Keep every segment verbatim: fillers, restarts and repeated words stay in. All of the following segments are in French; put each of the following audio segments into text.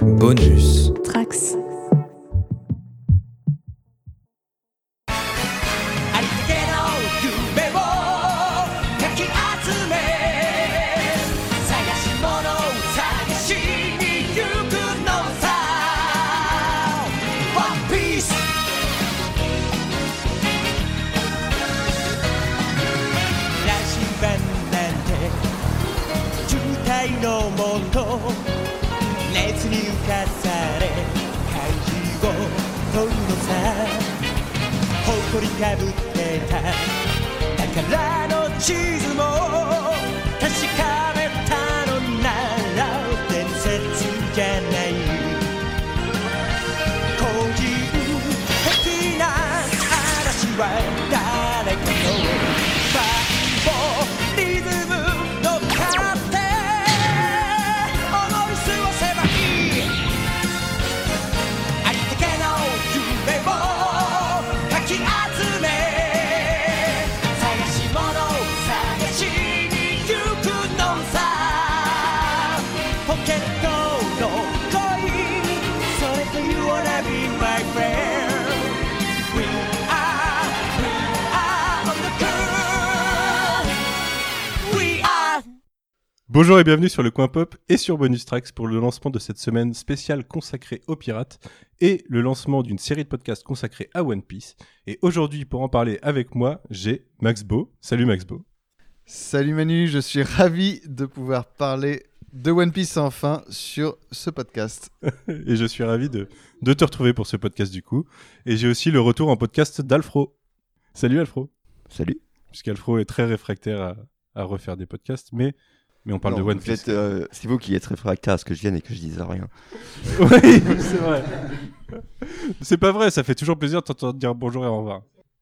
Bonus Trax. Bonjour et bienvenue sur le Coin Pop et sur Bonus Trax pour le lancement de cette semaine spéciale consacrée aux pirates et le lancement d'une série de podcasts consacrés à One Piece. Et aujourd'hui, pour en parler avec moi, j'ai Max Beau. Salut Max Beau. Salut Manu, je suis ravi de pouvoir parler de One Piece enfin sur ce podcast. Et je suis ravi de, de te retrouver pour ce podcast du coup. Et j'ai aussi le retour en podcast d'Alfro. Salut Alfro. Salut. Puisqu'Alfro est très réfractaire à, à refaire des podcasts, mais... Mais on parle non, de One Piece. Êtes, euh, c'est vous qui êtes réfractaire à ce que je vienne et que je dise rien. Oui, c'est vrai. C'est pas vrai, ça fait toujours plaisir de t'entendre dire bonjour et au revoir.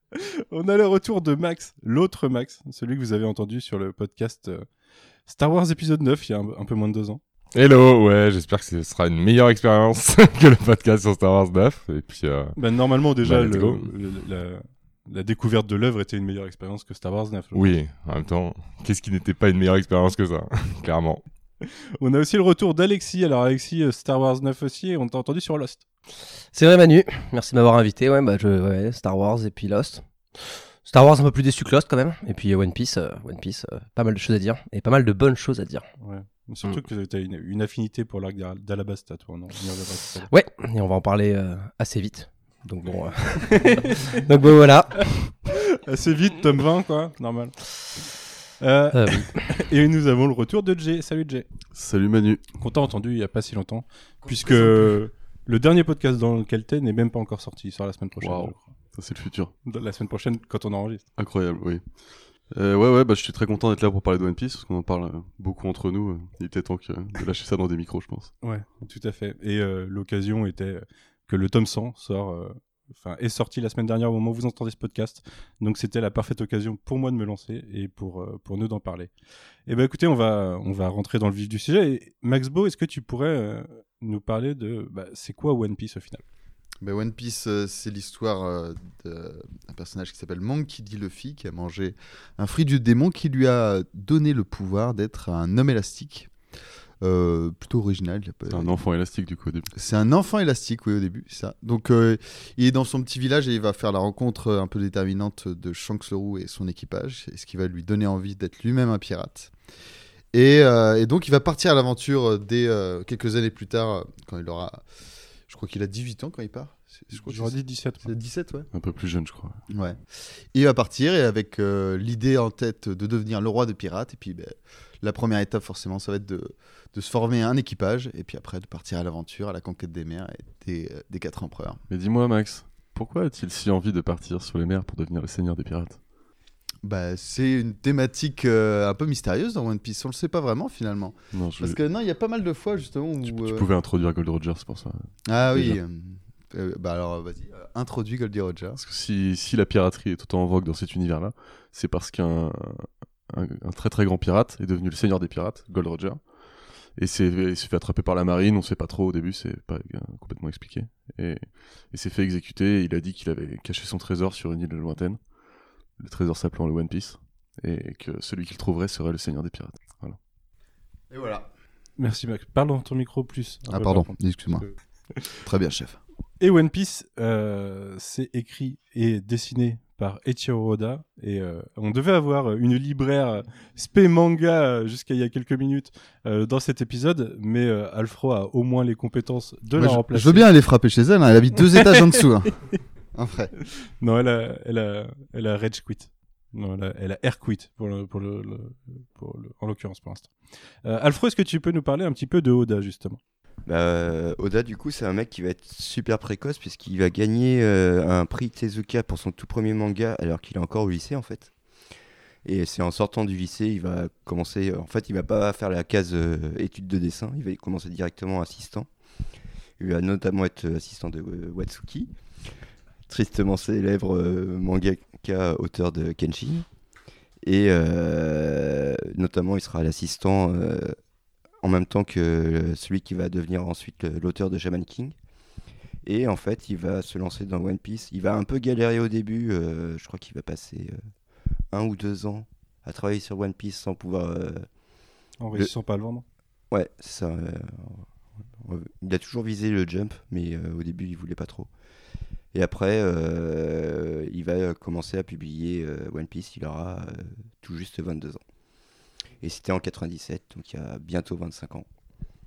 On a le retour de Max, l'autre Max, celui que vous avez entendu sur le podcast euh, Star Wars épisode neuf, il y a un, un peu moins de deux ans. Hello, ouais, j'espère que ce sera une meilleure expérience que le podcast sur Star Wars neuf. Et puis, euh... ben, normalement, déjà, bah, le, le, la... La découverte de l'œuvre était une meilleure expérience que Star Wars neuf. Oui, en même temps, qu'est-ce qui n'était pas une meilleure expérience que ça, clairement. On a aussi le retour d'Alexis. Alors Alexis, Star Wars neuf aussi, et on t'a entendu sur Lost. C'est vrai Manu, merci de m'avoir invité. Ouais, bah je, ouais, Star Wars et puis Lost. Star Wars un peu plus déçu que Lost quand même. Et puis One Piece, euh, One Piece, euh, pas mal de choses à dire et pas mal de bonnes choses à dire. Ouais. Surtout mm. que t'as une, une affinité pour l'arc d'Alabasta, toi, non ? Ouais, et on va en parler euh, assez vite. Donc bon, euh... donc bon voilà. Assez vite, tome vingt quoi, normal. Euh... Euh, oui. Et nous avons le retour de Jay. Salut Jay. Salut Manu. Qu'on t'a entendu il y a pas si longtemps, puisque le dernier podcast dans lequel t'es n'est même pas encore sorti, il sort la semaine prochaine. Wow. Je crois. Ça c'est le futur. La semaine prochaine quand on enregistre. Incroyable, oui. Euh, ouais ouais, bah je suis très content d'être là pour parler de One Piece parce qu'on en parle euh, beaucoup entre nous. Il était temps que, de lâcher ça dans des micros, je pense. Ouais, tout à fait. Et euh, l'occasion était que le tome cent sort, euh, enfin, est sorti la semaine dernière au moment où vous entendez ce podcast. Donc c'était la parfaite occasion pour moi de me lancer et pour, euh, pour nous d'en parler. Et ben écoutez, on va, on va rentrer dans le vif du sujet. Et Max Beau, est-ce que tu pourrais euh, nous parler de bah, c'est quoi One Piece au final ? Bah, One Piece, euh, c'est l'histoire euh, d'un personnage qui s'appelle Monkey D. Luffy qui a mangé un fruit du démon qui lui a donné le pouvoir d'être un homme élastique. Euh, plutôt original. C'est un enfant élastique du coup au début. C'est un enfant élastique, oui, au début, c'est ça. Donc euh, il est dans son petit village et il va faire la rencontre un peu déterminante de Shanks le Roux et son équipage, et ce qui va lui donner envie d'être lui-même un pirate. Et, euh, et donc il va partir à l'aventure dès euh, quelques années plus tard, quand il aura, je crois qu'il a dix-huit ans quand il part. Je crois J'aurais dit dix-sept. C'est dix-sept, ouais. Un peu plus jeune, je crois. Ouais. Il va partir et avec euh, l'idée en tête de devenir le roi des pirates. Et puis, ben, la première étape, forcément, ça va être de, de se former un équipage. Et puis après, de partir à l'aventure, à la conquête des mers et des, euh, des quatre empereurs. Mais dis-moi, Max, pourquoi a-t-il si envie de partir sur les mers pour devenir le seigneur des pirates ? Bah, c'est une thématique euh, un peu mystérieuse dans One Piece. On le sait pas vraiment, finalement. Non, je... Parce que non, il y a pas mal de fois, justement, où... Tu, euh... tu pouvais introduire Gold Roger, c'est pour ça. Ah oui. Euh... Euh, bah alors vas-y, euh, introduis Goldie Roger. Parce que si, si la piraterie est autant en vogue dans cet univers-là, c'est parce qu'un un, un très très grand pirate est devenu le seigneur des pirates, Gold Roger. Et c'est, il s'est fait attraper par la marine, on sait pas trop au début, c'est pas euh, complètement expliqué. Et il s'est fait exécuter, et il a dit qu'il avait caché son trésor sur une île lointaine, le trésor s'appelant le One Piece, et que celui qu'il trouverait serait le seigneur des pirates. Voilà. Et voilà. Merci Max. Parle dans ton micro plus. Ah pardon, excuse-moi. Très bien, chef. Et One Piece, euh, c'est écrit et dessiné par Eiichiro Oda. Et euh, on devait avoir une libraire spé manga jusqu'à il y a quelques minutes euh, dans cet épisode, mais euh, Alfro a au moins les compétences de Moi, la je, remplacer. je veux bien aller frapper chez elle, hein. Elle habite deux étages en dessous. Hein. Un vrai. Non, elle a, elle a, elle a rage quit. Non, elle a, elle a air quit pour le, pour le, le, pour le, en l'occurrence pour l'instant. Euh, Alfro, est-ce que tu peux nous parler un petit peu de Oda justement? Bah, Oda, du coup, c'est un mec qui va être super précoce puisqu'il va gagner euh, un prix Tezuka pour son tout premier manga alors qu'il est encore au lycée en fait. Et c'est en sortant du lycée, il va commencer. En fait, il va pas faire la case euh, études de dessin, il va commencer directement assistant. Il va notamment être assistant de euh, Watsuki, tristement célèbre euh, mangaka auteur de Kenshin. Et euh, notamment, il sera l'assistant. Euh, en même temps que celui qui va devenir ensuite l'auteur de Shaman King. Et en fait, il va se lancer dans One Piece. Il va un peu galérer au début. Euh, je crois qu'il va passer euh, un ou deux ans à travailler sur One Piece sans pouvoir... Euh, en réussissant le... pas à le vendre. Ouais, c'est ça. Euh, il a toujours visé le jump, mais euh, au début, il voulait pas trop. Et après, euh, il va commencer à publier euh, One Piece. Il aura euh, tout juste vingt-deux ans. Et c'était en quatre-vingt-dix-sept, donc il y a bientôt vingt-cinq ans.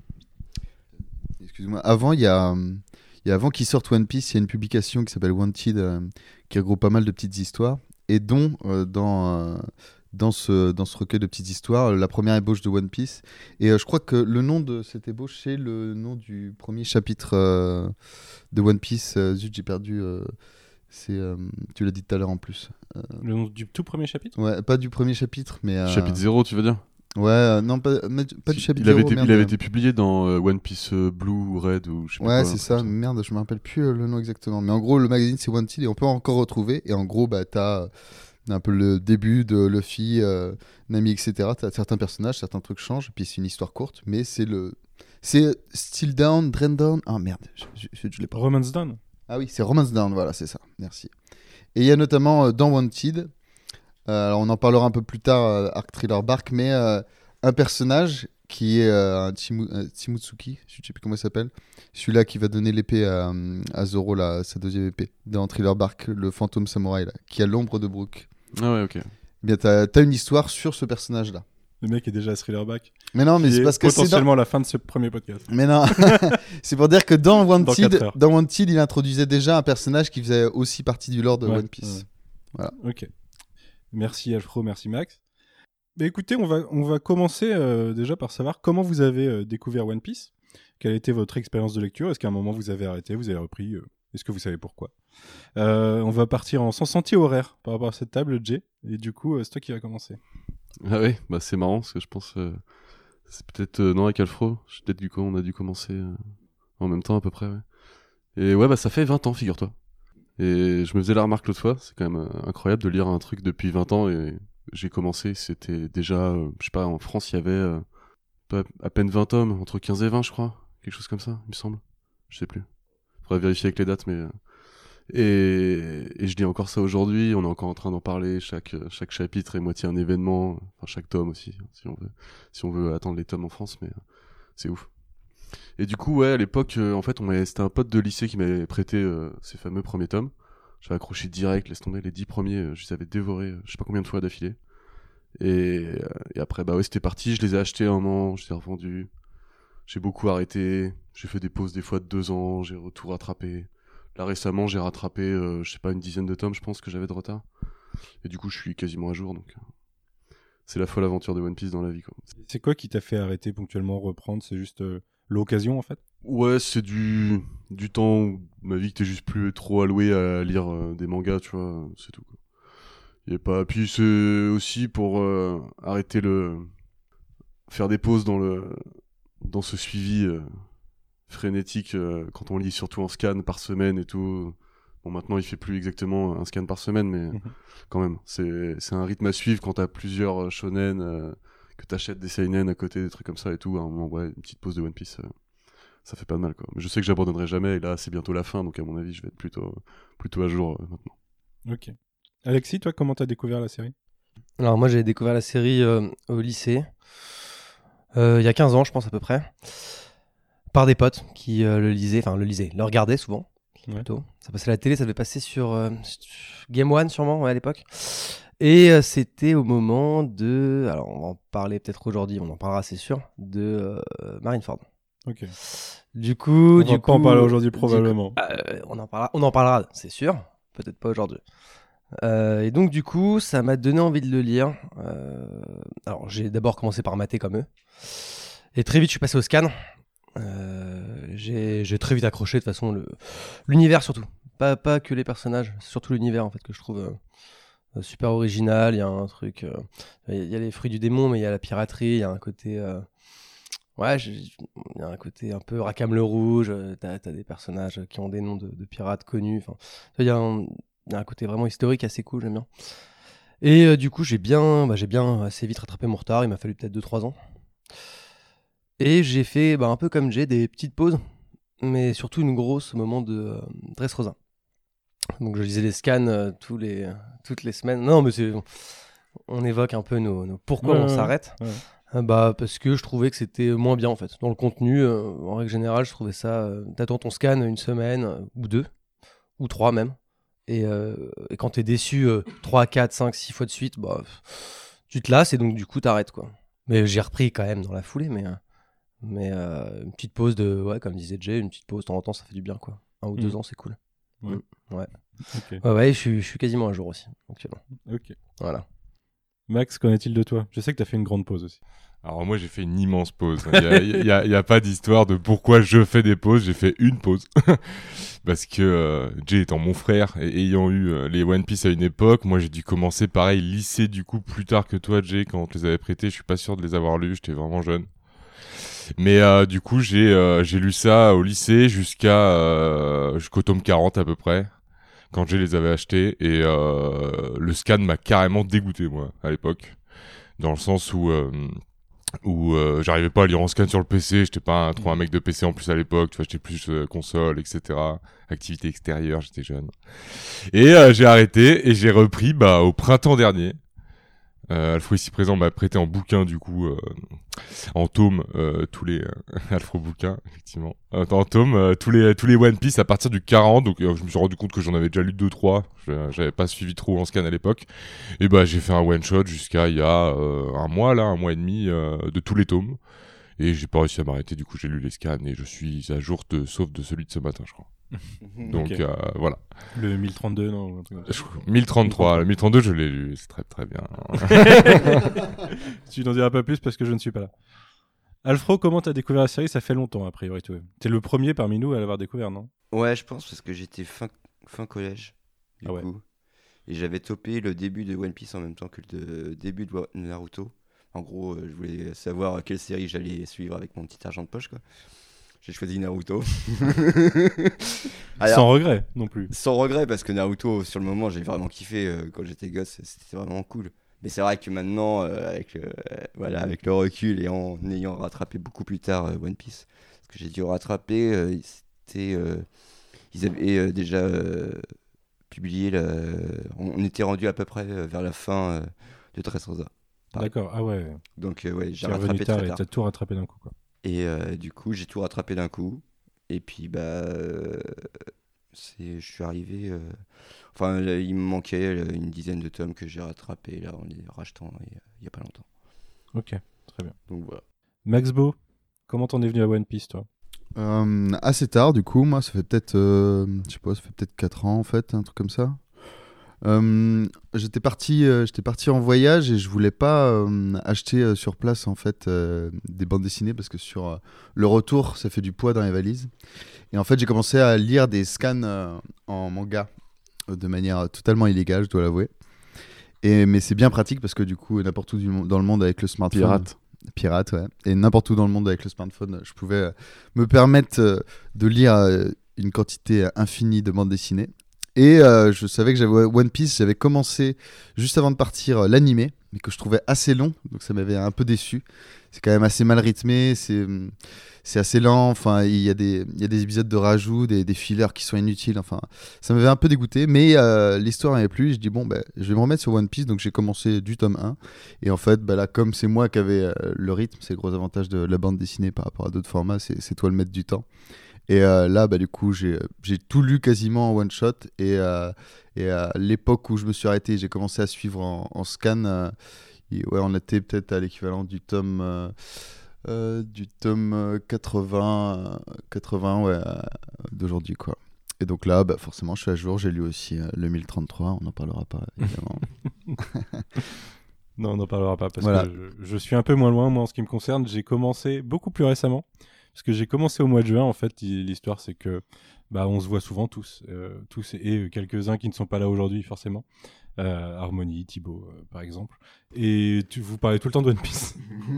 Excuse-moi, avant, il y a, il y a avant qu'il sorte One Piece, il y a une publication qui s'appelle Wanted, euh, qui regroupe pas mal de petites histoires, et dont, euh, dans, euh, dans, ce, dans ce recueil de petites histoires, la première ébauche de One Piece. Et euh, je crois que le nom de cette ébauche, c'est le nom du premier chapitre euh, de One Piece. Euh, zut, j'ai perdu... Euh, c'est, euh, tu l'as dit tout à l'heure en plus. Euh... Le nom du tout premier chapitre? Ouais, pas du premier chapitre, mais... Euh... Chapitre zéro, tu veux dire? Ouais, euh, non, pas, pas du chapitre il avait zéro, été, merde. Il avait été publié dans euh, One Piece euh, Blue ou Red ou je sais pas Ouais, quoi, c'est ça. ça. Merde, je me rappelle plus euh, le nom exactement. Mais en gros, le magazine, c'est Wanted et on peut encore retrouver. Et en gros, bah, t'as euh, un peu le début de Luffy, euh, Nami, et cetera. T'as certains personnages, certains trucs changent. Et puis c'est une histoire courte, mais c'est le... C'est Still Down, Drain Down... Ah merde, je, je, je, je l'ai pas. Romance Down. Ah oui, c'est Romance Down, voilà, c'est ça. Merci. Et il y a notamment euh, dans Wanted, euh, alors on en parlera un peu plus tard, euh, Arc Thriller Bark, mais euh, un personnage qui est euh, un Timu, euh, Timotsuki, je ne sais plus comment il s'appelle, celui-là qui va donner l'épée à, à Zoro, là, sa deuxième épée, dans Thriller Bark, le fantôme samouraï, là, qui a l'ombre de Brook. Ah ouais, ok. Eh bien, t'as, t'as une histoire sur ce personnage-là. Le mec est déjà à Thriller-Back. Mais non, mais c'est parce que c'est potentiellement dans... la fin de ce premier podcast. Mais non, c'est pour dire que dans Wanted, dans, dans Wanted, il introduisait déjà un personnage qui faisait aussi partie du lore de ouais, One Piece. Ouais. Voilà. Ok. Merci Alfro, merci Max. Mais écoutez, on va, on va commencer euh, déjà par savoir comment vous avez euh, découvert One Piece. Quelle a été votre expérience de lecture? Est-ce qu'à un moment vous avez arrêté, vous avez repris euh, Est-ce que vous savez pourquoi? euh, On va partir en sens anti-horaire par rapport à cette table, Jay. Et du coup, euh, c'est toi qui va commencer. Ah oui, bah c'est marrant parce que je pense euh, c'est peut-être euh, non avec Alfro, peut-être du coup on a dû commencer euh, en même temps à peu près. Ouais. Et ouais bah ça fait vingt ans, figure-toi. Et je me faisais la remarque l'autre fois, c'est quand même euh, incroyable de lire un truc depuis vingt ans et j'ai commencé, c'était déjà euh, je sais pas, en France il y avait euh, pas, à peine vingt tomes, entre quinze et vingt je crois, quelque chose comme ça, il me semble. Je sais plus. Faudrait vérifier avec les dates mais euh... Et, et je dis encore ça aujourd'hui, on est encore en train d'en parler, chaque, chaque chapitre est moitié un événement, enfin chaque tome aussi, si on veut, si on veut attendre les tomes en France, mais euh, c'est ouf. Et du coup, ouais, à l'époque, euh, en fait, on c'était un pote de lycée qui m'avait prêté euh, ces fameux premiers tomes. J'avais accroché direct, laisse tomber les dix premiers, euh, je les avais dévorés, euh, je sais pas combien de fois d'affilée. Et, euh, et après, bah ouais, c'était parti, je les ai achetés un moment, je les ai revendus. J'ai beaucoup arrêté, j'ai fait des pauses des fois de deux ans, j'ai tout rattrapé. Là récemment j'ai rattrapé euh, je sais pas une dizaine de tomes je pense que j'avais de retard et du coup je suis quasiment à jour donc euh, c'est la folle aventure de One Piece dans la vie quoi. C'est quoi qui t'a fait arrêter ponctuellement, reprendre? C'est juste euh, l'occasion en fait? Ouais c'est du du temps où ma vie qui était juste plus trop allouée à lire euh, des mangas tu vois, c'est tout quoi. Y a pas puis c'est aussi pour euh, arrêter le faire des pauses dans le dans ce suivi euh, frénétique euh, quand on lit surtout en scan par semaine et tout. Bon maintenant il fait plus exactement un scan par semaine mais mmh. quand même c'est c'est un rythme à suivre quand t'as plusieurs shonen euh, que t'achètes des seinen à côté des trucs comme ça et tout à un moment ouais une petite pause de One Piece euh, ça fait pas de mal quoi. Mais je sais que j'abandonnerai jamais et là c'est bientôt la fin donc à mon avis je vais être plutôt plutôt à jour euh, maintenant. Ok. Alexis, toi comment t'as découvert la série? Alors moi j'ai découvert la série euh, au lycée. Euh, Il y a quinze ans, je pense à peu près. Par des potes qui euh, le lisaient, enfin le lisaient, le regardaient souvent. Ouais. Plutôt. Ça passait à la télé, ça devait passer sur euh, Game One sûrement ouais, à l'époque. Et euh, c'était au moment de, alors on va en parler peut-être aujourd'hui, on en parlera c'est sûr, de euh, Marineford. Ok. Du coup, On du va coup, pas en parler aujourd'hui du probablement. coup, euh, on en parlera, on en parlera, c'est sûr. Peut-être pas aujourd'hui. Euh, et donc du coup, ça m'a donné envie de le lire. Euh, alors j'ai d'abord commencé par mater comme eux, et très vite je suis passé au scan. Euh, j'ai, j'ai très vite accroché de toute façon le, l'univers surtout, pas pas que les personnages, c'est surtout l'univers en fait que je trouve. Euh, super original, il y a un truc, euh, il y a les fruits du démon, mais il y a la piraterie, il y a un côté, euh, ouais, il y a un côté un peu Rackham le Rouge, euh, t'as, t'as des personnages qui ont des noms de, de pirates connus, enfin, il y, a un, il y a un côté vraiment historique assez cool, j'aime bien. Et euh, du coup, j'ai bien, bah, j'ai bien assez vite rattrapé mon retard, il m'a fallu peut-être deux trois ans. Et j'ai fait, bah, un peu comme j'ai, des petites pauses, mais surtout une grosse au moment de euh, Dressrosa. Donc je lisais les scans euh, tous les, toutes les semaines. Non, mais c'est, on évoque un peu nos, nos pourquoi Ouais, on ouais, s'arrête. ouais. Euh, bah, parce que je trouvais que c'était moins bien en fait. Dans le contenu, euh, en règle générale, je trouvais ça. Euh, t'attends ton scan une semaine, euh, ou deux, ou trois même. Et, euh, et quand t'es déçu euh, trois, quatre, cinq, six fois de suite, bah, tu te lasses et donc du coup t'arrêtes quoi. Mais j'ai repris quand même dans la foulée. Mais, euh, mais euh, une petite pause de. Ouais, comme disait Jay, une petite pause de temps en temps, ça fait du bien quoi. Un ou deux Mm. ans, c'est cool. Ouais. Mm, ouais. Ok. Ouais, ouais, je suis, je suis quasiment à jour aussi, actuellement. Ok. Voilà. Max, qu'en est-il de toi? Je sais que tu as fait une grande pause aussi. Alors moi j'ai fait une immense pause. Il n'y a, il y a- il y a pas d'histoire de pourquoi je fais des pauses. J'ai fait une pause. Parce que euh, Jay étant mon frère et ayant eu euh, les One Piece à une époque, moi j'ai dû commencer pareil, lycée du coup plus tard que toi Jay, quand on te les avait prêtés. Je suis pas sûr de les avoir lus, j'étais vraiment jeune. Mais euh, du coup j'ai euh, j'ai lu ça au lycée jusqu'à euh, jusqu'au tome quarante à peu près, quand Jay les avait achetés. Et euh, le scan m'a carrément dégoûté moi à l'époque. Dans le sens où euh, où euh, j'arrivais pas à lire en scan sur le P C, j'étais pas un, trop un mec de P C en plus à l'époque, tu vois, j'étais plus euh, console, et cetera. Activité extérieure, j'étais jeune. Et euh, j'ai arrêté et j'ai repris bah au printemps dernier. Euh, Alfro ici présent m'a prêté en bouquin du coup, euh, en tome, euh, tous les euh, Alfro bouquins effectivement, euh, en tome euh, tous les tous les One Piece à partir du quarante. Donc euh, je me suis rendu compte que j'en avais déjà lu deux trois. Je, j'avais pas suivi trop en scan à l'époque. Et bah j'ai fait un one shot jusqu'à il y a euh, un mois là, un mois et demi euh, de tous les tomes. Et j'ai pas réussi à m'arrêter. Du coup j'ai lu les scans et je suis à jour de, sauf de celui de ce matin je crois. Donc Ok. euh, voilà. Le mille trente-deux, non un truc comme ça. Je- mille trente-trois, le mille trente-deux je l'ai lu, c'est très très bien. Tu n'en diras pas plus parce que je ne suis pas là. Alfro, comment t'as découvert la série? Ça fait longtemps, a priori. Toi. T'es le premier parmi nous à l'avoir découvert, non? Ouais, je pense parce que j'étais fin, fin collège, du Ah ouais. coup. Et j'avais topé le début de One Piece en même temps que le début de Wa- Naruto. En gros, euh, je voulais savoir quelle série j'allais suivre avec mon petit argent de poche, quoi. J'ai choisi Naruto. Alors, Sans regret, non plus. sans regret, parce que Naruto, sur le moment, j'ai vraiment kiffé euh, quand j'étais gosse. C'était vraiment cool. Mais c'est vrai que maintenant, euh, avec, euh, voilà, avec le recul et en ayant rattrapé beaucoup plus tard euh, One Piece, parce que j'ai dû rattraper, euh, c'était, euh, ils avaient euh, déjà euh, publié, la- on, on était rendu à peu près euh, vers la fin euh, de Dressrosa. Pareil. D'accord, ah ouais. Donc euh, ouais, j'ai T'es revenu rattrapé tard très et tard. t'as tout rattrapé d'un coup, quoi. Et euh, du coup, j'ai tout rattrapé d'un coup. Et puis, bah, euh, c'est, je suis arrivé. euh, Enfin, là, il me manquait euh, une dizaine de tomes que j'ai rattrapés là en les rachetant il y a- il y a pas longtemps. Ok, très bien. Donc voilà. Max Beau, comment t'en es venu à One Piece, toi? Euh, assez tard, du coup, moi, ça fait peut-être, euh, je sais pas, ça fait peut-être quatre ans en fait, un truc comme ça. Euh, j'étais parti, euh, j'étais parti en voyage et je voulais pas euh, acheter euh, sur place en fait euh, des bandes dessinées parce que sur euh, le retour, ça fait du poids dans les valises. Et en fait, j'ai commencé à lire des scans euh, en manga euh, de manière totalement illégale, je dois l'avouer. Et mais c'est bien pratique parce que du coup, n'importe où du mo- dans le monde avec le smartphone. Pirate. Pirate, ouais. Et n'importe où dans le monde avec le smartphone, je pouvais euh, me permettre euh, de lire euh, une quantité infinie de bandes dessinées. Et euh, je savais que j'avais One Piece, j'avais commencé juste avant de partir euh, l'animé, mais que je trouvais assez long, donc ça m'avait un peu déçu. C'est quand même assez mal rythmé, c'est, c'est assez lent, enfin il y a des, il y a des épisodes de rajout, des, des fillers qui sont inutiles, enfin ça m'avait un peu dégoûté, mais euh, l'histoire m'avait plu, je dis bon bah, je vais me remettre sur One Piece, donc j'ai commencé du tome un, et en fait bah, là comme c'est moi qui avais euh, le rythme, c'est le gros avantage de la bande dessinée par rapport à d'autres formats, c'est, c'est toi le maître du temps. Et euh, là, bah, du coup, j'ai, j'ai tout lu quasiment en one shot. Et, euh, et à l'époque où je me suis arrêté, j'ai commencé à suivre en, en scan. Euh, et ouais, on était peut-être à l'équivalent du tome, euh, euh, du tome quatre-vingts, quatre-vingts ouais, euh, d'aujourd'hui, quoi. Et donc là, bah, forcément, je suis à jour. J'ai lu aussi euh, le mille trente-trois. On n'en parlera pas, évidemment. Non, on n'en parlera pas parce Voilà. que je, je suis un peu moins loin, moi, en ce qui me concerne. J'ai commencé beaucoup plus récemment. Parce que j'ai commencé au mois de juin, en fait, l'histoire c'est que bah, on se voit souvent tous, euh, tous et, et quelques-uns qui ne sont pas là aujourd'hui forcément. Euh, Harmonie, Thibaut, euh, par exemple. Et tu, vous parlez tout le temps de One Piece.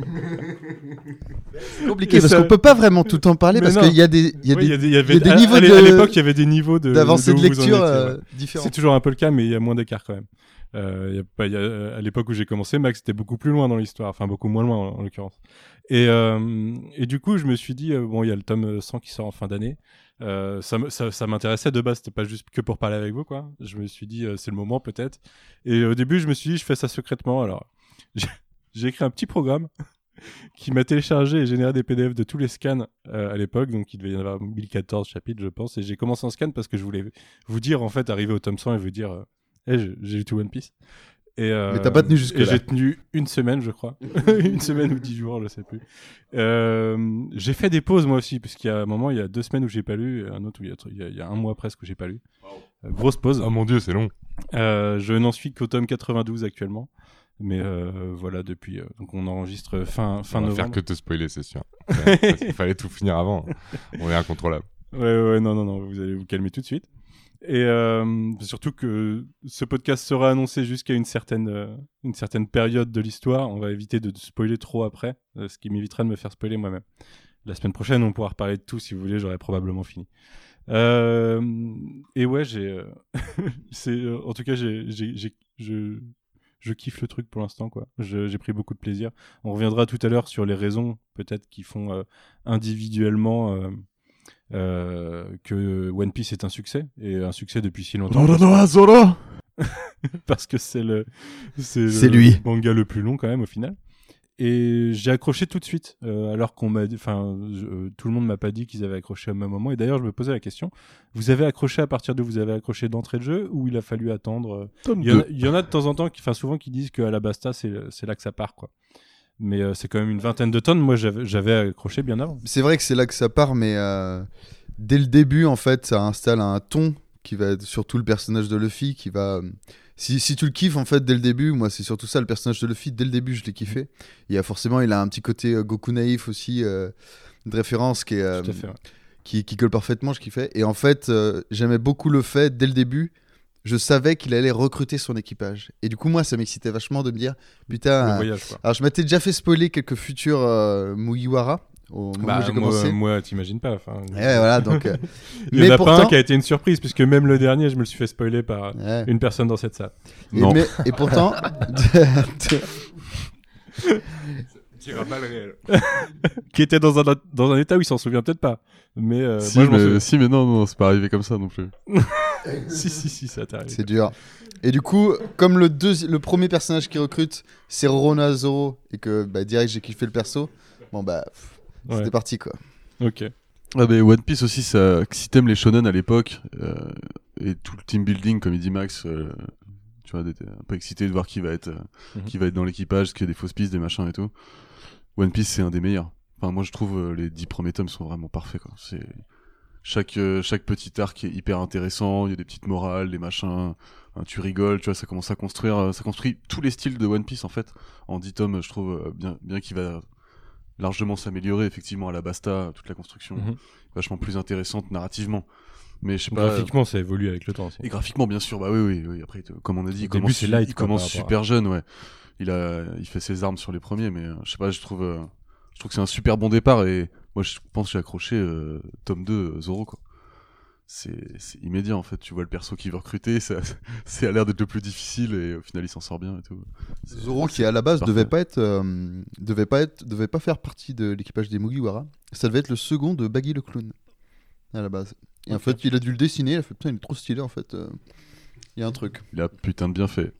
C'est compliqué Et parce ça- qu'on peut pas vraiment tout en parler Mais parce non. qu'il y a des, il y a Ouais, des, il y a des, il y avait, il y a des à- niveaux à, l'é- de- à l'époque, il y avait des niveaux de, d'avancée de de où vous en lecture étiez, euh, ouais. différents. C'est toujours un peu le cas, mais il y a moins d'écart quand même. Euh, il y a pas, il y a- à l'époque où j'ai commencé, Max était beaucoup plus loin dans l'histoire, enfin beaucoup moins loin en, en l'occurrence. Et, euh, et du coup, je me suis dit, euh, bon, il y a le tome cent qui sort en fin d'année. Euh, ça, me- ça, ça m'intéressait de base, c'était pas juste que pour parler avec vous, quoi. Je me suis dit, euh, c'est le moment peut-être. Et au début, je me suis dit, je fais ça secrètement. Alors, j'ai j'ai écrit un petit programme qui m'a téléchargé et généré des P D F de tous les scans euh, à l'époque, donc il devait y en avoir mille quatorze chapitres, je pense. Et j'ai commencé en scan parce que je voulais vous dire, en fait, arriver au tome cent et vous dire, euh, hey, j'ai- j'ai lu tout One Piece. Et, euh, Mais t'as pas tenu jusque-là. et j'ai tenu une semaine, je crois. Une semaine ou dix jours, je sais plus. Euh, j'ai fait des pauses, moi aussi, parce qu'il y a un moment, il y a deux semaines où j'ai pas lu, et un autre où il y a, il y a, il y a un mois presque où j'ai pas lu. Euh, grosse pause. Oh mon dieu, c'est long. Euh, je n'en suis qu'au tome quatre-vingt-douze actuellement. Mais euh, voilà, depuis. Euh, donc on enregistre fin, fin On va novembre. faire que te spoiler, c'est sûr. Ouais, Il fallait tout finir avant. On est incontrôlable. Ouais, ouais, non, non, non, vous allez vous calmer tout de suite. Et euh, surtout que ce podcast sera annoncé jusqu'à une certaine, euh, une certaine période de l'histoire. On va éviter de spoiler trop après, euh, ce qui m'évitera de me faire spoiler moi-même. La semaine prochaine, on pourra reparler de tout si vous voulez, j'aurai probablement fini. Euh, et ouais, j'ai. euh, c'est, euh, en tout cas, j'ai, j'ai, j'ai, je, je kiffe le truc pour l'instant, quoi. Je- j'ai pris beaucoup de plaisir. On reviendra tout à l'heure sur les raisons, peut-être, qui font euh, individuellement. Euh, euh, que One Piece est un succès et un succès depuis si longtemps Zoro parce que c'est le c'est, C'est le lui. manga le plus long quand même au final. Et j'ai accroché tout de suite euh, alors qu'on m'a dit, enfin je- euh, tout le monde m'a pas dit qu'ils avaient accroché au même moment. Et d'ailleurs je me posais la question, vous avez accroché à partir de vous avez accroché d'entrée de jeu ou il a fallu attendre euh, Tome il y, en a, deux. il y en a de temps en temps qui, enfin souvent qui disent qu'à la Basta c'est c'est là que ça part quoi. Mais euh, c'est quand même une vingtaine de tonnes. Moi j'avais j'avais accroché bien avant. C'est vrai que c'est là que ça part, mais euh, dès le début, en fait, ça installe un ton qui va être surtout le personnage de Luffy, qui va... euh, Si, si tu le kiffes, en fait, dès le début, moi, c'est surtout ça, le personnage de Luffy, dès le début, je l'ai kiffé. Il y a forcément, il a un petit côté euh, Goku naïf aussi, euh, de référence, qui, est, euh, Tout à fait. Ouais. qui, qui colle parfaitement, je kiffais. Et en fait, euh, j'aimais beaucoup le fait, dès le début, je savais qu'il allait recruter son équipage. Et du coup, moi, ça m'excitait vachement de me dire, putain... Le euh, voyage quoi. alors, je m'étais déjà fait spoiler quelques futurs euh, Mugiwara, au moment Bah, où j'ai moi, commencé. moi, t'imagines pas. Enfin, Ouais, voilà, donc. euh, il y en mais a pas pourtant- un qui a été une surprise, puisque même le dernier, je me le suis fait spoiler par ouais. une personne dans cette salle. Et, Non. mais- et pourtant, Qui était dans un, dans un état où il s'en souvient peut-être pas. Mais euh, si, moi, je m'en mais, souviens. si, mais non, non, c'est pas arrivé comme ça non plus. si, si, si, ça t'arrive. c'est dur. Et du coup, comme le, deuxi- le premier personnage qui recrute, c'est Roronoa Zoro, et que bah, direct j'ai kiffé le perso, bon bah, pff, Ouais. c'était parti quoi. Ok. Ah mais One Piece aussi, ça, si t'aimes les shonen à l'époque, euh, et tout le team building, comme il dit Max, euh, tu vois, d'être un peu excité de voir qui va être, euh, Mhm. qui va être dans l'équipage, qu'il y a des fausses pistes, des machins et tout. One Piece, c'est un des meilleurs. Enfin, moi, je trouve euh, les dix premiers tomes sont vraiment parfaits, quoi. C'est chaque euh, chaque petit arc est hyper intéressant. Il y a des petites morales, des machins. Hein, tu rigoles, tu vois. Ça commence à construire, euh, ça construit tous les styles de One Piece en fait. En dix tomes, je trouve euh, bien bien qu'il va largement s'améliorer effectivement à la Basta, toute la construction Mhm. vachement plus intéressante narrativement. Mais je sais pas. Graphiquement, ça évolue avec le temps aussi. Et graphiquement, bien sûr, bah oui, oui, oui. Après, t- comme on a dit, Au il début, commence, c'est light, il quoi, commence par rapport à- super jeune, ouais. Il a, il fait ses armes sur les premiers, mais euh, je sais pas, je trouve, euh, je trouve que c'est un super bon départ et moi, je pense que j'ai accroché euh, tome deux, euh, Zoro, quoi. c'est, c'est immédiat en fait. Tu vois le perso qui veut recruter, ça, c'est à l'air d'être le plus difficile et au final il s'en sort bien et tout. C'est- Zoro, c'est- qui à la base c'est devait parfait. pas être, euh, devait pas être, devait pas faire partie de l'équipage des Mugiwara. Ça devait être le second de Baggy le clown à la base. Et en Ok. fait, il a dû le dessiner. Il a fait putain, il est trop stylé en fait. euh, Il y a un truc. Il a putain de bien fait.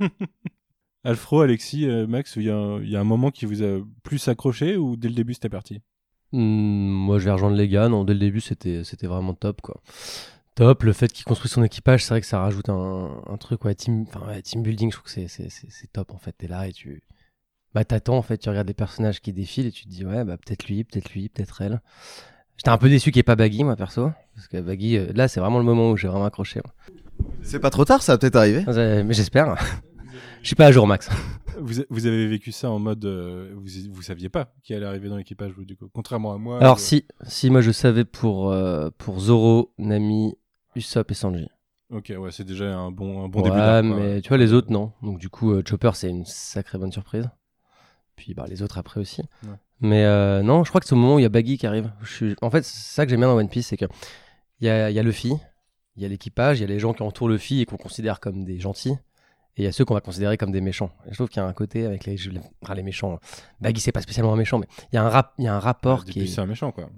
Alfro, Alexis, euh, Max, il y, a un- il y a un moment qui vous a plus accroché ou dès le début c'était parti? Hmm, moi, je vais rejoindre les gars. Non, dès le début, c'était, c'était vraiment top, quoi. Top. Le fait qu'il construise son équipage, c'est vrai que ça rajoute un, un truc, ouais, team, enfin, ouais, team building. Je trouve que c'est, c'est, c'est, c'est top, en fait. T'es là et tu, bah, t'attends, en fait. Tu regardes les personnages qui défilent et tu te dis, ouais, bah, peut-être lui, peut-être lui, peut-être elle. J'étais un peu déçu qu'il n'y ait pas Baggy, moi, perso. Parce que Baggy, euh, là, c'est vraiment le moment où j'ai vraiment accroché. moi. C'est pas trop tard, ça va peut-être arriver. Euh, Mais j'espère. Je suis pas à jour, Max. Vous, a- vous avez vécu ça en mode. euh, vous, vous saviez pas qui allait arriver dans l'équipage, vous, du coup. Contrairement à moi. Alors, euh, si, si, moi, je savais pour, euh, pour Zoro, Nami, Usopp et Sanji. Ok, ouais, c'est déjà un bon, un bon Ouais, début d'arc, quoi. mais tu vois, les autres, non. Donc, du coup, euh, Chopper, c'est une sacrée bonne surprise. Puis, bah, les autres après aussi. Ouais. Mais euh, non, je crois que c'est au moment où il y a Baggy qui arrive. Je suis... En fait, c'est ça que j'aime bien dans One Piece, c'est que il y a, il y a Luffy, il y a l'équipage, il y a les gens qui entourent Luffy et qu'on considère comme des gentils. Et il y a ceux qu'on va considérer comme des méchants. Et je trouve qu'il y a un côté avec les, je- les, ah, les méchants. Baggy, c'est pas spécialement un méchant, mais il y a un, rap... il y a un rapport Ouais, qui depuis, est. c'est un méchant, quoi.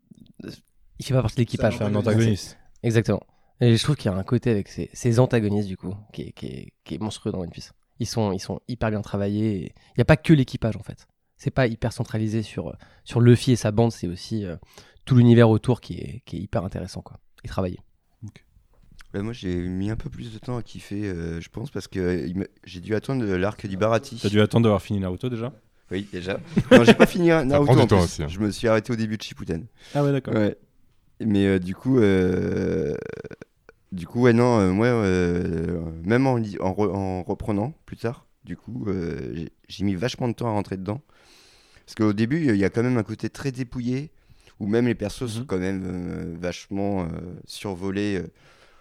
Il fait pas partie de l'équipage. C'est un antagoniste. Exactement. Et je trouve qu'il y a un côté avec ces, ces antagonistes, du coup, qui est, qui, est, qui est monstrueux dans One Piece. Ils sont, ils sont hyper bien travaillés. et Il n'y a pas que l'équipage, en fait. C'est pas hyper centralisé sur, sur Luffy et sa bande, c'est aussi euh, tout l'univers autour qui est, qui est hyper intéressant, quoi. Et travaillé. Bah, moi j'ai mis un peu plus de temps à kiffer, euh, je pense, parce que euh, il me- j'ai dû attendre l'arc du Barati. T'as dû attendre d'avoir fini Naruto déjà? Oui, déjà. Non, j'ai pas fini hein, Naruto prend du en temps plus. aussi, hein. Je me suis arrêté au début de Shippuden. Ah ouais, d'accord. Ouais. Mais euh, du coup, euh, du coup, ouais, non, euh, moi, euh, même en, li- en, re- en reprenant plus tard, du coup, euh, j'ai- j'ai mis vachement de temps à rentrer dedans. Parce qu'au début, il y a quand même un côté très dépouillé, où même les persos sont Mhm. quand même euh, vachement euh, survolés. euh,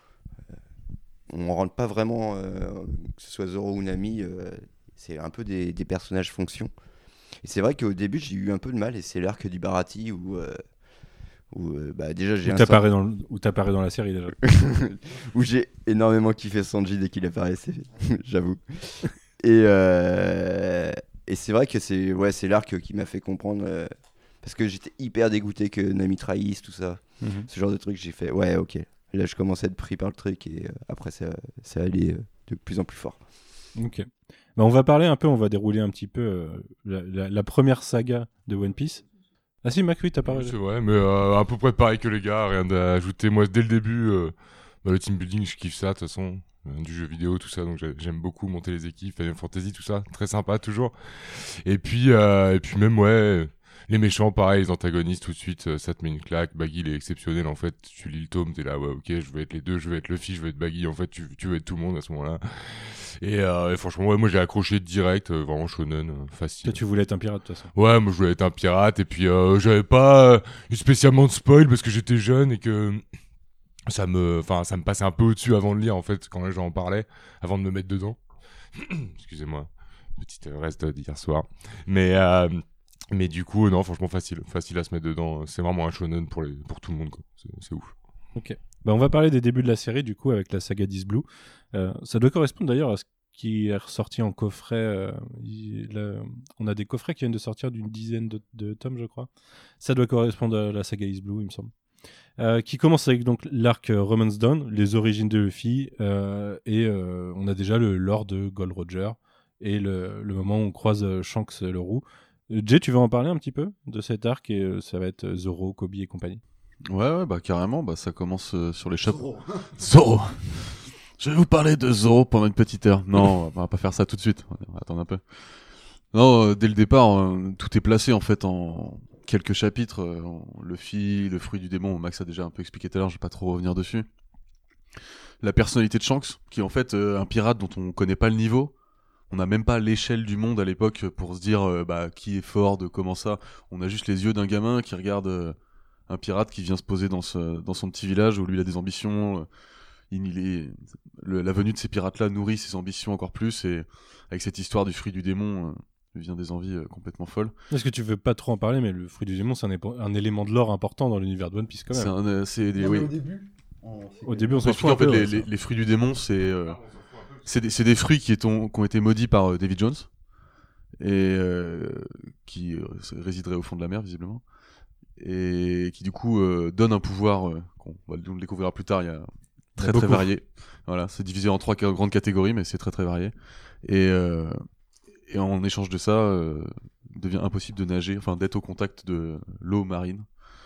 on rentre pas vraiment, euh, que ce soit Zoro ou Nami, euh, c'est un peu des, des personnages fonction. Et c'est vrai qu'au début, j'ai eu un peu de mal, et c'est l'arc du Barati où, euh, où euh, bah, déjà j'ai Où un t'apparais dans, le- où t'apparais dans la série déjà. où j'ai énormément kiffé Sanji dès qu'il apparaissait, j'avoue. Et, euh, et c'est vrai que c'est ouais, c'est l'arc qui m'a fait comprendre, euh, parce que j'étais hyper dégoûté que Nami trahisse, tout ça. Mhm. Ce genre de truc, j'ai fait ouais, ok. Là, je commençais à être pris par le truc, et euh, après, ça, ça allait euh, de plus en plus fort. Ok. Bah, on va parler un peu, on va dérouler un petit peu euh, la, la- la première saga de One Piece. Ah si, Mac, oui, t'as parlé. Oui, c'est vrai, mais euh, à peu près pareil que les gars, rien à ajouter. Moi, dès le début, euh, bah, le team building, je kiffe ça, de toute façon, euh, du jeu vidéo, tout ça, donc j'ai- j'aime beaucoup monter les équipes, Final Fantasy, tout ça, très sympa toujours. Et puis, euh, et puis même, ouais, les méchants, pareil, les antagonistes, tout de suite, euh, ça te met une claque. Baggy, il est exceptionnel, en fait, tu lis le tome, t'es là, ouais, ok, je veux être les deux, je veux être Luffy, je veux être Baggy, en fait, tu, tu veux être tout le monde à ce moment-là. Et, euh, et franchement, ouais, moi, j'ai accroché direct, euh, vraiment shonen, euh, facile. Toi, tu voulais être un pirate de toute façon. Ouais, moi je voulais être un pirate et puis euh, j'avais pas euh, eu spécialement de spoil parce que j'étais jeune et que ça me, enfin ça me passait un peu au-dessus avant de lire en fait quand les gens en parlaient, avant de me mettre dedans. Excusez-moi, petite reste d'hier soir. Mais euh, mais du coup non, franchement facile, facile à se mettre dedans. C'est vraiment un shonen pour les, pour tout le monde quoi. C'est, c'est ouf. Bah, on va parler des débuts de la série, du coup, avec la saga d'East Blue. Euh, ça doit correspondre d'ailleurs à ce qui est ressorti en coffret. euh, il- là, on a des coffrets qui viennent de sortir d'une dizaine de, de tomes, je crois. Ça doit correspondre à la saga East Blue, il me semble. Euh, qui commence avec donc l'arc euh, Romance Dawn, les origines de Luffy, euh, et euh, on a déjà le lore de Gold Roger, et le, le moment où on croise euh, Shanks euh, le roux. Euh, Jay, tu veux en parler un petit peu de cet arc, et euh, ça va être euh, Zoro, Kobe et compagnie. Ouais, ouais, bah carrément, bah ça commence euh, sur les chapeaux. Zoro. Je vais vous parler de Zoro pendant une petite heure. Non, on va pas faire ça tout de suite. On va attendre un peu. Non, euh, dès le départ, euh, tout est placé en fait en quelques chapitres. Euh, Luffy, le fruit du démon, Max a déjà un peu expliqué tout à l'heure, je vais pas trop revenir dessus. La personnalité de Shanks, qui est en fait euh, un pirate dont on connaît pas le niveau. On n'a même pas l'échelle du monde à l'époque pour se dire euh, bah, qui est fort, de comment ça. On a juste les yeux d'un gamin qui regarde euh, un pirate qui vient se poser dans, ce, dans son petit village où lui il a des ambitions. Euh, il, il est, le, la venue de ces pirates-là nourrit ses ambitions encore plus et avec cette histoire du fruit du démon, euh, il vient des envies euh, complètement folles. Est-ce que tu veux pas trop en parler, mais le fruit du démon, c'est un, épo- un élément de lore important dans l'univers de One Piece quand C'est même. un, euh, c'est des, Non, oui. mais au début, Au début, on On s'en s'explique fout en un fait peu. les, ouais, les- ça. les fruits du démon, c'est euh, c'est des, c'est des fruits qui, est- ont, qui ont été maudits par euh, David Jones et euh, qui euh, résideraient au fond de la mer visiblement et qui du coup euh, donnent un pouvoir euh, qu'on va le découvrir plus tard. Il y a très très beaucoup. varié. Voilà, c'est divisé en trois ca- grandes catégories, mais c'est très très varié. Et, euh, et en échange de ça, euh, il devient impossible de nager, enfin d'être au contact de l'eau marine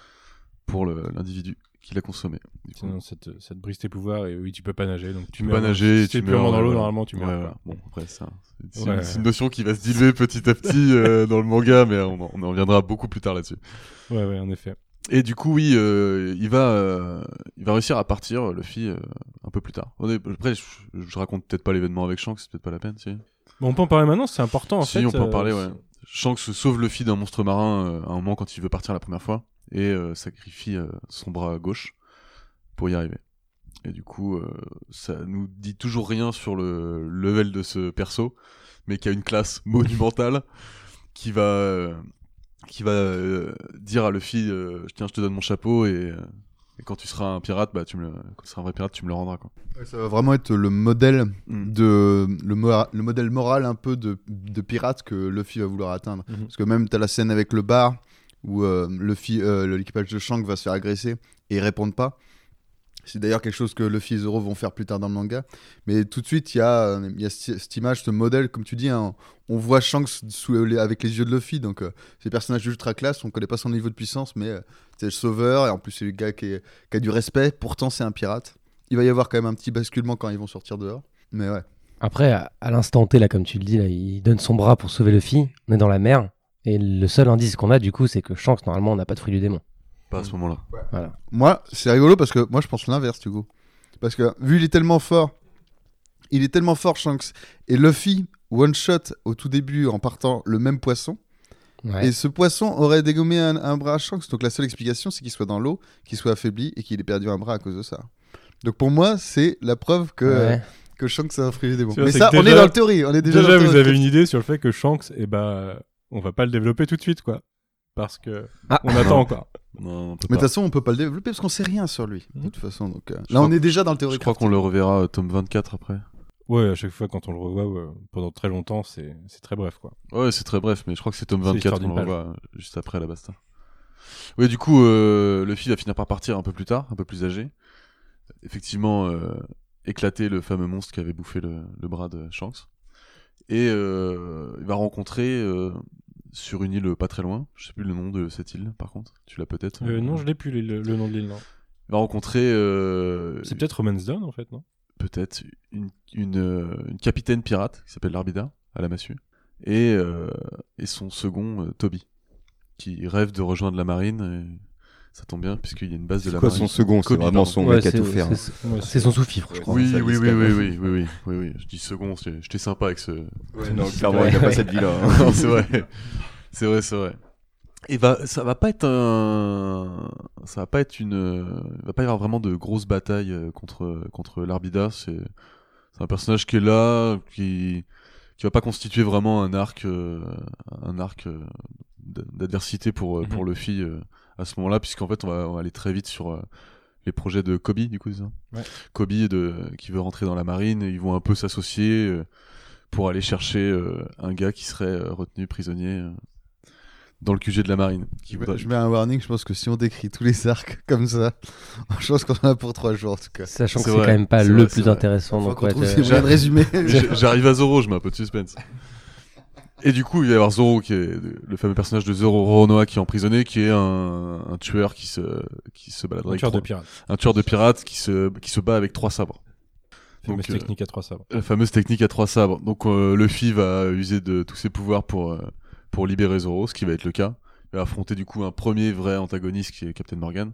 pour le- l'individu qui l'a consommé. Du coup, Sinon, ça te, ça te brise tes pouvoirs et oui, tu peux pas nager. Donc tu tu peux meurs. pas nager, Si tu t'es purement meurs, dans l'eau, ouais, normalement, tu ouais, meurs. voilà. quoi. Bon, après, ça, c'est Ouais. une, c'est une notion qui va se diluer petit à petit euh, dans le manga, mais on en, on en reviendra beaucoup plus tard là-dessus. Ouais, ouais, en effet. Et du coup, oui, euh, il va, euh, il va réussir à partir, Luffy, euh, un peu plus tard. On est- Après, je, je raconte peut-être pas l'événement avec Shanks, c'est peut-être pas la peine, si. Bon, on peut en parler maintenant, c'est important en si, fait. on peut en euh, parler, ouais. Shanks sauve Luffy d'un monstre marin euh, à un moment quand il veut partir la première fois et euh, sacrifie euh, son bras gauche pour y arriver. Et du coup, euh, ça nous dit toujours rien sur le level de ce perso, mais qui a une classe monumentale qui va, euh, qui va euh, dire à Luffy euh, tiens, je te donne mon chapeau et, euh, et quand tu seras un pirate, bah tu me le, quand tu seras un vrai pirate, tu me le rendras quoi. Ouais, ça va vraiment être le modèle Mm. de le, mora- le modèle moral un peu de, de pirate que Luffy va vouloir atteindre. Mhm. Parce que même t'as la scène avec le bar où euh, Luffy, euh, le- l'équipage de Shanks va se faire agresser et ils répondent pas. C'est d'ailleurs quelque chose que Luffy et Zoro vont faire plus tard dans le manga. Mais tout de suite, il y a, euh, il y a cette cette image, ce modèle, comme tu dis, hein, on voit Shanks sous les- avec les yeux de Luffy. Donc, euh, c'est un personnage ultra classe, on connaît pas son niveau de puissance, mais euh, c'est le sauveur, et en plus, c'est le gars qui, est- qui a du respect. Pourtant, c'est un pirate. Il va y avoir quand même un petit basculement quand ils vont sortir dehors. Mais ouais. Après, à, à l'instant T, là, comme tu le dis, là, il donne son bras pour sauver Luffy. On est dans la mer. Et le seul indice qu'on a, du coup, c'est que Shanks, normalement, on n'a pas de fruit du démon. Pas à ce moment-là. Voilà. Moi, c'est rigolo parce que moi, je pense l'inverse, du coup. Parce que vu il est tellement fort, il est tellement fort, Shanks, et Luffy one shot au tout début en partant le même poisson. Ouais. Et ce poisson aurait dégommé un, un bras à Shanks. Donc la seule explication, c'est qu'il soit dans l'eau, qu'il soit affaibli et qu'il ait perdu un bras à cause de ça. Donc pour moi, c'est la preuve que, Ouais. que Shanks a un fruit des bons. C'est vrai, Mais c'est ça, que on déjà- est dans le théorie. On est déjà, Déjà, dans le vous théorie. avez une idée sur le fait que Shanks, eh ben, on va pas le développer tout de suite, quoi. Parce que Ah. on attend encore. Non, on peut Mais de pas. toute façon, on peut pas le développer parce qu'on sait rien sur lui. De Mhm. toute façon, donc euh, Je là, on crois- est déjà dans le théorie. Je crois qu'on le reverra euh, tome vingt-quatre après. Ouais, à chaque fois quand on le revoit ouais, pendant très longtemps, c'est c'est très bref, quoi. Ouais, c'est très bref, mais je crois que c'est tome C'est vingt-quatre l'histoire qu'on le d'une revoit euh, juste après la basta. Ouais, du coup, euh, Luffy va finir par partir un peu plus tard, un peu plus âgé. Effectivement, euh, éclater le fameux monstre qui avait bouffé le, le bras de Shanks. Et euh, il va rencontrer euh, sur une île pas très loin, je sais plus le nom de cette île par contre, tu l'as peut-être Euh, non, je l'ai plus le, le nom de l'île, non. Il va rencontrer euh, C'est peut-être Romance Dawn, en fait, non? peut-être une, une, euh, une capitaine pirate qui s'appelle l'Arbida à la massue et, euh, et son second euh, Toby qui rêve de rejoindre la marine et ça tombe bien puisqu'il y a une base de C'est la quoi marine. son second C'est Kobe, vraiment pardon. son Ouais, mec à c'est- tout faire. hein. c'est- Ouais, C'est son sous-fifre, je Ouais, crois. Oui, ça oui, glisse oui, quand oui, même. oui, oui, oui, oui, oui, je dis second, j'étais j'étais sympa avec ce... Ouais, non, clairement, il a pas cette vie-là. hein. non, c'est vrai, c'est vrai, c'est vrai. Et va, ça va pas être un, ça va pas être une, il va pas y avoir vraiment de grosses batailles euh, contre contre l'Arbida. C'est, c'est un personnage qui est là, qui qui va pas constituer vraiment un arc, euh, un arc euh, d- d'adversité pour euh, pour Mhm. Luffy euh, à ce moment-là, puisqu'en fait on va, on va aller très vite sur euh, les projets de Kobe, du coup, c'est ça. Ouais. Kobe de qui veut rentrer dans la marine, et ils vont un peu s'associer euh, pour aller chercher euh, un gars qui serait euh, retenu prisonnier euh, dans le Q G de la marine. Qui Je voudrait- mets, je mets un warning, je pense que si on décrit tous les arcs comme ça, je pense qu'on en a pour trois jours en tout cas. Sachant que C'est c'est vrai, quand même pas c'est le vrai, c'est plus vrai. intéressant. Faut Donc, qu'on ouais, trouve t'as- ces moyens de résumer. J'ai- J'arrive à Zoro, je mets un peu de suspense. Et du coup, il va y avoir Zoro, qui est le fameux personnage de Zoro Roronoa qui est emprisonné, qui est un, un tueur qui se, qui se balade Un avec tueur de trois- pirates. un tueur de pirates qui se, qui se bat avec trois sabres. Fameuse Donc, euh, technique à trois sabres. La fameuse technique à trois sabres. Donc euh, Luffy va user de tous ses pouvoirs pour, euh, pour libérer Zoro, ce qui va être le cas. Il va affronter du coup un premier vrai antagoniste qui est Captain Morgan.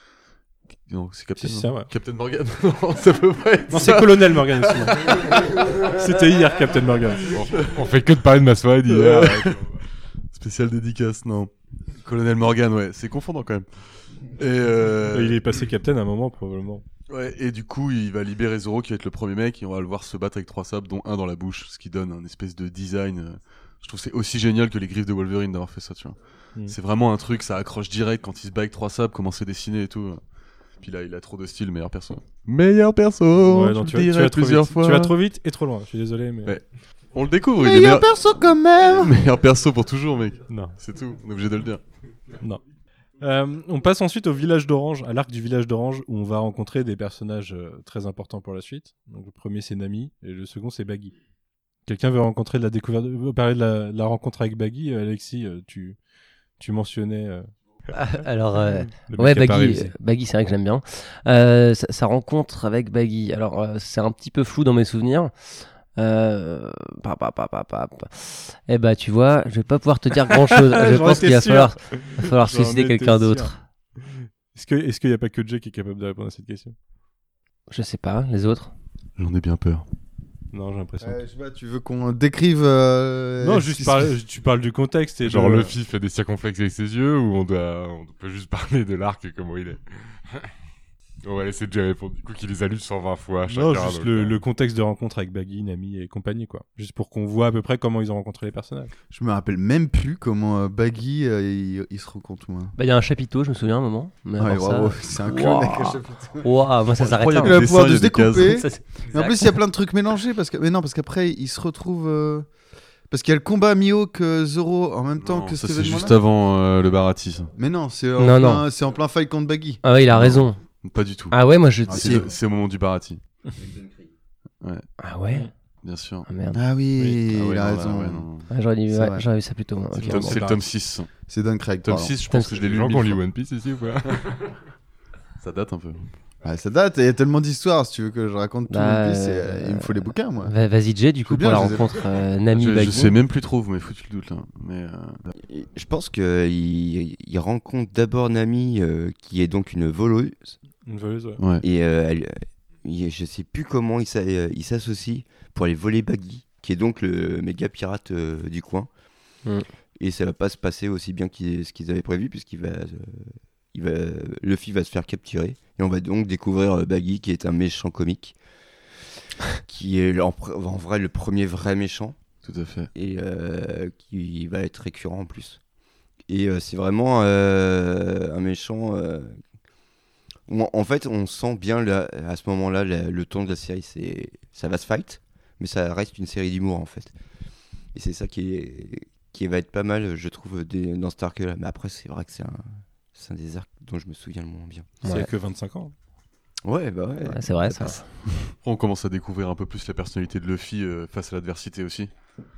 Non, c'est Captain, Si, non c'est ça, ouais. Captain Morgan. Non, ça peut pas être Non, ça. c'est Colonel Morgan aussi. C'était hier, Captain Morgan. On fait que de parler de Massoud hier. Spécial dédicace, non. Colonel Morgan, ouais, c'est confondant quand même. Et, euh, Il est passé Captain à un moment, probablement. ouais, et du coup, il va libérer Zoro qui va être le premier mec et on va le voir se battre avec trois sabres, dont un dans la bouche, ce qui donne un espèce de design. euh, Je trouve que c'est aussi génial que les griffes de Wolverine d'avoir fait ça, tu vois. Mm. C'est vraiment un truc, ça accroche direct quand il se bat avec trois sabres, comment c'est dessiné et tout. Puis là, il a trop de style, meilleur perso. Meilleur perso. Ouais, je non, le tu, vas, tu, dirai vas trop plusieurs vite. fois. Tu vas trop vite et trop loin. Je suis désolé, mais Ouais. On le découvre. Il est Meilleur meilleur... perso quand même. meilleur perso pour toujours, mec. non, C'est tout. On est obligé de le dire. non. Euh, on passe ensuite au village d'Orange, à l'arc du village d'Orange, où on va rencontrer des personnages euh, très importants pour la suite. Donc le premier c'est Nami et le second c'est Baggy. Quelqu'un veut rencontrer de la découverte, veut parler de la, de la rencontre avec Baggy. euh, Alexis, euh, tu tu mentionnais. euh, Ah, alors, euh, le mec ouais, qui a pas Baggy, réussi. euh, Baggy, c'est vrai que j'aime bien. Euh, sa, sa rencontre avec Baggy, alors euh, c'est un petit peu flou dans mes souvenirs. Euh, pa, pa, pa, pa, pa, pa. Eh bah, tu vois, je vais pas pouvoir te dire grand chose. Je J'en pense étais qu'il va sûr. falloir, va falloir J'en solliciter étais quelqu'un sûr. d'autre. Est-ce que est-ce qu'il y a pas que Jay qui est capable de répondre à cette question? Je sais pas, les autres. J'en ai bien peur. Non, j'ai l'impression. Euh, je sais pas, tu veux qu'on décrive euh, Non, ce juste qui parler- tu parles du contexte et Genre de- Luffy fait des circonflexes avec ses yeux ou on doit, on peut juste parler de l'arc et comment il est. On va laisser Jay répondre. Du coup, qu'il les allume cent vingt fois. Non, chacun, juste donc, le, euh, le contexte de rencontre avec Baggy, Nami et compagnie, quoi. Juste pour qu'on voit à peu près comment ils ont rencontré les personnages. Je me rappelle même plus comment euh, Baggy euh, il, il se rencontre moi. Bah, il y a un chapiteau, je me souviens un moment. Mais Ouais, à part bravo, ça- c'est un clone avec un Waouh. chapitre. Ouah, moi ça s'arrête là. Incroyable. Il va Des pouvoir dessins, de se il y a des découper. Ça, c'est- Mais en plus, il y a plein de trucs mélangés parce que mais non parce qu'après il se retrouve euh, parce qu'il y a le combat Mihawk euh, Zoro en même temps Non, que ça cet c'est événement-là. juste avant euh, le Barati, ça. Mais non, c'est en, Non, plein- c'est en plein fight contre Baggy. Ah ouais, il a raison. Pas du tout. Ah ouais, moi je. Ah, c'est, si. c'est au moment du Barati, Ah ouais. bien sûr. Ah merde. Ah oui, Oui. Ah ouais, il a non, là, raison. ouais, non. Ah, j'aurais dit, C'est ouais, vrai. j'aurais vu ça plutôt. Ok, C'est, le bon, tome, bon. c'est le tome six. C'est Don Craig. Tome pardon. six, je pense que je l'ai Les lu gens mille qui ont lu fois. One Piece ici ou pas? Ça date un peu. Ah, ça date, il y a tellement d'histoires. Si tu veux que je raconte tout Bah, One Piece, c'est- euh, il me faut les bouquins moi. Va- Vas-y, Jay, du Je coup, veux bien, pour la je les ai- rencontre euh, Nami Je, je Baggy. sais même plus trop, vous m'avez foutu le doute là. Mais euh, Et Je pense qu'il il rencontre d'abord Nami, euh, qui est donc une voleuse. Une voleuse, ouais. ouais. Et euh, elle, il- je sais plus comment ils s'a- euh, ils s'associent pour aller voler Baggy, qui est donc le méga pirate euh, du coin. Mm. Et ça va pas se passer aussi bien qu'ils, ce qu'ils avaient prévu, puisqu'il va, euh, il va, Luffy va se faire capturer. Et on va donc découvrir euh, Baggy, qui est un méchant comique, qui est en, pr- en vrai le premier vrai méchant, Tout à fait. et euh, qui va être récurrent en plus. Et euh, c'est vraiment euh, un méchant. euh, où en- en fait, on sent bien là, à ce moment-là la- le ton de la série. C'est, ça va se fight, mais ça reste une série d'humour en fait. Et c'est ça qui, est, qui va être pas mal, je trouve, des- dans cet arc-là. Mais après, c'est vrai que c'est un, c'est un des arcs dont je me souviens le moins bien. C'est Ouais. que vingt-cinq ans. Ouais, bah ouais. Ouais, c'est vrai, ça. passe. Après, on commence à découvrir un peu plus la personnalité de Luffy euh, face à l'adversité aussi.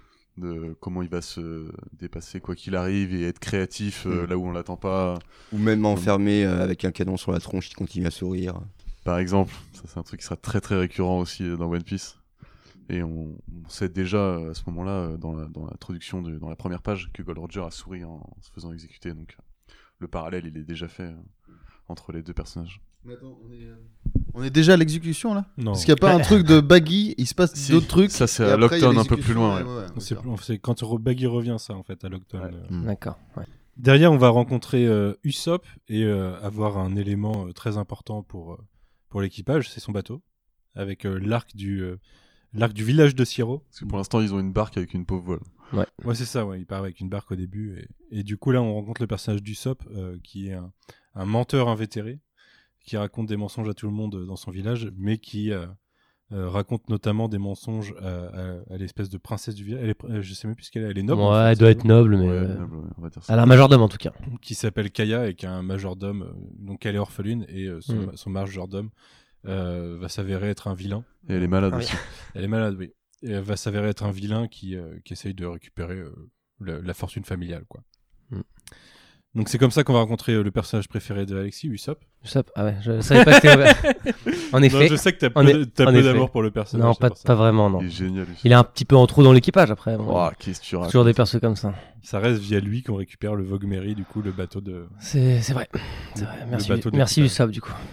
De comment il va se dépasser quoi qu'il arrive et être créatif euh, Mm. là où on l'attend pas. Ou même enfermé euh, avec un canon sur la tronche qui continue à sourire. Par exemple, ça c'est un truc qui sera très très récurrent aussi euh, dans One Piece. Et on, on sait déjà euh, à ce moment-là, euh, dans, la, dans l'introduction, de, dans la première page, que Gold Roger a souri en, en se faisant exécuter. Donc euh, le parallèle il est déjà fait euh, entre les deux personnages. Mais attends, on est, euh, on est déjà à l'exécution là. Non. Parce qu'il n'y a pas un truc de Baggy, il se passe Si, d'autres trucs. ça, c'est et à après, il y a Lockdown un peu plus l'exécution, loin, ouais, ouais. ouais, C'est, d'accord. c'est quand Re- Baggy revient, ça, en fait, à Lockdown. Ouais. euh. Mm. D'accord. Ouais. Derrière, on va rencontrer euh, Usopp et euh, avoir un élément euh, très important pour, euh, pour l'équipage, c'est son bateau, avec euh, l'arc du euh, l'arc du village de Siro. Parce que pour l'instant, ils ont une barque avec une pauvre voile. Ouais, c'est ça, ouais, il part avec une barque au début. Et, et du coup, là, on rencontre le personnage d'Usopp, euh, qui est un, un menteur invétéré, qui raconte des mensonges à tout le monde euh, dans son village, mais qui euh, euh, raconte notamment des mensonges à, à- à l'espèce de princesse du village. Elle est, euh, je sais même plus ce qu'elle est, elle est noble. en Ouais, fait, elle doit c'est être noble, mais. Ouais, euh, noble, ouais, on va dire ça. Elle a un majordome en tout cas. qui s'appelle Kaya et qui a un majordome, euh, donc elle est orpheline, et euh, son, Mm. son majordome euh, va s'avérer être un vilain. Et elle est malade Ah oui. aussi. Elle est malade, oui. Et elle va s'avérer être un vilain qui, euh, qui essaye de récupérer euh, la, la fortune familiale, quoi. Mm. Donc c'est comme ça qu'on va rencontrer euh, le personnage préféré de Alexis, Usopp. Usopp, ah ouais, je savais pas que c'était. En Non, effet. je sais que t'as en peu, est- t'as en peu effet. d'amour pour le personnage. Non, c'est pas, pour ça. pas vraiment, non. Il est génial aussi. Il est un petit peu en trop dans l'équipage après. bon. Oh, qu'est-ce que tu racontes Toujours des persos comme ça. Ça reste via lui qu'on récupère le Vogue Mary, du coup, le bateau de. C'est c'est vrai. C'est vrai. Merci, bateau de merci l'équipage. Usopp du coup.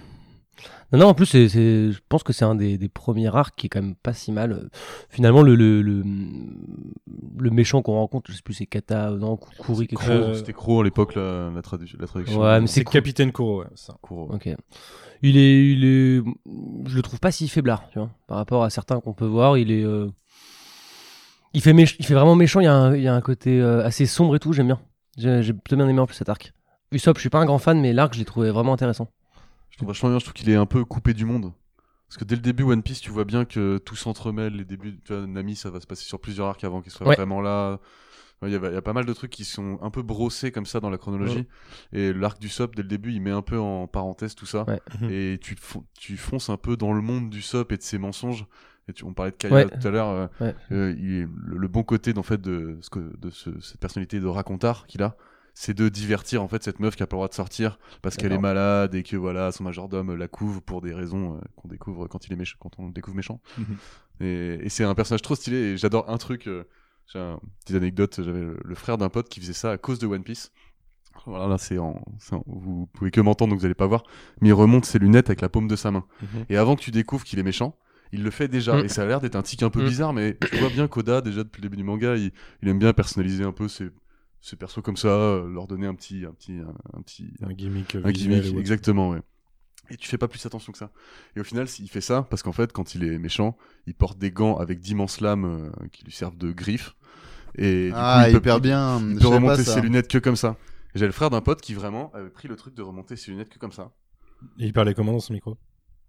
Non, non, en plus, c'est, c'est- je pense que c'est un des, des premiers arcs qui est quand même pas si mal. Euh, Finalement, le, le, le, le méchant qu'on rencontre, je sais plus, c'est Kata, non, Kuri, quelque Kuro, chose. Euh, C'était Kuro à l'époque, la, la, tradu- la traduction. Ouais, mais C'est c'est cool. Capitaine Kuro, ouais, ça. Kuro. Ok. Il est, il est, je le trouve pas si faiblard, tu vois, par rapport à certains qu'on peut voir. Il est, euh, il fait méch- il fait vraiment méchant. Il y a un, il y a un côté euh, assez sombre et tout. J'aime bien. J'ai, j'ai plutôt bien aimé en plus cet arc. Usopp, je suis pas un grand fan, mais l'arc, je l'ai trouvé vraiment intéressant. Je trouve vachement bien, je trouve qu'il est un peu coupé du monde. Parce que dès le début, One Piece, tu vois bien que tout s'entremêle. Les débuts, tu vois, Nami, ça va se passer sur plusieurs arcs avant qu'il soit Ouais. vraiment là. Il y, a, il y a pas mal de trucs qui sont un peu brossés comme ça dans la chronologie. Ouais. Et l'arc du Sop, dès le début, il met un peu en parenthèse tout ça. Ouais. Et tu, fon- tu fonces un peu dans le monde du Sop et de ses mensonges. Et tu, on parlait de Kaya Ouais. tout à l'heure. Euh, Ouais. euh, il est- le, le bon côté d'en fait, de, ce que, de ce, cette personnalité de racontard qu'il a, c'est de divertir en fait cette meuf qui a pas le droit de sortir parce qu'elle est D'accord. malade et que voilà son majordome la couve pour des raisons euh, qu'on découvre quand il est méchant, quand on le découvre méchant. Mhm. et, et c'est un personnage trop stylé et j'adore un truc. Euh, j'ai une petite anecdote. J'avais le, le frère d'un pote qui faisait ça à cause de One Piece. Voilà, là c'est en, c'est en- vous pouvez que m'entendre donc vous allez pas voir, mais il remonte ses lunettes avec la paume de sa main. Mhm. Et avant que tu découvres qu'il est méchant, il le fait déjà. Mm. Et ça a l'air d'être un tic un peu Mm. bizarre, mais tu vois bien qu'Oda, déjà depuis le début du manga, il, il aime bien personnaliser un peu ses, ses persos comme ça, euh, leur donner un petit, un petit, un, un petit, Un gimmick euh, un visuel. gimmick, ou autre. exactement, ouais. Et tu fais pas plus attention que ça. Et au final, il fait ça parce qu'en fait, quand il est méchant, il porte des gants avec d'immenses lames euh, qui lui servent de griffes. Et du Ah, coup, il hyper peut, bien. il Je peut savais remonter pas ça. ses lunettes que comme ça. Et j'ai le frère d'un pote qui vraiment avait pris le truc de remonter ses lunettes que comme ça. Et il parlait comment dans son micro?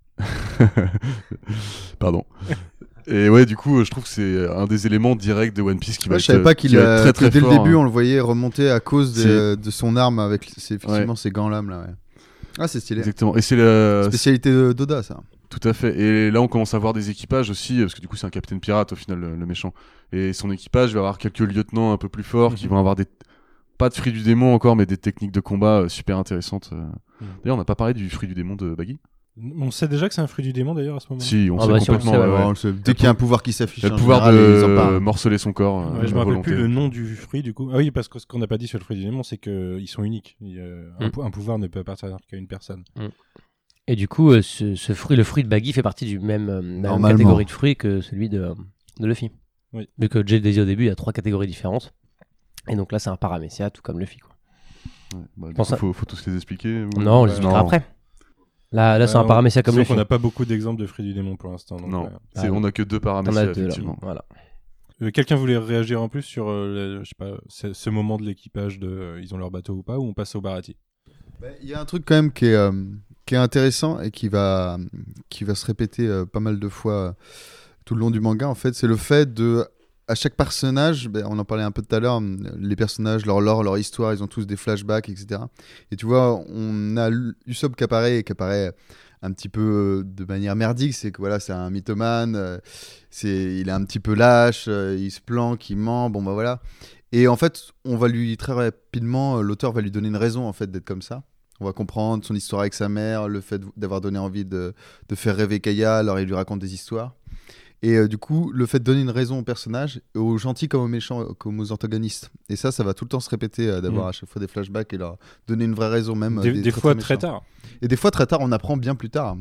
Pardon. Et ouais, du coup, je trouve que c'est un des éléments directs de One Piece qui va Ouais, je être, savais pas qui qu'il va être a, très que très dès fort, le début hein. on le voyait remonter à cause de, C'est- de son arme avec ses, effectivement ses gants lames là. Ouais. Ah, c'est stylé. Exactement. Et c'est la Spécialité de d'Oda ça. Tout à fait. Et là, on commence à voir des équipages aussi, parce que du coup, c'est un capitaine pirate au final, le, le méchant. Et son équipage va avoir quelques lieutenants un peu plus forts qui Mhm. vont avoir des. Pas de fruits du démon encore, mais des techniques de combat euh, super intéressantes. euh. Mhm. D'ailleurs, on n'a pas parlé du fruit du démon de Baggy. On sait déjà que c'est un fruit du démon d'ailleurs à ce moment. Si, on Ah sait bah si, on complètement. sait, ouais, ouais, ouais. Alors, c'est- Dès qu'il y a un pouvoir qui s'affiche, Il a le en pouvoir général, ils en de parlent. morceler son corps. euh, Ouais, je me rappelle volonté. plus le nom du fruit du coup. Ah oui, parce que ce qu'on n'a pas dit sur le fruit du démon, c'est qu'ils sont uniques. Il y a- un, Mm. pou- un pouvoir ne peut appartenir qu'à une personne. Et du coup, euh, ce, ce fruit, le fruit de Baggy fait partie du même, euh, de la même Normalement. catégorie de fruits que celui de, de Luffy. Oui. Vu que Jay disait au début, il y a trois catégories différentes. Et donc là, c'est un paramécia, tout comme Luffy. Quoi. Ouais, bah, du pense coup, à- faut, faut tous les expliquer. ou- Non, on les Ouais, expliquera non. après. Là, là c'est un on- paramécia comme disons Luffy. qu'on n'a pas beaucoup d'exemples de fruits du démon pour l'instant. donc, Non, ouais. c'est- Ah, on a que deux T'en as paramécias, deux, là. effectivement. Voilà. Euh, Quelqu'un voulait réagir en plus sur euh, le- je sais pas, ce, ce moment de l'équipage de euh, ils ont leur bateau ou pas, ou on passe au Barati? Bah, il y a un truc quand même qui est, euh, qui est intéressant et qui va, qui va se répéter euh, pas mal de fois euh, tout le long du manga, en fait, c'est le fait de, à chaque personnage, ben, on en parlait un peu tout à l'heure, les personnages, leur lore, leur histoire, ils ont tous des flashbacks, et cetera. Et tu vois, on a L- Usopp qui apparaît et qui apparaît un petit peu euh, de manière merdique, c'est que voilà, c'est un mythomane, euh, c'est, il est un petit peu lâche, euh, il se planque, il ment, bon bah voilà. Et en fait, on va lui très rapidement, euh, l'auteur va lui donner une raison en fait d'être comme ça. On va comprendre son histoire avec sa mère, le fait d'avoir donné envie de, de faire rêver Kaya, alors il lui raconte des histoires. Et euh, du coup, le fait de donner une raison aux personnages, aux gentils comme aux méchants, euh, comme aux antagonistes. Et ça, ça va tout le temps se répéter, euh, d'avoir Mm. à chaque fois des flashbacks et leur donner une vraie raison même. euh, Des, des très, fois très très méchants. tard. Et des fois très tard, on apprend bien plus tard.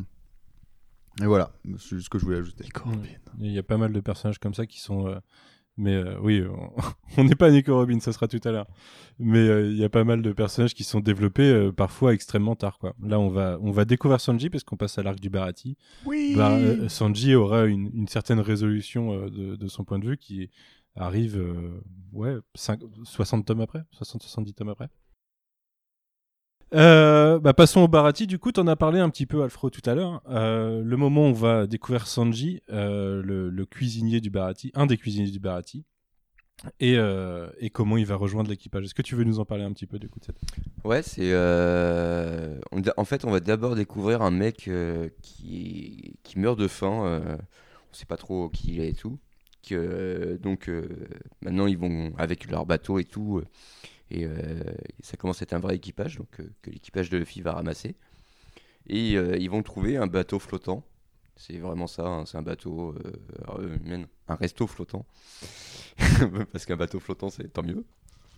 Et voilà, c'est juste ce que je voulais ajouter. Il y a pas mal de personnages comme ça qui sont. euh, Mais euh, oui, on- on n'est pas Nico Robin, ça sera tout à l'heure. Mais euh, il y a pas mal de personnages qui sont développés euh, parfois extrêmement tard, quoi. Là, on va, on va découvrir Sanji parce qu'on passe à l'arc du Barati. Oui. Bar- euh, Sanji aura une, une certaine résolution euh, de, de son point de vue qui arrive, euh, ouais, cinq- soixante tomes après, soixante soixante-dix tomes après. Euh, bah passons au Barati. Du coup, t'en as parlé un petit peu, Alfro, tout à l'heure. Euh, le moment où on va découvrir Sanji, euh, le, le cuisinier du Barati, un des cuisiniers du Barati, et, euh, et comment il va rejoindre l'équipage. Est-ce que tu veux nous en parler un petit peu du coup de cette... Ouais, c'est. euh, on da- en fait, on va d'abord découvrir un mec euh, qui, qui meurt de faim. euh, on sait pas trop qui il est et tout. Que, euh, donc, euh, maintenant, ils vont avec leur bateau et tout. euh, et euh, ça commence à être un vrai équipage, donc euh, que l'équipage de Luffy va ramasser. Et euh, ils vont trouver un bateau flottant. C'est vraiment ça, hein, c'est un bateau, euh, alors, euh, même un resto flottant. Parce qu'un bateau flottant, c'est tant mieux.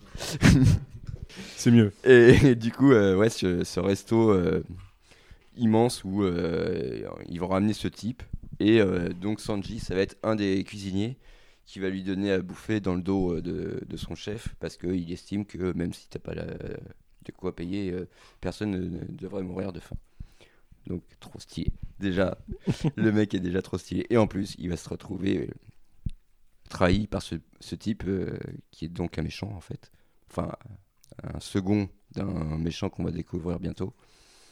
C'est mieux. Et, et du coup, euh, ouais, ce, ce resto euh, immense où euh, ils vont ramener ce type. Et euh, donc Sanji, ça va être un des cuisiniers qui va lui donner à bouffer dans le dos euh, de, de son chef parce qu'il estime que même si t'as pas la, de quoi payer, euh, personne ne, ne devrait mourir de faim. Donc trop stylé. Déjà, le mec est déjà trop stylé. Et en plus, il va se retrouver euh, trahi par ce, ce type euh, qui est donc un méchant en fait. Enfin, un second d'un méchant qu'on va découvrir bientôt.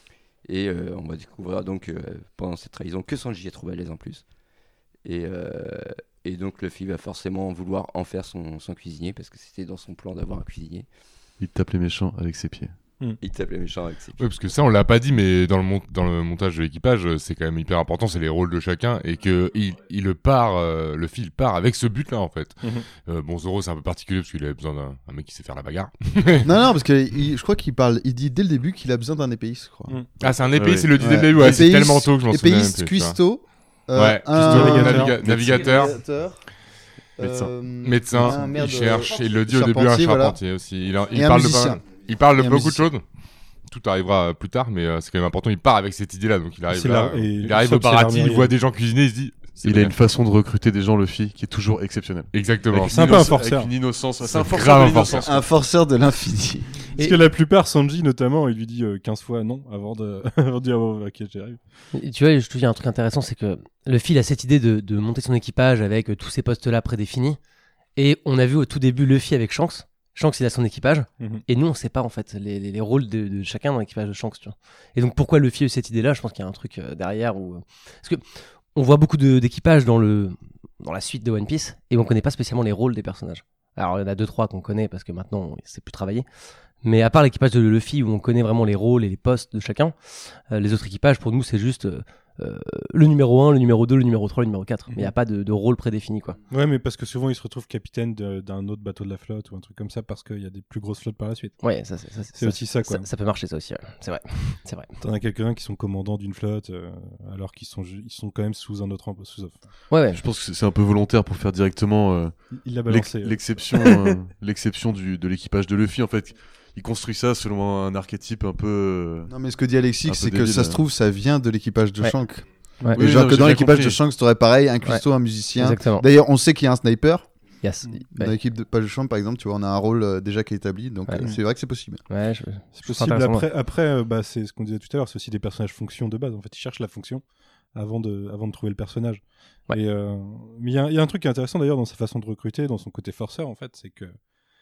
Et euh, on va découvrir donc euh, pendant cette trahison que Sanji est trop balèze en plus. Et, euh, et donc Luffy va forcément vouloir en faire son, son cuisinier parce que c'était dans son plan d'avoir un cuisinier. Il tape les méchants avec ses pieds. Il tape les méchants avec ses pieds. Ouais, parce que ça, on l'a pas dit, mais dans le, mon- dans le montage de l'équipage, euh, c'est quand même hyper important, c'est les rôles de chacun, et que il, il le part, euh, le fil part avec ce but-là, en fait. Mhm. Euh, bon, Zoro, c'est un peu particulier, parce qu'il avait besoin d'un un mec qui sait faire la bagarre. Non, non, parce que il- je crois qu'il parle, il dit dès le début qu'il a besoin d'un épéiste, je crois. Mm. Ah, c'est un épéiste, Ouais. il le dit dès le Ouais. début, ouais, c'est Épéiste- tellement tôt que je m'en souviens. Épéiste, même plus, tu vois. cuistot, euh, Ouais, un cuistot, navigateur. naviga- navigateur, navigateur, Médecin. euh, médecin, un merde, il cherche, et il le dit au charpentier, début, un voilà. charpentier aussi. Il, en- il Et un parle de musicien. pas, il parle de Et un beaucoup de musicien. choses. Tout arrivera euh, plus tard, mais euh, c'est quand même important. Il part avec cette idée-là, donc il arrive C'est là, la- et il arrive sauf au que c'est Baratie, il l'armurier. voit des gens cuisiner, il se dit. c'est Il a bien. une façon de recruter des gens, Luffy, qui est toujours exceptionnelle. Exactement. Avec C'est un une peu un innoc- forceur. Avec une innocence. C'est C'est un grave forceur un de l'innocence. un forceur de l'infini. Parce Et- que la plupart, Sanji notamment, il lui dit euh, quinze fois non avant de, avant de dire oh, ok, j'arrive. Et tu vois, je te dis un truc intéressant, c'est que Luffy il a cette idée de, de monter son équipage avec euh, tous ces postes-là prédéfinis. Et on a vu au tout début Luffy avec Shanks. Shanks, il a son équipage. Mhm. Et nous, on sait pas en fait les, les, les rôles de, de chacun dans l'équipage de Shanks. Tu vois. Et donc, pourquoi Luffy a eu cette idée-là? Je pense qu'il y a un truc euh, derrière. Où... Parce que on voit beaucoup de- d'équipages dans, le, dans la suite de One Piece et on connaît pas spécialement les rôles des personnages. Alors, il y en a deux, trois qu'on connaît parce que maintenant, on sait plus travailler. Mais à part l'équipage de Luffy où on connaît vraiment les rôles et les postes de chacun, euh, les autres équipages, pour nous, c'est juste euh, euh, le numéro un, le numéro deux, le numéro trois, le numéro quatre. Mais il n'y a pas de, de rôle prédéfini, quoi. Ouais, mais parce que souvent, il se retrouve capitaine de- d'un autre bateau de la flotte ou un truc comme ça parce qu'il y a des plus grosses flottes par la suite. Ouais, ça, ça, ça, C'est aussi ça, quoi. Ça, ça peut marcher, ça aussi, ouais. C'est vrai. C'est vrai. T'en as quelques-uns qui sont commandants d'une flotte euh, alors qu'ils sont, ju- ils sont quand même sous un autre. emp- Sous... Ouais, ouais. Je pense que c'est un peu volontaire pour faire directement euh, Il l'a l'ex- balancé. euh. l'exception euh, l'exception du- de l'équipage de Luffy. En fait, il construit ça selon un archétype un peu. euh, Non, mais ce que dit Alexis, Un peu c'est que débile, ça se euh. trouve, ça vient de l'équipage de Ouais. Shanks. Ouais. Et Oui, genre non, que j'ai dans bien l'équipage de compris. Shanks, t'aurais pareil, un cuistot, un musicien. Exactement. D'ailleurs, on sait qu'il y a un sniper. Yes. Dans Ouais. l'équipe de page de Shanks, par exemple, tu vois, on a un rôle euh, déjà qui est établi. Donc, Ouais. euh, c'est vrai que c'est possible. Ouais, je... C'est je trouve ça possible. intéressant, Après, après euh, bah, c'est ce qu'on disait tout à l'heure, c'est aussi des personnages fonction de base. En fait, ils cherchent la fonction avant de, avant de trouver le personnage. Ouais. Et, euh, mais il y, a- il y a un truc qui est intéressant d'ailleurs dans sa façon de recruter, dans son côté forceur, en fait, c'est que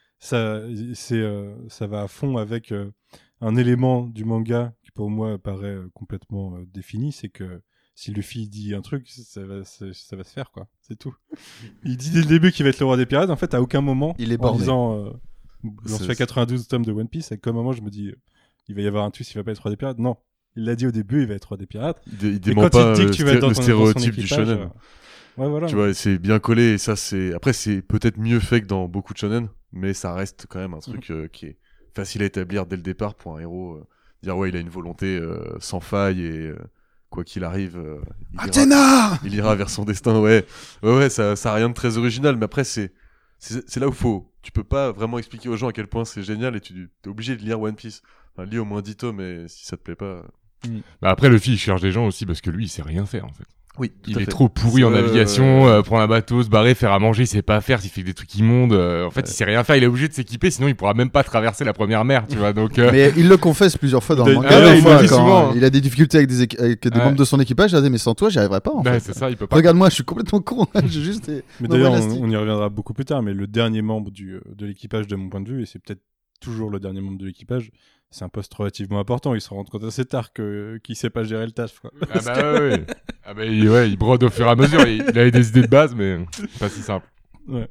ça, c'est, euh, ça va à fond avec euh, un élément du manga qui pour moi paraît euh, complètement euh, défini, c'est que si Luffy dit un truc, ça va, ça, ça va se faire, quoi. C'est tout. Il dit dès le début qu'il va être le roi des pirates. En fait, à aucun moment, Il est en borné. disant, euh, j'en C'est- suis à quatre-vingt-douze tomes de One Piece, à aucun moment je me dis, euh, il va y avoir un twist, il va pas être roi des pirates. Non. Il l'a dit au début, il va être roi des pirates. Il, dé- il Et dément quand pas il dit euh, que tu vas être sté- dans le ton- dans son stéréotype du équipage, shonen. euh, Ouais, voilà. Tu vois, c'est bien collé et ça, c'est. Après, c'est peut-être mieux fait que dans beaucoup de shonen, mais ça reste quand même un truc euh, qui est facile à établir dès le départ pour un héros. euh, dire ouais, il a une volonté euh, sans faille et euh, quoi qu'il arrive, euh, il, ira, Athéna il ira vers son destin. Ouais, ouais, ouais, ça, ça a rien de très original, mais après, c'est, c'est, c'est là où faut. Tu peux pas vraiment expliquer aux gens à quel point c'est génial et tu es obligé de lire One Piece. Enfin, lis au moins dix tomes, et si ça te plaît pas. Bah après, Luffy, il cherche des gens aussi parce que lui, il sait rien faire en fait. Oui, Il est trop pourri en Euh, navigation, euh, prendre un bateau, se barrer, faire à manger, il sait pas faire, il fait des trucs immondes. euh, en fait, il sait rien faire, il est obligé de s'équiper, sinon il pourra même pas traverser la première mer, tu vois. Donc, euh, Mais il le confesse plusieurs fois dans le Ah manga. ouais, Des il fois, le dit quand souvent, hein. il a des difficultés avec des, équ- avec des Ouais. membres de son équipage, il a dit mais sans toi, j'y arriverai pas. En bah, fait. c'est ça, il peut pas. Regarde-moi, je suis complètement con. J'ai juste. des- Mais Non, d'ailleurs, voilà, on, c'est- on y reviendra beaucoup plus tard, mais le dernier membre du, de l'équipage, de mon point de vue, et c'est peut-être toujours le dernier membre de l'équipage, c'est un poste relativement important. Il se rend compte assez tard que, qu'il sait pas gérer le taf, quoi. Ah bah ouais, ouais. Ah bah il, ouais, il brode au fur et à mesure. Il, il avait des idées de base, mais pas si simple. Ouais.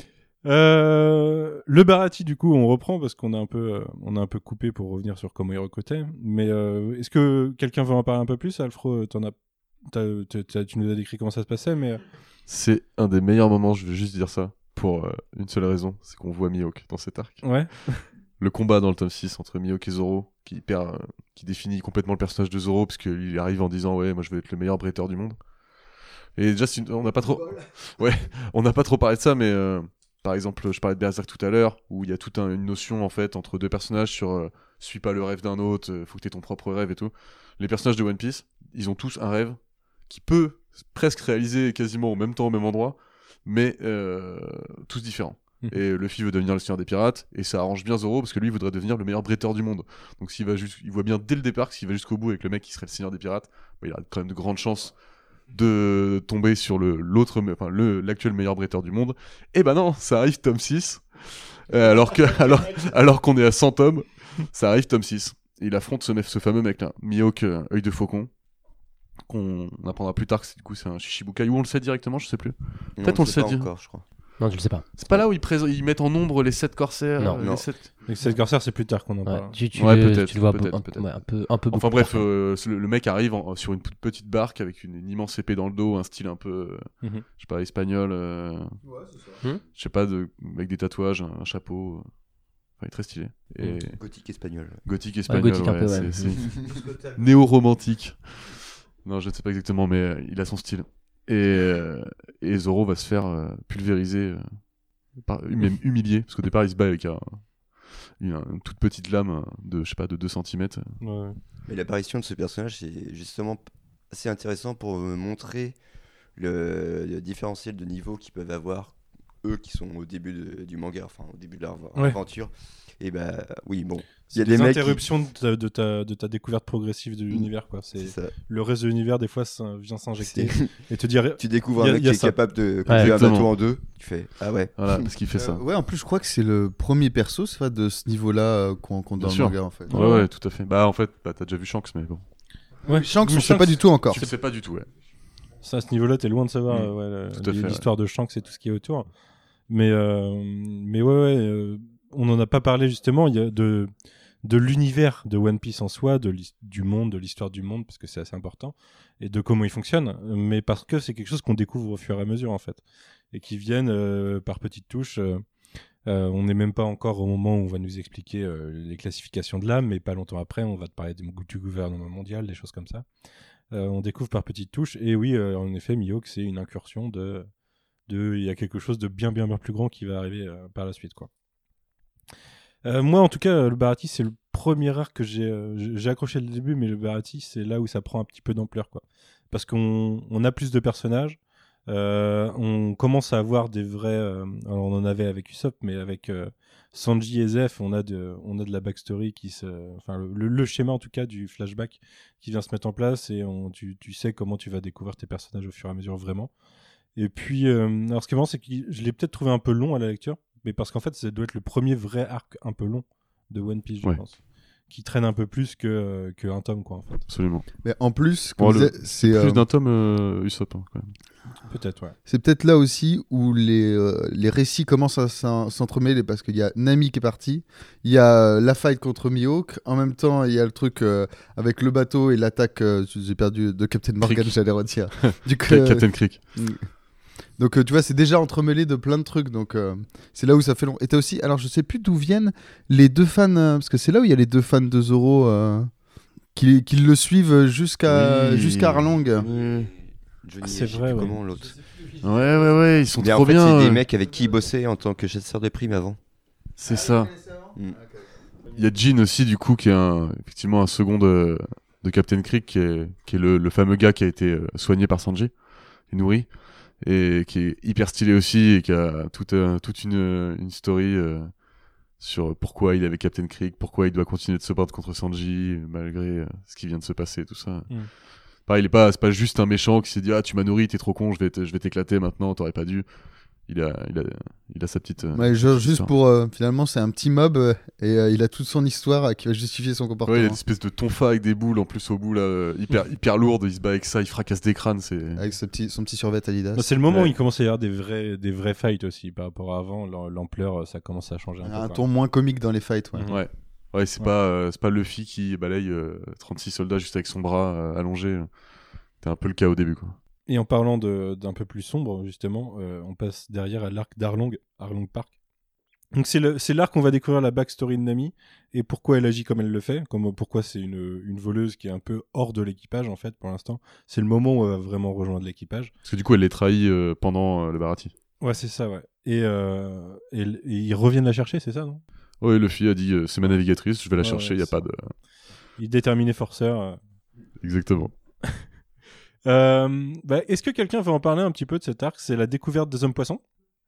Euh, le Baratie, du coup, on reprend parce qu'on a un peu, euh, on a un peu coupé pour revenir sur comment il recrutait. Mais euh, est-ce que quelqu'un veut en parler un peu plus, Alfro? T'en as, t'as- t'as- t'as- tu nous as décrit comment ça se passait, mais C'est un des meilleurs moments, je veux juste dire ça, pour euh, une seule raison, c'est qu'on voit Mihawk dans cet arc. ouais. Le combat dans le tome six entre Mihawk et Zoro, qui, perd, euh, qui définit complètement le personnage de Zoro, parce qu'il arrive en disant « Ouais, moi je vais être le meilleur bretteur du monde ». Et déjà, c'est une- on n'a pas trop... Ouais, on n'a pas trop parlé de ça, mais euh, par exemple, je parlais de Berserk tout à l'heure, où il y a toute un- une notion, en fait, entre deux personnages sur euh, « Suis pas le rêve d'un autre, euh, faut que t'aies ton propre rêve » et tout. Les personnages de One Piece, ils ont tous un rêve qui peut presque réaliser quasiment au même temps, au même endroit, mais euh, tous différents. Mhm. Et Luffy veut devenir le Seigneur des Pirates, et ça arrange bien Zoro, parce que lui, il voudrait devenir le meilleur bretteur du monde. Donc s'il va juste, il voit bien dès le départ que s'il va jusqu'au bout avec le mec qui serait le Seigneur des Pirates, bah, il a quand même de grandes chances de tomber sur le l'autre, enfin le l'actuel meilleur bretteur du monde. Et bah non, ça arrive tome six, euh, alors que alors alors qu'on est à cent tomes, ça arrive tome six. Et il affronte ce, mec- ce fameux mec là, Mihawk, euh, œil de faucon, qu'on apprendra plus tard que c'est, du coup c'est un Shichibukai, ou on le sait directement, je sais plus. Non, Peut-être on le sait sait pas dire. encore, je crois. Non, tu le sais pas. C'est pas là où ils, prés- ils mettent en ombre les sept corsaires Non. euh, les Non. sept... Et cette corsaire, c'est plus tard qu'on en Ouais, parle. tu, tu Ouais, le, peut-être, tu le vois peut-être, un, peut-être. ouais, un peu, un peu Enfin beaucoup bref, plus tard. euh, c'est le, le mec arrive en- sur une toute petite barque avec une, une immense épée dans le dos, un style un peu, euh, Mhm. je sais pas, espagnol, euh, Hmm je sais pas, de, avec des tatouages, un, un chapeau. euh, Enfin, il est très stylé. Et Gothique espagnol. gothique espagnol, gothique un ouais, peu, ouais. c'est- c'est néo-romantique. Non, je ne sais pas exactement, mais euh, il a son style. Et, euh, et Zoro va se faire euh, pulvériser, euh, par- même humilier, parce qu'au départ il se bat avec un- une, une toute petite lame euh, de, je sais pas, de deux centimètres. Ouais. Mais l'apparition de ce personnage, c'est justement assez intéressant pour me montrer le, le différentiel de niveau qu'ils peuvent avoir, eux qui sont au début de- du manga, enfin au début de leur av- Ouais. aventure. Et bah oui, bon, il y C'est a des des mecs qui- interruptions de, ta, de, ta, de ta découverte progressive de l'univers. Quoi. C'est, c'est ça. le reste de l'univers, des fois, ça vient s'injecter C'est- et te dire. tu découvres Y a- un mec y a qui est ça. capable de Ouais, couper un exactement. bateau en deux, tu fais ah ouais. Voilà, parce qu'il fait ça. Euh, ouais, en plus, je crois que c'est le premier perso c'est vrai, de ce niveau-là euh, qu'on rencontre Bien dans sûr. le manga en fait. Ouais, ouais, tout à fait. Bah, en fait, bah, t'as déjà vu Shanks, mais bon. Ouais, Shanks, mais on sait pas du tout encore. Tu sais pas du tout, ouais. Ça, à ce niveau-là, t'es loin de savoir Mm. euh, ouais, le- Tout à fait, l'histoire de Shanks et tout ce qui est autour. Mais, euh, mais ouais, ouais euh, on n'en a pas parlé justement il y a de, de l'univers de One Piece en soi, de l'his- du monde, de l'histoire du monde, parce que c'est assez important, et de comment il fonctionne. Mais parce que c'est quelque chose qu'on découvre au fur et à mesure, en fait. Et qui viennent euh, par petites touches. euh, euh, on n'est même pas encore au moment où on va nous expliquer euh, les classifications de l'âme, mais pas longtemps après, on va te parler du, du gouvernement mondial, des choses comme ça. Euh, on découvre par petites touches. Et oui, euh, en effet, Mihawk, c'est une incursion de, de, il y a quelque chose de bien, bien, bien plus grand qui va arriver euh, par la suite, quoi. Euh, moi, en tout cas, le Baratie, c'est le premier arc que j'ai, euh, j'ai j'ai accroché le début, mais le Baratie, c'est là où ça prend un petit peu d'ampleur, quoi. Parce qu'on on a plus de personnages. Euh, on commence à avoir des vrais. euh, alors on en avait avec Usopp, mais avec euh, Sanji et Zeph, on a de, on a de la backstory qui se, enfin le, le- le schéma en tout cas du flashback qui vient se mettre en place et on, tu, tu sais comment tu vas découvrir tes personnages au fur et à mesure vraiment. Et puis, euh, alors ce qui est marrant, c'est que je l'ai peut-être trouvé un peu long à la lecture, mais parce qu'en fait, ça doit être le premier vrai arc un peu long de One Piece, je Ouais. pense, qui traîne un peu plus que euh, que un tome, quoi, en fait. Absolument. Mais en plus, comme Bon, je le- disais, c'est Plus euh, d'un tome euh, Usopp, hein, quand même. Peut-être, ouais. c'est peut-être là aussi où les, euh, les récits commencent à s'en- s'entremêler parce qu'il y a Nami qui est parti, il y a euh, la fight contre Mihawk, en même temps il y a le truc euh, avec le bateau et l'attaque, euh, j'ai perdu, de Captain Morgan, Creek. j'allais retirer. Du coup, Ca- euh, Captain Creek. donc euh, tu vois, c'est déjà entremêlé de plein de trucs, donc euh, c'est là où ça fait long. Et t'as aussi, alors je sais plus d'où viennent les deux fans, euh, parce que c'est là où il y a les deux fans de Zoro euh, qui, qui le suivent jusqu'à Oui. jusqu'à Arlong. Johnny, Ah, c'est je sais vrai, plus ouais. comment l'autre. Ouais, ouais, ouais, ils sont Mais trop en fait, bien. c'est des euh. mecs avec qui il bossait en tant que chasseur de primes avant. C'est ça. Mm. Il y a Jean aussi, du coup, qui est un, effectivement un second de, de Captain Creek, qui est, qui est le, le fameux gars qui a été euh, soigné par Sanji, et nourri, et qui est hyper stylé aussi, et qui a toute, euh, toute une, une story euh, sur pourquoi il est avec Captain Creek, pourquoi il doit continuer de se battre contre Sanji, malgré euh, ce qui vient de se passer, tout ça. Mm. Pareil, il est pas, c'est pas juste un méchant qui s'est dit « Ah, tu m'as nourri, t'es trop con, je vais te- je vais t'éclater maintenant, t'aurais pas dû. » Il a, il, a, il a sa petite... euh, Ouais, genre, juste histoire. pour euh, finalement, c'est un petit mob euh, et euh, il a toute son histoire euh, qui va justifier son Ouais, comportement. il y a une espèce de tonfa avec des boules en plus au bout là, euh, hyper, hyper lourde, il se bat avec ça, il fracasse des crânes, c'est... Avec ce petit, son petit survêt Adidas. Bah, c'est le moment Ouais. où il commence à y avoir des vrais, des vrais fights aussi par rapport à avant. l'am- L'ampleur, euh, ça commence à changer un, Il y peu. a un quoi. ton moins comique dans les fights. Ouais. Mhm. Ouais, ouais c'est Ouais. pas, euh, c'est pas Luffy qui balaye euh, trente-six soldats juste avec son bras euh, allongé. C'était un peu le cas au début, quoi. Et en parlant de- d'un peu plus sombre, justement, euh, on passe derrière à l'arc d'Arlong, Arlong Park. Donc c'est le- c'est l'arc où on va découvrir la backstory de Nami et pourquoi elle agit comme elle le fait, comme pourquoi c'est une, une voleuse qui est un peu hors de l'équipage en fait pour l'instant. C'est le moment où elle va vraiment rejoindre l'équipage. Parce que du coup, elle les trahit euh, pendant euh, le Baratie. Ouais, c'est ça, ouais. Et, euh, et, l- et ils reviennent la chercher, c'est ça, non? Ouais, Luffy a dit euh, c'est ma navigatrice, je vais la Ouais, chercher, ouais, il y a c'est pas de... Il est déterminé forceur. euh. Exactement. Euh, bah, est-ce que quelqu'un veut en parler un petit peu de cet arc? C'est la découverte des hommes poissons.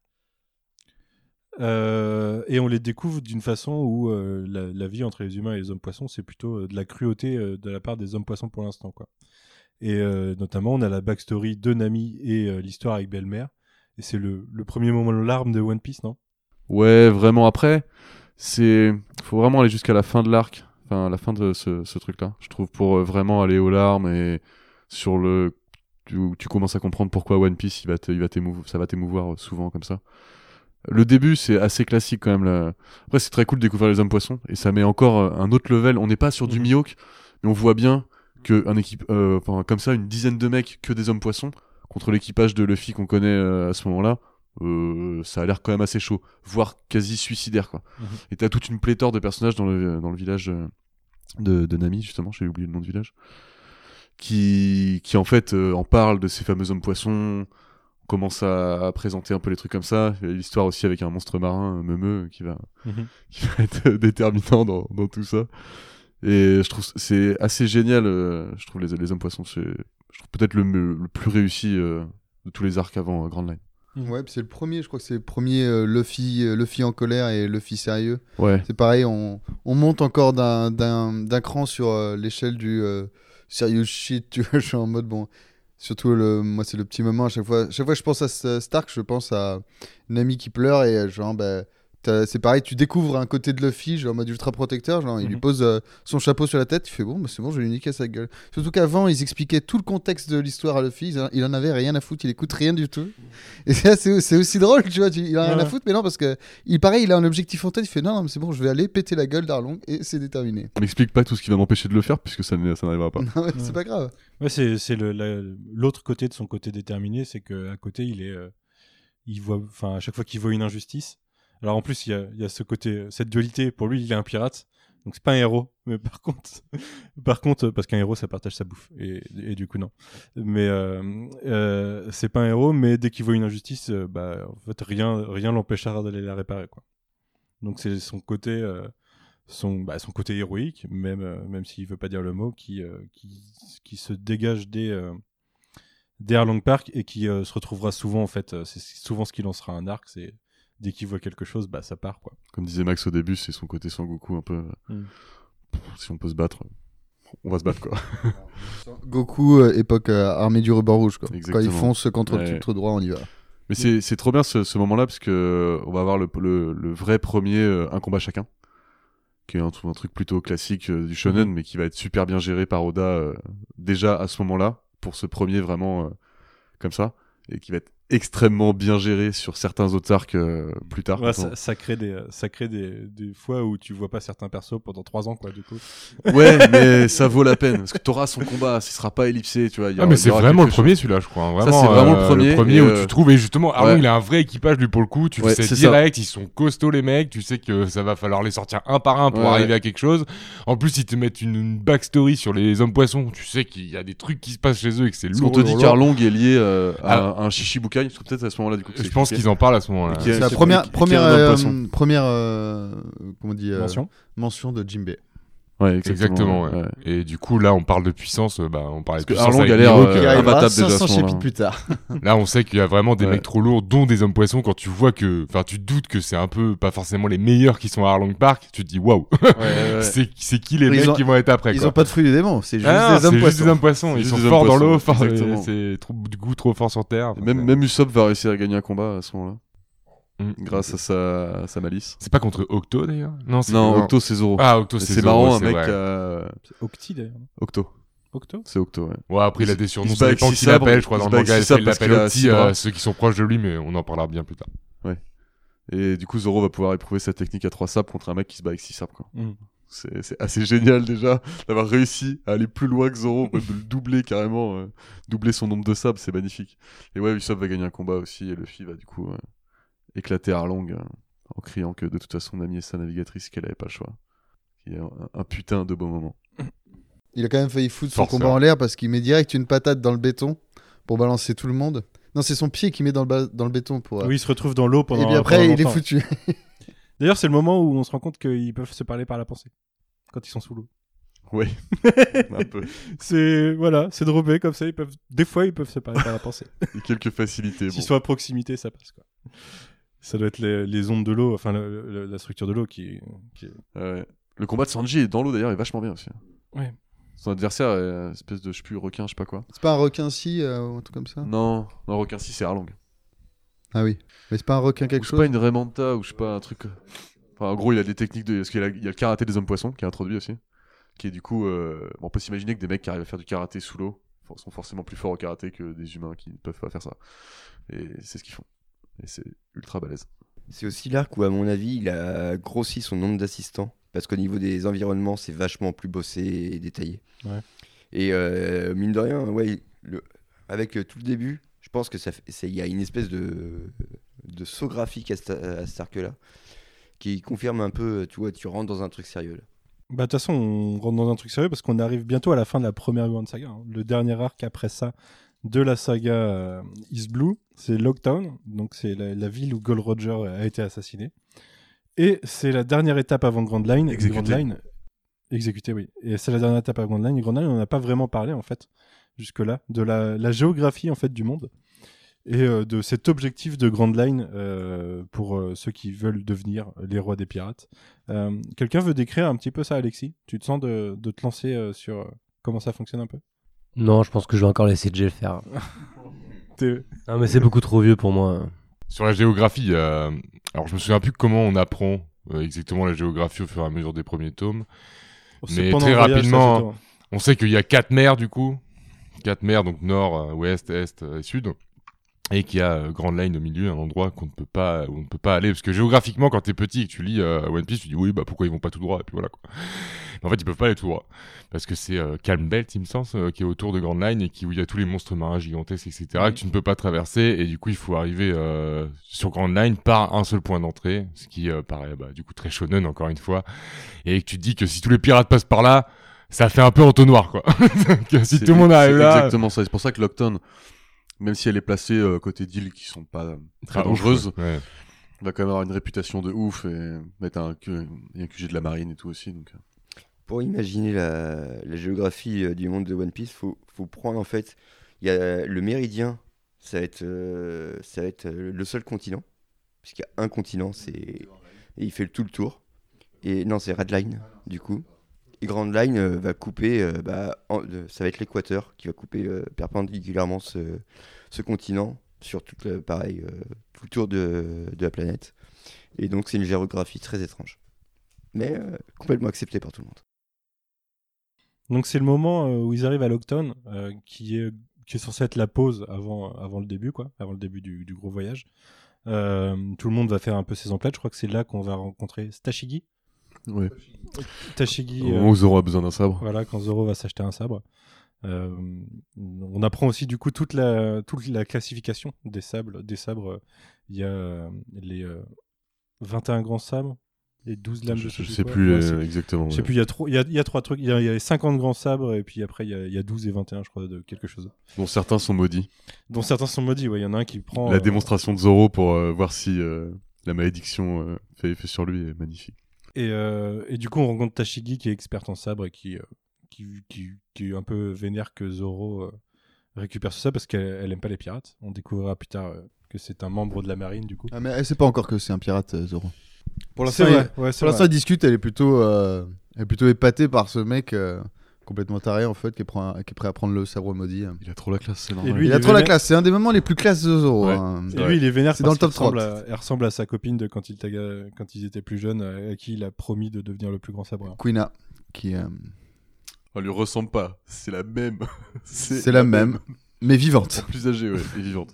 Euh, et on les découvre d'une façon où euh, la, la vie entre les humains et les hommes poissons, c'est plutôt euh, de la cruauté euh, de la part des hommes poissons pour l'instant, quoi. Et euh, notamment, on a la backstory de Nami et euh, l'histoire avec Belle-Mère. Et c'est le, le premier moment de larme de One Piece, non? Ouais, vraiment, après, c'est... faut vraiment aller jusqu'à la fin de l'arc. Enfin, à la fin de ce, ce truc-là. Je trouve pour euh, vraiment aller aux larmes et sur le. Tu, tu commences à comprendre pourquoi One Piece il va te, il va t'émouvoir, ça va t'émouvoir souvent comme ça. Le début, c'est assez classique quand même. Là. Après, c'est très cool de découvrir les hommes poissons et ça met encore euh, un autre level. On n'est pas sur du Mhm. Mihawk, mais on voit bien que un équipe, euh, enfin, comme ça, une dizaine de mecs que des hommes poissons contre l'équipage de Luffy qu'on connaît euh, à ce moment-là. Euh, ça a l'air quand même assez chaud, voire quasi suicidaire quoi. Mhm. Et t'as toute une pléthore de personnages dans le, dans le village euh, de, de Nami justement, j'ai oublié le nom du village, qui, qui en fait euh, en parle de ces fameux hommes poissons, on commence à, à présenter un peu les trucs comme ça. Il y a l'histoire aussi avec un monstre marin, Meumeu, qui va, Mhm. qui va être déterminant dans, dans tout ça. Et je trouve c'est assez génial, euh, je trouve les, les hommes poissons, c'est je trouve peut-être le, le plus réussi euh, de tous les arcs avant euh, Grand Line. Ouais, puis c'est le premier, je crois que c'est le premier euh, Luffy, euh, Luffy en colère et Luffy sérieux. Ouais. C'est pareil, on, on monte encore d'un, d'un, d'un cran sur euh, l'échelle du euh, serious shit, tu vois, je suis en mode bon. Surtout, le, moi, c'est le petit moment à chaque fois. À chaque fois que je pense à ce- Stark, je pense à Nami qui pleure et euh, genre, bah, t'as- c'est pareil, tu découvres un côté de Luffy, genre en mode ultra protecteur, genre, il lui Mhm. pose euh, son chapeau sur la tête, il fait bon, bah, c'est bon, je vais lui niquer sa gueule. Surtout qu'avant, ils expliquaient tout le contexte de l'histoire à Luffy, il en- il en avait rien à foutre, il écoute rien du tout. Et ça, c'est, c'est aussi drôle, tu vois, tu- il en a rien à Ouais. foutre, mais non, parce que, il, pareil, il a un objectif en tête, il fait non, non, mais c'est bon, je vais aller péter la gueule d'Arlong et c'est déterminé. On m'explique pas tout ce qui va m'empêcher de le faire puisque ça, n- ça n'arrivera pas. Non, mais c'est pas grave. Ouais, c'est c'est le, la- l'autre côté de son côté déterminé, c'est qu'à côté, il est, euh, il voit, enfin, à chaque fois qu'il voit une injustice. Alors en plus, il y a, il y a ce côté, cette dualité. Pour lui, il est un pirate, donc c'est pas un héros. Mais par contre, par contre, parce qu'un héros, ça partage sa bouffe, et, et du coup non. Mais euh, euh, c'est pas un héros, mais dès qu'il voit une injustice, euh, bah, en fait, rien, rien l'empêchera d'aller la réparer, quoi. Donc c'est son côté. euh, son, bah, son côté héroïque, même, euh, même s'il veut pas dire le mot, qui, euh, qui, qui se dégage des, euh, des Arlong Park et qui euh, se retrouvera souvent, en fait, euh, c'est souvent ce qui lancera un arc, c'est dès qu'il voit quelque chose, bah ça part, quoi. Comme disait Max au début, c'est son côté Sangoku un peu. Mm. Pff, Si on peut se battre, on va se battre quoi. Goku, euh, époque euh, armée du ruban rouge, quoi. Quand Exactement. ils foncent contre Ouais. le tout droit, on y va. Mais c'est, c'est trop bien ce, ce moment-là parce que euh, on va avoir le, le, le vrai premier euh, un combat chacun, qui est un, un truc plutôt classique euh, du shonen, Mhm. mais qui va être super bien géré par Oda euh, déjà à ce moment-là pour ce premier vraiment euh, comme ça, et qui va être extrêmement bien géré sur certains autres arcs euh, plus tard. Ouais, quand on- ça, ça crée, des, ça crée des, des fois où tu vois pas certains persos pendant trois ans, quoi, du coup. Ouais, mais ça vaut la peine parce que t'auras son combat, ce sera pas ellipsé, tu vois. il y Ah aura- mais il y c'est aura vraiment le quelque premier chose. celui-là je crois. hein. Ça, Vraiment, c'est vraiment euh, le premier, Le premier et où euh, tu trouves et justement Arlong ouais. il a un vrai équipage lui pour le coup. Tu Ouais, le sais c'est ça. direct, ils sont costauds les mecs. Tu sais que ça va falloir les sortir un par un pour Ouais. arriver à quelque chose. En plus ils te mettent une, une backstory sur les hommes poissons. Tu sais qu'il y a des trucs qui se passent chez eux et que c'est Parce lourd. qu'on te dit lourd, lourd. qu'Arlong est lié euh, à Ah. un Shichibukai, c'est peut-être à ce moment-là du coup. que Je c'est pense expliqué. qu'ils en parlent à ce moment-là. Ok. C'est la c'est première, qui- qui première, est un homme euh, poisson. première euh, comment on dit, euh, Mention. mention de Jinbei. Ouais, exactement. Exactement. ouais. ouais. Et du coup là on parle de puissance. euh, Bah on parlait Parce de que puissance Arlong avec a l'air, Mihawk, euh, Qui euh, arrivera imbattable déjà à ce cinq cents moment-là. chapitres plus tard. Là, on sait qu'il y a vraiment des Ouais. mecs trop lourds, dont des hommes poissons. Quand tu vois que, enfin, tu te doutes que c'est un peu pas forcément les meilleurs qui sont à Arlong Park, tu te dis waouh, c'est c'est qui les Ils mecs ont- qui vont être après Ils quoi. ont pas de fruits des démons, c'est juste Ah, des hommes c'est juste poissons. des hommes poissons. C'est Ils juste sont des hommes forts dans poissons, l'eau, fort- exactement. c'est trop, du coup trop fort sur terre. Et même, Enfin, même Usopp va réussir à gagner un combat à ce moment-là, Mm. grâce à sa, à sa malice. C'est pas contre Octo d'ailleurs. Non, c'est Non, Octo c'est Zoro. Ah, Octo Mais c'est c'est Zoro, marrant, un c'est mec. vrai. euh, C'est Octi, d'ailleurs. Octo, Octo c'est Octo, ouais. Ouais, après il a Il- des il surnoms, se ça bat dépend avec qui six sabres, l'appelle. Je crois il dans se le bat avec manga, six il sabres parce l'appelle qu'il a Octi, six euh, bras. ceux qui sont proches de lui, mais on en parlera bien plus tard. Et du coup, Zoro va pouvoir éprouver sa technique à trois sabres contre un mec qui se bat avec six sabres, quoi. Mm. C'est c'est assez génial déjà d'avoir réussi à aller plus loin que Zoro, même de le doubler carrément, euh, doubler son nombre de sabres, c'est magnifique. Et ouais, Usopp va gagner un combat aussi, et Luffy va du coup euh, éclater Arlong euh, en criant que de toute façon Nami est sa navigatrice, qu'elle avait pas le choix. Il y a un, un putain de beau moment. Il a quand même failli foutre son Forceur. combat en l'air parce qu'il met direct une patate dans le béton pour balancer tout le monde. Non, c'est son pied qui met dans le, ba- dans le béton pour. euh, Oui, il se retrouve dans l'eau pendant. et puis après, pendant il est longtemps. foutu. D'ailleurs, c'est le moment où on se rend compte qu'ils peuvent se parler par la pensée. Quand ils sont sous l'eau. Ouais, un peu. C'est voilà, c'est dropé comme ça. Ils peuvent, des fois, ils peuvent se parler par la pensée. Et quelques facilités. S'ils bon. sont à proximité, ça passe quoi. Ça doit être les, les ondes de l'eau, enfin le- le- la structure de l'eau qui, qui est... Ouais. Le combat de Sanji dans l'eau d'ailleurs est vachement bien aussi. Ouais. Son adversaire est une espèce de, je sais plus, requin, je sais pas quoi. C'est pas un requin-ci euh, ou un truc comme ça Non, non, requin si c'est Arlong. Ah oui. Mais c'est pas un requin quelque C'est chose pas une Remanta ou je sais pas, un truc. Enfin, en gros, il a des techniques de. Parce qu'il y a, la- il y a le karaté des hommes poissons qui est introduit aussi. qui est du coup, euh, bon, on peut s'imaginer que des mecs qui arrivent à faire du karaté sous l'eau for- sont forcément plus forts au karaté que des humains qui ne peuvent pas faire ça. Et c'est ce qu'ils font. Et c'est ultra balèze. C'est aussi l'arc où, à mon avis, il a grossi son nombre d'assistants. Parce qu'au niveau des environnements, c'est vachement plus bossé et détaillé. Ouais. Et euh, mine de rien, ouais, le, avec euh, tout le début, je pense que ça, fait- c'est- il y a une espèce de, de saut graphique à, cet- à cet arc-là qui confirme un peu, tu vois, tu rentres dans un truc sérieux là. Bah, de toute façon, on rentre dans un truc sérieux parce qu'on arrive bientôt à la fin de la première grande saga. hein. Le dernier arc après ça de la saga euh, East Blue, c'est Lockdown, donc c'est la, la ville où Gold Roger a été assassiné. Et c'est la dernière étape avant Grand Line. Exécuté. Grand Line, exécuté, oui. Et c'est la dernière étape avant Grand Line. Et Grand Line, on n'en a pas vraiment parlé en fait jusque-là de la, la géographie en fait du monde et euh, de cet objectif de Grand Line euh, pour euh, ceux qui veulent devenir les rois des pirates. Euh, quelqu'un veut décrire un petit peu ça, Alexis? Tu te sens de, de te lancer euh, sur euh, comment ça fonctionne un peu? Non, je pense que je vais encore laisser Jay le faire. T'es- Non, mais c'est beaucoup trop vieux pour moi. Sur la géographie, euh, alors je me souviens plus comment on apprend euh, exactement la géographie au fur et à mesure des premiers tomes. c'est Mais pendant très le voyage, rapidement, ça, c'est toi. On sait qu'il y a quatre mers du coup, quatre mers donc nord, euh, ouest, est euh, et sud, et qu'il y a euh, Grand Line au milieu, un endroit qu'on ne peut pas, où on ne peut pas aller, parce que géographiquement quand t'es petit et que tu lis euh, One Piece, tu dis oui bah pourquoi ils vont pas tout droit et puis voilà quoi. Mais en fait ils peuvent pas aller tout droit parce que c'est euh, Calm Belt il me semble euh, qui est autour de Grand Line et qui où il y a tous les monstres marins gigantesques et cetera Mhm. que tu ne peux pas traverser et du coup il faut arriver euh, sur Grand Line par un seul point d'entrée, ce qui euh, paraît bah, du coup très shonen encore une fois, et que tu te dis que si tous les pirates passent par là ça fait un peu entonnoir quoi. Donc, si C'est- tout le monde arrive c'est là, exactement ça. C'est pour ça que Lockdown, même si elle est placée euh, côté d'îles qui sont pas euh, très ah, ouf, dangereuses, ouais. va quand même avoir une réputation de ouf et mettre un, Q- il y a un Q G de la marine et tout aussi. Donc, euh. Pour imaginer la, la géographie euh, du monde de One Piece, faut, faut prendre en fait, il y a le méridien, ça va être, euh, ça va être euh, le seul continent, puisqu'il y a un continent, c'est et il fait le tout le tour. Et non, c'est Red Line du coup. Et Grand Line euh, va couper, euh, bah, en- euh, ça va être l'équateur qui va couper euh, perpendiculairement ce, ce continent sur tout le, pareil, euh, tout le tour de, de la planète. Et donc c'est une géographie très étrange, mais euh, complètement acceptée par tout le monde. Donc c'est le moment euh, où ils arrivent à Lockdown, euh, qui est qui est censé être la pause avant avant le début quoi, avant le début du, du gros voyage. Euh, tout le monde va faire un peu ses emplettes. Je crois que c'est là qu'on va rencontrer Tashigi. Ouais. Tashigi. Au euh, moment où Zoro a besoin d'un sabre. Voilà, quand Zoro va s'acheter un sabre. Euh, on apprend aussi du coup toute la toute la classification des sabres. Des sabres, il y a euh, les euh, vingt et un grands sabres, les douze lames. Je, de je sais sais quoi. plus Ouais, euh, c'est- exactement. Je sais ouais. plus, il y, a trop- il y, a, il y a trois trucs. Il y a, il y a les cinquante grands sabres, et puis après, il y a, il y a douze et vingt et un, je crois, de quelque chose. Dont certains sont maudits. Dont certains sont maudits, ouais. Il y en a un qui prend. La euh, démonstration de Zoro pour euh, voir si euh, la malédiction euh, fait effet sur lui est magnifique. Et, euh, et du coup, on rencontre Tashigi, qui est experte en sabre, et qui, euh, qui, qui, qui est un peu vénère que Zoro euh, récupère ce sabre, parce qu'elle elle aime pas les pirates. On découvrira plus tard euh, que c'est un membre de la marine, du coup. Ah, mais elle sait pas encore que c'est un pirate, euh, Zoro. Pour C'est l'instant, vrai, il- ouais, c'est pour l'instant, vrai. elle discute, elle est plutôt, euh, elle est plutôt épatée par ce mec euh, complètement taré en fait, qui est, prend- qui est prêt à prendre le sabre maudit. Il a trop la classe, c'est Et normal. lui, il il a est trop la vénère. classe, c'est un des moments les plus classes de Zoro. Ouais. hein. Et lui, il est vénère C'est parce dans le top qu'il ressemble trente. à, elle ressemble à sa copine de quand, il t'a- quand ils étaient plus jeunes, à qui il a promis de devenir le plus grand sabreur. Quina, qui euh, Elle lui ressemble pas, c'est la même. c'est la même, mais vivante. Plus âgée, ouais, et vivante.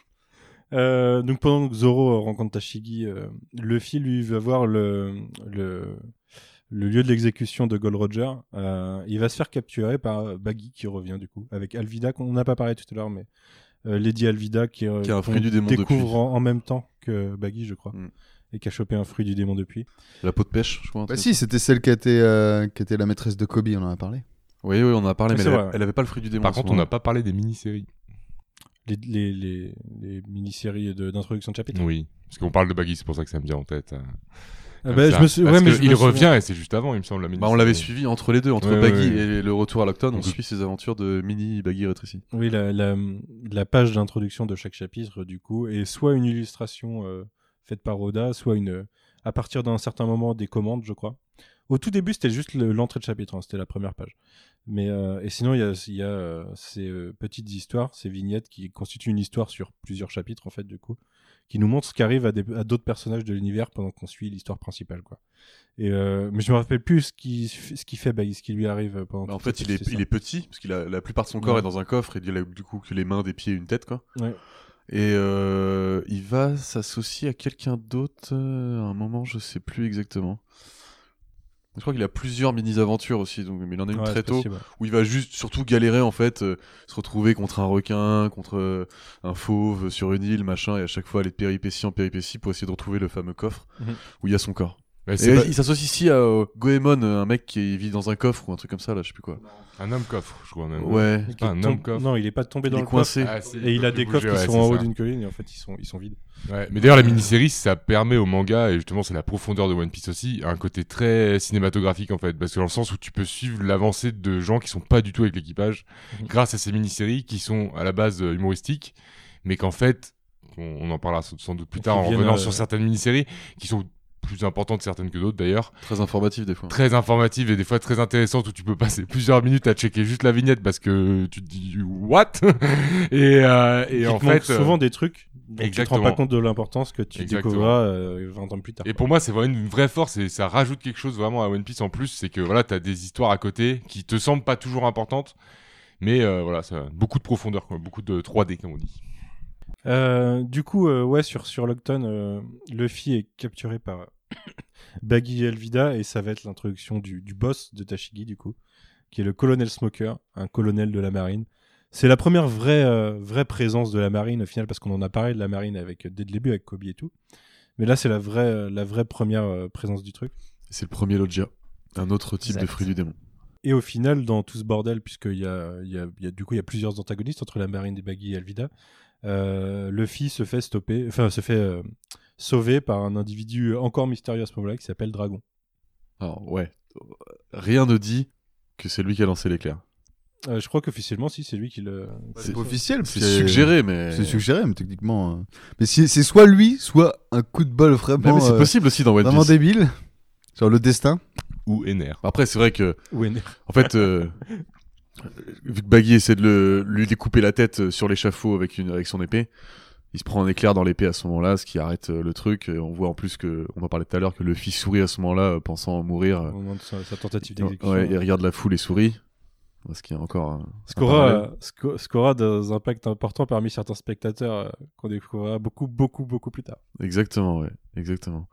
Euh, donc pendant que Zoro euh, rencontre Tashigi, euh, Luffy lui va voir le, le, le lieu de l'exécution de Gold Roger. Euh, il va se faire capturer par euh, Baggy qui revient du coup avec Alvida qu'on n'a pas parlé tout à l'heure, mais euh, Lady Alvida qui, euh, Qui a un qu'on fruit du démon découvre depuis. en, en même temps que Baggy, je crois, Mm. et qui a chopé un fruit du démon depuis. La peau de pêche, je crois. un Bah truc. si, c'était celle qui était, euh, qui était la maîtresse de Kobe, on en a parlé. Oui, oui, on en a parlé, Ah, mais c'est elle, vrai, ouais. elle avait pas le fruit du démon. Par à ce contre, on n'a moment-là. pas parlé des mini-séries. Les, les, les, les mini-séries de- d'introduction de chapitre. Oui, parce qu'on parle de Baggy, c'est pour ça que ça me vient en tête. euh, Ah comme bah, ça. je me suis... Parce ouais, mais que je il me souviens- revient et c'est juste avant, il me semble. La Bah, on l'avait mini-série. suivi entre les deux, entre Ouais, Baggy ouais, ouais. et le retour à Lockdown. On Donc- suit ses aventures de mini Baggy rétréci. Oui, la, la, la page d'introduction de chaque chapitre, du coup, est soit une illustration euh, faite par Oda, soit une, à partir d'un certain moment, des commandes, je crois. Au tout début, c'était juste le- l'entrée de chapitre, hein, c'était la première page. Mais, euh, et sinon, il y a, il y a euh, ces euh, petites histoires, ces vignettes qui constituent une histoire sur plusieurs chapitres, en fait, du coup, qui nous montre ce qui arrive à, des, à d'autres personnages de l'univers pendant qu'on suit l'histoire principale, quoi. Et euh, mais je me rappelle plus ce qui ce qui fait Baggy, ce qui lui arrive pendant. Bah, en toute fait, cette- il est, c'est il ça. est petit, parce qu'il a la plupart de son corps Ouais. est dans un coffre, et il a du coup que les mains, des pieds et une tête, quoi. Ouais. Et euh, il va s'associer à quelqu'un d'autre euh, à un moment, je sais plus exactement. Je crois qu'il a plusieurs mini-aventures aussi, donc, mais il en a une Ouais, très c'est tôt, possible, ouais. où il va juste surtout galérer en fait, euh, se retrouver contre un requin, contre euh, un fauve sur une île, machin, et à chaque fois aller de péripétie en péripétie pour essayer de retrouver le fameux coffre Mhm. où il y a son corps. Bah, Et c'est pas- il s'associe ici à euh, Goemon, un mec qui vit dans un coffre ou un truc comme ça, là, je sais plus quoi. un homme coffre, je crois même. Ouais. C'est pas un Qui homme tombe- coffre. Non, il est pas tombé Il dans est le coincé. coffre. Ah, si, Et il peut a plus des bouger, coffres qui ouais, sont c'est en haut ça. d'une colline et en fait ils sont ils sont vides. Ouais, mais d'ailleurs, la mini-série, ça permet au manga, et justement, c'est la profondeur de One Piece aussi, un côté très cinématographique en fait, parce que dans le sens où tu peux suivre l'avancée de gens qui sont pas du tout avec l'équipage, Mhm. grâce à ces mini-séries qui sont à la base euh, humoristiques, mais qu'en fait, on, on en parlera sans sans doute plus Qui tard en viennent, revenant euh, sur certaines mini-séries qui sont plus importantes certaines que d'autres d'ailleurs, Très informatif des fois. très informatives et des fois très intéressantes où tu peux passer plusieurs minutes à checker juste la vignette parce que tu te dis what et, euh, et Qui en te montrent fait euh, souvent des trucs dont tu te rends exactement. pas compte de l'importance que tu Exactement. découvriras euh, vingt ans plus tard. Et pour moi, c'est vraiment une vraie force et ça rajoute quelque chose vraiment à One Piece en plus. C'est que voilà, t'as des histoires à côté qui te semblent pas toujours importantes, mais euh, voilà, ça a beaucoup de profondeur, quoi, beaucoup de trois D, comme on dit. Euh, du coup, euh, ouais, sur, sur Lockton, euh, Luffy est capturé par Baggy et Elvida et ça va être l'introduction du, du boss de Tashigi, du coup, qui est le colonel Smoker, un colonel de la marine. C'est la première vraie, euh, vraie présence de la marine au final, parce qu'on en a parlé de la marine avec, dès le début avec Kobe et tout. Mais là, c'est la vraie, euh, la vraie première euh, présence du truc. C'est le premier Loggia, un autre type Exact. de fruit du démon. Et au final, dans tout ce bordel, puisqu'il y a, il y a, il y a, du coup, il y a plusieurs antagonistes entre la marine des Baggy et Elvida, euh, Luffy se fait stopper, enfin, se fait euh, sauver par un individu encore mystérieux à ce moment-là qui s'appelle Dragon. Alors, ouais. Rien ne dit que c'est lui qui a lancé l'éclair. Euh, je crois qu'officiellement, si, c'est lui qui le. C'est pas officiel. C'est parce que- suggéré, mais. C'est suggéré, mais techniquement. euh, Mais c'est c'est soit lui, soit un coup de bol Non, vraiment, mais c'est euh, possible aussi dans One vraiment Piece. débile. Genre le destin. Ou Ener. Après, c'est vrai que, Ou Ener. en fait, euh, vu que Baggy essaie de le, lui découper la tête euh, sur l'échafaud avec, une, avec son épée, il se prend un éclair dans l'épée à ce moment-là, ce qui arrête euh, le truc. Et on voit en plus que, on en parlait tout à l'heure, que Luffy sourit à ce moment-là, euh, pensant mourir. Au euh, moment de sa, sa tentative d'exécution. ouais, il regarde la foule et sourit. Ce qui est encore. un- Ce un qu'aura, parallèle. euh, ce qu'au- ce qu'aura des impacts importants parmi certains spectateurs euh, qu'on découvrira beaucoup, beaucoup, beaucoup plus tard. Exactement, ouais, exactement.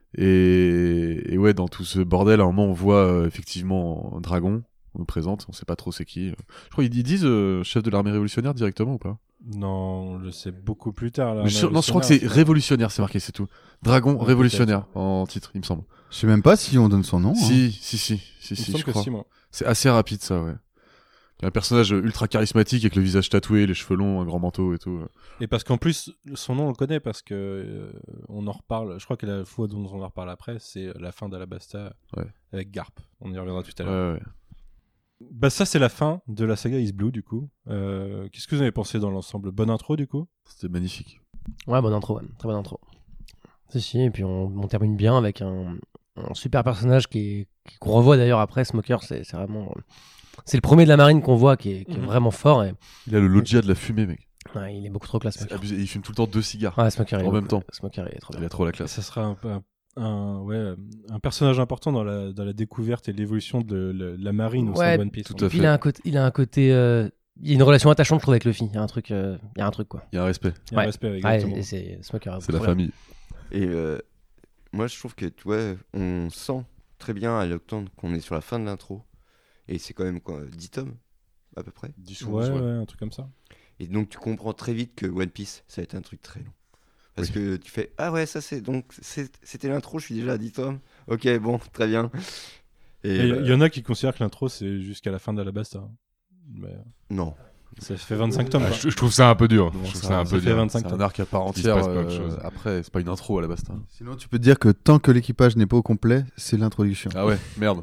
Et, et ouais, dans tout ce bordel, à un moment, on voit euh, effectivement un dragon, on le présente, on sait pas trop c'est qui. Je crois qu'ils ils disent euh, chef de l'armée révolutionnaire directement ou pas? Non, on le sait beaucoup plus tard. Là, Mais je- Non, je crois que c'est révolutionnaire, c'est marqué, c'est tout. Dragon Ouais, révolutionnaire en titre, il me semble. Je sais même pas si on donne son nom. hein. Si, si, si, si, Il me si, semble je que crois. si, moi. C'est assez rapide, ça, ouais. Il y a un personnage ultra charismatique avec le visage tatoué, les cheveux longs, un grand manteau et tout. Et parce qu'en plus, son nom, on le connaît parce que euh, on en reparle. Je crois que la fois dont on en reparle après, c'est la fin d'Alabasta Ouais. avec Garp. On y reviendra tout à Ouais, l'heure. ouais. Bah ça, c'est la fin de la saga Is Blue, du coup. Euh, Qu'est-ce que vous avez pensé dans l'ensemble? Bonne intro, du coup. C'était magnifique. Ouais, bonne intro, ouais. Très bonne intro. Si, si, et puis on, on termine bien avec un, un super personnage qui est- qui- qu'on revoit d'ailleurs après. Smoker, c'est c'est vraiment. C'est le premier de la marine qu'on voit qui est, qui est Mhm. vraiment fort. Et, Il a le Loggia de la fumée, mec. ouais, il est beaucoup trop classe, C'est Smoker. abusé. Il fume tout le temps deux cigares. Ouais, Smoker, il est En même beaucoup- temps. Smoker, il est trop Il bien. a trop la Et classe. ça sera un, peu un, un- ouais, un personnage important dans la, dans la découverte et l'évolution de la, la marine au sein Ouais, de One Piece. tout en à fait. Puis il a un côté. Il a un côté euh, il y a une relation attachante, je trouve, avec Luffy. Il y a un truc, euh, il y a un truc quoi. Il y a un respect. Il y a un Ouais. respect, Ouais, exactement. et c'est Smoker. C'est la trop bien. famille. Et euh, moi, je trouve que, tu vois, on sent très bien à l'octane qu'on est sur la fin de l'intro. Et c'est quand même quoi, dix tomes, à peu près. dix ou Ouais, onze, ouais, ouais. un truc comme ça. Et donc, tu comprends très vite que One Piece, ça va être un truc très long. Parce que tu fais, ah ouais, ça c'est. Donc, c'est- c'était l'intro, je suis déjà à dix tomes. Ok, bon, très bien. Et. Il euh, y en a qui considèrent que l'intro, c'est jusqu'à la fin d'Alabasta. hein. Mais Non. ça fait vingt-cinq tomes. Ah, quoi. je, je trouve ça un peu dur. Bon, je trouve ça- ça un ça peu fait dur. vingt-cinq C'est un tomes. arc à part Il se entière. passe plein de euh, choses. Après, c'est pas une intro à la basta. Sinon, tu peux te dire que tant que l'équipage n'est pas au complet, c'est l'introduction. Ah ouais, merde.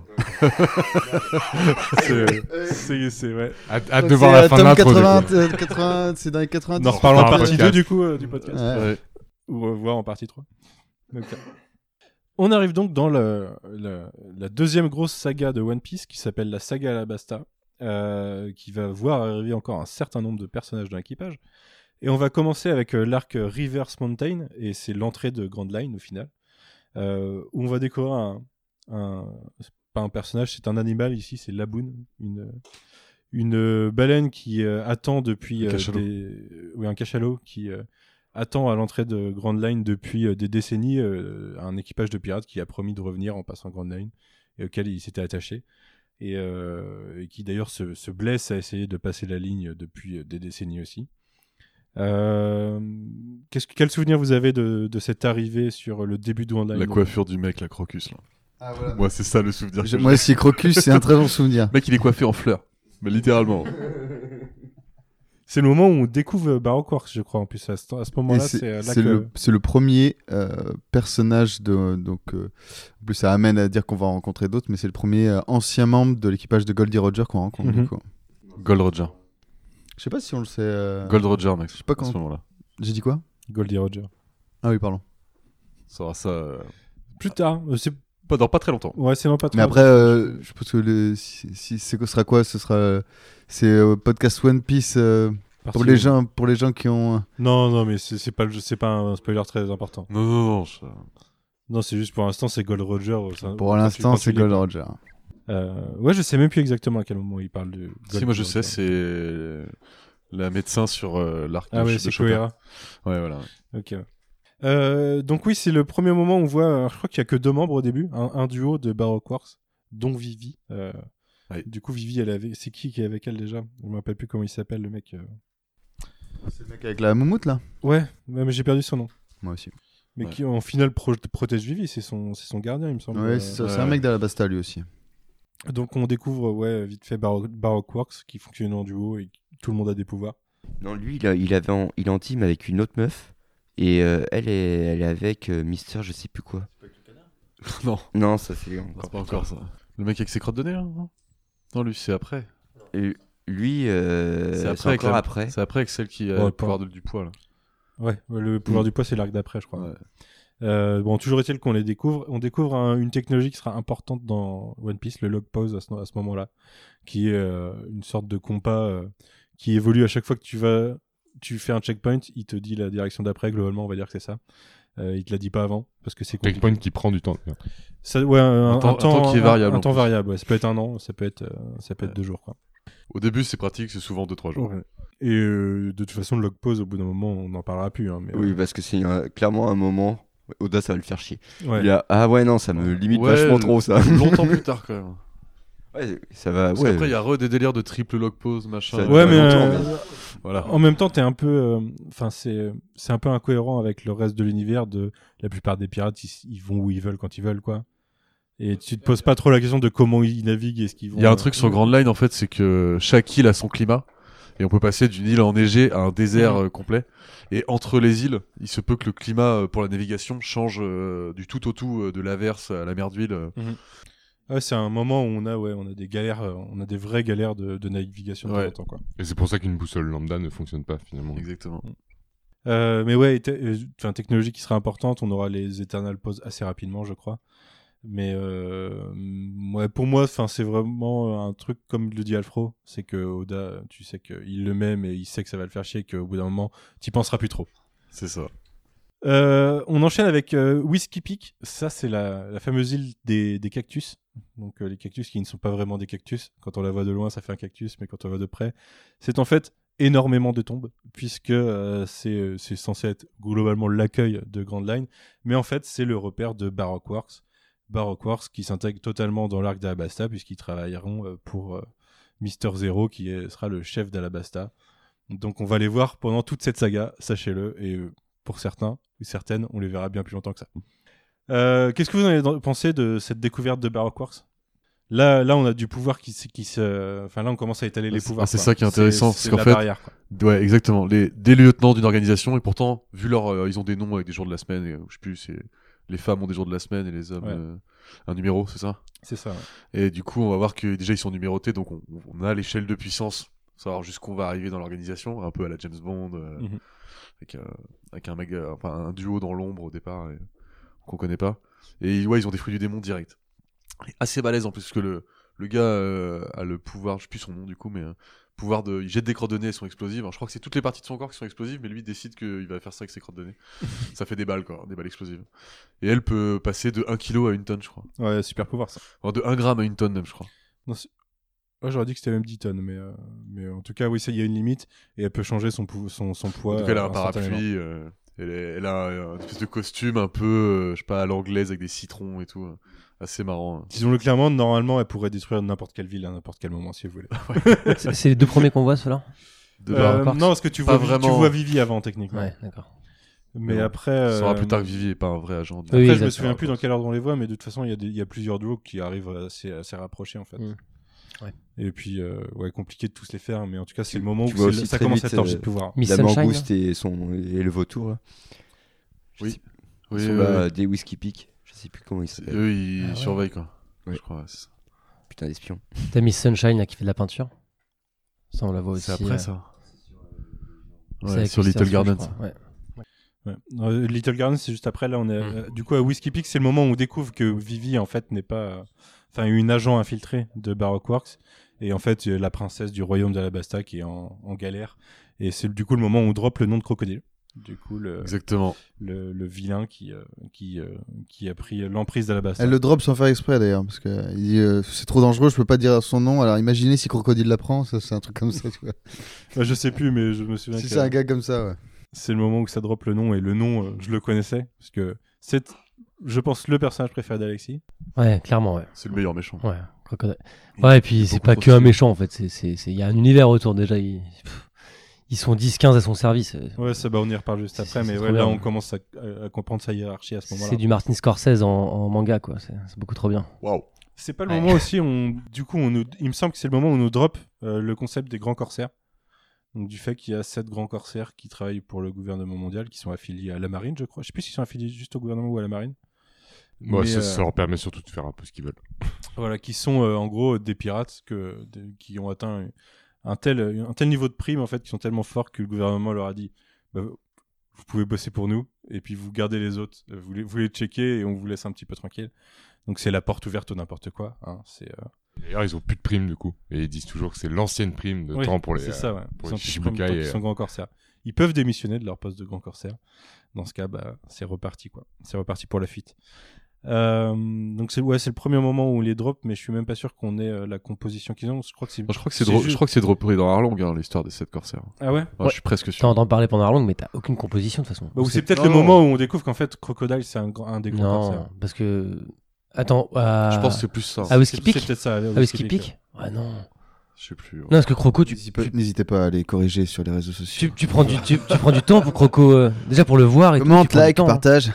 C'est- c'est c'est- ouais. Hâte, hâte de C'est, voir euh, la fin de tome l'intro. du quatre-vingts, coup. euh, quatre-vingts, c'est dans les quatre-vingt-dix. On en reparlera en fera un partie podcast. deux du coup euh, du podcast. Ouais. Ouais. Ou euh, voir en partie trois. Donc, euh, on arrive donc dans le, le- la deuxième grosse saga de One Piece qui s'appelle la saga Alabasta, euh, qui va voir arriver encore un certain nombre de personnages dans l'équipage. Et on va commencer avec euh, l'arc Reverse Mountain, et c'est l'entrée de Grand Line au final, euh, où on va découvrir un, un c'est pas un personnage, c'est un animal ici, c'est Laboon, une une baleine qui euh, attend depuis Un euh, cachalot. des oui un cachalot qui euh, attend à l'entrée de Grand Line depuis euh, des décennies euh, un équipage de pirates qui a promis de revenir en passant Grand Line et auquel il s'était attaché. Et, euh, et qui d'ailleurs se, se blesse à essayer de passer la ligne depuis des décennies aussi. Euh, qu'est-ce, quel souvenir vous avez de, de cette arrivée sur le début de Grand Line? La coiffure du mec, la Crocus, là. Ah, voilà. Moi, c'est ça le souvenir. que Je- j'ai. Moi aussi, Crocus, c'est un très bon souvenir. Le mec, il est coiffé en fleurs. Mais littéralement. C'est le moment où on découvre Baroque Works, je crois, en plus. À ce, à ce Et moment-là, c'est c'est là c'est que... le, c'est le premier euh, personnage de. Donc, euh, en plus, ça amène à dire qu'on va en rencontrer d'autres, mais c'est le premier euh, ancien membre de l'équipage de Goldie Roger qu'on rencontre. Mhm. Du coup. Gold Roger. Je sais pas si on le sait. euh, Gold Roger, mec. Je sais pas à quand- ce moment-là. J'ai dit quoi? Goldie Roger. Ah oui, pardon. Ça sera ça. euh, Plus tard. euh, C'est... Pas dans pas très longtemps. Ouais, c'est non pas trop. Mais après, euh, je pense que le, si, si c'est ce sera quoi? Ce sera euh, c'est euh, podcast One Piece euh, Parti- pour les gens pour les gens qui ont. Non, non, mais c'est, c'est, pas, le- c'est pas un spoiler très important. Non, non, non. je- Non, c'est juste pour l'instant, c'est Gold Roger. euh, ça- Pour quand tu- l'instant, quand tu c'est lis, Gold quoi. Roger. Euh, ouais, je sais même plus exactement à quel moment il parle de. Si, Gold moi je Roger. sais, c'est la médecin sur euh, l'arc Ah de, ouais, de c'est Chopper. Koera. Ouais, voilà. Ok. ouais. Euh, donc oui, c'est le premier moment où on voit, euh, je crois qu'il y a que deux membres au début, un, un duo de Baroque Works, dont Vivi. Euh, Ouais. Du coup, Vivi, elle avait, c'est qui qui est avec elle déjà? Je me rappelle plus comment il s'appelle le mec. euh. C'est le mec avec la moumoute là. Ouais, ouais, mais j'ai perdu son nom. Moi aussi. Mais Ouais. qui en final pro- protège Vivi, c'est son, c'est son gardien, il me semble. Ouais, Euh, c'est, ça, c'est ouais. un mec d'Alabasta lui aussi. Donc on découvre, ouais, vite fait Baroque, Baroque Works qui fonctionne en duo et tout le monde a des pouvoirs. Non, lui, il, a- il avait en, il est en team avec une autre meuf. Et euh, elle, est, elle est avec euh, Mister je sais plus quoi. non, Non, ça c'est c'est encore. pas encore ça. Le mec avec ses crottes de nez, là, non Non, lui, c'est après. Et lui, euh, c'est c'est après. avec encore la- après. C'est après avec celle qui a Ouais, le pas- pouvoir de- du poids, là. Ouais, le pouvoir Mm. du poids, c'est l'arc d'après, je crois. Ouais. Euh, bon, toujours est-il qu'on les découvre. On découvre un- une technologie qui sera importante dans One Piece, le log pause à ce, à ce moment-là, qui est euh, une sorte de compas euh, qui évolue à chaque fois que tu vas, tu fais un checkpoint, il te dit la direction d'après. Globalement, on va dire que c'est ça. Euh, il te l'a dit pas avant parce que c'est compliqué. Checkpoint qui prend du temps. Ça, ouais, un, Un temps- un temps qui est un- variable, Un, en temps plus. variable. Ouais. Ça peut être un an, ça peut être, euh, ça peut être Ouais. deux jours, quoi. Au début, c'est pratique, c'est souvent deux trois jours. Ouais. Et euh, de toute façon, le log pause, au bout d'un moment, on n'en parlera plus. Hein, mais, Oui, parce que c'est un- clairement un moment. Oda, ça va le faire chier. ouais. Il a, ah ouais, non, ça me limite Ouais, vachement le- trop ça. Longtemps plus tard, quand même. Ouais, ça va. Parce ouais. qu'après, il y a re des délires de triple log pause, machin. Ça- Ouais, Ouais, mais longtemps, euh, Voilà. en même temps, t'es un peu, euh, enfin, c'est, c'est un peu incohérent avec le reste de l'univers. De la plupart des pirates, ils, ils vont où ils veulent quand ils veulent, quoi. Et tu te poses pas trop la question de comment ils naviguent et ce qu'ils vont. Il y a un euh, truc sur Grand Line, en fait, c'est que chaque île a son climat. Et on peut passer d'une île enneigée à un désert Mhm. euh, complet. Et entre les îles, il se peut que le climat euh, pour la navigation change euh, du tout au tout, euh, de l'averse à la mer d'huile. euh. Ouais, c'est un moment où on a, ouais, on a des galères, euh, on a des vraies galères de, de navigation de temps Ouais. en temps, quoi. Et c'est pour ça qu'une boussole lambda ne fonctionne pas finalement. Exactement. Euh, mais ouais, te- euh, enfin, technologie qui sera importante. On aura les Eternal Pause assez rapidement, je crois. Mais euh, mm, ouais, pour moi, enfin, c'est vraiment un truc comme le dit Alfro, c'est que Oda, tu sais qu'il le met, mais il sait que ça va le faire chier, qu'au bout d'un moment, t'y penseras plus trop. C'est ça. Euh, on enchaîne avec euh, Whiskey Peak. Ça, c'est la, la fameuse île des, des cactus. Donc euh, les cactus qui ne sont pas vraiment des cactus. Quand on la voit de loin, ça fait un cactus, mais quand on la voit de près, c'est en fait énormément de tombes, puisque euh, c'est, c'est censé être globalement l'accueil de Grand Line. Mais en fait, c'est le repère de Baroque Works. Baroque Works qui s'intègre totalement dans l'arc d'Alabasta, puisqu'ils travailleront euh, pour euh, Mister Zero, qui est- sera le chef d'Alabasta. Donc on va les voir pendant toute cette saga, sachez-le, et euh, pour certains ou certaines, on les verra bien plus longtemps que ça. Euh, qu'est-ce que vous en avez pensé de cette découverte de Baroque Works? Là, là, on a du pouvoir qui, se- qui se, enfin là, on commence à étaler les c'est- pouvoirs. ah, c'est quoi. ça qui est intéressant, C'est, parce c'est qu'en la fait, barrière, quoi. Ouais, exactement. Les, des lieutenants d'une organisation, et pourtant, vu leur, euh, ils ont des noms avec des jours de la semaine, et, euh, je sais plus, c'est, les femmes ont des jours de la semaine et les hommes, Ouais. euh, un numéro, c'est ça? C'est ça. Ouais. Et du coup, on va voir que déjà, ils sont numérotés, donc on, on a l'échelle de puissance, savoir jusqu'où on va arriver dans l'organisation, un peu à la James Bond, euh, Mhm. avec, euh, avec un mec, euh, enfin, un duo dans l'ombre au départ, et, qu'on connaît pas. Et ouais, ils ont des fruits du démon direct. Et assez balèze en plus, parce que le, le gars euh, a le pouvoir, je sais plus son nom du coup, mais euh, pouvoir de. Il jette des crottes de nez, elles sont explosives. Alors, je crois que c'est toutes les parties de son corps qui sont explosives, mais lui décide qu'il va faire ça avec ses crottes de nez. Ça fait des balles, quoi, des balles explosives. Et elle peut passer de un kilo à une tonne, je crois. Ouais, super pouvoir ça. Enfin, de un gramme à une tonne, même, je crois. Non, c'est- ouais, j'aurais dit que c'était même dix tonnes, mais, euh, mais en tout cas, oui, ça, il y a une limite et elle peut changer son, pou- son, son poids. En tout cas, elle a euh, un instantanément. parapluie. euh, elle, est- elle a un, un espèce de costume un peu, euh, je sais pas, à l'anglaise avec des citrons et tout. euh, assez marrant. hein. Disons-le clairement, normalement, elle pourrait détruire n'importe quelle ville à n'importe quel moment si elle voulait. C'est c'est les deux premiers qu'on voit, ceux-là De Euh, Bar- Barbacox. non, parce que tu Pas vois, Vi- vraiment. tu vois Vivi avant, techniquement. Ouais, d'accord. Mais Mais bon, après. On saura euh, plus tard que Vivi est pas un vrai agent. du- Après, Oui, je me exactement. souviens plus dans quel ordre on les voit, mais de toute façon, il y, a des- il y a plusieurs duos qui arrivent assez, assez rapprochés, en fait. Mm. Ouais. Et puis, euh, ouais, compliqué de tous les faire, mais en tout cas, c'est Tu- le moment tu où vois c'est le- aussi ça très commence vite, à être orgie euh, de pouvoir. Miss La Sunshine. mangouste et, son... et le vautour. Là. Je Oui. sais- Oui, Ils sont oui, là, oui. des whisky peak. Je sais plus comment ils C'est- s'appellent. Eux, ils Ah ouais. surveillent, quoi. Ouais. Je crois, ouais, c'est ça. Putain, d'espions. T'as Miss Sunshine là, qui fait de la peinture. Ça, on la voit aussi. C'est après, euh, ça. c'est Ouais, avec sur Mister Little Sue, je Gardens. crois. Ouais. Ouais. Euh, Little Garden, c'est juste après. Là, on est. Mm. euh, du coup, à Whiskey Peak, c'est le moment où on découvre que Vivi, en fait, n'est pas. euh, Enfin, une agent infiltrée de Baroque Works. Et en fait, euh, la princesse du royaume d'Alabasta qui est en, en galère. Et c'est du coup le moment où on drop le nom de Crocodile. Du coup, le, Exactement. le, le vilain qui, euh, qui, euh, qui a pris l'emprise d'Alabasta. Elle le drop sans faire exprès d'ailleurs, parce que il dit euh, c'est trop dangereux, je peux pas dire son nom. Alors imaginez si Crocodile l'apprend, ça c'est un truc comme ça. Tu vois. Ouais, je sais plus, mais je me souviens Si que c'est un gars comme ça, ouais. c'est le moment où ça drop le nom. Et le nom, euh, je le connaissais. Parce que c'est, je pense, le personnage préféré d'Alexis. Ouais, clairement, ouais. C'est le meilleur méchant. Ouais, Crocodile. Ouais, et puis Il est c'est beaucoup pas trop que un stylé. méchant en fait. C'est, c'est, c'est... Il y a un univers autour déjà. Ils, pff, ils sont dix quinze à son service. Ouais, ça, bah, on y reparle juste C'est- après. c'est Mais trop ouais, là, bien. on commence à, à- à comprendre sa hiérarchie à ce moment-là. C'est du Martin Scorsese en, en manga, quoi. C'est, c'est beaucoup trop bien. Waouh. C'est pas le Ouais. moment aussi, on, du coup, on nous, il me semble que c'est le moment où on nous drop euh, le concept des grands corsaires. Donc, du fait qu'il y a sept grands corsaires qui travaillent pour le gouvernement mondial, qui sont affiliés à la marine, je crois. Je sais plus s'ils sont affiliés juste au gouvernement ou à la marine. Moi, Mais, ça, euh, ça leur permet surtout de faire un peu ce qu'ils veulent. Voilà, qui sont euh, en gros des pirates que, de- qui ont atteint un tel, un tel niveau de prime, en fait, qui sont tellement forts que le gouvernement leur a dit bah, vous pouvez bosser pour nous, et puis vous gardez les autres, vous les, vous les checkez et on vous laisse un petit peu tranquille. Donc c'est la porte ouverte au n'importe quoi. Hein. C'est, euh, D'ailleurs, ils ont plus de primes du coup. Et ils disent toujours que c'est l'ancienne prime de oui, temps pour les. c'est ça, ouais. pour Ils les sont, Shichibukai tant qu'ils et- sont grands corsaires. Ils peuvent démissionner de leur poste de grand corsaire. Dans ce cas, bah, c'est reparti, quoi. C'est reparti pour la fuite. Euh, donc c'est ouais, c'est le premier moment où on les drop, mais je suis même pas sûr qu'on ait euh, la composition qu'ils ont. Je crois que c'est. Moi, je crois que c'est c'est dro- juste- je crois que c'est droppé dans Arlong, hein, l'histoire des sept corsaires. Ah ouais. Ouais, Ouais. Je suis presque Tu sûr. entends parler pendant Arlong, mais t'as aucune composition de toute façon. Bah, ou c'est peut-être Non, le non. moment où on découvre qu'en fait Crocodile c'est un, grand- un des grands Non, corsaires. parce que. Attends. euh, Je pense que c'est plus ça. Ah, Whiskey C'est- Peak C'est peut-être ça. Ah, Whiskey Peak Ouais, non. Non, Je sais plus. ouais. parce que Croco, tu, N'hésitez pas, tu, n'hésitez pas à les corriger sur les réseaux tu, sociaux. tu prends du, tu, tu prends du temps pour Croco. euh, déjà pour le voir et tout, Commente, tu prends du like, temps, hein. partage.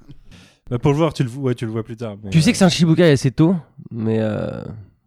Bah, pour le voir, tu le, ouais, tu le vois plus tard. mais, Tu sais euh, que c'est un Shichibukai assez tôt, mais. Euh...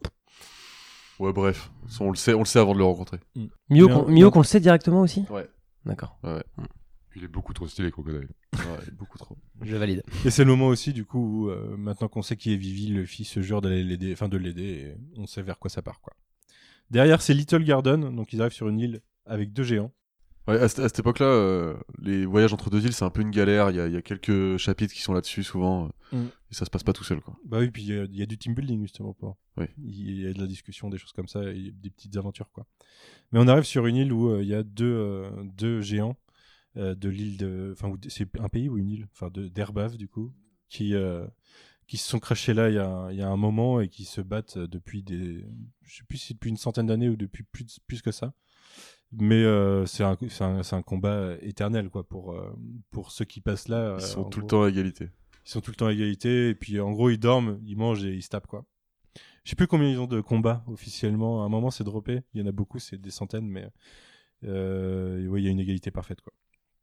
Ouais, bref. Ça, On le sait, on le sait avant de le rencontrer. Mio, Mais qu'on- on- Mio qu'on le sait directement aussi Ouais. D'accord, Il est beaucoup trop stylé, Crocodile. Ouais, beaucoup trop. je valide. Et c'est le moment aussi, du coup, où euh, maintenant qu'on sait qui est Vivi, le fils se jure d'aller l'aider, enfin de l'aider, et on sait vers quoi ça part, quoi. Derrière, c'est Little Garden, donc ils arrivent sur une île avec deux géants. Ouais, à, cette- à cette époque-là, euh, les voyages entre deux îles, c'est un peu une galère. Il y a, il y a quelques chapitres qui sont là-dessus souvent. euh, Mm. Et ça se passe pas tout seul, quoi. Bah oui, puis il y a- il y, a du team building justement pour. Oui. Il y a de la discussion, des choses comme ça, et des petites aventures, quoi. Mais on arrive sur une île où euh, il y a deux, euh, deux géants euh, de l'île de, enfin où- c'est un pays ou une île, enfin de d'Erbave du coup, qui euh, qui se sont crachés là il y a, il y a un moment et qui se battent euh, depuis des, je sais plus si depuis une centaine d'années ou depuis plus de- plus que ça. Mais euh, c'est un, c'est un, c'est un combat éternel, quoi, pour euh, pour ceux qui passent là. Ils euh, sont en tout le gros. temps à égalité. Ils sont tout le temps à égalité, et puis en gros ils dorment, ils mangent et ils se tapent, quoi. Je sais plus combien ils ont de combats officiellement. À un moment c'est droppé, il y en a beaucoup, c'est des centaines, mais euh, ouais, il y a une égalité parfaite, quoi.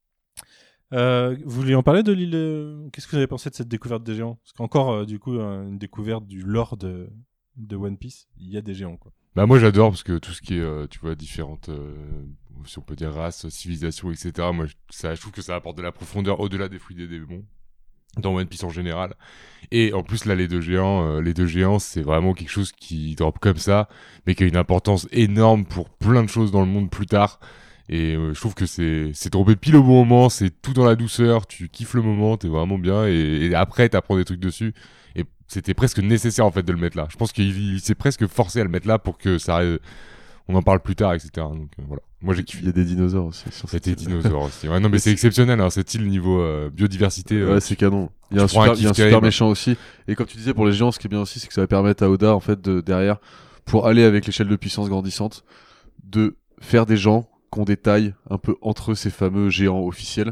Euh, vous vouliez en parler de l'île euh, Qu'est-ce que vous avez pensé de cette découverte des géants? Parce qu'encore euh, du coup euh, une découverte du lore de, de One Piece, il y a des géants, quoi. Bah moi j'adore parce que tout ce qui est, euh, tu vois, différentes, euh, si on peut dire races, civilisations, et cetera. Moi je, ça, je trouve que ça apporte de la profondeur au-delà des fruits des démons dans One Piece en général. Et en plus là les deux géants, euh, les deux géants c'est vraiment quelque chose qui drop comme ça, mais qui a une importance énorme pour plein de choses dans le monde plus tard. Et euh, je trouve que c'est c'est droppé pile au bon moment, c'est tout dans la douceur, tu kiffes le moment, t'es vraiment bien, et, et après t'apprends des trucs dessus. Et c'était presque nécessaire en fait de le mettre là. Je pense qu'il il s'est presque forcé à le mettre là pour que ça, euh, on en parle plus tard, et cetera. Donc euh, voilà. Moi j'ai kiffé. Il y a des dinosaures aussi. Sur C'était cette île. dinosaures aussi. Ouais, non mais c'est exceptionnel, hein, cette île niveau euh, biodiversité. euh, Ouais, c'est canon. Il y a un tu prends un super, il y a un kiff super terrible. méchant aussi. Et comme tu disais, pour les géants, ce qui est bien aussi, c'est que ça va permettre à Oda, en fait, de, derrière, pour aller avec l'échelle de puissance grandissante, de faire des gens qui ont des tailles un peu entre ces fameux géants officiels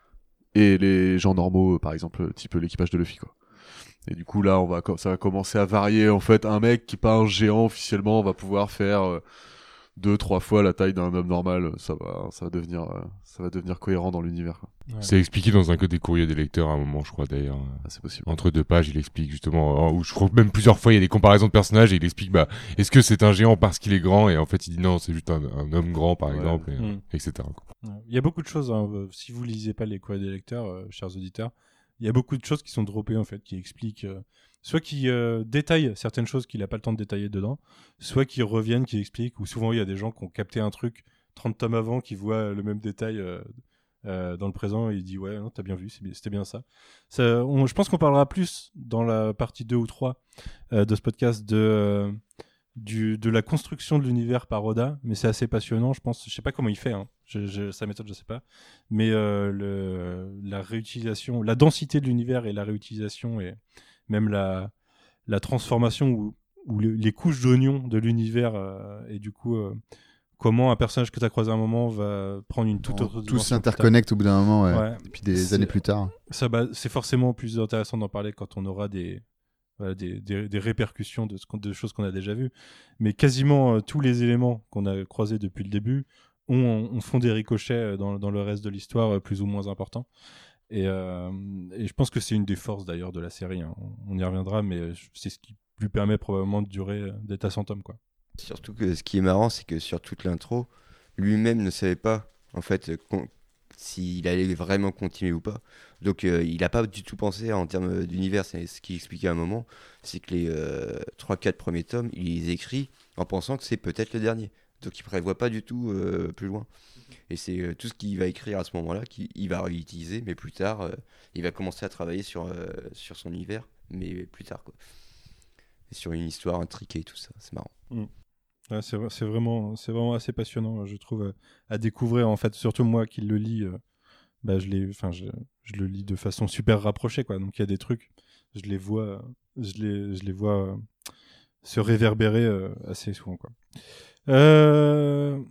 et les gens normaux, par exemple, type l'équipage de Luffy, quoi. Et du coup, là, on va, ça va commencer à varier. En fait, un mec qui est pas un géant officiellement va pouvoir faire euh, deux, trois fois la taille d'un homme normal. Ça va, ça va devenir, euh, ça va devenir cohérent dans l'univers, quoi. Ouais. C'est expliqué dans un code des courriers des lecteurs à un moment, je crois d'ailleurs. Ah, c'est possible. Entre deux pages, il explique justement, euh, où je crois que même plusieurs fois il y a des comparaisons de personnages et il explique, bah, est-ce que c'est un géant parce qu'il est grand, et en fait il dit non, c'est juste un, un homme grand par Ouais. exemple, et, Mm. et cetera quoi. Ouais. Il y a beaucoup de choses, hein, euh, si vous lisez pas les courriers des lecteurs, euh, chers auditeurs, il y a beaucoup de choses qui sont droppées en fait, qui expliquent, euh, soit qui euh, détaillent certaines choses qu'il a pas le temps de détailler dedans, soit qui reviennent, qui expliquent, ou souvent il y a des gens qui ont capté un truc trente tomes avant, qui voient le même détail euh, euh, dans le présent, et il dit ouais, non, t'as bien vu, c'est bien- c'était bien ça. ça on, je pense qu'on parlera plus dans la partie deux ou trois euh, de ce podcast de... euh, du, de la construction de l'univers par Oda, mais c'est assez passionnant, je pense. Je sais pas comment il fait, hein. je, je, sa méthode, je sais pas. Mais euh, le, la réutilisation, la densité de l'univers et la réutilisation, et même la, la transformation ou, ou le, les couches d'oignons de l'univers, euh, et du coup, euh, comment un personnage que tu as croisé à un moment va prendre une toute autre Tout dimension plus tard. s'interconnecte au bout d'un moment, ouais. Ouais. Et puis des C'est- années plus tard. Ça, bah, c'est forcément plus intéressant d'en parler quand on aura des, voilà, des, des, des répercussions de, ce qu'on- de choses qu'on a déjà vues. Mais quasiment euh, tous les éléments qu'on a croisés depuis le début ont, ont font des ricochets euh, dans, dans le reste de l'histoire euh, plus ou moins importants. Et, euh, et je pense que c'est une des forces d'ailleurs de la série, hein. On y reviendra, mais euh, c'est ce qui lui permet probablement de durer, euh, d'être à cent tomes, quoi. Surtout que ce qui est marrant, c'est que sur toute l'intro, lui-même ne savait pas, en fait, con- s'il allait vraiment continuer ou pas. Donc, euh, il n'a pas du tout pensé en termes d'univers. C'est ce qu'il expliquait à un moment, c'est que les trois quatre premiers tomes, il les écrit en pensant que c'est peut-être le dernier. Donc, il prévoit pas du tout euh, plus loin. Et c'est euh, tout ce qu'il va écrire à ce moment-là qu'il va réutiliser, mais plus tard, euh, il va commencer à travailler sur, euh, sur son univers, mais plus tard, quoi. Et sur une histoire intriquée et tout ça, c'est marrant. Ouais, c'est, c'est, vraiment, c'est vraiment assez passionnant, je trouve, euh, à découvrir. En fait, surtout moi qui le lis, euh, bah, je, l'ai, je, je le lis de façon super rapprochée, quoi. Donc il y a des trucs, je les vois, je les, je les vois euh, se réverbérer euh, assez souvent, quoi. Euh...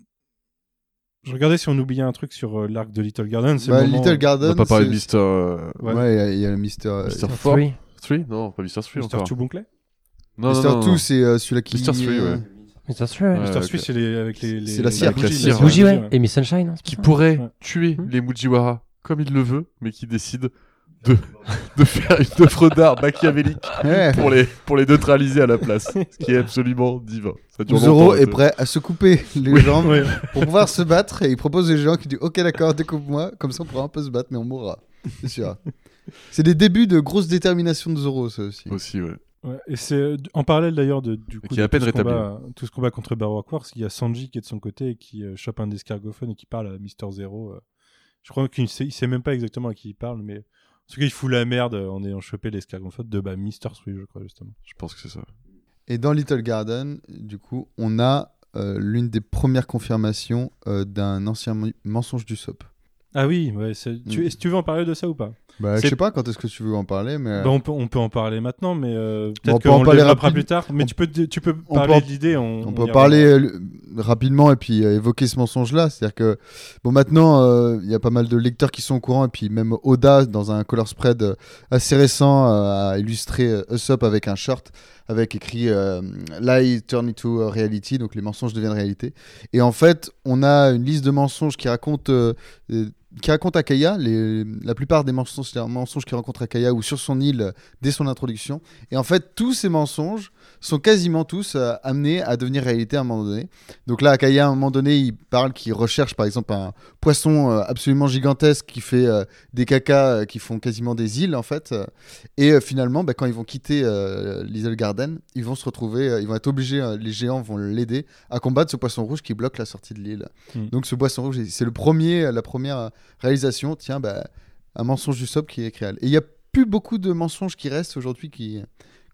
Je regardais si on oubliait un truc sur euh, l'arc de Little Garden. C'est Bah, le moment... Little On Garden. va pas parler de c'est- Mister euh, Ouais. Ouais, il y a- il y, a le Mister. euh, Mister Mister Four Three. Three Non, pas Mister Three Mister encore. Tubuncle Non, Mister non, non, Two, non. c'est euh, celui-là qui. Mister Three, euh, ouais. Mister Three, Ouais, Mister ok. Three, c'est les, avec les, les, C'est la les cire. bougies, La les cire, Les bougies, ouais. ouais. Et Miss Sunshine, hein, c'est Qui pas ça pourrait Ouais. tuer Hmm. les Mujiwara comme il le veut, mais qui décide de, de faire une œuvre d'art machiavélique ouais. pour les, pour les neutraliser à la place. Ce qui est absolument divin. Ça dure Zoro longtemps, est ça. prêt à se couper les jambes Ouais. pour pouvoir se battre et il propose aux gens qui disent ok d'accord découpe-moi comme ça on pourra un peu se battre mais on mourra c'est sûr. C'est des débuts de grosse détermination de Zoro ça aussi. Aussi, ouais. Ouais, et c'est euh, en parallèle d'ailleurs de du coup qui est de à peine tout, ce rétabli. combat, tout ce combat contre Baroque Wars, il y a Sanji qui est de son côté et qui euh, chope un escargophone et qui parle à Mister Zero. euh. Je crois qu'il sait, il sait même pas exactement à qui il parle, mais en tout cas il fout la merde en ayant chopé l'escargophone de bah, Mister Three, je crois justement. Je pense que c'est ça. Et dans Little Garden du coup on a euh, l'une des premières confirmations euh, d'un ancien mo- mensonge du Sop. Ah oui, ouais, c'est- tu, Mm. est-ce que tu veux en parler de ça ou pas? Bah je C'est- sais pas quand est-ce que tu veux en parler mais Bah, on, peut, on peut en parler maintenant, mais euh, Bon, on peut-être peut en qu'on le parler développera rapide- plus tard. Mais on- tu peux, tu peux on parler peut en- de l'idée. On, On on peut y parler reviendra. euh, rapidement et puis euh, évoquer ce mensonge-là. C'est-à-dire que, bon, maintenant, euh, il y a pas mal de lecteurs qui sont au courant et puis même Oda, dans un color spread euh, assez récent, euh, a illustré euh, Usopp avec un short avec écrit euh, Lie turn into reality, donc les mensonges deviennent réalité. Et en fait, on a une liste de mensonges qui racontent. euh, euh, qui raconte Akaya, les, la plupart des mensonges, c'est un mensonge qu'il rencontre Akaya ou sur son île euh, dès son introduction. Et en fait, tous ces mensonges sont quasiment tous euh, amenés à devenir réalité à un moment donné. Donc là, Akaya, à un moment donné, il parle qu'il recherche par exemple un poisson euh, absolument gigantesque qui fait euh, des cacas euh, qui font quasiment des îles en fait. Euh, Et euh, finalement, bah, quand ils vont quitter euh, Little Garden, ils vont se retrouver, euh, ils vont être obligés, euh, les géants vont l'aider à combattre ce poisson rouge qui bloque la sortie de l'île. Mm. Donc ce poisson rouge, c'est le premier, la première euh, réalisation. Tiens, bah, un mensonge du Sop qui est créé. Et il y a plus beaucoup de mensonges qui restent aujourd'hui qui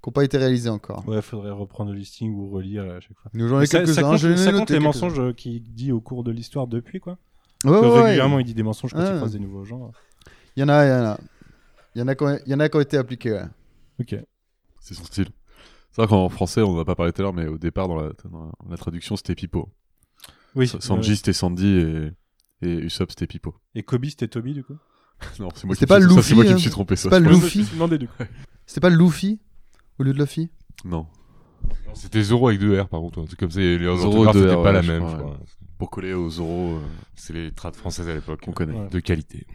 qui n'ont pas été réalisés encore. Ouais, faudrait reprendre le listing ou relire à chaque fois. Nous, j'en ai Mais ça, ça quelques-uns. compte, je les ai ça compte notés les quelques-uns. mensonges euh, qu'il dit au cours de l'histoire depuis, quoi. Ouais, Parce que ouais, ouais. régulièrement, il dit des mensonges quand Ouais. il croise des nouveaux gens. Il y en a, il y en a. Il y en a, qui ont- il y en a qui ont été appliqués, ouais. Ok. C'est son style. C'est vrai qu'en français, on n'en a pas parlé tout à l'heure, mais au départ, dans la, dans la traduction, c'était Pipo. Oui. S- Sanji, euh, c'était Sandy et, et Usopp, c'était Pipo. Et Kobe, c'était Toby, du coup. Non, c'est moi, qui C'était me pas suis- ça, Luffy, c'est moi qui hein. me suis trompé. C'est Ça, pas je Ouais, pense. je me Luffy. suis demandé, du coup. C'était pas Luffy au lieu de Luffy? Non. C'était Zoro avec deux R par contre, un truc comme ça. et Les Zoro, orthographes, deux c'était R, pas ouais, la je même, crois, je ouais. crois. Pour coller au Zoro, euh, C'est les trades françaises à l'époque. qu'on connaît. Ouais. De qualité.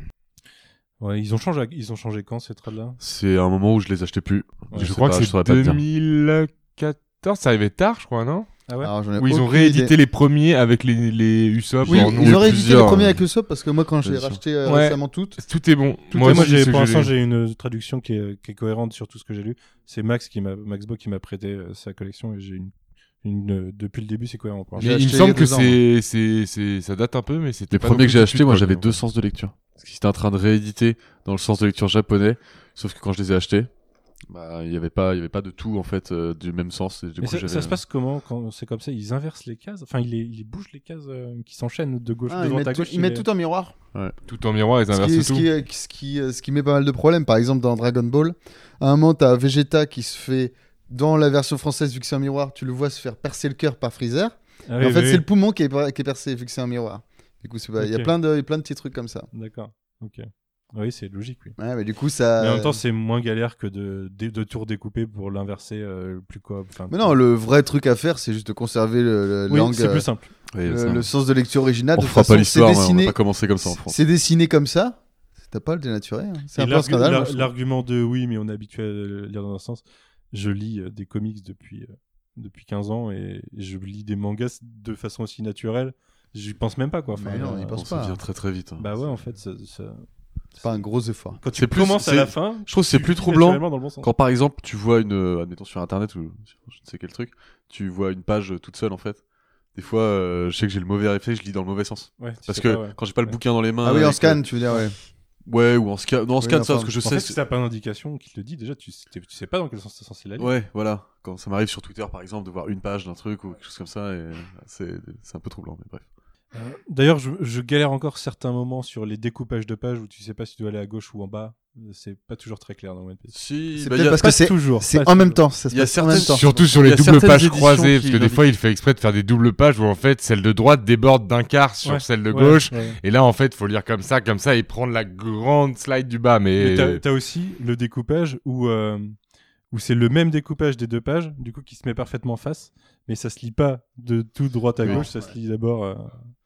Ouais, ils ont changé, ils ont changé quand ces trades-là? C'est un moment où je les achetais plus. Ouais, je sais crois pas, que saurais c'est pas te dire. deux mille quatorze, ça arrivait tard, je crois, non? Ah ouais. Alors, j'en ai Où ils ont aucune réédité idée. les premiers avec les, les Usopp. Oui, en nom. ils ont réédité les plusieurs, premiers hein. avec Usopp parce que moi, quand j'ai Bien sûr. racheté euh, Ouais. récemment toutes, Tout est bon. Tout moi, aussi, j'ai, c'est ce pour que l'instant, j'ai lu. j'ai une traduction qui est, qui est cohérente sur tout ce que j'ai lu. C'est Max qui m'a, Max Bo qui m'a prêté euh, sa collection et j'ai une, une euh, depuis le début, c'est cohérent. Pour J'ai Mais il me acheté il y semble a que deux ans, c'est, c'est, c'est, ça date un peu, mais c'était Les pas non premiers plus que j'ai tout de achetés, suite, moi quoi, j'avais donc. deux sens de lecture. Parce qu'ils étaient en train de rééditer dans le sens de lecture japonais. Sauf que quand je les ai achetés, bah, il n'y avait pas, il y avait pas de tout en fait euh, du même sens. Et du Mais coup, ça, j'avais- ça se passe comment quand c'est comme ça? Ils inversent les cases? Enfin, ils, les, ils bougent les cases euh, qui s'enchaînent de gauche, ah, de ils droite mettent, à tout, gauche. ils mettent tout en miroir. Tout en miroir, ils Ce inversent qui, ce, tout. qui, ce, qui, euh, ce qui met pas mal de problèmes. Par exemple, dans Dragon Ball, à un moment, t'as Vegeta qui se fait, dans la version française, vu que c'est un miroir, tu le vois se faire percer le cœur par Freezer. Ah Et oui, en fait, oui, c'est oui. le poumon qui est, per- qui est percé, vu que c'est un miroir. Du coup, c'est pas- il y a Ok. plein de, il y a plein de petits trucs comme ça. D'accord. Ok. Oui, c'est logique, oui. Ouais, mais du coup, ça. Mais en même temps, c'est moins galère que de, de, de tours découpés pour l'inverser euh, plus quoi. Enfin, Mais non, le vrai truc à faire, c'est juste de conserver le, le oui, langue, c'est euh, plus simple. Ouais, le, ça- le sens de lecture originale. on de fera toute façon, pas l'histoire, c'est mais on dessiné, va pas commencer comme ça en France. c'est dessiné comme ça. T'as pas à le dénaturer. hein. C'est Et un peu un l'argu- scandale. l'ar- moi, je trouve. L'argument de oui, mais on est habitué à le lire dans un sens. Je lis euh, des comics depuis, euh, depuis quinze ans et je lis des mangas de façon aussi naturelle. J'y pense même pas quoi. Enfin, Mais non, euh, il pense ça pas. vient très très vite. hein. Bah ouais, en fait, ça, ça- C'est pas un gros effort. quand tu C'est plus- commences à c'est- la fin, Je trouve que c'est tu plus lis troublant naturellement dans le bon sens. Quand par exemple tu vois une, euh, admettons sur internet ou sur je ne sais quel truc, tu vois une page toute seule en fait. Des fois, euh, je sais que j'ai le mauvais réflexe, je lis dans le mauvais sens. Ouais, tu Parce sais que pas, ouais. quand j'ai pas le Ouais. bouquin dans les mains. Ah oui, en avec, scan, euh, tu veux dire, ouais. Ouais, ou en scan. Non, en Oui, scan, ça, enfin, parce que je En sais. fait, si t'as pas d'indication qui te le dit, déjà, tu, tu, tu sais pas dans quel sens t'es censé la lire. Ouais, voilà. Quand ça m'arrive sur Twitter, par exemple, de voir une page d'un truc ou quelque chose comme ça, et c'est c'est un peu troublant, mais bref. Euh, D'ailleurs, je, je galère encore certains moments sur les découpages de pages où tu sais pas si tu dois aller à gauche ou en bas. C'est pas toujours très clair dans One Piece. Si, C'est bah, peut-être y a- parce Pas que c'est toujours. c'est pas en même toujours. temps. Ça se Il y a passe en même certaines- temps. Surtout sur Il les y a doubles certaines pages éditions croisées, qui parce que des l'indiquent. fois il fait exprès de faire des doubles pages où en fait celle de droite déborde d'un quart sur Ouais, celle de ouais, gauche. ouais. Et là en fait faut lire comme ça, comme ça et prendre la grande slide du bas. Mais, Mais t'as, t'as aussi le découpage où, euh, où c'est le même découpage des deux pages, du coup qui se met parfaitement face, mais ça se lit pas de tout droite à Oui. gauche, ça se lit d'abord. euh,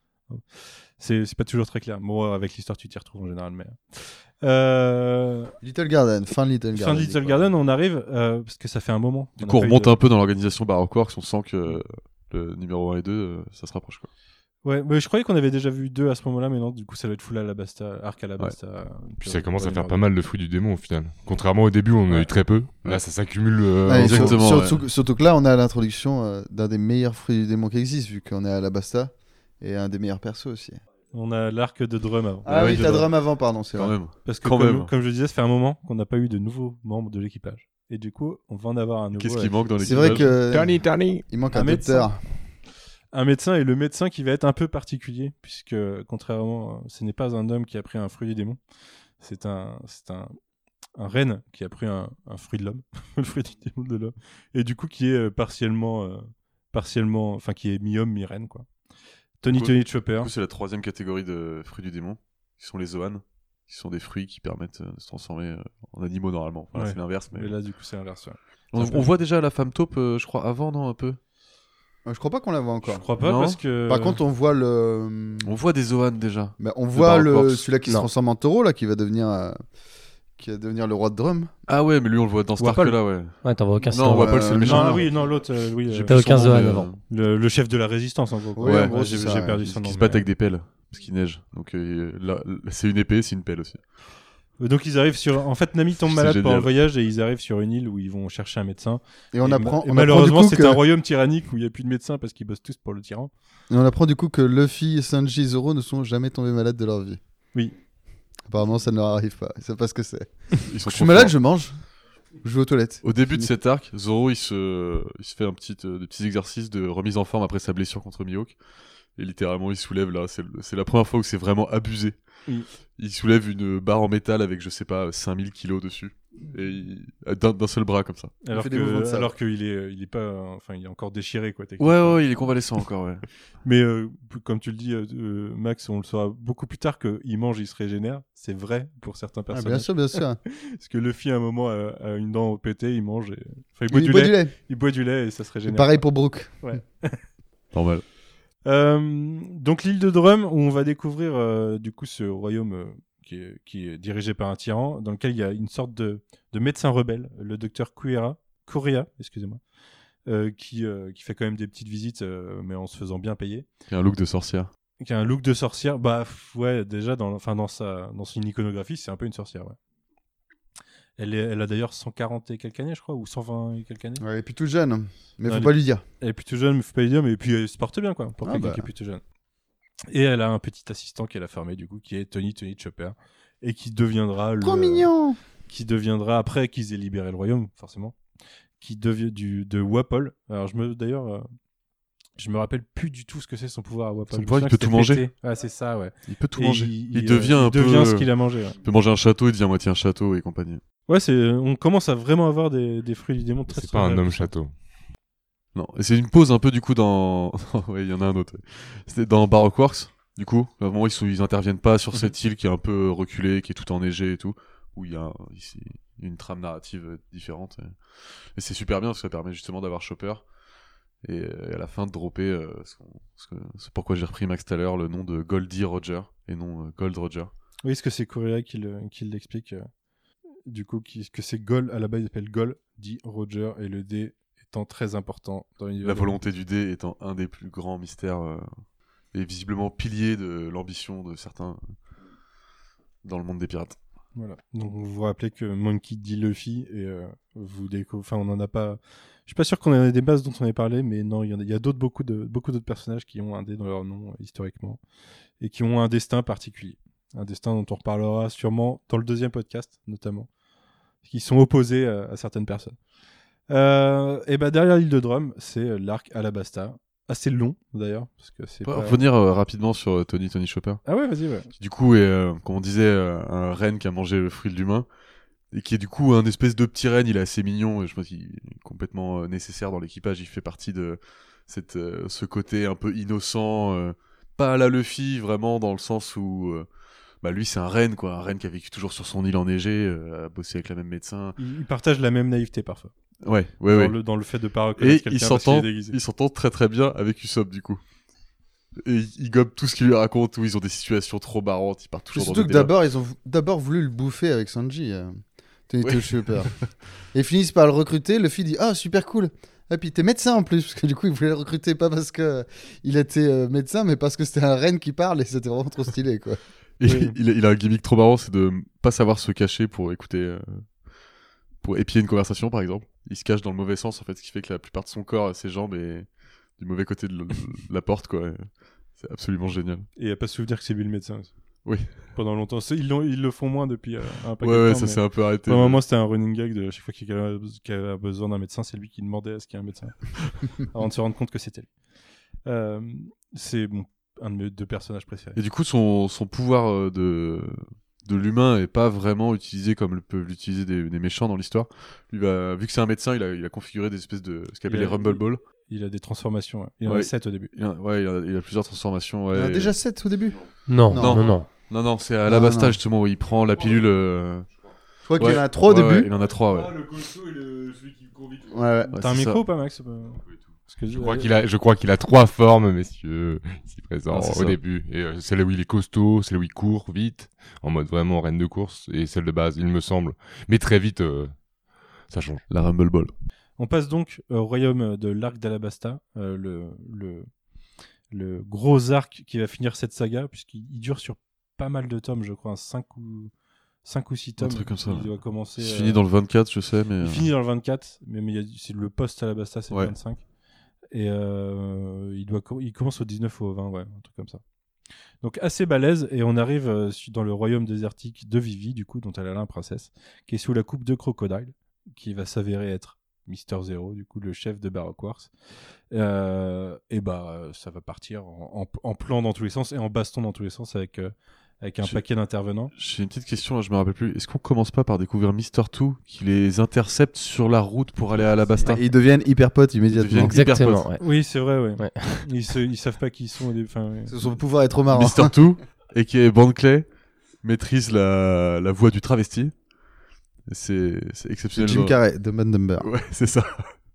C'est, c'est pas toujours très clair. Bon, avec l'histoire, tu t'y retrouves en général. Mais... Euh... Little Garden, fin de Little Garden. Fin de Little Garden, on arrive, euh, parce que ça fait un moment. Du qu'on coup, on n'a pas eu remonte de- un peu dans l'organisation Baroque Works, on sent que le numéro un et deux, euh, ça se rapproche. Quoi. Ouais, mais je croyais qu'on avait déjà vu deux à ce moment-là, mais non, du coup, ça va être full Alabasta, Arc Alabasta. puis ça commence à faire pas mal de fruits du démon au final. Contrairement au début, on en a Ouais. eu très peu. Là, ça s'accumule. euh, Ouais, en- sur- Exactement, surtout, surtout que là, on a l'introduction euh, d'un des meilleurs fruits du démon qui existe, vu qu'on est à Alabasta, et un des meilleurs persos aussi. On a l'arc de Drum avant. Ah oui, oui, de t'as Drum. Drum avant, pardon, c'est Quand vrai. même. Parce que Quand comme, même. comme je le disais, ça fait un moment qu'on n'a pas eu de nouveaux membres de l'équipage. Et du coup, on va en avoir un nouveau. Qu'est-ce qui avec manque dans les C'est vrai que Tony, Tony. il manque Un un médecin. docteur. un médecin, et le médecin qui va être un peu particulier, puisque contrairement, ce n'est pas un homme qui a pris un fruit du démon, c'est un, c'est un, un renne qui a pris un, un fruit de l'homme, le fruit du démon de l'homme, et du coup qui est euh, partiellement, euh, partiellement, enfin qui est mi-homme, mi-reine, quoi. Tony Du coup- Tony Chopper. Du coup, c'est la troisième catégorie de fruits du démon, qui sont les Zoan, qui sont des fruits qui permettent euh, de se transformer euh, en animaux normalement. Enfin, là, Ouais. c'est l'inverse, mais. Mais là, du coup, c'est inverse. ouais. On, on voit déjà la femme taupe, euh, je crois, avant, non, un peu. Euh, Je crois pas qu'on la voit Je encore. crois pas, Non. parce que. Par contre, on voit le. On voit des Zoan déjà. Bah, on voit Baroque le Works. celui-là qui se Non. transforme en taureau, là, qui va devenir. euh, Qui va devenir le roi de Drum. Ah ouais, mais lui, on le voit dans cet Warpol. arc-là, ouais. Ouais, t'en vois aucun. Non, sinon. Warpol, c'est le Euh, méchant. Non, ah oui, non, l'autre, euh, oui, J'ai euh, T'as plus aucun son nom, Zoan mais, avant. euh, le, le chef de la résistance, en gros. quoi. Ouais, Ouais, en gros, Ouais, c'est j'ai, ça, j'ai ouais. perdu Qui son nom. se battent mais- avec des pelles, parce qu'il neige. Donc, euh, là, c'est une épée, c'est une pelle aussi. Donc ils arrivent sur. En fait, Nami tombe C'est malade pendant génial. le voyage et ils arrivent sur une île où ils vont chercher un médecin. Et on Et apprend. ma- et on apprend malheureusement, du coup c'est que... un royaume tyrannique où il n'y a plus de médecins parce qu'ils bossent tous pour le tyran. Et on apprend du coup que Luffy, Sanji et Zoro ne sont jamais tombés malades de leur vie. Oui. Apparemment, ça ne leur arrive pas. Ils savent pas ce que c'est. Ils sont Je suis trop malade, forts. je mange. Je vais aux toilettes. Au début de cet arc, Zoro il se, il se fait un petit, euh, des petits exercices de remise en forme après sa blessure contre Mihawk. Et littéralement, il soulève là. C'est, le- c'est la première fois où c'est vraiment abusé. Mm. Il soulève une barre en métal avec, je sais pas, cinq mille kilos dessus. Et il- d'un, d'un seul bras comme ça. Alors fait des mouvements de que, sabre. alors qu'il est, il est pas, euh, enfin, il est encore déchiré quoi. Ouais, techniquement. ouais, il est convalescent encore, ouais. Mais euh, p- comme tu le dis, euh, euh, Max, on le saura beaucoup plus tard qu'il mange, il se régénère. C'est vrai pour certains Ah, bien personnages. sûr, bien sûr. Parce que Luffy, à un moment, a, a une dent pétée, il mange. Et... Enfin, il boit, Il du, boit lait, du lait. Il boit du lait et ça se Et régénère. pareil pour Brooke. Normal. Euh, donc l'île de Drum, où on va découvrir euh, du coup ce royaume euh, qui, est, qui est dirigé par un tyran, dans lequel il y a une sorte de, de médecin rebelle, le docteur Kuera, Kurea, excusez-moi, euh, qui, euh, qui fait quand même des petites visites, euh, mais en se faisant bien payer. Il a un look de sorcière. Qui a un look de sorcière. Bah f- ouais, déjà dans, enfin dans sa, dans son iconographie, c'est un peu une sorcière. Ouais. Elle, est, elle a d'ailleurs cent quarante et quelques années, je crois, ou cent vingt et quelques années. Ouais, et puis tout jeune. Mais Non, faut elle pas lui dire. Elle est plutôt jeune, mais faut pas lui dire, mais puis elle se porte bien, quoi, pour Ah quelqu'un bah. qui est plutôt jeune. Et elle a un petit assistant qu'elle a fermé, du coup, qui est Tony Tony Chopper, et qui deviendra Trop le, mignon. qui deviendra après qu'ils aient libéré le royaume, forcément, qui devient du de Wapol. Alors je me, d'ailleurs, euh, je me rappelle plus du tout ce que c'est son pouvoir à Wapol. Son Je me pouvoir, il souviens peut que tout c'était manger. pété. Ah c'est ça, ouais. Il peut tout Et manger. il, Il, il, devient euh, un il devient peu. ce qu'il a mangé. Ouais, Il peut manger un château, il devient à moitié un château et compagnie. ouais c'est, on commence à vraiment avoir des, des fruits du démon très. C'est très pas un réalistes. homme château. Non, et c'est une pause un peu du coup dans. Ouais, il y en a un autre. C'était dans Baroque Works, du coup. À un moment, ils, sont... ils interviennent pas sur cette île qui est un peu reculée, qui est tout enneigée et tout, où il y a ici une trame narrative différente. Et, et c'est super bien parce que ça permet justement d'avoir Chopper. Et, et à la fin de dropper, euh, ce qu'on- ce que- c'est pourquoi j'ai repris Max tout à l'heure, le nom de Goldie Roger et non euh, Gold Roger. Oui, est-ce que c'est Correa qui, le, qui l'explique euh, du coup, qui, que c'est Gol, à la base il s'appelle Gol, dit Roger, et le D étant très important dans l'univers. La volonté du dé étant un des plus grands mystères euh, et visiblement pilier de l'ambition de certains euh, dans le monde des pirates. Voilà. Donc vous vous rappelez que Monkey dit Luffy, et euh, vous découvrez. Enfin, on en a pas. Je suis pas sûr qu'on ait des bases dont on ait parlé, mais non, il y en a, il y a d'autres, beaucoup, de, beaucoup d'autres personnages qui ont un dé dans leur nom, euh, historiquement, et qui ont un destin particulier. Un destin dont on reparlera sûrement dans le deuxième podcast, notamment. Qui sont opposés à, à certaines personnes. Euh, et ben derrière l'île de Drum, c'est euh, l'arc Alabasta. Assez long, d'ailleurs. Parce que c'est On peut pas... revenir euh, rapidement sur euh, Tony Tony Chopper. Ah ouais, vas-y, ouais. Qui, du coup, est, euh, comme on disait, euh, un renne qui a mangé le fruit de l'humain. Et qui est du coup un espèce de petit renne. Il est assez mignon. Et je pense qu'il est complètement euh, nécessaire dans l'équipage. Il fait partie de cette, euh, ce côté un peu innocent. Euh, pas à la Luffy, vraiment, dans le sens où. Euh, bah lui, c'est un renne, quoi. Un renne qui a vécu toujours sur son île enneigée, euh, a bossé avec la même médecin. Ils, ils partagent la même naïveté parfois. Ouais, ouais, dans, ouais. le, dans le fait de pas Et reconnaître il quelqu'un parce qu'il s'entend, est déguisé. il s'entend très très bien avec Usopp du coup. Et il, il gobe tout ce qu'il lui raconte, où ils ont des situations trop marrantes, ils partent C'est toujours dans surtout des que délires. d'abord, ils ont vou- d'abord voulu le bouffer avec Sanji. Euh. Tony Ouais. Tony Chopper. Et ils finissent par le recruter. Le fils dit ah super cool. Et puis t'es médecin en plus, parce que du coup ils voulaient le recruter pas parce que il était euh, médecin, mais parce que c'était un reine qui parle et c'était vraiment trop stylé quoi. Et Oui. il, il a un gimmick trop marrant, c'est de pas savoir se cacher pour écouter, euh, pour épier une conversation par exemple. Il se cache dans le mauvais sens en fait, ce qui fait que la plupart de son corps, ses jambes est du mauvais côté de, le- la porte quoi. Et c'est absolument génial. Et il n'y a pas se souvenir que c'est lui le médecin aussi. Oui. Pendant longtemps. C'est- Ils, l'ont- ils le font moins depuis euh, un paquet Ouais, de ouais, temps. ça mais s'est un peu arrêté. Pendant un moment, c'était un running gag de chaque fois qu'il y a qu'il y a besoin d'un médecin, c'est lui qui demandait à ce qu'il y ait un médecin. Avant de se rendre compte que c'était lui. Euh, c'est bon, un de mes deux personnages préférés. Et du coup, son, son pouvoir euh, de, de l'humain est pas vraiment utilisé comme le peuvent l'utiliser des, des méchants dans l'histoire. Lui, va, vu que c'est un médecin, il a, il a configuré des espèces de ce qu'il appelle Il les a- Rumble Balls. Il a des transformations. Ouais. Il en Ouais. a sept au début. Il a, ouais, il a, il a plusieurs transformations. Il y en Ouais. a déjà sept au début. Non, Non. non, non. Non, non, c'est à Non, l'Alabasta non. justement où il prend la pilule. euh, Je crois qu'il ouais. y en a trois au Ouais, ouais, début. il en a trois, ouais. le costaud et le... celui qui court vite. Ouais, ouais. Ouais, T'as un c'est micro ça. ou pas, Max? Parce que Je crois qu'il a, je crois qu'il a trois formes, messieurs, ici présents Ah, c'est au ça. début. Et euh, celle où il est costaud, celle où il court vite, en mode vraiment reine de course, et celle de base, il me semble. Mais très vite, euh, ça change. La Rumble Ball. On passe donc au royaume de l'arc d'Alabasta, euh, le, le, le gros arc qui va finir cette saga, puisqu'il il dure sur pas mal de tomes, je crois, cinq ou cinq ou six tomes. truc comme ça, Il ouais. doit commencer. Il euh, finit dans le vingt-quatre, je sais, mais. il euh, finit dans le vingt-quatre, mais, mais il y a- c'est le post-Alabasta, c'est Ouais. le vingt-cinq. Et euh, il, doit, co- il commence au dix-neuf ou au vingt, ouais, un truc comme ça. Donc assez balèze, et on arrive euh, su- dans le royaume désertique de Vivi, du coup, dont elle est la princesse, qui est sous la coupe de Crocodile. qui va s'avérer être Mister Zero, du coup le chef de Baroque Wars. Euh, et bah ça va partir en, en, en plan dans tous les sens et en baston dans tous les sens avec, euh, avec un J'ai- paquet d'intervenants. J'ai une petite question, là, je me rappelle plus. Est-ce qu'on commence pas par découvrir Mister Two qui les intercepte sur la route pour aller à la Basta? Et ils deviennent hyper potes immédiatement. deviennent- Exactement, hyper ouais. Oui, c'est vrai, ouais. Ouais. Ils, se, ils savent pas qui ils sont. au début, enfin, ouais. Son pouvoir est trop marrant. Mister Two, et qui est Bandclay, maîtrise la, la voix du travesti. C'est c'est C'est exceptionnel. Jim Carrey de Mad Number. Ouais, c'est ça.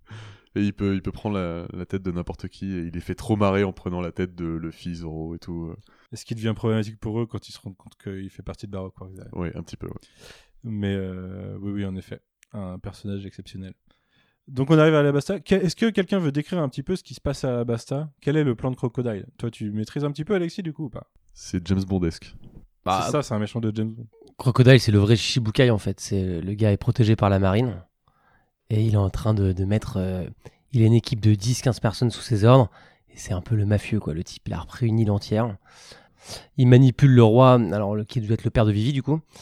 Et il peut, il peut prendre la, la tête de n'importe qui, et il les fait trop marrer en prenant la tête de Luffy, Zoro et tout. Et ce qui devient problématique pour eux quand ils se rendent compte qu'il fait partie de Baroque Wars. Ouais, un petit peu. Ouais. Mais euh, oui, oui, en effet, un personnage exceptionnel. Donc on arrive à Alabasta. Que- Est-ce que quelqu'un veut décrire un petit peu ce qui se passe à Alabasta? Quel est le plan de Crocodile? Toi, tu maîtrises un petit peu, Alexis, du coup, ou pas? C'est James Bondesque. Bah, C'est ça, c'est un méchant de James Bond. Crocodile, c'est le vrai Shichibukai en fait. C'est le gars est protégé par la marine et il est en train de, de mettre. euh, il a une équipe de dix quinze personnes sous ses ordres et c'est un peu le mafieux quoi. Le type, il a repris une île entière. Il manipule le roi, alors le, qui doit être le père de Vivi du coup.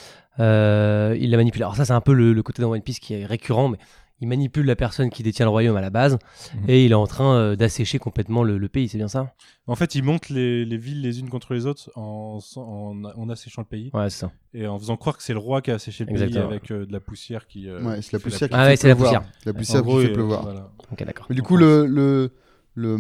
Euh, il la manipule. Alors ça, c'est un peu le, le côté dans One Piece qui est récurrent, mais il manipule la personne qui détient le royaume à la base Mhm. et il est en train euh, d'assécher complètement le, le pays. C'est bien ça? En fait, ils montent les, les villes les unes contre les autres en, en, en asséchant le pays Ouais, c'est ça. et en faisant croire que c'est le roi qui a asséché le Exactement. pays avec euh, de la poussière qui. euh, Ouais, c'est la qui fait poussière qui Ah fait ouais, c'est la pleuvoir. poussière. La En poussière gros, qui fait et, pleuvoir. voilà. Ok, d'accord. Mais du coup, le, le, le,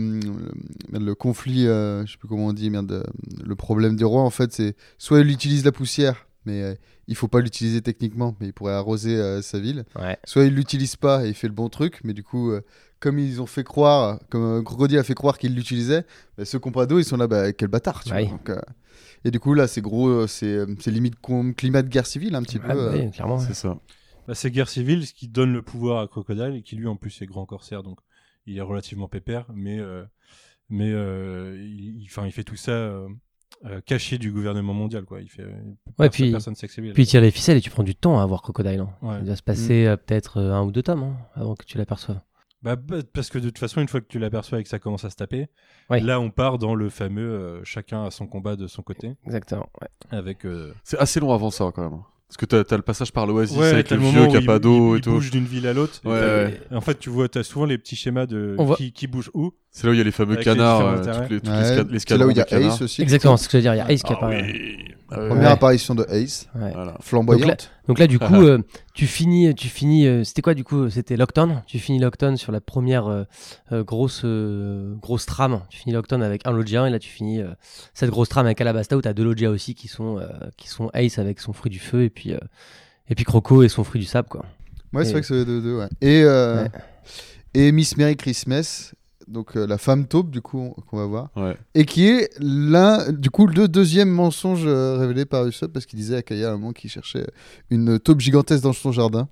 le, le conflit, euh, je sais plus comment on dit, merde, euh, le problème du roi, en fait, c'est soit il utilise la poussière, mais euh, il faut pas l'utiliser techniquement, mais il pourrait arroser euh, sa ville. Ouais. Soit il l'utilise pas et il fait le bon truc, mais du coup, euh, comme ils ont fait croire, comme euh, Crocodile a fait croire qu'il l'utilisait, bah, ceux qui n'ont pas d'eau, ils sont là, bah, quel bâtard, tu Ouais. vois. Donc, euh, et du coup, là, c'est gros, euh, c'est euh, c'est limite com- climat de guerre civile, un petit Ah, peu. euh. oui, clairement. ouais. C'est ça. Bah, c'est guerre civile, ce qui donne le pouvoir à Crocodile et qui lui en plus est grand corsaire, donc il est relativement pépère, mais euh, mais euh, il, il, 'fin, il fait tout ça euh, euh, caché du gouvernement mondial, quoi. Il fait Ouais, personne, puis- personne sait que c'est lui, Puis il là. tire les ficelles et tu prends du temps à voir Crocodile. hein. Ouais. Il doit se passer euh, peut-être euh, un ou deux tomes hein, avant que tu l'aperçoives. Bah, bah, parce que de toute façon, une fois que tu l'aperçois et que ça commence à se taper, Ouais. là on part dans le fameux euh, chacun a son combat de son côté, Exactement. Ouais. avec euh, C'est assez long avant ça, quand même. Parce que t'as, t'as le passage par l'oasis ouais, avec t'as le le vieux moment qui a où pas il- d'eau il, et il tout. bouge d'une ville à l'autre. Ouais, et, t'as- ouais. et en fait, tu vois, t'as souvent les petits schémas de On voit- qui, qui bouge où. C'est là où il y a les fameux Avec les canards, différents euh, intérêts. toutes les, toutes Ouais, les, sca- les c'est là escadrons où il y a de canards. Ace aussi. Exactement, c'est ce que je veux dire. Il y a Ace qui Ah apparaît. oui. Ah ouais. Première Ouais. apparition de Ace, Ouais. Voilà. flamboyante. Donc là, du coup, euh, tu finis, tu finis. euh, c'était quoi du coup? C'était Lockdown. Tu finis Lockdown sur la première euh, euh, grosse euh, grosse trame. Tu finis Lockdown avec un Logia et là tu finis euh, cette grosse trame avec Alabasta où t'as deux Logia aussi qui sont euh, qui sont Ace avec son fruit du feu et puis euh, et puis Croco et son fruit du sable quoi. Ouais, c'est Et- vrai que c'est deux, deux, ouais. Et, euh, Ouais. et Miss Merry Christmas, donc euh, la femme taupe, du coup, on- qu'on va voir. Ouais. Et qui est l'un, du coup, le deuxième mensonge euh, révélé par Usopp, parce qu'il disait à Kaya à un moment qu'il cherchait une taupe gigantesque dans son jardin.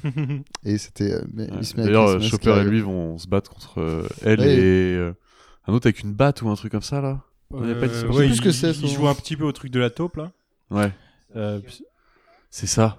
Et c'était euh, mais- Ouais. Miss Merry D'ailleurs, euh, Christmas. qui Chopper et arrive. lui vont se battre contre euh, elle Ouais. et euh, un autre avec une batte ou un truc comme ça, là. Il y a pas de- Euh, je sais ouais, plus ce que il- c'est, Il son- joue un petit peu au truc de la taupe là. Ouais, Euh, c'est ça.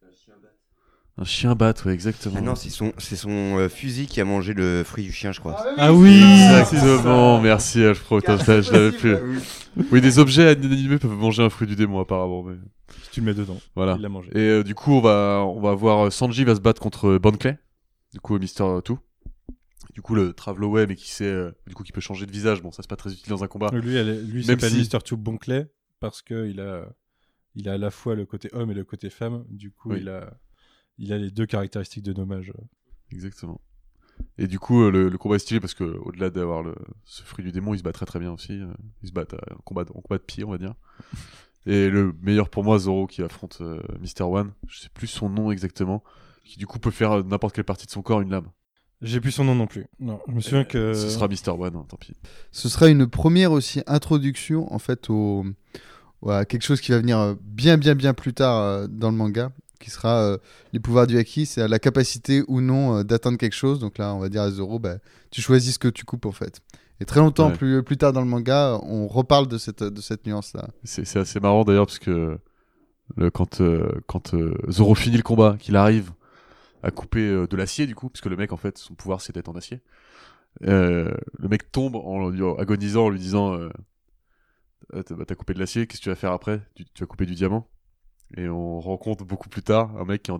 Un chien batte, ouais, exactement. Ah non, c'est son, c'est son euh, fusil qui a mangé le fruit du chien, je crois. Ah oui, Exactement, merci Alfro, putain, je je l'avais plus. Oui, des objets animés peuvent manger un fruit du démon apparemment, mais Si tu le mets dedans, voilà. il l'a mangé. Et euh, du coup, on va, on va voir euh, Sanji va se battre contre euh, Bandclay, du coup, Mister Two. Du coup, le Travelaway, mais qui sait, euh, du coup, qui peut changer de visage. Bon, ça c'est pas très utile dans un combat. Lui, elle est- lui Même s'appelle si- Mister Tube Bonclay parce que il a, il a à la fois le côté homme et le côté femme. Du coup, Oui. il a, il a les deux caractéristiques de nommage. Exactement. Et du coup, euh, le, le combat est stylé parce que au-delà d'avoir le, ce fruit du démon, il se bat très très bien aussi. euh, il se bat euh, en combat, de- en combat de pied, on va dire. Et le meilleur pour moi, Zoro qui affronte euh, Mister One, je sais plus son nom exactement, qui du coup peut faire euh, n'importe quelle partie de son corps une lame. J'ai plus son nom non plus. Non, je me souviens que Ce sera Mister One, hein, tant pis. Ce sera une première aussi introduction, en fait, au, à quelque chose qui va venir euh, bien, bien, bien plus tard euh, dans le manga, qui sera euh, les pouvoirs du Haki, c'est la capacité ou non euh, d'atteindre quelque chose. Donc là, on va dire à Zoro, bah, tu choisis ce que tu coupes, en fait. Et très longtemps Ouais. plus, plus tard dans le manga, on reparle de cette, de cette nuance-là. C'est c'est assez marrant d'ailleurs parce que le, quand, euh, quand euh, Zoro finit le combat, qu'il arrive à couper euh, de l'acier du coup, parce que le mec en fait son pouvoir c'est d'être en acier. Euh, le mec tombe en, lui- en agonisant en lui disant euh, Ah, t'as bah, t'as coupé de l'acier, qu'est-ce que tu vas faire après? tu, tu vas couper du diamant. Et on rencontre beaucoup plus tard un mec qui est en diamant,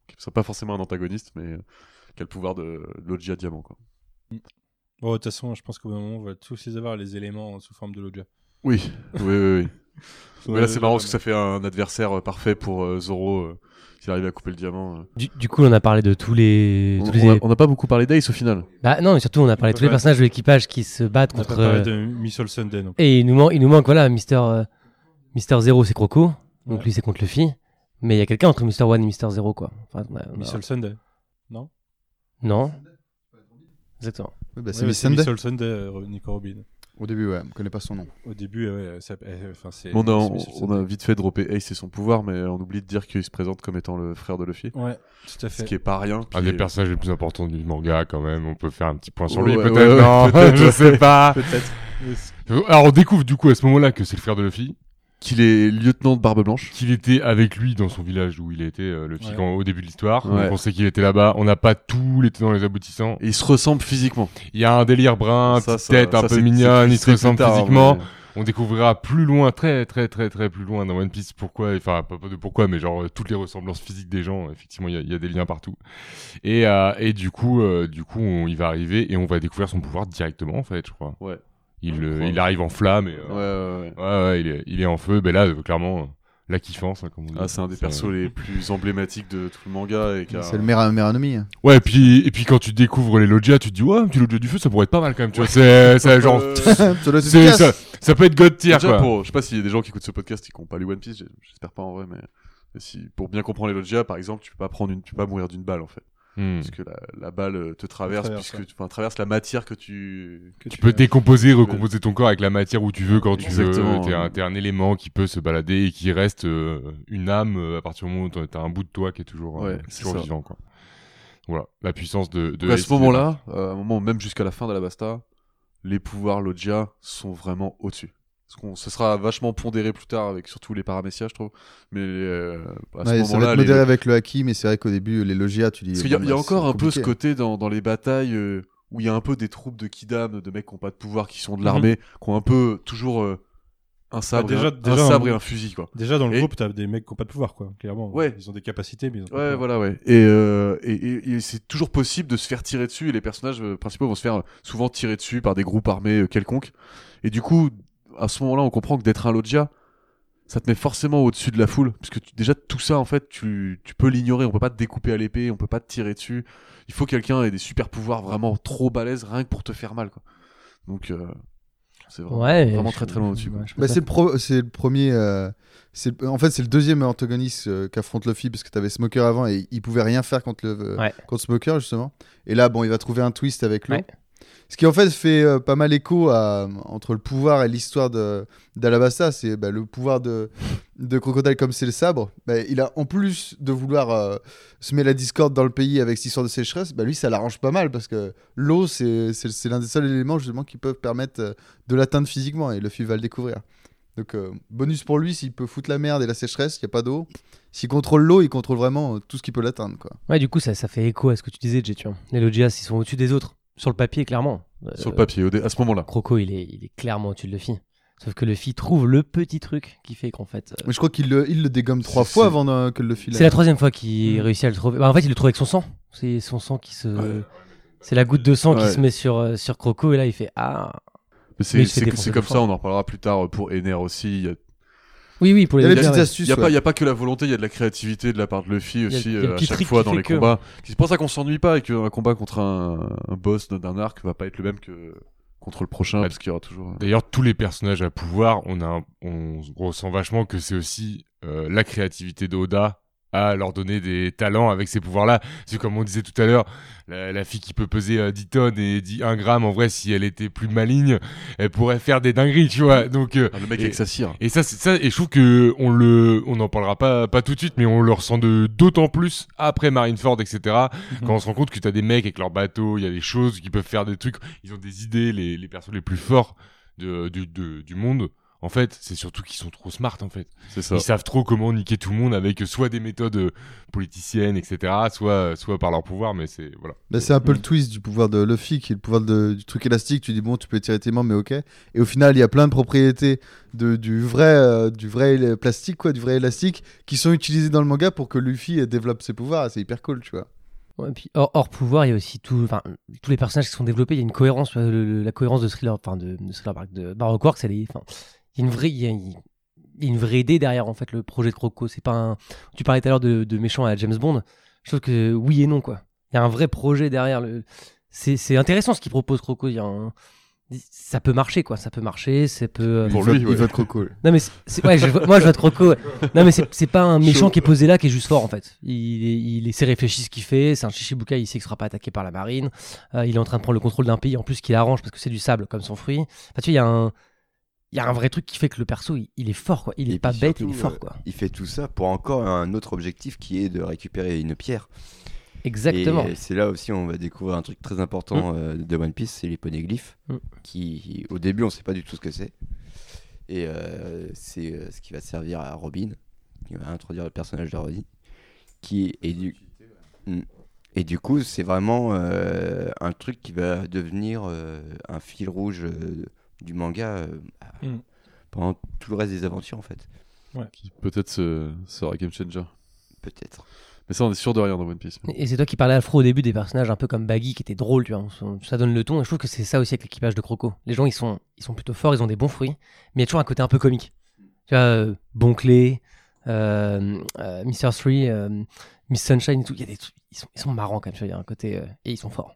qui ne sera pas forcément un antagoniste, mais euh, qui a le pouvoir de Loggia Diamant, quoi. Bon, de toute façon, je pense qu'au moment on va tous les avoir les éléments sous forme de Loggia. Oui, oui, oui. oui. Mais là, c'est marrant Ouais, parce que ça fait un adversaire parfait pour euh, Zoro euh, s'il arrive à couper le diamant. euh. Du, du coup, on a parlé de tous les. On tous les- on a- on n'a pas beaucoup parlé d'Ace au final. Bah, non, mais surtout, on a parlé de tous les Ouais. personnages de l'équipage qui se battent On n'a pas contre. parlé euh, de Missile Sunday non plus. Et il nous, man- il nous manque, voilà, Mister, euh, Mister Zero, c'est Croco. Donc Ouais. lui, c'est contre Luffy. Mais il y a quelqu'un entre Mister One et Mister Zero, quoi. Enfin, on a- on a- Missile Sunday. Non Non. Exactement. Oui, bah, c'est Ouais, Miss c'est Sunday. Missile Sunday, euh, Nico Robin. Au début, ouais, on connaît pas son nom. Au début, euh, ouais, ça, euh, enfin, c'est. On a, c'est on, Missile on Sunday. a vite fait dropper Ace et son pouvoir, mais on oublie de dire qu'il se présente comme étant le frère de Luffy. Ouais, tout à Ce fait. qui est pas rien. Un puis- des personnages les plus importants du manga, quand même. On peut faire un petit point sur Ouais, lui, ouais, peut-être. ouais, non, peut-être, je ouais. sais pas. Peut-être. Alors, on découvre du coup à ce moment-là que c'est le frère de Luffy, Qu'il est lieutenant de Barbe Blanche. qu'il était avec lui dans son village où il était, euh, Luffy, Ouais. quand- au début de l'histoire. Ouais. Donc, on sait qu'il était là-bas. On n'a pas tous les tenants et les aboutissants. Et il se ressemble physiquement. Il y a un délire brun, Ça, petite ça- tête ça, un peu c'est- mignonne, c'est- il se c'est plus ressemble tard, physiquement. mais- On découvrira plus loin, très très très très plus loin dans One Piece pourquoi, enfin pas, pas de pourquoi, mais genre euh, toutes les ressemblances physiques des gens. Effectivement, il y, a- il y a des liens partout. Et, euh, et du coup, euh, du coup, on, il va arriver et on va découvrir son pouvoir directement en fait, je crois. Ouais. Il, Je euh, crois. il arrive en flamme et Ouais, euh, ouais, ouais. ouais, ouais, il est, il est en feu. Ben là, euh, clairement, euh, la kiffance, hein, comme on dit. Ah, c'est un des persos les plus emblématiques de tout le manga. Et qui a- C'est le meilleur meilleur ennemi. hein. Ouais, et puis et puis quand tu découvres les Loggia, tu te dis ouais, un petit Loggia du feu, ça pourrait être pas mal quand même. Tu vois, c'est c'est genre. Euh, Ça doit être c'est- efficace. ça, ça peut être God tier Déjà, quoi. pour, je sais pas s'il y a des gens qui écoutent ce podcast et qui n'ont pas lu One Piece, j'ai- j'espère pas en vrai, mais, mais si, pour bien comprendre les Loggia, par exemple, tu peux pas prendre une, tu peux pas mourir d'une balle en fait, Hmm. parce que la, la balle euh, te traverse, traverse, puisque tu enfin, traverse la matière que tu. Que Tu peux as- décomposer, tu peux- recomposer ton corps avec la matière où tu veux, quand tu Exactement. veux. T'es un, t'es un élément qui peut se balader et qui reste euh, une âme euh, à partir du moment où t'as t'as un bout de toi qui est toujours, euh, Ouais, qui est c'est toujours ça. vivant. Quoi. Voilà, la puissance de. de Donc, à Ace ce moment-là, euh, à un moment même jusqu'à la fin de la Basta, les pouvoirs Loggia sont vraiment au-dessus. Parce qu'on, ce sera vachement pondéré plus tard avec surtout les paramessias, je trouve. Mais euh, à ce Ouais, ça va moment-là, être les- modéré avec le haki, mais c'est vrai qu'au début, les Logia, tu dis. Parce qu'il y a, bon, il y a bah, encore c'est un peu ce compliqué. côté dans, dans les batailles euh, où il y a un peu des troupes de Kidam, de mecs qui n'ont pas de pouvoir, qui sont de l'armée, qui ont un peu toujours euh, un sabre, déjà- et, un, déjà, un sabre on- et un fusil, quoi. Déjà dans le Et- groupe, t'as des mecs qui ont pas de pouvoir, quoi. Clairement. Ouais. Ils ont des capacités, mais ils ont pas de Ouais, pouvoir. voilà, ouais. Et, euh, et, et- et c'est toujours possible de se faire tirer dessus, et les personnages euh, principaux vont se faire euh, souvent tirer dessus par des groupes armés euh, quelconques. Et du coup, à ce moment-là, on comprend que d'être un Loggia, ça te met forcément au-dessus de la foule, puisque tu- déjà tout ça, en fait, tu, tu peux l'ignorer. On peut pas te découper à l'épée, on peut pas te tirer dessus. Il faut que quelqu'un ait des super pouvoirs vraiment trop balèzes, rien que pour te faire mal, quoi. Donc, euh, c'est vraiment, Ouais. vraiment je- très très loin au-dessus, quoi. ouais, je Bah, pense c'est le, pro- c'est le premier. euh, c'est le- En fait, c'est le deuxième antagoniste euh, qu'affronte Luffy parce que t'avais Smoker avant et il pouvait rien faire contre, le, euh, Ouais. contre Smoker justement. Et là, bon, il va trouver un twist avec l'eau. Ouais. Ce qui en fait fait euh, pas mal écho à, entre le pouvoir et l'histoire de d'Alabasta. C'est bah, le pouvoir de, de Crocodile comme c'est le sabre. Bah, il a en plus de vouloir euh, semer la discorde dans le pays avec cette histoire de sécheresse, bah, lui ça l'arrange pas mal parce que l'eau c'est c'est- c'est l'un des seuls éléments justement qui peuvent permettre euh, de l'atteindre physiquement et Luffy va le découvrir. Donc euh, bonus pour lui s'il peut foutre la merde et la sécheresse, il y a pas d'eau. S'il contrôle l'eau, il contrôle vraiment euh, tout ce qui peut l'atteindre quoi. Ouais, du coup, ça, ça fait écho à ce que tu disais, Jay, tu vois. Les Logias, ils sont au-dessus des autres. Sur le papier, clairement. Euh, Sur le papier, au dé- à ce moment-là. Croco, il est, il est clairement au-dessus de Luffy. Sauf que Luffy trouve le petit truc qui fait qu'en fait. euh, Mais je crois qu'il le, il le dégomme trois C'est- fois c'est- avant euh, que le Luffy C'est la troisième fois qu'il Mm. réussit à le trouver. Bah, en fait, il le trouve avec son sang. C'est son sang qui se. Ouais. C'est la goutte de sang qui Ouais. se met sur, euh, sur Croco et là il fait Ah. Mais c'est Mais il se fait c'est- défoncer c'est deux comme fois. ça, on en reparlera plus tard pour Ener aussi. Il y a, Oui, oui, pour Il les y a des Logias, petites ouais. astuces. il y a ouais. pas, il y a pas que la volonté, il y a de la créativité de la part de Luffy y a- aussi il y a le euh, à petit chaque truc fois qui dans fait les que- combats. C'est pour ça qu'on s'ennuie pas et qu'un combat contre un, un boss d'un arc va pas être le même que contre le prochain Bah, parce qu'il y aura toujours. D'ailleurs, tous les personnages à pouvoir, on, a un- on ressent vachement que c'est aussi euh, la créativité d'Oda à leur donner des talents avec ces pouvoirs-là. C'est comme on disait tout à l'heure, la, la fille qui peut peser euh, dix tonnes et dix, un gramme, en vrai, si elle était plus maligne, elle pourrait faire des dingueries, tu vois. Donc, euh, Ah, le mec et- avec sa cire. et ça, c'est ça, et je trouve que on le, on en parlera pas, pas tout de suite, mais on le ressent de, d'autant plus après Marineford, et cetera. Mhm. Quand on se rend compte que t'as des mecs avec leur bateau, il y a des choses qui peuvent faire des trucs, ils ont des idées, les, les persos les plus forts de, du, de- du monde. En fait, c'est surtout qu'ils sont trop smart, en fait. C'est ça. Ils savent trop comment niquer tout le monde avec soit des méthodes euh, politiciennes, et cetera, soit, soit par leur pouvoir, mais c'est... Voilà. Bah, c'est un peu Mm. le twist du pouvoir de Luffy, qui est le pouvoir de- du truc élastique. Tu dis, bon, tu peux tirer tes membres, mais ok. Et au final, il y a plein de propriétés de, du, vrai, euh, du vrai plastique, quoi, du vrai élastique, qui sont utilisées dans le manga pour que Luffy euh, développe ses pouvoirs. C'est hyper cool, tu vois. Ouais, et puis hors, hors pouvoir, il y a aussi tout, enfin, tous les personnages qui sont développés. Il y a une cohérence, le- le- la cohérence de Thriller, enfin de, de Thriller Bark, de Baroque Works. Elle est, enfin, il y a une vraie, il y a, il y a une vraie idée derrière en fait le projet de Croco. C'est pas un. Tu parlais tout à l'heure de, de méchant à la James Bond. Je trouve que oui et non quoi. Il y a un vrai projet derrière. Le... C'est, c'est intéressant ce qu'il propose Croco. Il y a un... Ça peut marcher quoi. Ça peut marcher. Ça peut. euh, Pour il lui, vote, ouais. il vote Croco. lui. Non mais c'est, c'est- ouais, je, moi je vote Croco. Ouais. Non mais c'est, c'est pas un méchant qui est posé là qui est juste fort en fait. Il, est- il sait réfléchir ce qu'il fait. C'est un Shichibukai, il sait qu'il sera pas attaqué par la marine. Euh, il est en train de prendre le contrôle d'un pays en plus qu'il arrange parce que c'est du sable comme son fruit. Enfin tu vois, il y a un, il y a un vrai truc qui fait que le perso il, il est fort quoi. Il est Et pas puis bête, surtout, il est fort euh, quoi. Il fait tout ça pour encore un autre objectif qui est de récupérer une pierre. Exactement. Et c'est là aussi on va découvrir un truc très important euh, de One Piece, c'est les poneglyphes, Mm. qui au début on sait pas du tout ce que c'est. Et euh, c'est euh, ce qui va servir à Robin, qui va introduire le personnage de Robin, qui est du Mm. Et du coup c'est vraiment euh, un truc qui va devenir euh, un fil rouge euh, du manga euh, Mm. pendant tout le reste des aventures en fait, Qui peut-être se- sera game changer. peut-être. Mais ça, on est sûr de rien dans One Piece. Et c'est toi qui parlais Afro au début des personnages un peu comme Baggy qui étaient drôles, tu vois. On- Ça donne le ton. Et je trouve que c'est ça aussi avec l'équipage de Croco. Les gens, ils sont, ils sont plutôt forts, ils ont des bons fruits, mais il y a toujours un côté un peu comique. Tu vois, euh, Bonclé, euh, euh, mister Three, euh, Miss Sunshine et tout. Il y a des trucs, ils sont, ils sont marrants quand même. Tu vois, il y a un côté euh, et ils sont forts.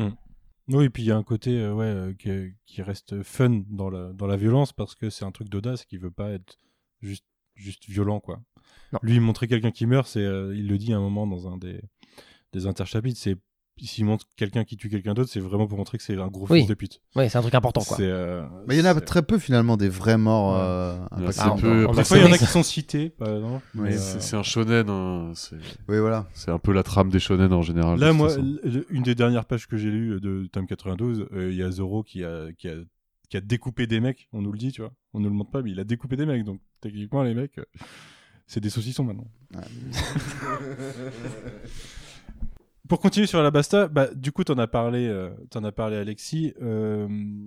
Oui, et puis il y a un côté euh, ouais, euh, qui, qui reste fun dans la, dans la violence parce que c'est un truc d'audace qui veut pas être juste, juste violent, quoi. Non. Lui, montrer quelqu'un qui meurt, c'est, euh, il le dit à un moment dans un des, des interchapitres, c'est s'il montre quelqu'un qui tue quelqu'un d'autre, c'est vraiment pour montrer que c'est un gros Oui. fils de pute. Ouais, c'est un truc important, quoi. C'est, euh, Mais il y en a c'est- très peu finalement des vrais morts. Ouais. euh, Il y en a impactants. assez Ah, peu. on- on Des a fois, il y en a ça. qui sont cités, par exemple. Ouais, mais, C'est euh, c'est un shonen. hein, C'est Oui, voilà. c'est un peu la trame des shonen en général. de Là, toute moi, façon. l- une des dernières pages que j'ai lues de tome quatre-vingt-douze, euh, il y a Zoro qui a, qui, a, qui a découpé des mecs, on nous le dit, tu vois. On nous le montre pas, mais il a découpé des mecs. Donc, techniquement, les mecs, euh, c'est des saucissons maintenant. Pour continuer sur Alabasta, bah, du coup, t'en as parlé, euh, t'en as parlé, Alexis. Euh,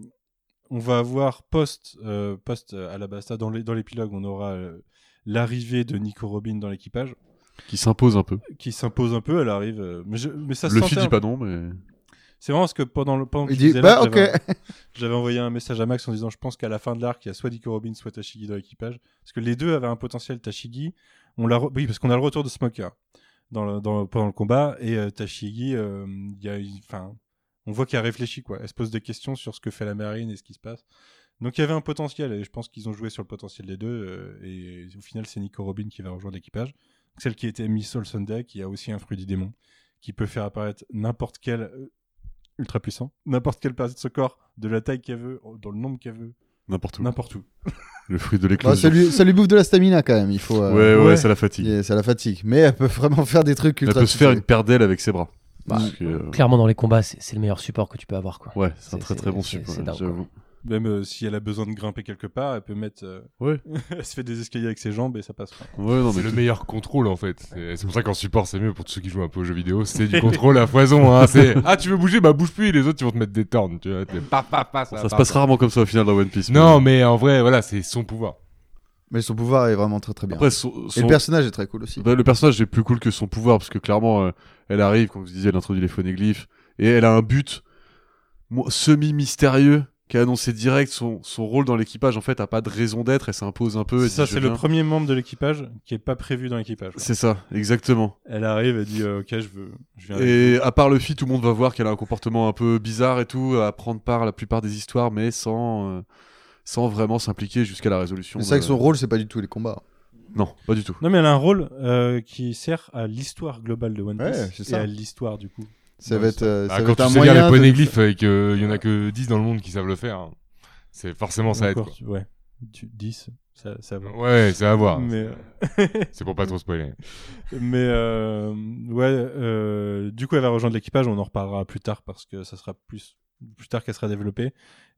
on va avoir post, euh, post euh, Alabasta dans les- dans l'épilogue, on aura euh, l'arrivée de Nico Robin dans l'équipage, Qui s'impose un peu. qui s'impose un peu. Elle arrive, euh, mais, je, mais ça se Luffy sentait dit un- pas non, mais. C'est vraiment parce que pendant le pendant que Il tu dit, disais bah là, ok. j'avais, j'avais envoyé un message à Max en disant je pense qu'à la fin de l'arc, il y a soit Nico Robin, soit Tashigi dans l'équipage. Parce que les deux avaient un potentiel. Tashigi, on l'a re- oui, parce qu'on a le retour de Smoker dans le, dans le- pendant le combat. Et euh, Tashigi, euh, il y a, enfin, on voit qu'elle réfléchit, quoi. Elle se pose des questions sur ce que fait la marine et ce qui se passe. Donc il y avait un potentiel, et je pense qu'ils ont joué sur le potentiel des deux. euh, et au final, c'est Nico Robin qui va rejoindre l'équipage. Celle qui était Miss Soul Sunday, qui a aussi un fruit du démon, qui peut faire apparaître n'importe quel euh, ultra puissant, n'importe quelle partie de ce corps, de la taille qu'elle veut, dans le nombre qu'elle veut, N'importe où. n'importe où. Le fruit de Bah, l'éclosion. ça, lui, ça lui bouffe de la stamina quand même. Il faut. euh, Ouais, ouais, Ouais. ça la fatigue. et ça la fatigue. Mais elle peut vraiment faire des trucs Elle ultra. peut se faire stylés. une paire d'ailes avec ses bras. Bah, Parce que, euh, Clairement, dans les combats, c'est, c'est le meilleur support que tu peux avoir, quoi. Ouais, c'est un C'est- très c'est- très bon c'est- support, c'est dingue, j'avoue. Même euh, si elle a besoin de grimper quelque part, elle peut mettre. euh, Ouais. elle se fait des escaliers avec ses jambes et ça passe. Ouais, non, C'est mais le tout- meilleur contrôle en fait. C'est c'est pour ça qu'en support c'est mieux pour tous ceux qui jouent un peu aux jeux vidéo. C'est du contrôle à foison. Hein. C'est ah tu veux bouger bah bouge plus et les autres ils vont te mettre des tornes. Tu vois, t'es paf, paf, paf, ça va se pas, passe quoi. rarement comme ça au final dans One Piece. Non mais en vrai voilà c'est son pouvoir. Mais son pouvoir est vraiment très très bien. Après, son, Et son- le personnage est très cool aussi. bah, le personnage est plus cool que son pouvoir parce que clairement, euh, elle arrive, comme vous disiez, elle introduit les phonéglyphes et elle a un but mo- semi-mystérieux qui a annoncé direct son, son rôle dans l'équipage. En fait, a pas de raison d'être, elle s'impose un peu. elle Ça, dit, je c'est le viens. premier membre de l'équipage qui est pas prévu dans l'équipage. quoi. C'est ça, exactement. Elle arrive, elle dit euh, ok, je veux, je viens. avec Et à part Luffy, tout le monde va voir qu'elle a un comportement un peu bizarre et tout, à prendre part à la plupart des histoires, mais sans, euh, sans vraiment s'impliquer jusqu'à la résolution. Mais c'est vrai de- que son rôle, c'est pas du tout les combats. Non, pas du tout. Non, mais elle a un rôle euh, qui sert à l'histoire globale de One Piece Ouais, c'est et ça. à l'histoire du coup. Ça Ouais, va être, ça- euh, Bah, ça va quand être tu un sais lire les moyen. de- poneglyphes et qu'il y en a que dix dans le monde qui savent le faire, hein, c'est forcément ça aide. Encore, quoi. tu- ouais, tu- dix, ça, ça va. Ouais, c'est à voir. Mais, C'est pour pas trop spoiler. mais euh, ouais, euh, du coup, elle va rejoindre l'équipage. On en reparlera plus tard parce que ça sera plus plus tard qu'elle sera développée.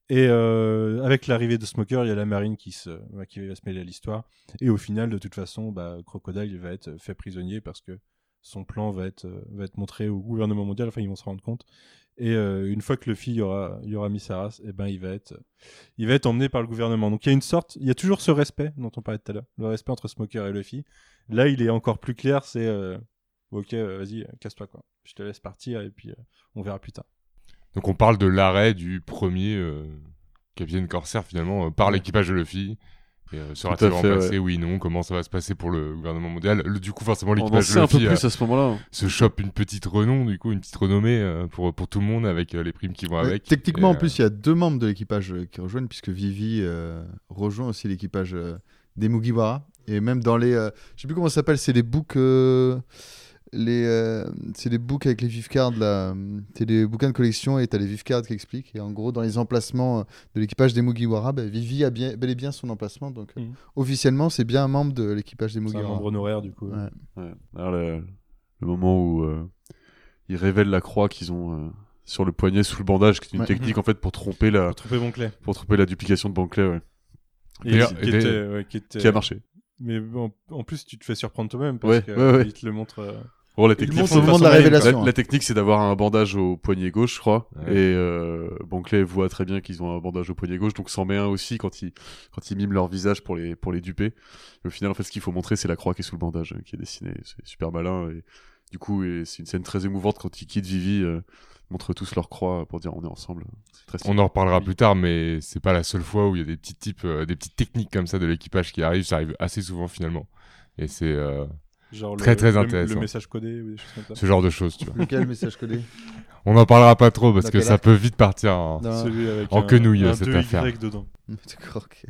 Et euh, avec l'arrivée de Smoker, il y a la marine qui, se, bah, qui va se mêler à l'histoire. Et au final, de toute façon, bah, Crocodile va être fait prisonnier parce que son plan va être, euh, va être montré au gouvernement mondial. Enfin, ils vont se rendre compte. Et euh, une fois que Luffy y aura, y aura mis sa race, eh ben, il, va être, il va être emmené par le gouvernement. Donc il y a une sorte, il y a toujours ce respect dont on parlait tout à l'heure. Le respect entre Smoker et Luffy. Là, il est encore plus clair. C'est euh, ok, euh, vas-y, casse-toi, quoi. Je te laisse partir et puis euh, on verra plus tard. Donc on parle de l'arrêt du premier euh, capitaine corsaire finalement euh, par Ouais. l'équipage de Luffy. Et, euh, Tout à sera-t-il fait, remplacé, ouais. oui, non, comment ça va se passer pour le gouvernement mondial. Le- Du coup, forcément, On en l'équipage sait de un peu Luffy euh, plus à ce moment-là. se chope une petite renom, du coup, une petite renommée euh, pour, pour tout le monde avec euh, les primes qui vont Ouais, avec. techniquement, Et, en plus, il y a deux membres de l'équipage euh, qui rejoignent, puisque Vivi euh, rejoint aussi l'équipage euh, des Mugiwara. Et même dans les. euh, je sais plus comment ça s'appelle, c'est les books. euh, les, euh, c'est les books avec les vif cards là. C'est des bouquins de collection et t'as les vif cards qui expliquent. Et en gros, dans les emplacements euh, de l'équipage des Mugiwara, bah, Vivi a bien, bel et bien son emplacement. Donc euh, Mhm. officiellement, c'est bien un membre de l'équipage des C'est un Mugiwara. membre honoraire, du coup. Ouais. Ouais. Alors, le, le moment où euh, ils révèlent la croix qu'ils ont euh, sur le poignet sous le bandage, qui est une Ouais. technique en fait pour tromper la, Pour tromper Bonclay. pour tromper la duplication de Banclay, ouais. Et D'ailleurs, qui, et était, ouais, qui était- qui a marché. Mais bon, en plus, tu te fais surprendre toi-même parce Ouais, que ouais, ouais. il te le montre. euh, Bon, la Il le technique, montre au de moment de façon la maligne, révélation. La, hein. la technique, c'est d'avoir un bandage au poignet gauche, je crois. Ouais. Et euh, Banclay voit très bien qu'ils ont un bandage au poignet gauche, donc s'en met un aussi quand ils, quand ils miment leur visage pour les, pour les duper. Et au final, en fait, ce qu'il faut montrer, c'est la croix qui est sous le bandage, euh, qui est dessinée. C'est super malin. Et du coup, et c'est une scène très émouvante quand ils quittent Vivi, euh, montrent tous leur croix pour dire on est ensemble. C'est très On en reparlera plus tard, mais c'est pas la seule fois où il y a des petits types, euh, des petites techniques comme ça de l'équipage qui arrivent. Ça arrive assez souvent finalement. Et c'est euh, genre Très, le, très le- intéressant. Le message codé ou des choses comme ça. ce genre de choses, tu vois. Lequel message codé On n'en parlera pas trop parce Dans que quel ça arc peut vite partir en... Non. Celui avec En un, quenouille, un cette deux Y affaire. dedans. D'accord, ok.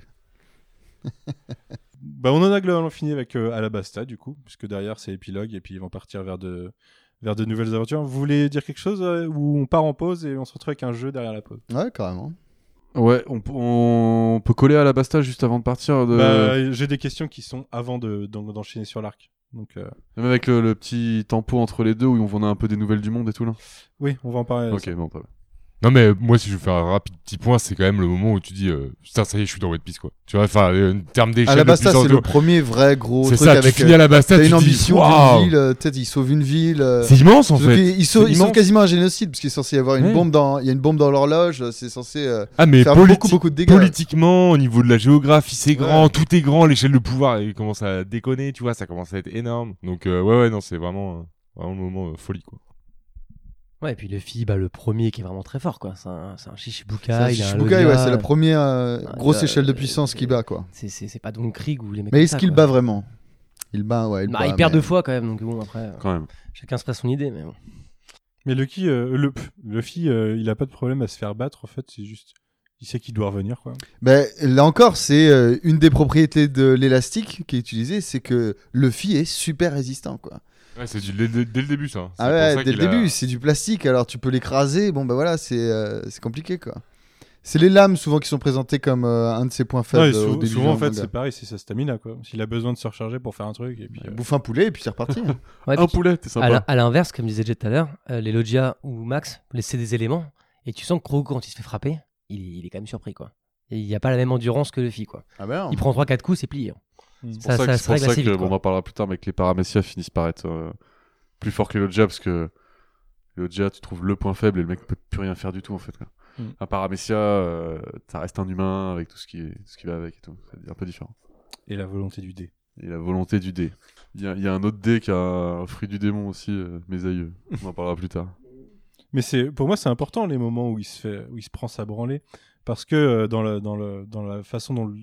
Bah, on en a globalement fini avec euh, Alabasta, du coup, puisque derrière c'est épilogue et puis ils vont partir vers de, vers de nouvelles aventures. Vous voulez dire quelque chose euh, ou on part en pause et on se retrouve avec un jeu derrière la pause? Ouais, carrément. Ouais, on, p- on peut coller à la basta juste avant de partir. De... Bah, j'ai des questions qui sont avant de, d'en- d'enchaîner sur l'arc. Donc, euh, Même avec le, le petit tempo entre les deux où on a un peu des nouvelles du monde et tout là. oui, on va en parler. Ok, bon, pas mal. Non mais moi si je veux faire un rapide petit point, c'est quand même le moment où tu dis euh, putain ça y est je suis dans One Piece quoi. Tu vois, enfin euh, en termes d'échelle de Alabasta, puissance c'est de- le premier vrai gros C'est truc ça, avec. tu finis à la Basta, T'as tu une te dis, ambition waouh, d'une ville, euh, peut-être ils sauvent une ville. euh, c'est immense en surtout fait. qu'ils- Ils, sauvent, C'est ils sauvent immense. quasiment un génocide parce qu'il est censé y avoir une Ouais. bombe dans, il y a une bombe dans l'horloge, c'est censé euh, Ah mais faire politi- beaucoup beaucoup de dégâts. politiquement, au niveau de la géographie, c'est Ouais. grand, tout est grand, l'échelle de pouvoir elle commence à déconner, tu vois, ça commence à être énorme. Donc euh, ouais ouais non, c'est vraiment euh, vraiment le moment euh, folie quoi. Ouais, et puis Luffy, bah, le premier qui est vraiment très fort, quoi. C'est un, c'est un C'est Shichibukai. un il a un Shichibukai, Logia, ouais, c'est la première euh, Ah, grosse il a- échelle de puissance qu'il bat quoi. C'est, c'est, c'est pas donc Krieg ou les mecs Mais comme est-ce ça, qu'il quoi. bat vraiment? Il bat, ouais. Il, Bah, bat, il perd mais- deux fois quand même, donc bon, après, euh, Quand même. chacun se fait son idée, mais bon. Mais Lucky, euh, le, pff, Luffy, euh, il a pas de problème à se faire battre en fait, c'est juste. Il sait qu'il doit revenir quoi. Ben, là encore, c'est euh, une des propriétés de l'élastique qui est utilisée, c'est que Luffy est super résistant quoi. Ouais, c'est du, dès, dès- dès le début ça. C'est Ah pour ouais, ça dès le qu'il a- début, c'est du plastique, alors tu peux l'écraser, bon bah voilà, c'est euh, c'est compliqué quoi. C'est les lames souvent qui sont présentées comme euh, un de ses points Non, faibles. et au sou- début souvent en du fait manga. c'est pareil, c'est sa stamina quoi. S'il a besoin de se recharger pour faire un truc et puis. euh, Bouffe un poulet et puis c'est reparti. Ouais, Un puis, poulet, t'es à, sympa. l'in- à l'inverse, comme disait Jet tout à l'heure, euh, les Logia ou Max laissaient des éléments, et tu sens que Croc, quand il se fait frapper, il, il est quand même surpris, quoi. Et il n'y a pas la même endurance que Luffy, quoi. Ah ben non. Il prend trois quatre coups, c'est plié. hein. hmm. C'est pour Ça- ça, ça que- se c'est pour règle ça assez que, vite, bon, on quoi. en parlera plus tard, mais que les Paramecia finissent par être euh, plus forts que les Logia, parce que les Logia, tu trouves le point faible et le mec peut plus rien faire du tout, en fait. Quoi. Mm. Un Paramecia, euh, ça reste un humain avec tout ce qui, est, tout ce qui va avec et tout. C'est un peu différent. Et la volonté du dé. Et la volonté du dé. Il y a, il y a un autre dé qui a un fruit du démon aussi, euh, mes aïeux. On en parlera plus tard. Mais c'est pour moi c'est important les moments où il se fait où il se prend sa branlée parce que euh, dans la dans le dans la façon dont le,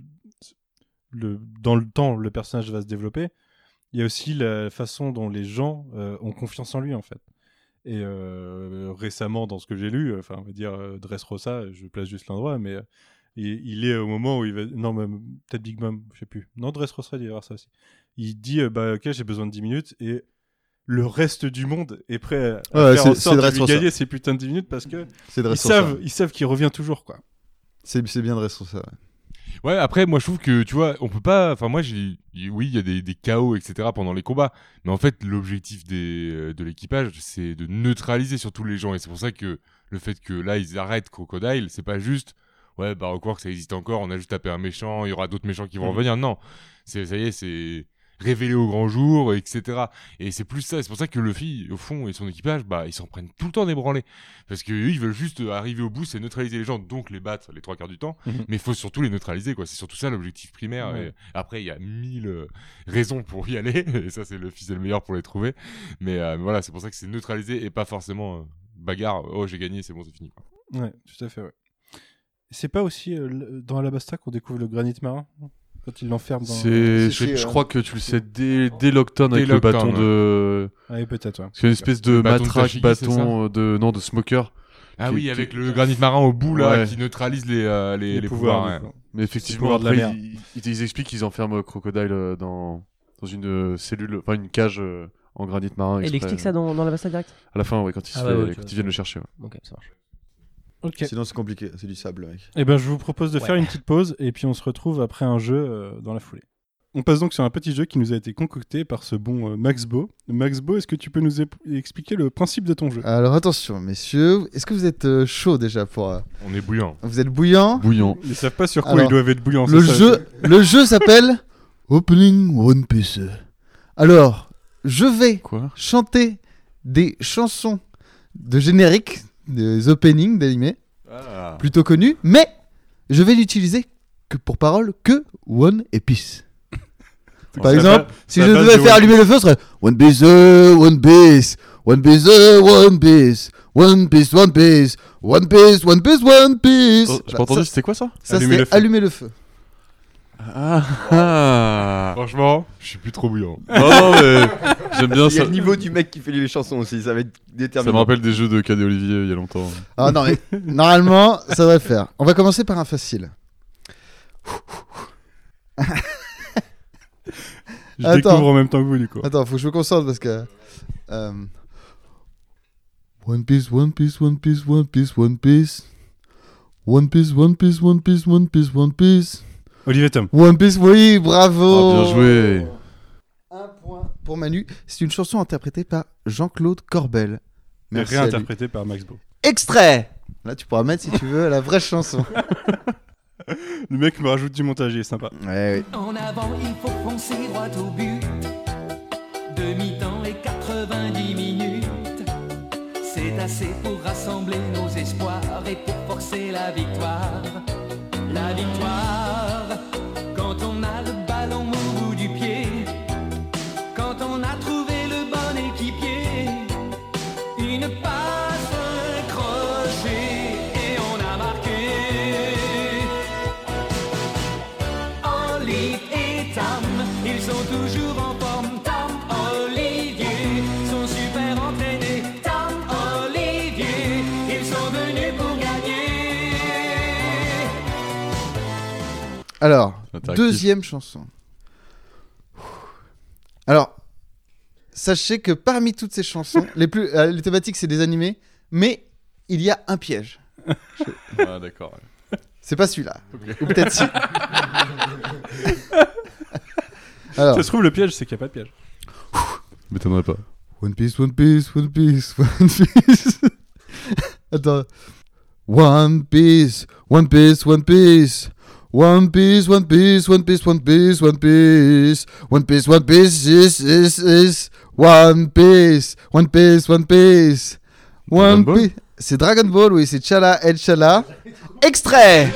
le dans le temps le personnage va se développer, il y a aussi la façon dont les gens euh, ont confiance en lui en fait. Et euh, récemment dans ce que j'ai lu, enfin on va dire euh, Dressrosa, je place juste l'endroit mais euh, il, il est au moment où il va non mais peut-être Big Mom, je sais plus. Non Dressrosa il va y avoir ça aussi. Il dit euh, bah OK, j'ai besoin de dix minutes et le reste du monde est prêt à Ouais, faire c'est- en c'est sorte de lui Dressrosa. gagner ces putains de dix minutes parce que C'est de ils rester savent, ils savent qu'il revient toujours quoi. C'est c'est bien de rester ça. Ouais. Ouais, après, moi, je trouve que, tu vois, on peut pas. Enfin, moi, j'ai. Oui, il y a des, des chaos, et cetera pendant les combats. Mais en fait, l'objectif des, euh, de l'équipage, c'est de neutraliser surtout les gens. Et c'est pour ça que le fait que là, ils arrêtent Crocodile, c'est pas juste. ouais, Baroque Works, ça existe encore, on a juste tapé un méchant, il y aura d'autres méchants qui vont Mhm. revenir. Non, c'est, ça y est, c'est révélé au grand jour, et cetera. Et c'est plus ça, c'est pour ça que Luffy, au fond, et son équipage, bah, ils s'en prennent tout le temps des branlés. Parce qu'eux, ils veulent juste arriver au bout, c'est neutraliser les gens, donc les battre les trois quarts du temps, Mhm. mais il faut surtout les neutraliser, quoi. C'est surtout ça l'objectif primaire. Ouais. Et après, il y a mille euh, raisons pour y aller, et ça, c'est Luffy, c'est le meilleur pour les trouver. Mais euh, voilà, c'est pour ça que c'est neutralisé et pas forcément euh, bagarre, oh j'ai gagné, c'est bon, c'est fini, quoi. Ouais, tout à fait, ouais. C'est pas aussi euh, le- dans Alabasta qu'on découvre le granit marin quand il l'enferme dans. C'est, c'est je, chez, je euh, crois que tu le sais dès, dès Lockdown Dès avec Lockdown, le bâton ouais. de. Ouais, peut-être, ouais. C'est une espèce de Le bâton de matraque, Tashigi, c'est bâton euh, de. Non, de Smoker. Ah Qui- oui, qui- avec le granit marin au bout, là, Ouais. qui neutralise les, euh, les, Les, les pouvoirs. pouvoirs. du ouais. coup. Mais effectivement, pouvoir de la après, mer. ils, ils, ils expliquent qu'ils enferment euh, Crocodile euh, dans, dans une euh, cellule, enfin une cage euh, en granit marin. Et il exprès, explique ça dans, dans la basta direct. À la fin, ouais, quand ils, se Ah fait- ouais, ouais, tu quand vois, ils viennent le chercher. Ouais. Ok, ça marche. Ok. Sinon, c'est compliqué. C'est du sable, mec. Eh ben, je vous propose de Ouais. faire une petite pause et puis on se retrouve après un jeu euh, dans la foulée. On passe donc sur un petit jeu qui nous a été concocté par ce bon euh, Max Beau. Max Beau, est-ce que tu peux nous ép- expliquer le principe de ton jeu? Alors attention, messieurs, est-ce que vous êtes euh, chaud déjà pour. euh, On est bouillant. Vous êtes bouillant? Bouillant. Ils savent pas sur quoi Alors, ils doivent être bouillants. Le c'est ça, jeu, le jeu s'appelle Opening One Piece. Alors, je vais Quoi? chanter des chansons de générique, des openings d'animés, Ah. plutôt connus, mais je vais l'utiliser que pour parole que One Piece. Par Ça exemple, va- si ça je base devais de faire One allumer le feu, ce serait One Piece, euh, One Piece, One Piece, euh, One Piece, One Piece, One Piece, One Piece, One Piece, One Piece. Oh, J'ai Voilà, pas entendu, ça, c'était quoi ça? ça Allumer c'est le feu. allumer le feu. Ah, ah. Franchement, je suis plus trop bouillant. Non, non, mais j'aime bien Il y a ça. le niveau du mec qui fait les chansons aussi, ça va être Ça déterminant. me rappelle des jeux de Cadet Olivier il y a longtemps. Ah non, mais normalement, ça devrait le faire. On va commencer par un facile. Je Attends. découvre en même temps que vous, du coup. Attends, faut que je me concentre parce que. euh, One Piece, One Piece, One Piece, One Piece, One Piece. One Piece, One Piece, One Piece, One Piece, One Piece. Olivier Tom. One Piece, oui, bravo. Ah, bien joué. Un point pour Manu. C'est une chanson interprétée par Jean-Claude Corbel. Merci à lui. Réinterprété par Max Beau. Extrait. Là, tu pourras mettre si tu veux la vraie chanson. Le mec me rajoute du montage, il est sympa. Ouais, oui. En avant, il faut foncer droit au but. Demi-temps et quatre-vingt-dix minutes. C'est assez pour rassembler nos espoirs et pour forcer la victoire. La victoire, quand on a le ballon au bout du pied. Quand on a trouvé le bon équipier. Une passe, un crochet et on a marqué. Olive et Tam, ils sont toujours en forme. Tam, Olivier, sont super entraînés. Tam, Olivier, ils sont venus pour gagner. Alors, Interactif. deuxième chanson. Alors, sachez que parmi toutes ces chansons, les, plus, euh, les thématiques, c'est des animés, mais il y a un piège. Ah, d'accord. C'est pas celui-là. Ou peut-être si. Alors, Ça se trouve, le piège, c'est qu'il n'y a pas de piège. M'étonnerait pas. One Piece, One Piece, One Piece, One Piece. Attends. One Piece, One Piece, One Piece. One Piece, One Piece, One Piece, One Piece, One Piece. One Piece, One Piece, is, is, is. One Piece, One Piece, One Piece. One Dragon Ball Piece. C'est Dragon Ball, oui, c'est Chala El Chala. Extrait!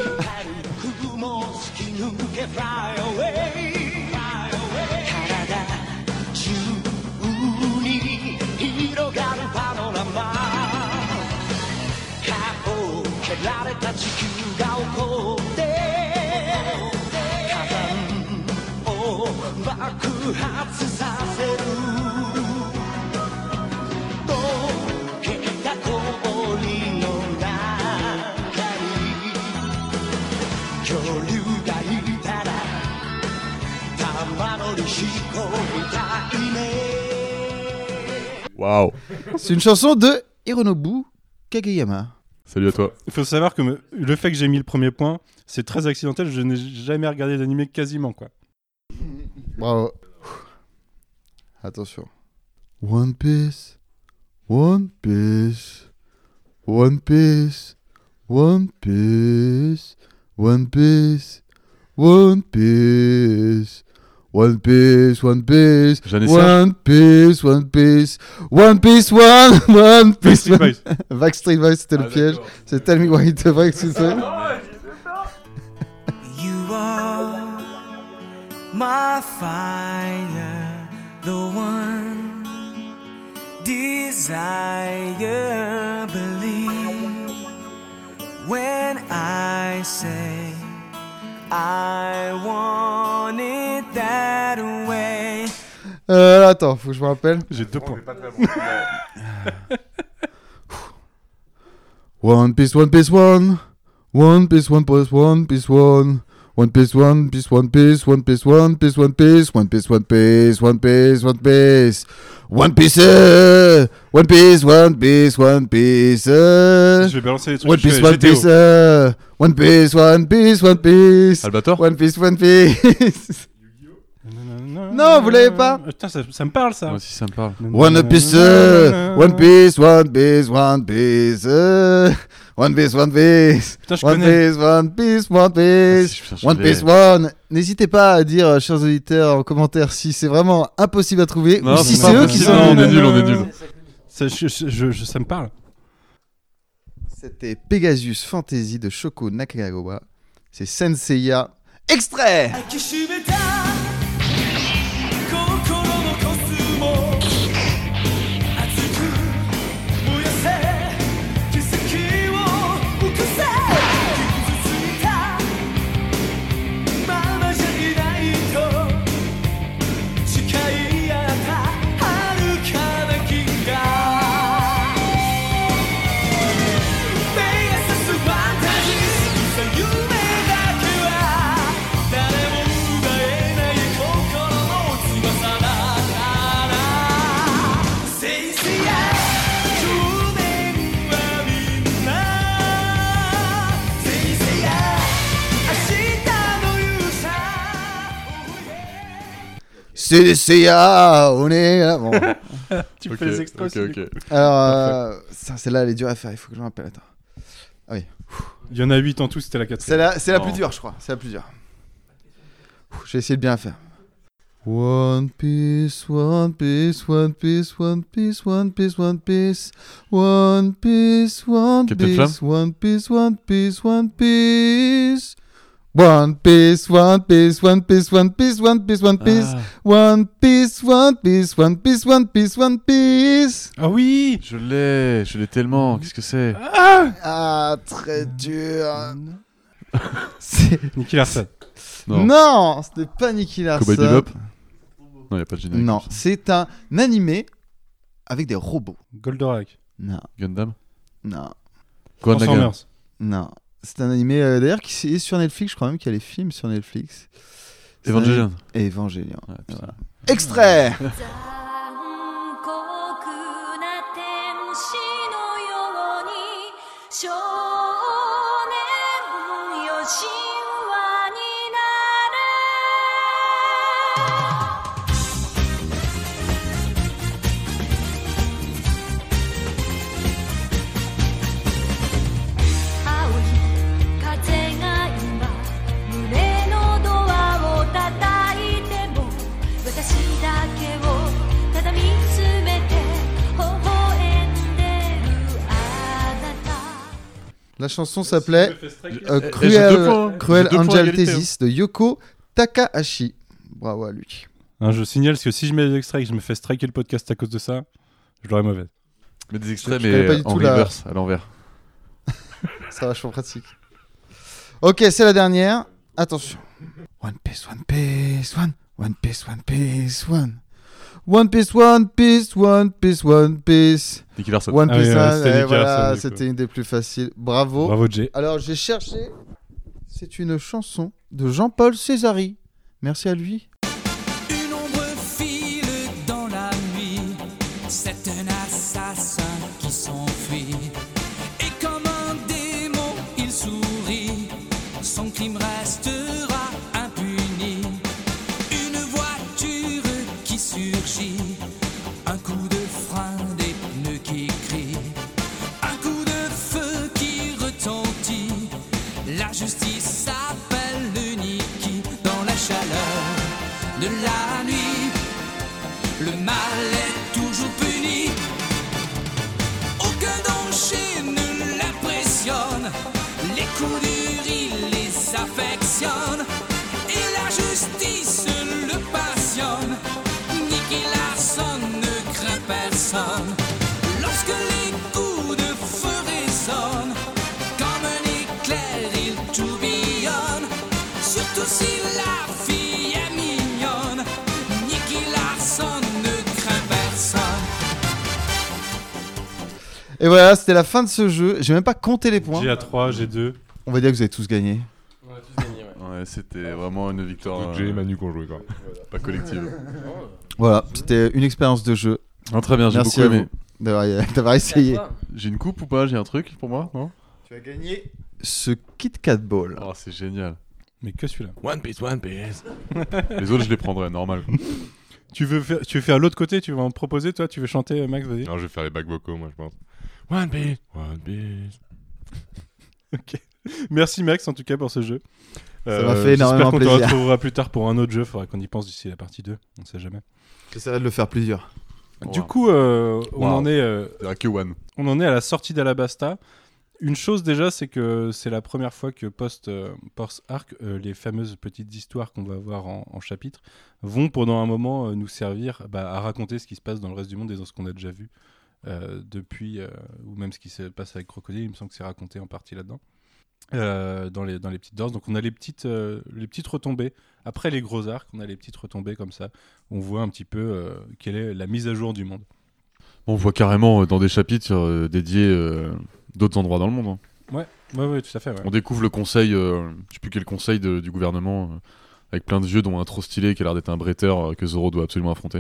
Waouh. C'est une chanson de Hironobu Kageyama. Salut à toi. Il faut savoir que me- le fait que j'ai mis le premier point, c'est très accidentel. Je n'ai jamais regardé d'animé quasiment, quoi. Bravo. Attention. One Piece, One Piece, One Piece, One Piece, One Piece, One Piece, One Piece, One Piece, Jeanne et One Piece, One Piece, One Piece, One, One Piece. Backstreet Boys. Backstreet Boys, c'était le piège. C'est Tell Me Why the Backstreet Boys. You are my fire, the one desire. Believe when I say I want it that way. Euh, attends, faut que je me rappelle. J'ai deux points. One Piece, One Piece, One. One Piece, One Piece, One Piece, One. One Piece, One Piece, One Piece, One Piece, One Piece, One Piece, One Piece, One Piece, One Piece, One Piece. One Piece, euh, One Piece, One Piece, One Piece. euh, Je vais balancer les trucs. One je Piece, fais One G T O. Piece, euh, One Piece, One Piece, One Piece. Albator One Piece, One Piece. Non, vous l'avez pas? Putain, ça, ça me parle ça. Moi aussi, ça me parle. One Piece, euh, One Piece, One Piece, One Piece, euh, One Piece, One Piece. Putain, je One connais. Piece, One Piece, One Ah, Piece. si, putain, je One l'ai. Piece, One. N'hésitez pas à dire, euh, chers auditeurs, en commentaire si c'est vraiment impossible à trouver Non, ou c'est si pas c'est eux qui possible. sont. Non, on est nuls, on est nuls. Ça, je- je- je- je- ça me parle. C'était Pegasus Fantasy de Shoko Nakagawa. C'est Senseiya. Extrait! 抱きしめた心のコスモ熱く燃やせ奇跡を起こせ傷ついたままじゃいないと誓い合った遥かな君が目指すファンタジーさ夢だけは誰も奪えない心の翼だから聖地や少年はみんな聖地や明日の勇者 Senseiya, on est là. Bon. Tu Ok, fais les extras ok, aussi, du ok. coup. Alors, euh, ça, celle-là, elle est dure à faire. Il faut que je me rappelle. Attends. Il y en a huit en tout, c'était la C'est quatrième. la, c'est la Non. plus dure, je crois. C'est la plus dure. Ouh, je vais essayer de bien la faire. One Piece, One Piece, One Piece, One Piece, One Piece, One Piece, One Piece, One Captain Piece, One Piece, One Piece, One Piece. One Piece, One Piece, One Piece, One Piece, One Piece, One Piece, Ah, One Piece, One Piece, One Piece, One Piece, One Piece. Ah oui. je l'ai, je l'ai tellement. Qu'est-ce que c'est? Ah, très dur. C'est... Nicky Larson. Non. Non, ce n'est pas Nicky Larson. Cowboy Bebop? Non, il n'y a pas de générique. Non, comme ça. c'est un animé avec des robots. Goldorak. Non, Gundam? non, Gurren Lagann. Transformers. non. C'est un animé euh, d'ailleurs qui est sur Netflix, je crois même qu'il y a les films sur Netflix. C'est Evangelion. un- Evangelion. Ouais, putain. Voilà. Extrait. 残酷な天使のように少年よ神話になる青い風が今胸のドアを叩いても私だけをただ見つめて微笑んでるあなた La chanson s'appelait euh, Eh, Cruel, j'ai deux points. Cruel J'ai deux points à Angel égalité, Thesis de Yoko Takahashi. Bravo à lui. Hein, je signale que si je mets des extraits et que je me fais striker le podcast à cause de ça, je l'aurais mauvais. Mais des extraits, Je connais mais pas du en tout la- reverse, à l'envers. C'est vachement pratique. Ok, c'est la dernière. Attention. One Piece, One Piece, One. One Piece, One Piece, One. One Piece, One Piece, One Piece, One Piece. Nicky Larson. One Ah Piece, oui, One. ouais, c'était Eh, Nicky voilà, Larson, du coup. c'était une des plus faciles. Bravo. Bravo Jay. Alors, j'ai cherché. C'est une chanson de Jean-Paul Césari. Merci à lui. Une ombre file dans la nuit, c'est un assassin qui s'enfuit. Et comme un démon, il sourit, son crime restera impuni. Une voiture qui surgit, un coup de frein, des pneus qui crient, un coup de feu qui retentit. le mal est toujours puni. Aucun danger ne l'impressionne, les coups durs il les affectionne, et la justice le passionne. Nicky Larson ne craint personne, lorsque les coups de feu résonnent, comme un éclair il tourbillonne, surtout si la fille est mignonne. Nicky Larson ne craint personne. Et voilà, c'était la fin de ce jeu. J'ai même pas compté les points. G A trois, G deux. On va dire que vous avez tous gagné. On a tous gagné, ouais. Ouais, c'était vraiment une victoire. Donc, Jay et Manu qui ont joué, quoi. Pas collective. Voilà, c'était une expérience de jeu. Non, très bien, j'ai Merci beaucoup à aimé. vous d'avoir, d'avoir essayé. J'ai une coupe ou pas? J'ai un truc pour moi? Non? Tu as gagné ce Kit Kat Ball. Oh, c'est génial. Mais que celui-là. One Piece, One Piece. Les autres, je les prendrais, normal. Tu veux faire, tu veux faire l'autre côté, tu veux en proposer, toi, tu veux chanter, Max, vas-y. Non, je vais faire les back vocaux, moi, je pense. One Piece, One Piece. Ok. Merci Max en tout cas pour ce jeu. Ça m'a fait énormément J'espère qu'on te plaisir. retrouvera plus tard pour un autre jeu, faudra qu'on y pense d'ici la partie deux, on sait jamais. J'essaierai de le faire plusieurs. Du Wow. coup, euh, on, Wow. en est, euh, Il y a que One. on en est à la sortie d'Alabasta. Une chose déjà, c'est que c'est la première fois que post, euh, post-arc, euh, les fameuses petites histoires qu'on va avoir en, en chapitre, vont pendant un moment euh, nous servir bah, à raconter ce qui se passe dans le reste du monde et dans ce qu'on a déjà vu euh, depuis, euh, ou même ce qui se passe avec Crocodile, il me semble que c'est raconté en partie là-dedans. Euh, dans, les, dans les petites danses. Donc on a les petites, euh, les petites retombées. Après les gros arcs, on a les petites retombées comme ça. On voit un petit peu euh, quelle est la mise à jour du monde. On voit carrément euh, dans des chapitres euh, dédiés euh, d'autres endroits dans le monde. Hein. Ouais, ouais, ouais, tout à fait. Ouais. On découvre le conseil, euh, je sais plus quel conseil de- du gouvernement, euh, avec plein de vieux, dont un trop stylé qui a l'air d'être un bretteur euh, que Zoro doit absolument affronter.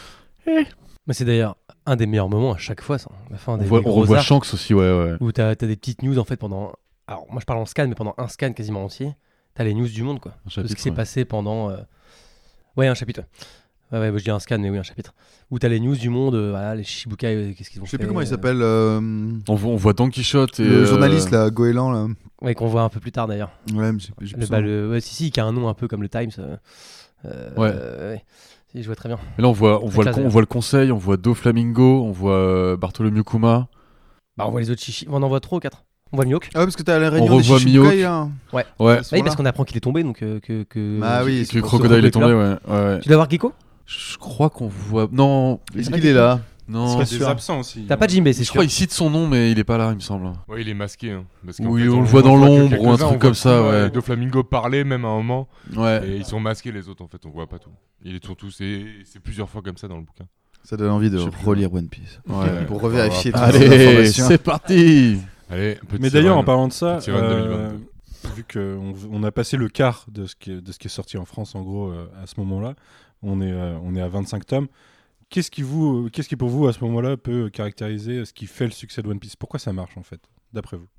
Mais c'est d'ailleurs un des meilleurs moments à chaque fois, ça. La fin On, des, voit, des on gros revoit arcs, Shanks aussi, ouais, ouais. où t'as, t'as des petites news en fait pendant. Alors moi je parle en scan, mais pendant un scan quasiment entier, t'as les news du monde quoi. Un De ce chapitre, qui s'est ouais. passé pendant. euh, Ouais, un chapitre. Ouais, ouais, ouais, je dis un scan, mais oui, un chapitre. Où t'as les news du monde, euh, voilà, les Shichibukai, euh, qu'est-ce qu'ils ont Je fait. sais plus comment il euh, s'appelle. euh, On, voit, on voit Don Quichotte et. Le euh, journaliste là, Goéland là. Ouais, qu'on voit un peu plus tard d'ailleurs. Ouais, mais j'ai, j'ai Le, plus bah, son nom. le, ouais, si, si, qui a un nom un peu comme le Times. euh, euh, Ouais. euh, ouais. Si, je vois très bien. Et là, on voit, on, Très voit le, classe, con- on d'ailleurs. voit le conseil, on voit Do Flamingo, on voit euh, Bartholomew Kuma. Bah, on voit les autres chichis. On en voit trop, quatre. On voit Mihawk. Ah ouais, parce que t'as la réunion revoit des Shichibukai Mihawk. là. Ouais. À ce Oui, moment-là. parce qu'on apprend qu'il est tombé, donc euh, que. que... Ah oui, Que c'est pour Crocodile ce est tombé, Crocodile ouais. ouais. Tu dois voir Gecko? Je crois qu'on voit. Non, ça. Est-ce qu'il est là? non. Il y a pas des sûr. absents aussi. T'as pas Jimbei, c'est Je sûr. crois qu'il cite son nom, mais il est pas là, il me semble. Ouais, il est masqué. Hein, parce qu'en Oui, fait, on le voit dans que l'ombre ou un quelques-uns, truc on comme voit ça, Kuma ouais. et Doflamingo parler même à un moment. Ouais. Et ils sont masqués, les autres, en fait, on voit pas tout. Ils sont tous. Et c'est plusieurs fois comme ça dans le bouquin. Ça donne envie de Je sais plus. relire One Piece. Ouais. Pour revérifier toutes ces Allez, informations. c'est parti. Allez, petit Mais d'ailleurs, run. en parlant de ça, Petit run euh, deux mille vingt-deux. vu qu'on on a passé le quart de ce, qui est, de ce qui est sorti en France, en gros, euh, à ce moment-là, on est, euh, on est à vingt-cinq tomes. Qu'est-ce qui, vous, qu'est-ce qui, pour vous, à ce moment-là, peut caractériser ce qui fait le succès de One Piece? Pourquoi ça marche, en fait, d'après vous?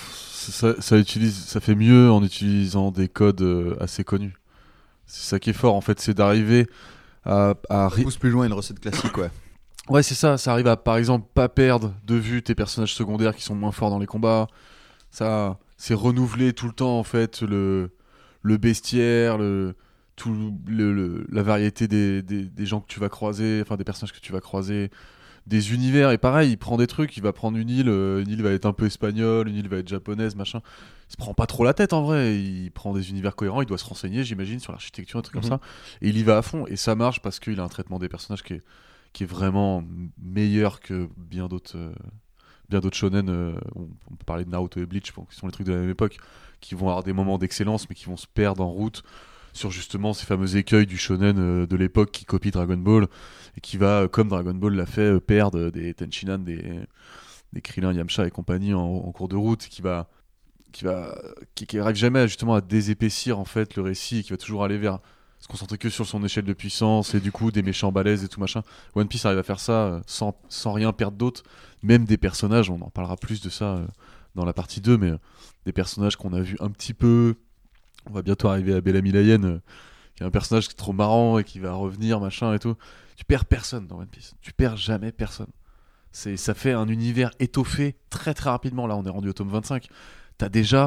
Ça, ça utilise, ça fait mieux en utilisant des codes euh, assez connus. C'est ça qui est fort, en fait, c'est d'arriver à, à ri- Pousse plus loin une recette classique, ouais. Ouais, c'est ça. Ça arrive à, par exemple, pas perdre de vue tes personnages secondaires qui sont moins forts dans les combats. Ça, c'est renouveler tout le temps, en fait, le, le bestiaire, le, tout le, le- la variété des, des, des gens que tu vas croiser, enfin des personnages que tu vas croiser, des univers. Et pareil, il prend des trucs. Il va prendre une île. euh, Une île va être un peu espagnole, une île va être japonaise, machin. Il se prend pas trop la tête en vrai. Il prend des univers cohérents. Il doit se renseigner, j'imagine, sur l'architecture, un truc Mhm. comme ça. Et il y va à fond. Et ça marche parce qu'il a un traitement des personnages qui est qui est vraiment meilleur que bien d'autres euh, bien d'autres shonen. euh, on, on peut parler de Naruto et Bleach, bon, qui sont les trucs de la même époque, qui vont avoir des moments d'excellence, mais qui vont se perdre en route sur justement ces fameux écueils du shonen euh, de l'époque qui copie Dragon Ball et qui va, euh, comme Dragon Ball l'a fait, euh, perdre des Tenshinhan, des, des Krillin, Yamcha et compagnie en, en cours de route, qui va qui va qui, qui arrive jamais justement à désépaissir en fait le récit, et qui va toujours aller vers se concentrer que sur son échelle de puissance et du coup des méchants balèzes et tout machin. One Piece arrive à faire ça euh, sans, sans rien perdre d'autre, même des personnages, on en parlera plus de ça euh, dans la partie deux, mais euh, des personnages qu'on a vus un petit peu, on va bientôt arriver à Bellamy Layen, euh, qui est un personnage qui est trop marrant et qui va revenir machin et tout. Tu perds personne dans One Piece, tu perds jamais personne. C'est, ça fait un univers étoffé très très rapidement. Là on est rendu au tome vingt-cinq, t'as déjà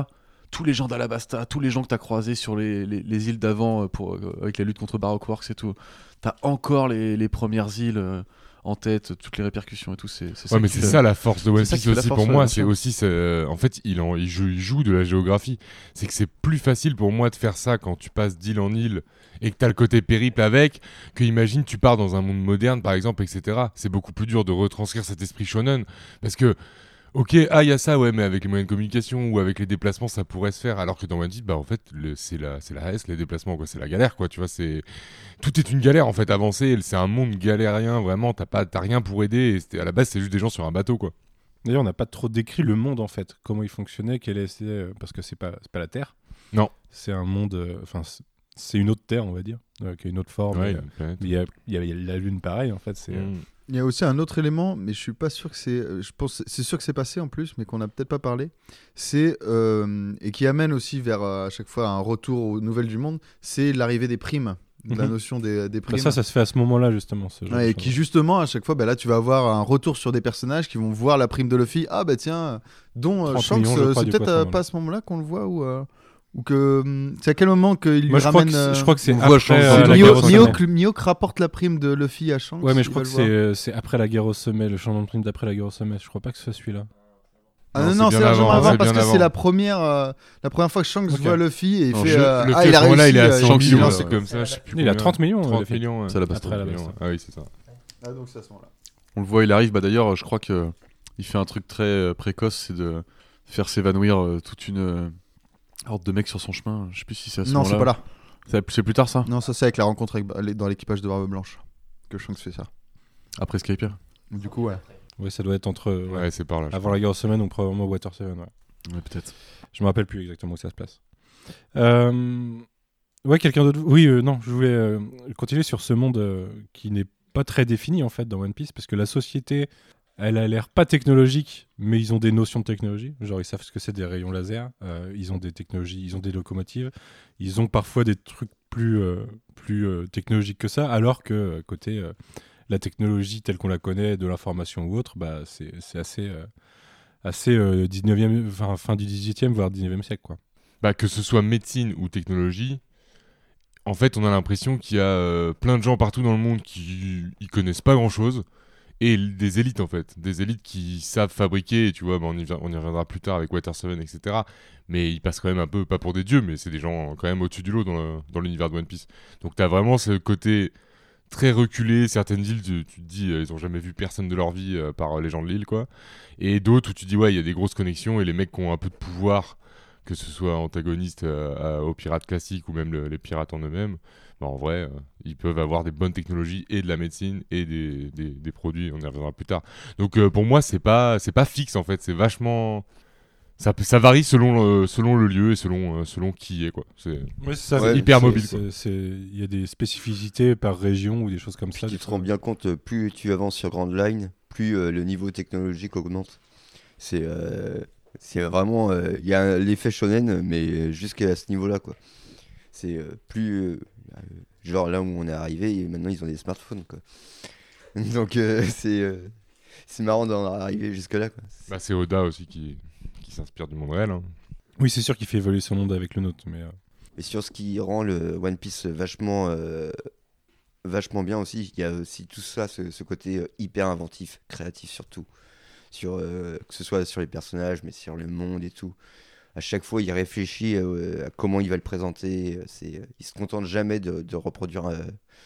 tous les gens d'Alabasta, tous les gens que t'as croisés sur les, les, les îles d'avant euh, pour, euh, avec la lutte contre Baroque Works et tout, t'as encore les, les premières îles euh, en tête, toutes les répercussions et tout. C'est, c'est ça Ouais, mais qui c'est fait- ça la force de One c'est ça Piece qui fait la aussi force, pour ouais, moi. bien C'est sûr. aussi, c'est, euh, en fait, il, en, il, joue, il joue de la géographie. C'est que c'est plus facile pour moi de faire ça quand tu passes d'île en île et que t'as le côté périple avec, que imagine tu pars dans un monde moderne par exemple, et cetera. C'est beaucoup plus dur de retranscrire cet esprit shonen parce que ok, ah, il y a ça, ouais, mais avec les moyens de communication ou avec les déplacements, ça pourrait se faire. Alors que dans One Piece, bah, en fait, le, c'est la, c'est la S, les déplacements, quoi. C'est la galère, quoi. Tu vois, c'est. Tout est une galère, en fait, avancer. C'est un monde galérien, vraiment. T'as pas, t'as rien pour aider. Et c'était- à la base, c'est juste des gens sur un bateau, quoi. D'ailleurs, on n'a pas trop décrit le monde en fait, comment il fonctionnait, quel est, euh, parce que c'est pas, c'est pas la Terre. Non. C'est un monde, euh, enfin, c'est- c'est une autre Terre, on va dire, euh, qui a une autre forme. Ouais, et, euh, une planète. mais il y a, il y a- il y a la Lune pareil, en fait. C'est, euh, Mm. Il y a aussi un autre élément, mais je suis pas sûr que c'est. euh, Je pense, c'est sûr que c'est passé en plus, mais qu'on n'a peut-être pas parlé. C'est euh, et qui amène aussi vers euh, à chaque fois un retour aux nouvelles du monde. C'est l'arrivée des primes, de la Mhm. notion des, des bah, primes. ça, ça se fait à ce moment-là justement. Ce genre Ouais, de et qui choses. justement à chaque fois, bah là tu vas avoir un retour sur des personnages qui vont voir la prime de Luffy. Ah bah tiens, dont euh, trente Shanks, millions, je euh, crois, c'est du peut-être coup, à ce euh, moment-là. pas à ce moment-là qu'on le voit ou euh, ou que hum, c'est à quel moment qu'il lui Moi, je crois, ramène. que c'est, euh, je crois que c'est on voit après Shanks, euh, c'est la Mio- guerre au sommet. Mio- Mio qui rapporte la prime de Luffy à Shanks. Ouais, mais je il crois va que le c'est, voir. euh, c'est après la guerre au sommet, le changement de prime d'après la guerre au sommet. Je crois pas que ce soit celui-là. Ah Non, non, c'est non, bien c'est largement avant, avant c'est parce bien que c'est avant. la première, euh, la première fois que Shanks Ok. voit Luffy et il Non, fait. je- euh, le ah, fait il à a ce moment-là, réussi. il est à euh, cent il millions, lance- un truc comme ça. Je sais plus Il a combien. trente millions. trente Luffy. millions. ouais. C'est la baston. Après la millions, baston. ouais. Ah oui, c'est ça. Ah, donc c'est à ce moment-là. On le voit, il arrive. Bah d'ailleurs, je crois que il fait un truc très euh, précoce, c'est de faire s'évanouir euh, toute une euh, horde de mecs sur son chemin. Je sais plus si c'est à ce Non, c'est moment-là. pas là. C'est, c'est plus tard ça. Non, ça c'est avec la rencontre avec, elle est dans l'équipage de Barbe Blanche que Shanks fait ça. Après Skypiea. Du coup, ouais. Ouais, ça doit être entre ouais, Ouais, c'est par là. je avant la guerre au sommet, donc probablement Water Seven. Ouais. Ouais, peut-être. Je me rappelle plus exactement où ça se place. Euh, Ouais, quelqu'un d'autre. Oui, euh, non, je voulais euh, continuer sur ce monde euh, qui n'est pas très défini en fait dans One Piece parce que la société, elle a l'air pas technologique, mais ils ont des notions de technologie. Genre, ils savent ce que c'est des rayons laser. euh, ils ont des technologies, ils ont des locomotives. Ils ont parfois des trucs plus euh, plus euh, technologiques que ça, alors que euh, côté euh, la technologie telle qu'on la connaît, de l'information ou autre, bah c'est c'est assez euh, assez euh, dix-neuvième, enfin, fin du dix-huitième voire dix-neuvième siècle quoi. Bah, que ce soit médecine ou technologie, en fait, on a l'impression qu'il y a euh, plein de gens partout dans le monde qui y connaissent pas grand-chose, et l- des élites, en fait. Des élites qui savent fabriquer, et tu vois, bah, on, y vi- on y reviendra plus tard avec Water Seven, et cetera. Mais ils passent quand même un peu, pas pour des dieux, mais c'est des gens quand même au-dessus du lot dans, le- dans l'univers de One Piece. Donc t'as vraiment ce côté très reculé. Certaines îles, tu, tu te dis, euh, ils ont jamais vu personne de leur vie euh, par euh, les gens de l'île, quoi. Et d'autres où tu dis, ouais, il y a des grosses connexions, et les mecs qui ont un peu de pouvoir, que ce soit antagonistes euh, à- aux pirates classiques ou même le- les pirates en eux-mêmes, bah, en vrai, euh, ils peuvent avoir des bonnes technologies et de la médecine et des, des, des produits, on y reviendra plus tard. Donc euh, pour moi, c'est pas, c'est pas fixe en fait, c'est vachement... Ça, peut- ça varie selon le, selon le lieu et selon, euh, selon qui y est, quoi. C'est... Ouais, c'est ça. Ouais, hyper c'est- mobile, c'est- quoi. c'est- Il y a des spécificités par région ou des choses comme Puis ça. tu des te fois. rends bien compte, euh, plus tu avances sur Grand Line, plus euh, le niveau technologique augmente. C'est euh, c'est vraiment... euh, Il y a un- l'effet shonen, mais jusqu'à ce niveau-là, quoi. C'est euh, plus... euh, euh, genre là où on est arrivé, et maintenant ils ont des smartphones, quoi. Donc euh, c'est... euh, c'est marrant d'en arriver jusque-là, quoi. Bah, c'est Oda aussi qui, qui s'inspire du monde réel. hein. Oui, c'est sûr qu'il fait évoluer son monde avec le nôtre, mais euh, Et sur ce qui rend le One Piece vachement, euh, vachement bien aussi, il y a aussi tout ça, ce, ce côté euh, hyper inventif, créatif surtout. Sur, euh, que ce soit sur les personnages, mais sur le monde et tout. À chaque fois, il réfléchit euh, à comment il va le présenter. C'est, euh, il se contente jamais de, de reproduire euh,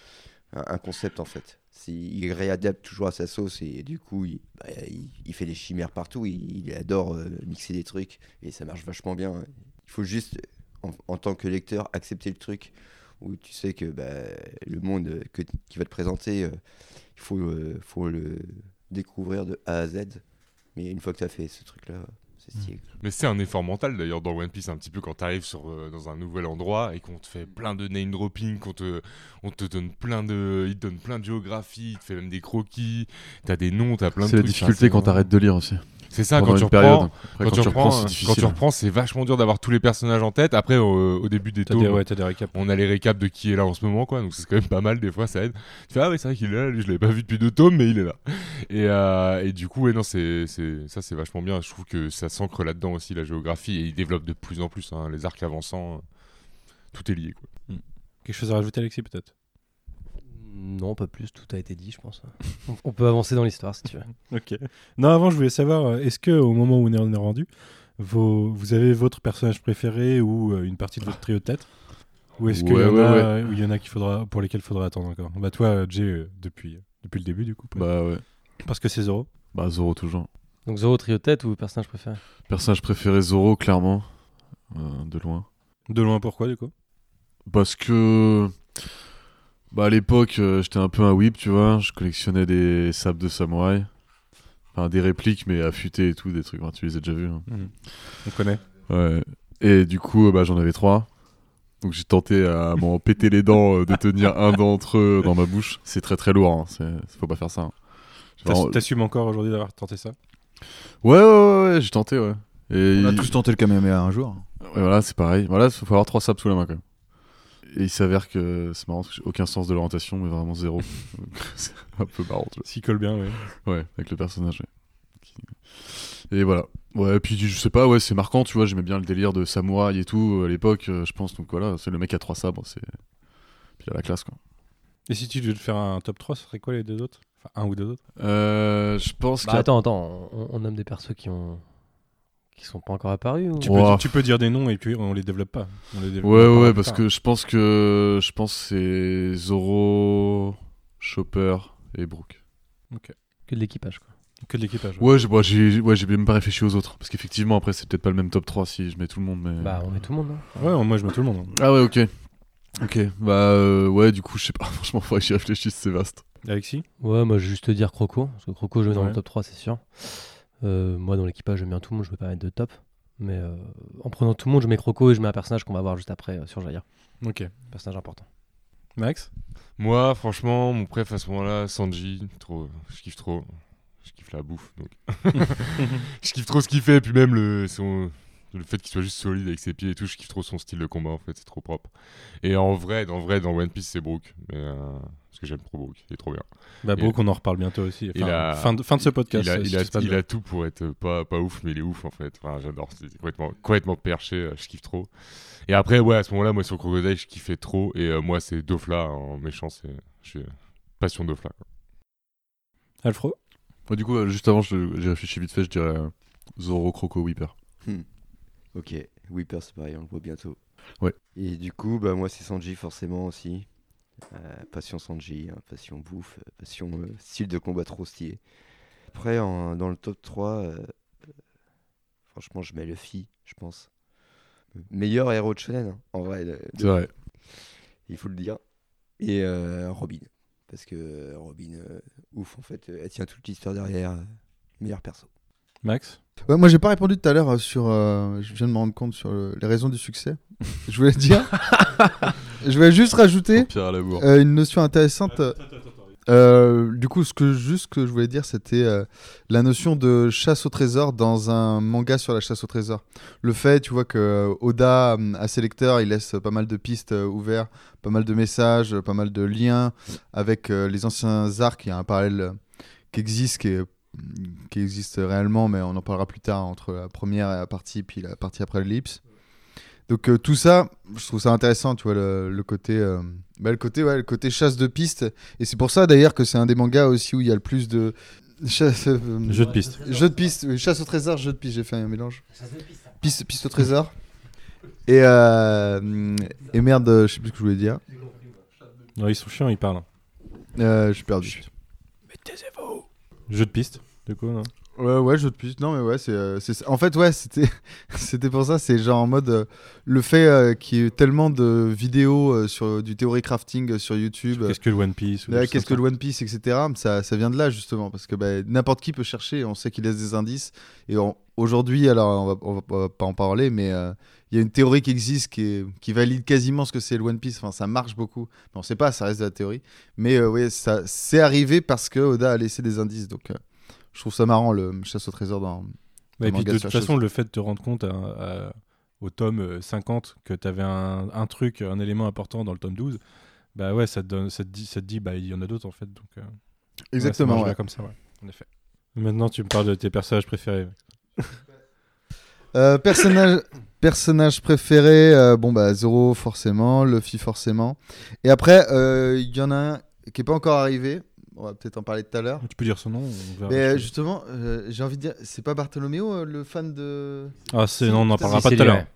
un, un concept en fait. C'est, il réadapte toujours à sa sauce et du coup, il, bah, il, il fait des chimères partout. Il, il adore euh, mixer des trucs et ça marche vachement bien. Il faut juste, en, en tant que lecteur, accepter le truc où tu sais que bah, le monde que, qu'il va te présenter, euh, il faut, euh, faut le découvrir de A à Z. Mais une fois que tu as fait ce truc-là, c'est stylé. Mais c'est un effort mental d'ailleurs dans One Piece un petit peu quand t'arrives sur euh, dans un nouvel endroit et qu'on te fait plein de name dropping, qu'on te on te donne plein de il te donne plein de géographie, il te fait même des croquis, t'as des noms, t'as plein de C'est la trucs. difficulté Enfin, quand vraiment- t'arrêtes de lire aussi. C'est ça, pendant quand tu une reprends, période. Après, quand, tu reprends, c'est quand difficile. tu reprends, c'est vachement dur d'avoir tous les personnages en tête. Après, au, au début des T'as tomes, des, ouais, t'as des récaps. on a les récaps de qui est là en ce moment, quoi. Donc c'est quand même pas mal, des fois, ça aide. Tu fais, ah oui, c'est vrai qu'il est là, lui, je l'avais pas vu depuis deux tomes, mais il est là. Et, euh, et du coup, ouais, non, c'est, c'est, ça, c'est vachement bien. Je trouve que ça s'ancre là-dedans aussi, la géographie, et il développe de plus en plus, hein, les arcs avançant. Tout est lié, quoi. Quelque chose à rajouter, Alexis, peut-être? Non, pas plus, tout a été dit, je pense. On- On peut avancer dans l'histoire si tu veux. Ok. Non, avant, je voulais savoir, euh, est-ce que au moment où on est, on est rendu, vos, vous avez votre personnage préféré ou euh, une partie de votre trio de tête? Ou est-ce qu'il y, Ouais, en ouais, a, ouais. euh, ou il y en a qu'il faudra, pour lesquels il faudra attendre encore? Bah toi, euh, Jay, euh, depuis, depuis le début, du coup. peut-être. Bah ouais. Parce que c'est Zoro. Bah Zoro toujours. Donc Zoro, trio de tête ou personnage préféré? Personnage préféré Zoro, clairement. Euh, de loin. De loin, pourquoi, du coup? Parce que. Bah à l'époque, euh, j'étais un peu un whip, tu vois. Je collectionnais des sabres de samouraï. Enfin, des répliques, mais affûtées et tout, des trucs. Enfin, tu les as déjà vus. Hein. On connaît. Ouais. Et du coup, euh, bah, j'en avais trois. Donc j'ai tenté à m'en péter les dents, euh, de tenir un d'entre eux dans ma bouche. C'est très très lourd, hein. C'est... faut pas faire ça. Hein. J'ai T'ass- vraiment- T'assumes encore aujourd'hui d'avoir tenté ça? Ouais, ouais, ouais, ouais, j'ai tenté, ouais. Et On a il- tous tenté le Kamehameha un jour. Ouais, voilà, c'est pareil. Voilà, il faut avoir trois sabres sous la main quand même. Et il s'avère que c'est marrant, parce que j'ai aucun sens de l'orientation, mais vraiment zéro. Donc, c'est un peu marrant, tu S'il colle bien, oui. vois. Ouais, avec le personnage, ouais. Qui- Et voilà. Ouais, puis je sais pas, ouais, c'est marquant, tu vois, j'aimais bien le délire de samouraï et tout à l'époque, euh, je pense. Donc voilà, c'est le mec qui a trois sabres, c'est. Puis il a la classe, quoi. Et si tu devais te faire un top trois, ce serait quoi les deux autres? Enfin, un ou deux autres? Euh, je pense Bah, qu'il y a- attends, attends, on, on nomme des persos qui ont qui sont pas encore apparus ou... Tu, Ouais. peux, tu peux dire des noms et puis on les développe pas. On les développe Ouais, on en ouais, parlera parce plus tard. que je pense que. Je pense que c'est Zoro, Chopper et Brook. Que de l'équipage, quoi. Que de l'équipage. Ouais, j'ai, bah, j'ai, ouais, j'ai même pas réfléchi aux autres. Parce qu'effectivement, après, c'est peut-être pas le même top trois si je mets tout le monde. Mais... Bah, on met tout le monde, non? Ouais, moi je mets tout le monde. Ah ouais, ok. Ok, bah euh, ouais, du coup, je sais pas, franchement, faudrait que j'y réfléchisse, c'est vaste. Alexis? Ouais, moi, je vais juste te dire Croco. Parce que Croco, je mets dans Ouais. le top trois, c'est sûr. Euh, moi, dans l'équipage, j'aime bien tout le monde, je vais pas mettre de top. Mais euh, en prenant tout le monde, je mets Croco et je mets un personnage qu'on va voir juste après euh, sur Jaya. Ok. Personnage important. Max? Moi, franchement, mon préf à ce moment-là, Sanji, trop, je kiffe trop. Je kiffe la bouffe, donc. Je kiffe trop ce qu'il fait, et puis même le, son, le fait qu'il soit juste solide avec ses pieds et tout, je kiffe trop son style de combat, en fait, c'est trop propre. Et en vrai, dans vrai, dans One Piece, c'est Brook, mais, euh, parce que j'aime trop Brook, il est trop bien. Bah, Brooke, on en reparle bientôt aussi. Il Enfin, a- fin, de, fin de ce podcast. Il a, si il tout a, se passe il bien. a tout pour être pas, pas ouf, mais il est ouf, en fait. Enfin, j'adore, c'est complètement, complètement perché, euh, je kiffe trop. Et après, ouais, à ce moment-là, moi, sur Crocodile, je kiffais trop, et euh, moi, c'est Dofla, en méchant, c'est, je suis passion Dofla, quoi. Alfro? Ouais, du coup, euh, juste avant, je- j'ai réfléchi vite fait, je dirais euh, Zoro, Croco, Whipper. Hmm. Ok, Whipper c'est pareil, on le voit bientôt. Ouais. Et du coup, bah moi c'est Sanji forcément aussi. Euh, passion Sanji, hein, passion bouffe, euh, passion euh, style de combat trop stylé. Après, en- dans le top trois, euh, euh, franchement je mets Luffy, je pense. Meilleur héros de shonen, hein, en vrai, de- C'est vrai. il faut le dire. Et euh, Robin, parce que euh, Robin, euh, ouf en fait, euh, elle tient toute l'histoire derrière, euh, meilleur perso. Max? Ouais, moi, j'ai pas répondu tout à l'heure euh, sur. euh, je viens de me rendre compte sur euh, les raisons du succès. Je voulais dire. Je voulais juste rajouter Pierre à la bourre. euh, une notion intéressante. Euh, du coup, ce que juste que je voulais dire, c'était euh, la notion de chasse au trésor dans un manga sur la chasse au trésor. Le fait, tu vois, que euh, Oda, euh, à ses lecteurs, il laisse pas mal de pistes euh, ouvertes, pas mal de messages, euh, pas mal de liens avec euh, les anciens arcs. Il y a un parallèle euh, qui existe, qui, est- qui existe réellement, mais on en parlera plus tard entre la première partie puis la partie après l'ellipse. Donc euh, tout ça, je trouve ça intéressant, tu vois, le, le côté, euh, bah, le côté, ouais, le côté chasse de pistes. Et c'est pour ça d'ailleurs que c'est un des mangas aussi où il y a le plus de chasse, euh, Jeu de piste. jeu de pistes, oui, chasse au trésor, jeu de pistes. J'ai fait un mélange. Piste, piste au trésor. Et euh, et merde, euh, je sais plus ce que je voulais dire. Non, ils sont chiants, ils parlent. Euh, je suis perdu. Jeu de piste, du coup, non? Ouais, ouais, jeu de piste. Non, mais ouais, c'est, euh, c'est... en fait, ouais, c'était, c'était pour ça. C'est genre en mode euh, le fait euh, qu'il y ait tellement de vidéos euh, sur du théorie crafting euh, sur YouTube. Qu'est-ce que le One Piece? ou Ouais, des qu'est-ce que choses le One Piece, et cetera. Ça, ça vient de là justement parce que bah, n'importe qui peut chercher. On sait qu'il laisse des indices. Et on- aujourd'hui, alors on va, on va, on va pas en parler, mais euh, il y a une théorie qui existe qui, est- qui valide quasiment ce que c'est le One Piece. Enfin, ça marche beaucoup. Mais on sait pas, ça reste de la théorie. Mais euh, ouais, ça c'est arrivé parce que Oda a laissé des indices. Donc, euh, je trouve ça marrant le chasse au trésor dans Bah, un et puis manga de sur toute la façon, chose. le fait de te rendre compte à- à- au tome euh, cinquante que tu avais un, un truc, un élément important dans le tome douze, bah ouais, ça te, donne, ça te dit, ça te dit bah, il y en a d'autres en fait. Donc, euh, Exactement, ouais, ça marche ouais. bien comme ça, ouais, en effet. Maintenant, tu me parles de tes personnages préférés. Euh, personnage, personnage préféré, euh, bon bah Zoro forcément, Luffy forcément. Et après, euh, il y en a un qui est pas encore arrivé. On va peut-être en parler tout à l'heure. Tu peux dire son nom on verra. Mais euh, justement, euh, j'ai envie de dire, c'est pas Bartholoméo euh, le fan de. Ah, c'est, Si, non, on en putain, parlera si, pas c'est tout à lui, l'heure.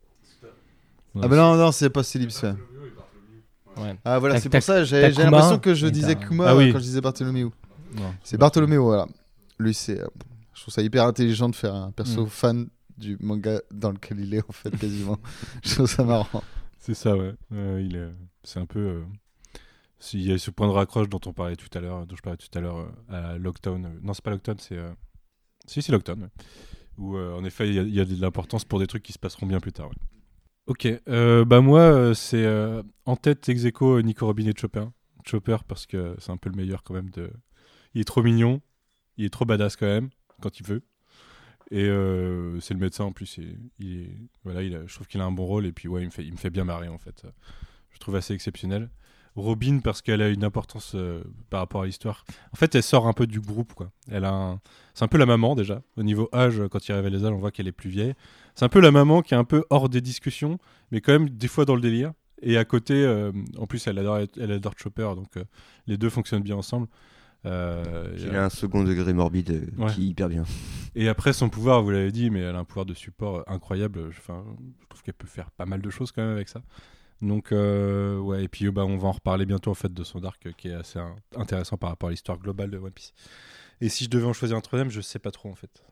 Ah bah non, non, c'est pas Célibes. ouais. Ouais. Ah voilà, Tac, c'est pour tac, ça, j'ai, tac, j'ai Kuma. l'impression que je Et disais t'as- Kuma Ah oui. quand je disais Bartholoméo. Non. C'est Bartholoméo, voilà. Lui, c'est. euh, je trouve ça hyper intelligent de faire un perso Mm. fan du manga dans lequel il est, en fait, quasiment. Je trouve ça marrant. C'est ça, ouais. Euh, il est, c'est un peu. Euh, s'il y a ce point de raccroche dont on parlait tout à l'heure, dont je parlais tout à l'heure euh, à Lockdown. euh, non, c'est pas Lockdown, c'est. Euh... Si, c'est Lockdown. Ouais. Où, euh, en effet, il y, a- il y a de l'importance pour des trucs qui se passeront bien plus tard. Ouais. Ok. Euh, bah, moi, euh, c'est euh, en tête ex aequo, euh, Nico Robin et Chopper. Chopper, parce que c'est un peu le meilleur quand même. De... Il est trop mignon. Il est trop badass quand même, quand il veut. Et euh, c'est le médecin en plus. Il, il est, voilà, il a, je trouve qu'il a un bon rôle. Et puis, ouais, il me fait, il me fait bien marrer en fait. Je trouve assez exceptionnel. Robin, parce qu'elle a une importance euh, par rapport à l'histoire. En fait, elle sort un peu du groupe, quoi. Elle a un... C'est un peu la maman déjà. Au niveau âge, quand il révèle les âges, on voit qu'elle est plus vieille. C'est un peu la maman qui est un peu hors des discussions, mais quand même des fois dans le délire. Et à côté, euh, en plus, elle adore, elle adore Chopper, donc euh, les deux fonctionnent bien ensemble. Euh, Il et, a un second degré morbide euh, Ouais. qui est hyper bien. et après, son pouvoir, vous l'avez dit, mais elle a un pouvoir de support incroyable. Enfin, je trouve qu'elle peut faire pas mal de choses quand même avec ça. Donc, euh, ouais, et puis euh, bah, on va en reparler bientôt en fait de son arc euh, qui est assez in- intéressant par rapport à l'histoire globale de One Piece. Et si je devais en choisir un troisième, je sais pas trop en fait.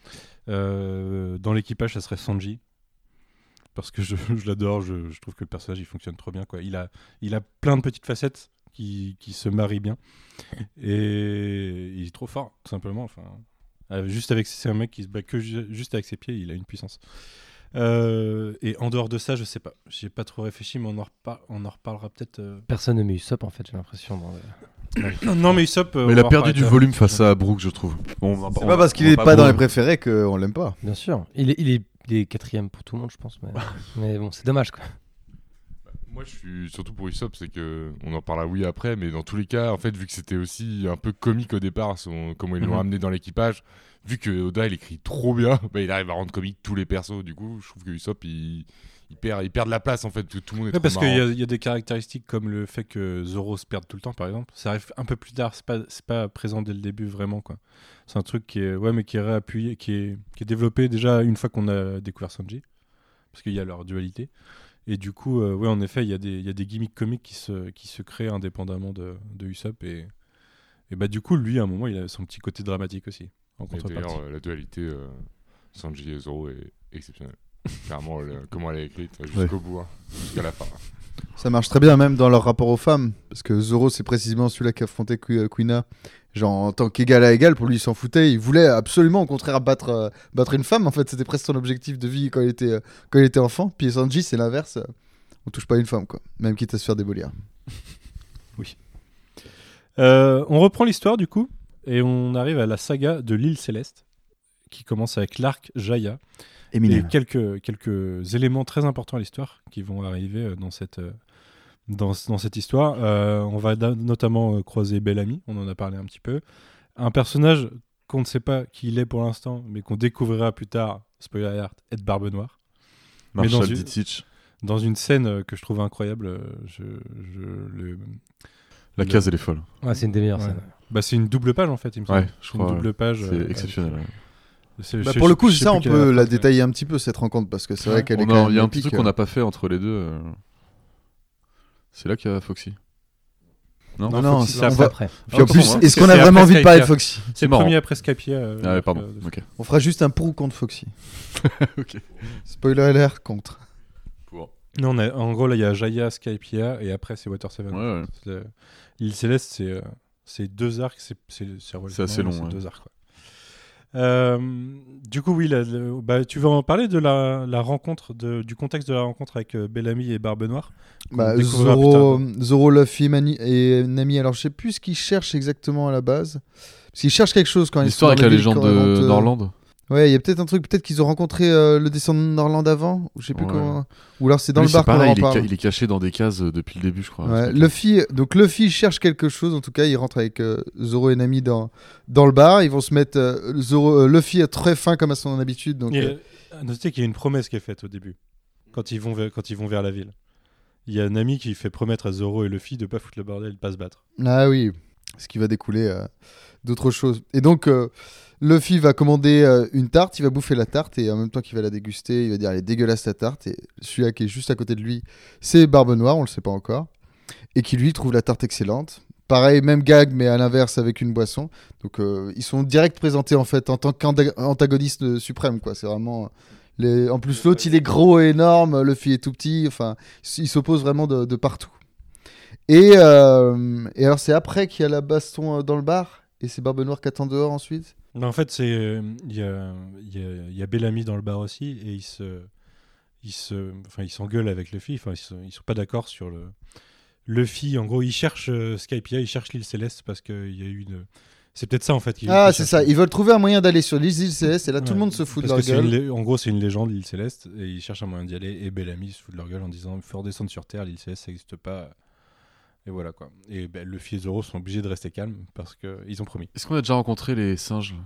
Euh, dans l'équipage, ça serait Sanji. Parce que je, je l'adore, je, je trouve que le personnage il fonctionne trop bien. Quoi. Il, a, il a plein de petites facettes qui, qui se marient bien. Et il est trop fort, tout simplement. Enfin, euh, juste avec, c'est un mec qui se bat que ju- juste avec ses pieds, il a une puissance. Euh, et en dehors de ça, je sais pas. J'ai pas trop réfléchi, mais on en, repa- on en reparlera peut-être. euh. Personne ne met Usopp en fait, j'ai l'impression. dans le- Non, mais Usopp. euh, Mais on il a va en perdu reparler du tout à volume l'heure. face à Brooke, je trouve. Bon, on va C'est on pas va- parce on qu'il va est pas dans brûler. les préférés qu'on l'aime pas. Bien sûr. Il est, il est, il est quatrième pour tout le monde, je pense. Mais, mais bon, c'est dommage quoi. Moi, je suis surtout pour Usopp, c'est que on en parlera oui après, mais dans tous les cas, en fait, vu que c'était aussi un peu comique au départ, son, comment ils l'ont Mhm. amené dans l'équipage, vu que Oda il écrit trop bien, bah, il arrive à rendre comique tous les persos. Du coup, je trouve que Usopp il, il perd, il perd de la place en fait, que tout le monde est Ouais, trop parce qu'il y, marrant. a- il y a des caractéristiques comme le fait que Zoro se perde tout le temps, par exemple. Ça arrive un peu plus tard, c'est pas, c'est pas présent dès le début vraiment. Quoi. C'est un truc qui est, ouais, mais qui est réappuyé, qui est, qui est développé déjà une fois qu'on a découvert Sanji, parce qu'il y a leur dualité. Et du coup, euh, ouais, en effet, il y, a des- il y a des gimmicks comiques qui se, qui se créent indépendamment de, de Usopp. Et, et bah, du coup, lui, à un moment, il a son petit côté dramatique aussi, en Et contrepartie. d'ailleurs, euh, la dualité euh, Sanji et Zoro est exceptionnelle. Clairement, le- comment elle est écrite euh, jusqu'au bout, hein, jusqu'à la fin. Ça marche très bien, même dans leur rapport aux femmes. Parce que Zoro, c'est précisément celui-là qui affrontait Qui- euh, Kuina. Genre, en tant qu'égal à égal, pour lui, il s'en foutait. Il voulait absolument, au contraire, battre, euh, battre une femme. En fait, c'était presque son objectif de vie quand il était, euh, quand il était enfant. Puis Sanji, c'est l'inverse. euh, On touche pas une femme, quoi. Même quitte à se faire démolir. Euh, on reprend l'histoire du coup et on arrive à la saga de l'île Céleste qui commence avec l'arc Jaya et quelques, quelques éléments très importants à l'histoire qui vont arriver euh, dans cette, euh, dans, dans cette histoire. Euh, on va da- notamment euh, croiser Bellamy, on en a parlé un petit peu. Un personnage qu'on ne sait pas qui il est pour l'instant mais qu'on découvrira plus tard, spoiler alert, être Barbe Noire. Mais dans Marshall une- Dietrich. Dans une scène euh, que je trouve incroyable, euh, je, je, le... La le- case, elle est folle. Ouais, c'est une des meilleures Ouais. scènes. Bah, c'est une double page en fait, il me semble. Ouais, je C'est une crois. double page. C'est euh, exceptionnel. avec- ouais. C'est- Bah, je- pour je- le coup, je sais ça, plus on quelle est peut la phrase, mais- détailler un petit peu, cette rencontre. Parce que c'est vrai Ouais. qu'elle est On quand a- même Il y a un petit épique. truc qu'on n'a pas fait entre les deux. euh. C'est là qu'il y a Foxy. Non, Non, non, Foxy, c'est- c'est on après. va- Après. Puis en Ah, plus, pardon, hein. est-ce qu'on C'est a vraiment après envie de parler de Skypiea. Foxy C'est le marrant. premier après Skypiea. euh, Ah ouais, donc, pardon. euh, Ok. On fera juste un pour ou contre Foxy. Ok. Spoiler alert, contre. Pour. Non, on a- en gros, là, il y a Jaya, Skypiea, et après, c'est Water Seven. Ouais, ouais. C'est le- L'île Céleste, c'est euh, c'est deux arcs. C'est c'est- c'est relativement assez long, C'est ouais. deux arcs. Quoi. Euh, du coup, oui, la- la- bah, tu veux en parler de la, la rencontre, de, du contexte de la rencontre avec euh, Bellamy et Barbe Noire qu'on Bah, découvrira plus Zoro, tard. Zoro, Luffy Mani- et Nami. Alors, je sais plus ce qu'ils cherchent exactement à la base. Parce qu'ils cherchent quelque chose quand ils sont L'histoire dans avec la ville légende quand- quand, de- euh, d'Orlande. Ouais, il y a peut-être un truc, peut-être qu'ils ont rencontré euh, le descendant de Norland avant, ou je sais plus Ouais. comment. Ou alors c'est dans Lui, le bar c'est qu'on pareil, en il est, ca- parle. il est caché dans des cases euh, depuis le début, je crois. Ouais, ce mec-là. Luffy, donc Luffy cherche quelque chose, en tout cas, il rentre avec euh, Zoro et Nami dans, dans le bar. Ils vont se mettre. euh, Zoro, euh, Luffy est très fin comme à son habitude. Donc, Et, euh, euh, notez qu'il y a une promesse qui est faite au début, quand ils vont vers, quand ils vont vers la ville. Il y a Nami qui fait promettre à Zoro et Luffy de pas foutre le bordel, de pas se battre. Ah oui, ce qui va découler euh, d'autres choses. Et donc, euh, Luffy va commander euh, une tarte, il va bouffer la tarte, et en même temps qu'il va la déguster, il va dire elle est dégueulasse ta tarte. Et celui-là qui est juste à côté de lui, c'est Barbe Noire, on le sait pas encore, et qui lui trouve la tarte excellente. Pareil, même gag, mais à l'inverse avec une boisson. Donc, euh, ils sont direct présentés en fait en tant qu'antagonistes suprêmes, quoi. C'est vraiment. Les... En plus, l'autre il est gros et énorme, Luffy est tout petit, enfin, ils s'opposent vraiment de, de partout. Et, euh, et alors, c'est après qu'il y a la baston euh, dans le bar, et c'est Barbe Noire qui attend dehors ensuite. Non, en fait, c'est euh, il y a il y a, il y a Bellamy dans le bar aussi et ils se ils se enfin ils s'engueulent avec Luffy. Enfin, ils, se, ils sont pas d'accord sur le Luffy. En gros, il cherche euh, Skypiea, il cherche l'île Céleste parce qu'il y a eu une. C'est peut-être ça en fait. qu'il- Ah, qu'il c'est cherche. ça, ils veulent trouver un moyen d'aller sur l'île Céleste, et là tout le Ouais, monde se fout de parce leur que c'est gueule. une lé- En gros, c'est une légende, l'île Céleste, et ils cherchent un moyen d'y aller. Et Bellamy se fout de leur gueule en disant il faut redescendre sur Terre, l'île Céleste, ça n'existe pas. Et voilà quoi. Et ben, Luffy et Zoro sont obligés de rester calmes parce qu'ils ont promis. Est-ce qu'on a déjà rencontré les singes?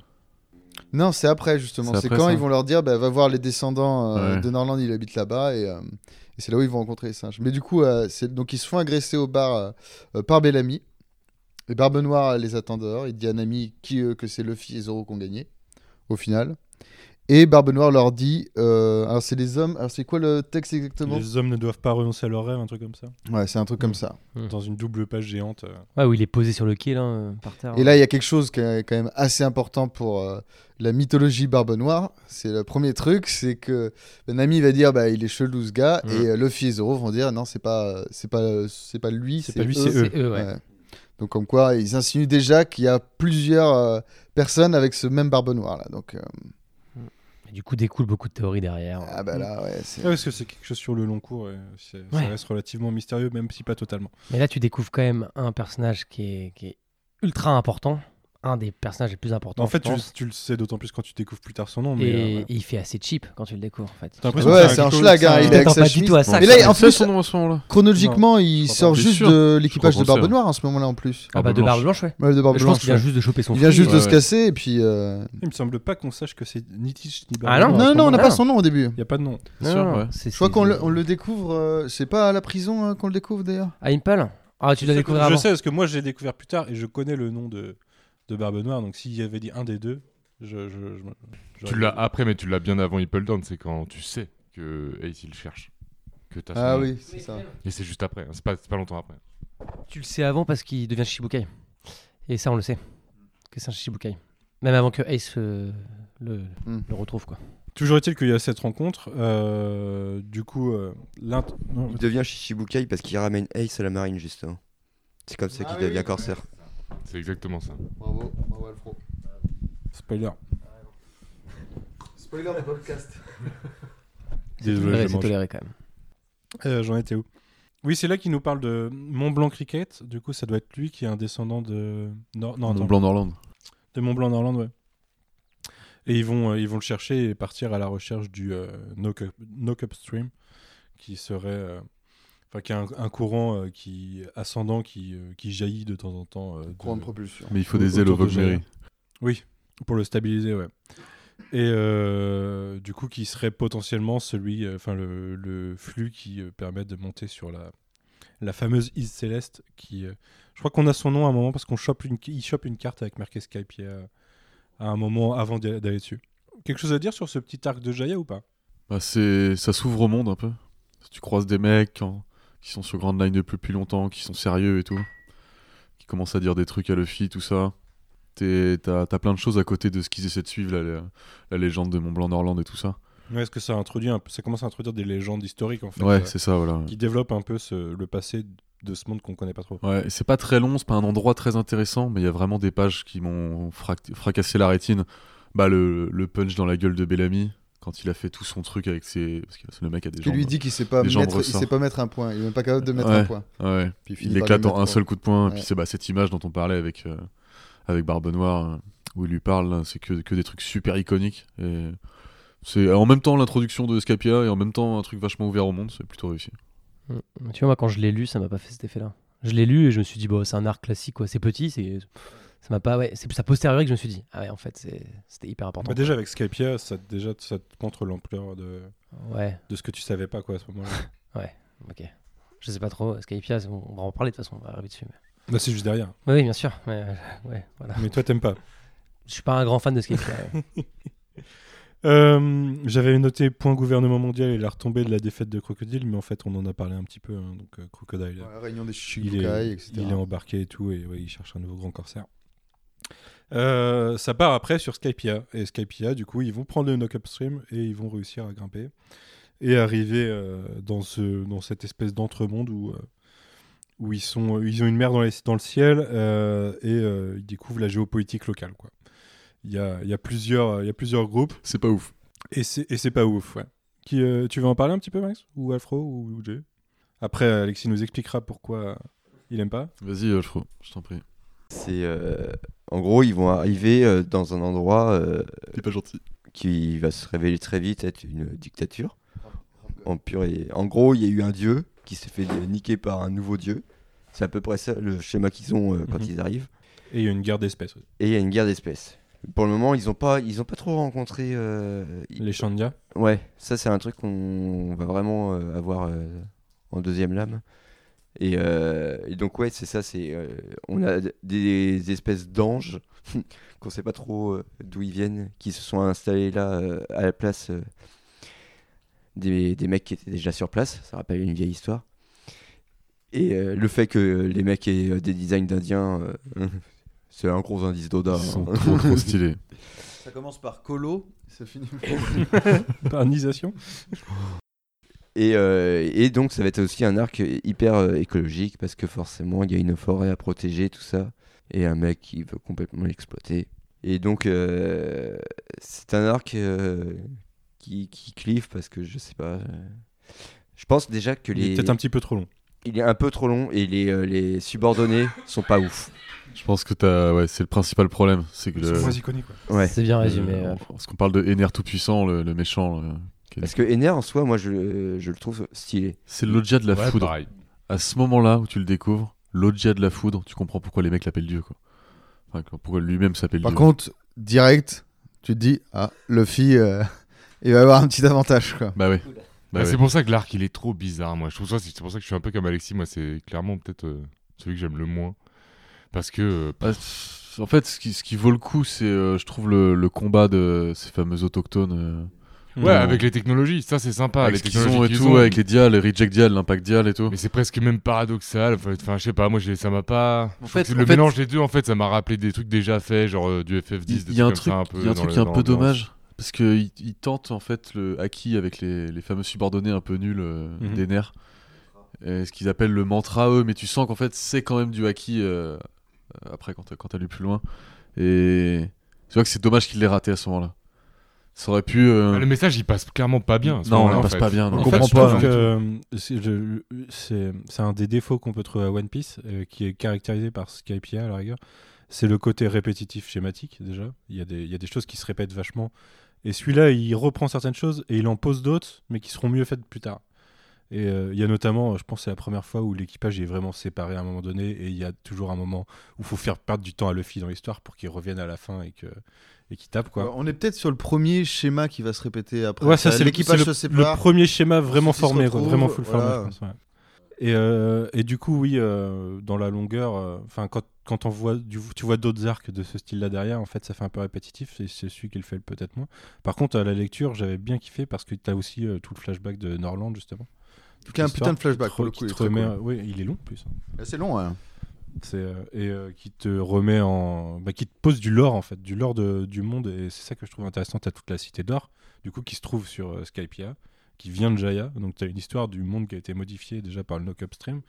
Non, c'est après justement. C'est C'est après, quand ça. ils vont leur dire bah, va voir les descendants euh, Ouais. de Norland, ils habitent là-bas, et, euh, et c'est là où ils vont rencontrer les singes. Mais du coup, euh, c'est... donc ils se font agresser au bar euh, euh, par Bellamy. Et Barbe Noire les attend dehors. Il dit à Nami qui, euh, que c'est Luffy et Zoro qui ont gagné au final. Et Barbe Noire leur dit euh, alors c'est les hommes. Alors c'est quoi le texte exactement? Les hommes ne doivent pas renoncer à leurs rêves, un truc comme ça. Ouais, c'est un truc comme ça. Dans une double page géante. euh. Ouais, où il est posé sur le quai, là, euh, par terre. Et là, il y a quelque chose qui est quand même assez important pour euh, la mythologie Barbe Noire. C'est le premier truc, c'est que ben, Nami va dire bah, il est chelou ce gars, Mm. et euh, Luffy et Zoro vont dire non, c'est pas, c'est pas, c'est pas lui, C'est pas lui, c'est eux. C'est eux, ouais. Ouais. Donc comme quoi, ils insinuent déjà qu'il y a plusieurs euh, personnes avec ce même Barbe Noire là. Donc euh, Et du coup, découle beaucoup de théories derrière. ah bah là, ouais, c'est. Ouais, parce que c'est quelque chose sur le long cours, et c'est- Ouais. ça reste relativement mystérieux, même si pas totalement. Mais là, tu découvres quand même un personnage qui est, qui est ultra important. Un des personnages les plus importants. En fait, je tu, pense. tu le sais d'autant plus quand tu découvres plus tard son nom. Mais, Et euh, ouais. il fait assez cheap quand tu le découvres, en fait. T'as l'impression Ouais, que c'est un quelque chose- schlag, hein, c'est il un- est avec t'attends sa pas du chemise. tout à ça. Mais quoi. là, en C'est plus, son nom à ce moment-là. chronologiquement, il crois sort pas. juste Bien sûr. de l'équipage Je de crois qu'on Barbe le sait. Noire en ce moment-là en plus. Ah bah, de Barbe Blanche, ouais. Ouais, de Barbe Je pense Blanche. qu'il vient ouais. juste de choper son Il vient fruit, juste euh, de ouais, se ouais. casser, et puis. euh, Il me semble pas qu'on sache que c'est ni Teach ni Ah Barbe non Noire à Non, ce non, on n'a moment-là. pas son nom au début. Il y a pas de nom. Non, sûr, non, ouais. c'est- Je crois c'est- qu'on le, on le découvre. euh, c'est pas à la prison hein, qu'on le découvre d'ailleurs. À Impel. Ah, tu l'as découvert Je avant. sais parce que moi je l'ai découvert plus tard et je connais le nom de, de Barbe Noire. Donc s'il y avait dit un des deux, je. je, je- j'aurais Tu l'as dit- après, mais tu l'as bien avant Hippledon, c'est quand tu sais que Ace il cherche. Que t'as son Ah nom. oui, c'est ça. Et c'est juste après, hein, c'est pas, c'est pas longtemps après. Tu le sais avant parce qu'il devient Shichibukai. Et ça, on le sait. Que c'est un Shichibukai. Même avant que Ace euh, le, Hmm. le retrouve, quoi. Toujours est-il qu'il y a cette rencontre. euh, du coup, euh, l'int- non, Il devient Shichibukai parce qu'il ramène Ace à la marine, justement. C'est comme ça Ah qu'il oui, devient oui. corsaire. C'est exactement ça. Bravo, bravo Alfro. spoiler. Spoiler du podcast. Désolé, Ouais, j'ai c'est mangé. toléré quand même. Euh, J'en étais où? Oui, c'est là qu'il nous parle de Mont Blanc Cricket. Du coup, ça doit être lui qui est un descendant de. Non, non, attends. Mont Blanc Norland. De Mont Blanc Norland, ouais. Et ils vont, euh, ils vont le chercher et partir à la recherche du euh, Knock Up- Knock Upstream, qui serait. euh, Enfin, qui a un, un courant euh, qui, ascendant qui, euh, qui jaillit de temps en temps. euh, de- Courant de propulsion. Mais il faut Au- des ailes au autour de Vogmery. Jaya. Oui, pour le stabiliser, ouais. Et euh, du coup, qui serait potentiellement celui, euh, enfin le, le flux qui euh, permet de monter sur la, la fameuse île céleste. Qui, euh, je crois qu'on a son nom à un moment parce qu'on chope une, il chope une carte avec marqué Skypiea à un moment avant d'y- d'aller dessus. Quelque chose à dire sur ce petit arc de Jaya ou pas? Bah, c'est... Ça s'ouvre au monde un peu. Tu croises des mecs en- qui sont sur Grand Line depuis plus longtemps, qui sont sérieux et tout, qui commencent à dire des trucs à Luffy, tout ça. T'es- T'as t'as plein de choses à côté de ce qu'ils essaient de suivre, la, la, la légende de Mont Blanc Norland et tout ça. Ouais, est-ce que ça introduit un peu, ça commence à introduire des légendes historiques en fait, Ouais, euh, c'est ça, voilà. qui développent un peu ce- le passé de ce monde qu'on connaît pas trop. Ouais, et c'est pas très long, c'est pas un endroit très intéressant, mais il y a vraiment des pages qui m'ont frac- fracassé la rétine. Bah, le, le punch dans la gueule de Bellamy, quand il a fait tout son truc avec ses. Parce que le mec a des Qui jambes. lui dit qu'il sait pas les jambes mettre, il ressortent. sait pas mettre un point. Il est même pas capable de mettre Ouais. un point. Ouais. Puis Il finit par éclate lui en mettre un trois. seul coup de poing, et Ouais. puis c'est bah, cette image dont on parlait avec, euh, avec Barbe Noire, euh, où il lui parle, là, c'est que, que des trucs super iconiques. Et c'est en même temps l'introduction de Skypiea et en même temps un truc vachement ouvert au monde, c'est plutôt réussi. Mm. Tu vois, moi, quand je l'ai lu, ça m'a pas fait cet effet-là. Je l'ai lu et je me suis dit, bon, c'est un arc classique, quoi. C'est petit, c'est. Ça m'a pas. Ouais, c'est plus a posteriori que je me suis dit, ah ouais, en fait, c'est... c'était hyper important. Bah déjà avec Skypiea, ça, te- déjà, ça te montre l'ampleur de, Ouais, de ce que tu savais pas quoi, à ce moment-là. ouais, ok. Je sais pas trop, Skypiea, on va en parler de toute façon, on va arriver dessus. Mais... Bah, c'est juste derrière. Ouais, oui, bien sûr. Ouais, ouais, voilà. Mais toi, t'aimes pas. Je suis pas un grand fan de Skypiea. Ouais. Euh, J'avais noté point gouvernement mondial et la retombée de la défaite de Crocodile, mais en fait, on en a parlé un petit peu. Hein, donc, euh, Crocodile, Ouais, réunion des il, Shichibukai, est, et cetera. il est embarqué et tout, et ouais, il cherche un nouveau grand corsaire. Euh, ça part après sur Skypiea. Et Skypiea, du coup, ils vont prendre le knock-up stream et ils vont réussir à grimper et arriver euh, dans, ce, dans cette espèce d'entremonde où, euh, où ils, sont, ils ont une mer dans, les, dans le ciel euh, et euh, ils découvrent la géopolitique locale, quoi. Il y a, il y a plusieurs, il y a plusieurs groupes. C'est pas ouf. Et c'est, et c'est pas ouf, ouais. Qui, euh, tu veux en parler un petit peu, Max? Ou Alfro ou, ou Jay? Après, Alexis nous expliquera pourquoi il aime pas. Vas-y, euh, je, je t'en prie. C'est euh, en gros, ils vont arriver euh, dans un endroit euh, T'es pas gentil. qui va se révéler très vite être une dictature. En pur et en gros, il y a eu un dieu qui s'est fait niquer par un nouveau dieu. C'est à peu près ça le schéma qu'ils ont euh, quand Mhm. ils arrivent. Et il y a une guerre d'espèces. Ouais. Et il y a une guerre d'espèces. Pour le moment, ils ont pas, ils ont pas trop rencontré. euh, Les Shandia. Ouais, ça c'est un truc qu'on va vraiment euh, avoir euh, en deuxième lame. Et, euh, et donc ouais, c'est ça, c'est euh, on a d- des espèces d'anges qu'on sait pas trop euh, d'où ils viennent, qui se sont installés là euh, à la place euh, des, des mecs qui étaient déjà sur place. Ça rappelle une vieille histoire. Et euh, le fait que les mecs aient euh, des designs d'indiens, euh, c'est un gros indice d'Oda. Ils sont hein. trop trop stylés. Ça commence par Colo, ça finit Panisation. Et, euh, et donc ça va être aussi un arc hyper euh, écologique parce que forcément il y a une forêt à protéger, tout ça, et un mec qui veut complètement l'exploiter. Et donc euh, c'est un arc euh, qui, qui clive parce que je sais pas. euh, je pense déjà que Il est les... peut-être un petit peu trop long. il est un peu trop long et les, euh, les subordonnés sont pas ouf. Je pense que t'as... Ouais, c'est le principal problème. C'est que Ils le... sont moins iconiques, quoi. Ouais. C'est bien le- résumé. euh. Parce qu'on parle de Ener tout-puissant, le, le méchant. le- qui est- Parce que Ener en soi, moi je, je le trouve stylé. C'est l'Odia de la Ouais, foudre. pareil. À ce moment-là où tu le découvres, l'Odia de la foudre, tu comprends pourquoi les mecs l'appellent Dieu, quoi. Enfin, pourquoi lui-même s'appelle Par Dieu. contre, direct, tu te dis, ah, Luffy, euh, il va avoir un petit avantage, quoi. Bah ouais. Bah Bah, ouais. C'est pour ça que l'arc il est trop bizarre, moi. Je trouve ça, c'est c'est pour ça que je suis un peu comme Alexis. Moi, c'est clairement peut-être euh, celui que j'aime le moins. Parce que. euh, Bah, c- en fait, ce qui, ce qui vaut le coup, c'est, euh, je trouve, le, le combat de ces fameux autochtones. euh, Ouais, Non. avec les technologies, ça c'est sympa. avec les ce qu'ils technologies ont et qu'ils tout, ont. avec les dials, les reject dials, l'impact dial et tout. Mais c'est presque même paradoxal. Enfin, enfin, je sais pas, moi j'ai- ça m'a pas. En je trouve fait- que le en fait- mélange des deux, en fait, ça m'a rappelé des trucs déjà faits, genre euh, du F F dix. Il des y a un trucs truc, comme ça, un peu il y a un dans truc le- un dans peu l'ambiance. dommage parce qu'ils ils tentent en fait le acquis avec les, les fameux subordonnés un peu nuls euh, Mhm. des nerfs. Et ce qu'ils appellent le mantra eux, mais tu sens qu'en fait c'est quand même du acquis euh, après quand t'as, quand t'as lu plus loin. Et tu vois que c'est dommage qu'il l'ait raté à ce moment-là. Ça aurait pu. euh, Ah, le message il passe clairement pas bien. à ce Non, moment-là, il en passe fait. pas bien, non. En On fait, comprend je pas, trouve hein. que euh, c'est, je- c'est- c'est un des défauts qu'on peut trouver à One Piece, euh, qui est caractérisé par Skypiea à la rigueur. C'est le côté répétitif, schématique déjà. Il y a des, il y a des choses qui se répètent vachement. Et celui-là, il reprend certaines choses et il en pose d'autres, mais qui seront mieux faites plus tard. Et euh, il y a notamment, je pense, que c'est la première fois où l'équipage est vraiment séparé à un moment donné, et il y a toujours un moment où il faut faire perdre du temps à Luffy dans l'histoire pour qu'il revienne à la fin et que et qu'il tape, quoi. On est peut-être sur le premier schéma qui va se répéter après. Ouais, ça, c'est l'équipage le, se c'est le- le sépare. premier schéma vraiment Ensuite, ils se formé, quoi, retrouvent, vraiment full voilà. formé, je pense. Ouais. Et, euh, et du coup, oui, euh, dans la longueur, enfin, quand, quand on voit, du, tu vois d'autres arcs de ce style-là derrière, en fait, ça fait un peu répétitif, et c'est celui qui le fait peut-être moins. Par contre, à la lecture, j'avais bien kiffé parce que tu as aussi euh, tout le flashback de Norland, justement. Qui est un putain de flashback, Qui te pour le re- coup, il qui est te très remet- cool. Oui, il est long en plus. hein. C'est long, hein. C'est, euh, et euh, qui te remet en. Bah, qui te pose du lore, en fait, du lore de- du monde, et c'est ça que je trouve intéressant. Tu as toute la cité d'or, du coup, qui se trouve sur euh, Skypiea, qui vient de Jaya. Donc, tu as une histoire du monde qui a été modifié déjà par le knock-up stream.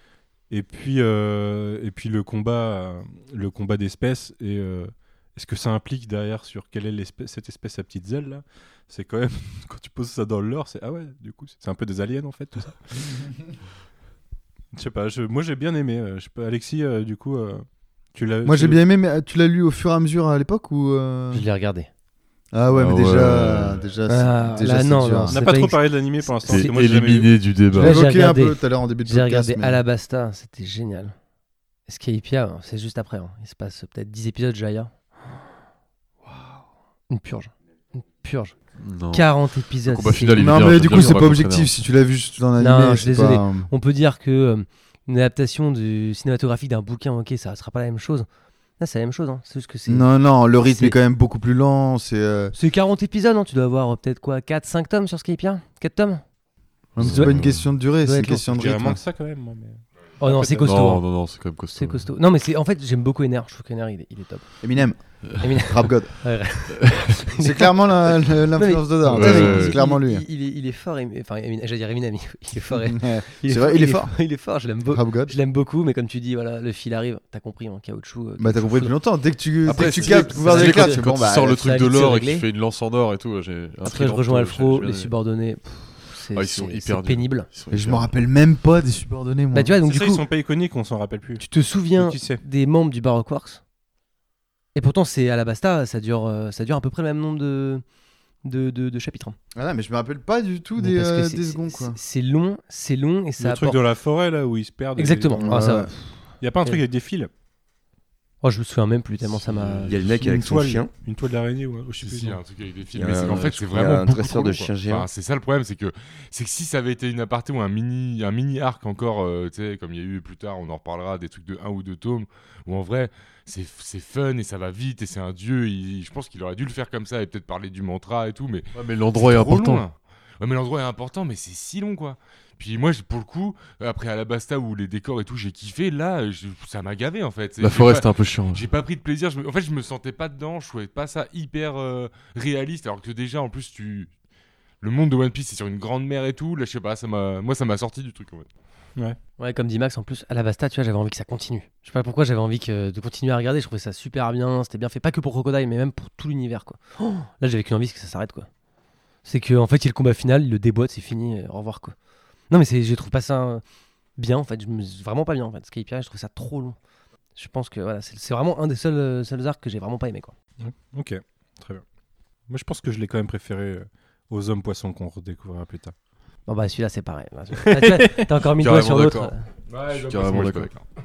Et puis, euh, et puis le combat, euh, le combat d'espèces, et euh, est-ce que ça implique derrière sur quelle est l'espèce, cette espèce à petites ailes là? C'est quand même, quand tu poses ça dans le lore, c'est ah ouais, du coup, c'est un peu des aliens en fait, tout ça. Je sais pas, je- moi j'ai bien aimé. euh, je sais pas, Alexis, euh, du coup, euh, Tu l'as, Moi tu j'ai l'as- bien aimé, mais tu l'as lu au fur et à mesure à l'époque ou euh... Je l'ai regardé. Ah ouais, Ah mais ouais. déjà, déjà, Ah, c'est, déjà là, c'est non, dur. non, On c'est n'a pas pas trop ex- parlé de l'animé pour l'instant. C'est parce que moi, j'ai jamais vu. éliminé du Je débat. l'ai Là, j'ai évoqué un regardé. peu tout à l'heure en début de J'ai podcast. regardé mais- Alabasta, c'était génial. Skypiea, hein, c'est juste après. hein. Il se passe peut-être dix épisodes, Jaya. Waouh. Une purge. Une purge. Non. quarante épisodes. Le combat c'est- final, il est Non bien, mais ça du devient coup le c'est combat pas contre objectif Renard. si tu l'as vu juste dans Non, l'animé. je suis c'est désolé. pas- On peut dire que euh, une adaptation du cinématographique d'un bouquin, ok, ça sera pas la même chose. Là, c'est la même chose. Hein. C'est juste que c'est. Non non, le rythme c'est- est quand même beaucoup plus lent. C'est euh, C'est quarante épisodes, hein. Tu dois avoir euh, peut-être quoi, quatre, cinq tomes sur Skypiea quatre tomes c'est doit- pas une question de durée, doit c'est être une question Je de dirais rythme. moins que ça quand même. Moi, mais... Oh non, Peut-être. c'est costaud. Non, hein. non, non, c'est quand même costaud. C'est costaud. Non, mais c'est en fait, j'aime beaucoup Ener. Je trouve qu'Ener, il, est- il est top. Eminem, Eminem. Rap God. Ouais, ouais. C'est clairement la- la- l'influence de Dar. Ouais, c'est- ouais, c'est ouais. clairement il, lui. Il, il est, il est fort. Em- Enfin, Eminem- j'allais dire Eminem. Il est fort. il C'est vrai, il est fort. Il est fort. Je l'aime beaucoup. Rap God. Je l'aime beaucoup, mais comme tu dis, voilà, le fil arrive. T'as compris, en caoutchouc. euh, Bah t'as caoutchouc compris depuis chaud. longtemps. Dès que tu, Après, dès que tu c'est captes stylé, pouvoir c'est d'éclat, stylé tu fais Quand bon il bah. sort le ça truc a de vite se l'or et régler. qu'il fait une lance en or et tout, j'ai. un Après, je trident, rejoins j'ai- Alfro, j'ai bien les aimé. subordonnés. pff, C'est Ah, ils sont c'est- hyper c'est nuls. pénible. Ils sont Et je hyper me rappelle même pas des subordonnés moi. Bah, tu vois, donc C'est du ça, coup, ils sont pas iconiques, on s'en rappelle plus. tu te souviens Qui sait des membres du Baroque Works. Et pourtant, c'est Alabasta, ça dure, euh, ça dure à peu près le même nombre de, de, de, de chapitres. hein. Ah non, mais je me rappelle pas du tout Mais des, parce que euh, c'est- des c'est- secondes quoi. c'est- C'est long, c'est long et ça Le truc apporte. de la forêt là où ils se perdent. Exactement. Il Ah, ça va. Ouais. y a pas un truc Ouais. avec des fils, Oh, je me souviens même plus tellement ça m'a. Il y a le mec Une avec son toile. chien. une toile d'araignée ou je sais Si, plus. si, il y a non. un truc avec des Il films. y a Mais c'est un- qu'en fait, je c'est crois qu'il y a vraiment un beaucoup dresseur trop de long, quoi. chien-géant. Enfin, c'est ça le problème, c'est que c'est que si ça avait été une aparté ou un mini un mini arc encore, euh, tu sais, comme il y a eu plus tard, on en reparlera des trucs de un ou deux tomes où en vrai c'est c'est fun et ça va vite et c'est un dieu. il- je pense qu'il aurait dû le faire comme ça et peut-être parler du mantra et tout, mais Ouais, mais l'endroit est c'est trop important. long, là. Ouais, mais l'endroit est important, mais c'est si long quoi. Puis moi, j'ai- pour le coup, après Alabasta où les décors et tout, j'ai kiffé. Là, je- ça m'a gavé en fait. C'est- La j'ai forêt, pas- c'était un peu chiant. J'ai pas pris de plaisir. Je me- En fait, je me sentais pas dedans. Je trouvais pas ça hyper euh, réaliste. Alors que déjà, en plus, tu. Le monde de One Piece, c'est sur une grande mer et tout. Là, je sais pas, ça m'a... moi, ça m'a sorti du truc en fait. Ouais, comme dit Max, en plus, Alabasta, tu vois, j'avais envie que ça continue. Je sais pas pourquoi, j'avais envie que, de continuer à regarder. Je trouvais ça super bien, c'était bien fait. Pas que pour Crocodile, mais même pour tout l'univers, quoi. Oh, là, j'avais qu'une envie, c'est que ça s'arrête, quoi. C'est que en fait, il y a le combat final, il le déboîte, c'est fini, euh, au revoir, quoi. Non, mais c'est, je trouve pas ça euh, bien, en fait. Je me... Vraiment pas bien, en fait. Skypiea, je trouve ça trop long. Je pense que voilà, c'est, c'est vraiment un des seuls, euh, seuls arcs que j'ai vraiment pas aimé, quoi. Ok, très bien. Moi, je pense que je l'ai quand même préféré euh, aux hommes poissons qu'on redécouvrira plus tard. Bon, bah, celui-là, c'est pareil. Là, tu vois, t'as encore mis le doigt sur Carrément l'autre. d'accord. Ouais, Je suis carrément d'accord.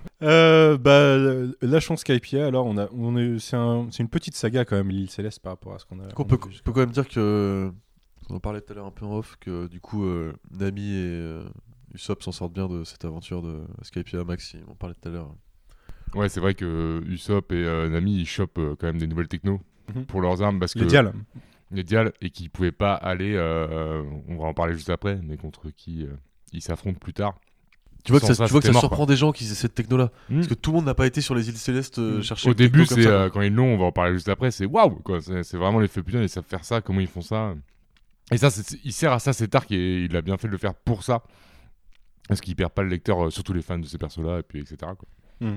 Euh, bah, le- la chance Skypiea, alors, on a, on est, c'est, un, c'est une petite saga quand même, l'île Céleste, par rapport à ce qu'on a. On on peut, a vu on jusqu'à- peut quand même dire que. On en parlait tout à l'heure un peu en off, que du coup, euh, Nami et euh, Usopp s'en sortent bien de cette aventure de Skypiea Max. On parlait tout à l'heure. Ouais, c'est vrai que Usopp et euh, Nami, ils chopent euh, quand même des nouvelles technos Mhm. pour leurs armes parce que Les dials. les dials et qu'ils pouvaient pas aller. euh, on va en parler juste après, mais contre qui euh, ils s'affrontent plus tard. Tu vois que Sans ça, ça, tu vois que c'était ça mort, surprend des gens qui aient cette techno-là. Hmm. Parce que tout le monde n'a pas été sur les îles célestes euh, Mm. chercher Au une techno début, comme c'est ça, euh, quoi. quand ils l'ont, on va en parler juste après, c'est waouh quoi. C'est c'est vraiment l'effet putain, ils savent faire ça, comment ils font ça. Et ça, c'est- il sert à ça cet arc et il a bien fait de le faire pour ça. Parce qu'il perd pas le lecteur, euh, surtout les fans de ces persos-là, et puis et cetera quoi.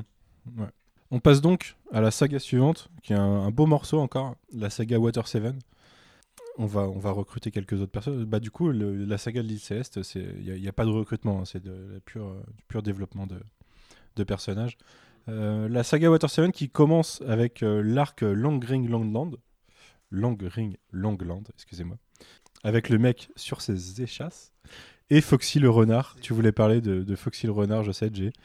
On passe donc à la saga suivante, qui est un, un beau morceau encore, la saga Water seven. On va, on va recruter quelques autres personnes. Bah, du coup, le- la saga de l'île Céleste, il n'y a, a pas de recrutement, hein, c'est de, la pure, euh, du pur développement de, de personnages. Euh, la saga Water seven qui commence avec euh, l'arc Long Ring Longland. Long Ring Longland, excusez-moi. Avec le mec sur ses échasses. Et Foxy le renard. Tu voulais parler de, de Foxy le renard, je sais, Jay.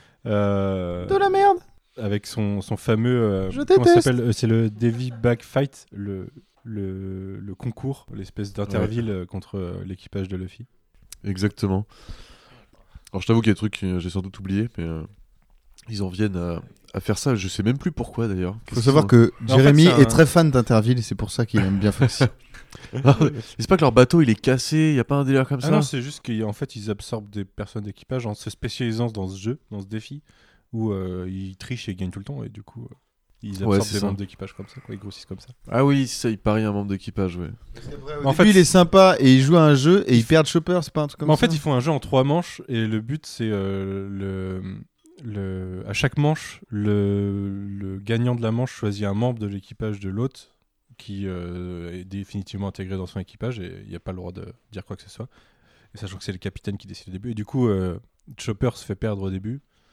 Euh, De la merde. avec son, son fameux euh, Je comment ça déteste. s'appelle Euh, c'est le Davy Bag Fight, le, le, le concours, l'espèce d'interville euh, contre euh, l'équipage de Luffy. Exactement. Alors je t'avoue qu'il y a des trucs que j'ai sans doute oublié, mais euh, ils en viennent à, à faire ça. Je sais même plus pourquoi d'ailleurs. Faut savoir que En fait, Jérémy c'est un- est très fan d'Interville, c'est pour ça qu'il aime bien Foxy. Ah, mais c'est pas que leur bateau il est cassé, il y a pas un délire comme Ah ça. non, c'est juste qu'en fait ils absorbent des personnes d'équipage en se spécialisant dans ce jeu, dans ce défi, où euh, ils trichent et ils gagnent tout le temps, et du coup euh, ils absorbent Ouais, des c'est ça. membres d'équipage comme ça, quoi, ils grossissent comme ça. Ah oui, ça il parie un membre d'équipage, ouais. En En fait, fait, il est sympa et il joue à un jeu et il perd Chopper, c'est pas un truc comme Mais en ça. fait, ils font un jeu en trois manches et le but, c'est euh, le, le, à chaque manche, le, le gagnant de la manche choisit un membre de l'équipage de l'autre qui euh, est définitivement intégré dans son équipage et il n'y a pas le droit de dire quoi que ce soit. Et sachant que c'est le capitaine qui décide au début. Et du coup, euh, Chopper se fait perdre au début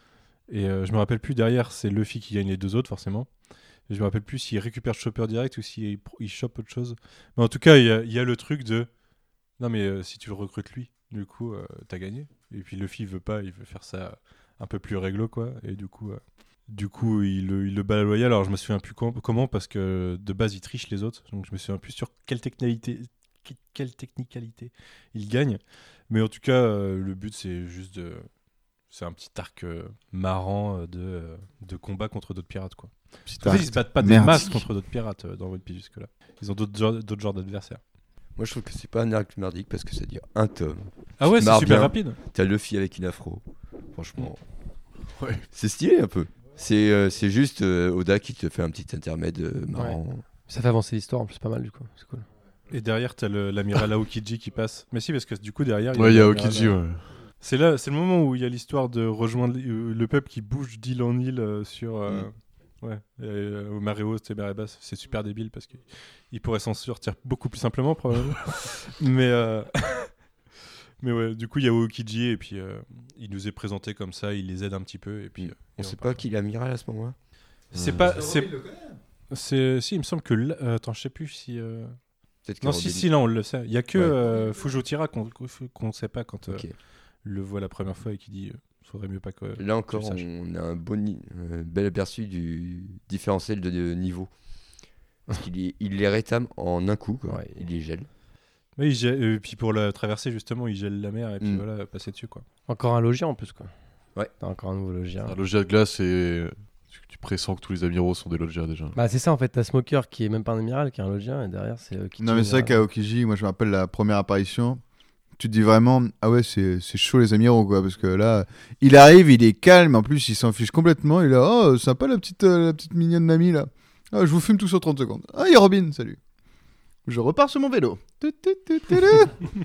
Et euh, je me rappelle plus derrière, c'est Luffy qui gagne les deux autres forcément. Et je me rappelle plus s'il récupère Chopper direct ou s'il il chope autre chose. Mais en tout cas, il y, y a le truc de non mais euh, si tu le recrutes lui, du coup euh, t'as gagné. Et puis Luffy il veut pas, il veut faire ça un peu plus réglo quoi. Et du coup, euh, du coup il, il le bat la loyale. Alors je me souviens plus com- comment parce que de base il triche les autres. Donc je me souviens plus sur quelle technicalité, quelle technicalité il gagne. Mais en tout cas, euh, le but c'est juste de c'est un petit arc euh, marrant euh, de, euh, de combat contre d'autres pirates quoi. En fait, ils se battent pas des merdique. masses contre d'autres pirates euh, dans One Piece jusque là. Ils ont d'autres genres, d'autres genres d'adversaires. Moi, je trouve que c'est pas un arc merdique parce que ça dure un tome. Ah ouais, te c'est marres super bien. rapide. T'as Luffy avec une afro. Franchement, Ouais. c'est stylé un peu. C'est euh, c'est juste euh, Oda qui te fait un petit intermède euh, marrant. Ça fait avancer l'histoire en plus pas mal du coup. C'est cool. Et derrière, t'as le- l'amiral Aokiji qui passe. Mais si, parce que du coup, derrière. Ouais, il y a l'amiral, Okiji, euh, ouais. C'est là, c'est le moment où il y a l'histoire de rejoindre le, le peuple qui bouge d'île en île euh, sur. euh, Ouais, et, euh, au Mareo, c'était Marébas. C'est super débile parce qu'il pourrait s'en sortir beaucoup plus simplement, probablement. mais. Euh... mais ouais, du coup, il y a Aokiji et puis euh, il nous est présenté comme ça, il les aide un petit peu. Et puis, euh, On et sait part. pas qui est l'amiral à ce moment-là. C'est Euh, pas. C'est... c'est. Si, il me semble que. là- euh, Attends, je sais plus si. euh, Peut-être que Non, si, Robin- si, là, on le sait. Il y a que Ouais. euh, Fujotira qu'on qu'on sait pas quand euh, Ok. le voit la première fois et qui dit euh, faudrait mieux pas que. Là encore, tu le saches. on a un bon ni- euh, bel aperçu du différentiel de, de niveau. Parce qu'il est- il les rétame en un coup, quoi. Ouais. Il les gèle. Oui, il gèle- euh, puis pour la traverser, justement, il gèle la mer et puis Mm. voilà, passer dessus, quoi. Encore un logis en plus quoi. Ouais. T'as encore un nouveau logis. Un loggia de glace et tu- tu pressens que tous les amiraux sont des loggias déjà. Bah c'est ça en fait, t'as Smoker qui est même pas un amiral, qui est un logien et derrière c'est euh, Kichi Non, mais c'est vrai amiral. qu'à Okiji, moi je me rappelle la première apparition. Tu te dis vraiment, ah ouais, c'est c'est chaud les amiraux, quoi. Parce que là, il arrive, il est calme, en plus il s'en fiche complètement. Il est là, oh, sympa la petite, euh, la petite mignonne Nami là. Ah, je vous fume tout sur trente secondes. Ah, il y a Robin, salut. Je repars sur mon vélo. Tu, tu, tu, tu, tu.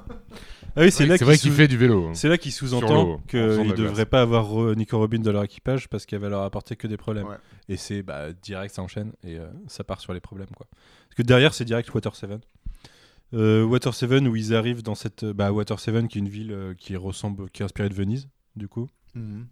Ah oui, c'est là C'est vrai qu'il qu'il sous- fait du vélo. hein. C'est là qu'il Sur sous-entend l'eau, en faisant qu'il de la ne devrait glace. pas avoir re- Nico Robin dans leur équipage parce qu'elle va leur apporter que des problèmes. Ouais. Et c'est bah, direct, ça enchaîne et euh, ça part sur les problèmes, quoi. Parce que derrière, c'est direct Water Seven. Euh, Water Seven où ils arrivent dans cette bah, Water Seven qui est une ville euh, qui ressemble, qui est inspirée de Venise, du coup. Mhm.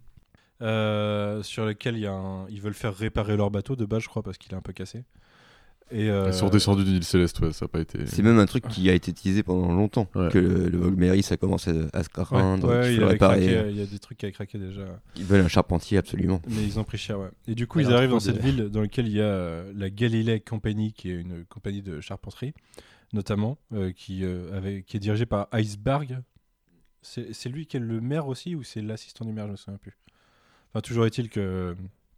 Euh, sur lequel il y a un... ils veulent faire réparer leur bateau de base, je crois, parce qu'il est un peu cassé. Et euh, Ils sont descendus d'une île céleste, ouais, ça a pas été. C'est même un truc qui a été utilisé pendant longtemps. Ouais. Que le, le Volmery, ça commence à, à se ouais, craindre, ouais, qu'il il, faut le avait réparer. craqué, il y a des trucs qui avaient craqué déjà. Ils veulent un charpentier, absolument. Mais ils ont pris cher, ouais. Et du coup, Il y ils a un arrivent dans trou de- cette ville dans laquelle il y a euh, la Galilei Company, qui est une compagnie de charpenterie, notamment, euh, qui, euh, avait, qui est dirigée par Iceberg. C'est c'est lui qui est le maire aussi, ou c'est l'assistant du maire, je me souviens plus. Enfin, toujours est-il que,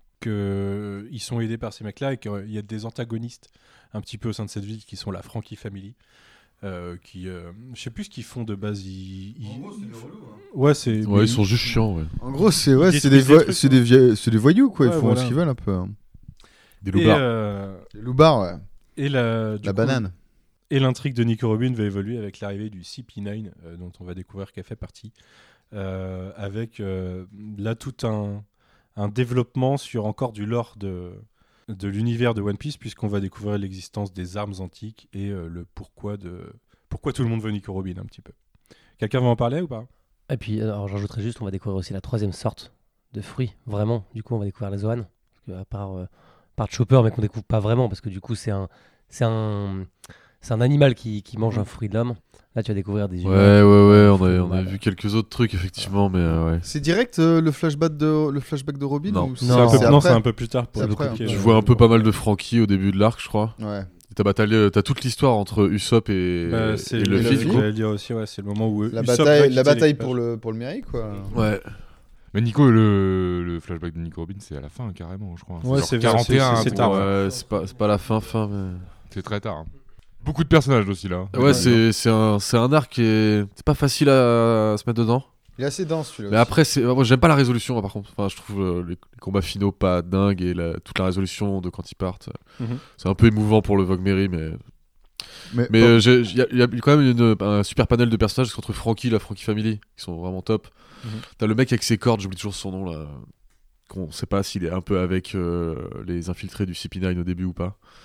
que ils sont aidés par ces mecs-là et qu'il y a des antagonistes un petit peu au sein de cette ville qui sont la Frankie Family. Euh, qui, euh, je sais plus ce qu'ils font de base. Ils, ils- Ouais, c'est. Ouais, mais ils sont juste chiants, ouais. En gros, c'est ouais, Ils c'est des, détruisent des voi- trucs, c'est quoi. des, vie- c'est des voyous, quoi. Ils Ouais, font voilà. ce qu'ils veulent un peu. hein. Des Et, loupards. euh, Les loupards, ouais. et la, du La coup, banane. Et l'intrigue de Nico Robin va évoluer avec l'arrivée du C P neuf, euh, dont on va découvrir qu'elle fait partie, euh, avec euh, là tout un, un développement sur encore du lore de, de l'univers de One Piece, puisqu'on va découvrir l'existence des armes antiques et euh, le pourquoi de pourquoi tout le monde veut Nico Robin un petit peu. Quelqu'un va en parler ou pas? Et puis alors j'ajouterais juste, on va découvrir aussi la troisième sorte de fruits, vraiment. Du coup on va découvrir les Zoan, parce que à part, euh, part Chopper, mais qu'on découvre pas vraiment, parce que du coup c'est un, c'est un, c'est un animal qui, qui mange un fruit de l'homme. Là tu vas découvrir des Ouais, humains. ouais, ouais, on Fruits a, de on a mal. vu quelques autres trucs, effectivement, mais euh, ouais. C'est direct euh, le, flashback de, le flashback de Robin Non. ou C'est Non, un peu, c'est non, après c'est un peu plus tard pour C'est le après, compliquer, hein. Tu euh, vois un peu pas mal de Frankie au début de l'arc, je crois. Ouais. Et T'as, bah, t'as, le- t'as toute l'histoire entre Usopp et, Bah, c'est et le Luffy, Luffy. du que coup. j'allais dire aussi, ouais, c'est le moment où La Usopp va bataille, quitter la bataille l'équipage. pour le, pour le Miri, quoi. Ouais. Mais Nico, le, le flashback de Nico Robin, c'est à la fin, carrément, je crois. Ouais, genre c'est- quarante et un. c'est- c'est pour- tard. Ouais, c'est pas, c'est pas la fin, fin, mais. C'est très tard. hein. Beaucoup de personnages aussi, là. Ouais, c'est, c'est, un, c'est un arc qui est. C'est pas facile à, à se mettre dedans. Il est assez dense, celui-là. Mais aussi. après, c'est... moi, j'aime pas la résolution, par contre. Enfin, je trouve euh, les, les combats finaux pas dingues et la- toute la résolution de quand ils partent. Mhm. C'est un peu émouvant pour le Vogue-Mary, mais. Mais, Mais bon, euh, j'ai- il y, a- il y a quand même une- un super panel de personnages entre Frankie et la Frankie Family qui sont vraiment top. Mhm. T'as le mec avec ses cordes, j'oublie toujours son nom là. Qu'on sait pas s'il est un peu avec euh, les infiltrés du C P neuf au début ou pas.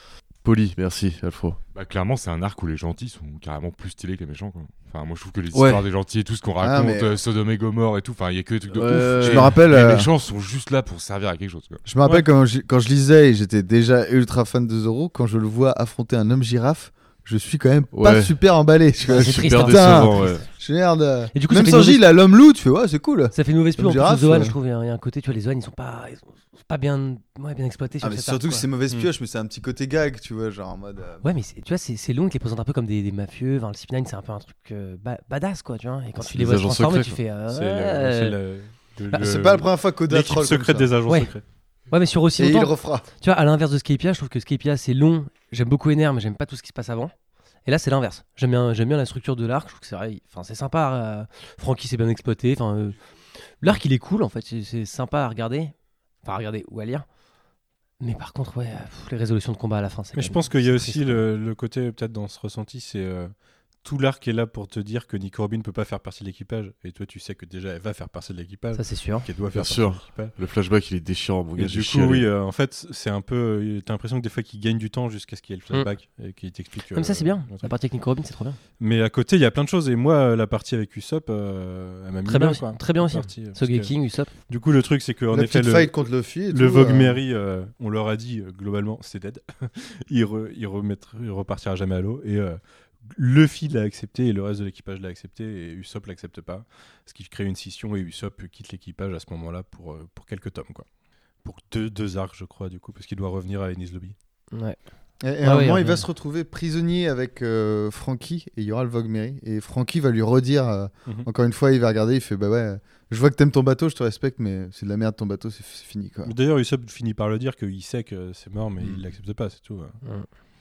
Poli, merci Alfro. Bah, clairement, c'est un arc où les gentils sont carrément plus stylés que les méchants, quoi. Enfin, moi, je trouve que les Ouais. histoires des gentils et tout ce qu'on Ah, raconte, mais- euh, Sodome et Gomorre et tout, enfin, il y a que des trucs de Ouais. ouf. Je Et me rappelle, Les euh, méchants sont juste là pour servir à quelque chose, quoi. Je me rappelle Ouais. quand, je, quand je lisais et j'étais déjà ultra fan de Zoro, quand je le vois affronter un homme girafe, je suis quand même pas Ouais. super emballé. Je, Ouais, je c'est suis triste, Super hein. putain, décevant, ouais. je suis merde. Et du coup, ça Même fait sans une J, il a l'homme loup, tu fais ouais, c'est cool. Ça fait une mauvaise pub Comme en plus girafe, de Zoan, euh. je trouve. Il y a un côté, tu vois, les Zoan, ils sont pas, ils sont sont pas bien, ouais, bien exploités sur Ah, mais cet surtout arc, que quoi. c'est mauvaise Mm. pioche, mais c'est un petit côté gag, tu vois, genre en mode. euh, Ouais, mais c'est- tu vois, c'est c'est long, ils te les présentent un peu comme des, des mafieux. Enfin, le C P neuf, c'est un peu un truc euh, ba- badass, quoi, tu vois. Et quand C'est tu les des vois se agents transformer, secrets, tu fais. ah C'est ouais. le- c'est le- le- Ah, c'est le- pas la première fois qu'Oda l'équipe troll comme secrète ça. des agents Ouais. secrets. Ouais, mais sur aussi Et il longtemps. le refera. Tu vois, à l'inverse de Skypia, je trouve que Skypia, c'est long. J'aime beaucoup Ener, mais j'aime pas tout ce qui se passe avant. Et là, c'est l'inverse. J'aime bien, j'aime bien la structure de l'arc. Je trouve que c'est vrai. Enfin, c'est sympa. euh, Franky s'est bien exploité. Enfin, euh, l'arc, il est cool, en fait. C'est- C'est sympa à regarder. Enfin, à regarder ou à lire. Mais par contre, ouais, pff, les résolutions de combat à la fin, c'est. Mais quand je même- pense qu'il y a c'est aussi triste, quoi. le, le côté, peut-être dans ce ressenti, c'est euh, tout l'arc est là pour te dire que Nico Robin ne peut pas faire partie de l'équipage. Et toi, tu sais que déjà, elle va faire partie de l'équipage. Ça, c'est sûr. Qu'elle doit Bien faire sûr. partie de l'équipage. Le flashback, il est déchirant, mon Et gars. du j'ai coup, chialé. oui, euh, en fait, c'est un peu. euh, T'as l'impression que des fois, qu'il gagne du temps jusqu'à ce qu'il y ait le flashback et qu'il t'explique. Comme ça, euh, c'est bien. un La truc. partie avec Nico Robin, c'est trop bien. Mais à côté, il y a plein de choses. Et moi, euh, la partie avec Usopp, euh, elle m'a mis Très bien mal, aussi. quoi. Très bien La aussi. partie, euh, parce Sogeking, Usopp. que- Du coup, le truc, c'est qu'en La effet, petite le, fight contre Luffy. et le tout, Vogue euh, Mary, euh, on leur a dit euh, globalement, c'est dead. il, re- il, remettra- il repartira jamais à l'eau. Et euh, Luffy l'a accepté et le reste de l'équipage l'a accepté et Usopp l'accepte pas. Ce qui crée une scission et Usopp quitte l'équipage à ce moment-là pour, euh, pour quelques tomes. Quoi. Pour deux, deux arcs, je crois, du coup, parce qu'il doit revenir à Enies Lobby. Ouais. Et, et Ah à un ouais, moment, ouais. il va se retrouver prisonnier avec euh, Franky et il y aura le Vogue Mary. Et Franky va lui redire, euh, Mhm. encore une fois, il va regarder, il fait bah ouais, je vois que t'aimes ton bateau, je te respecte, mais c'est de la merde ton bateau, c'est c'est fini quoi. Mais D'ailleurs, Usopp finit par le dire qu'il sait que c'est mort, mais Mm. il l'accepte pas, c'est tout. ouais. Mm.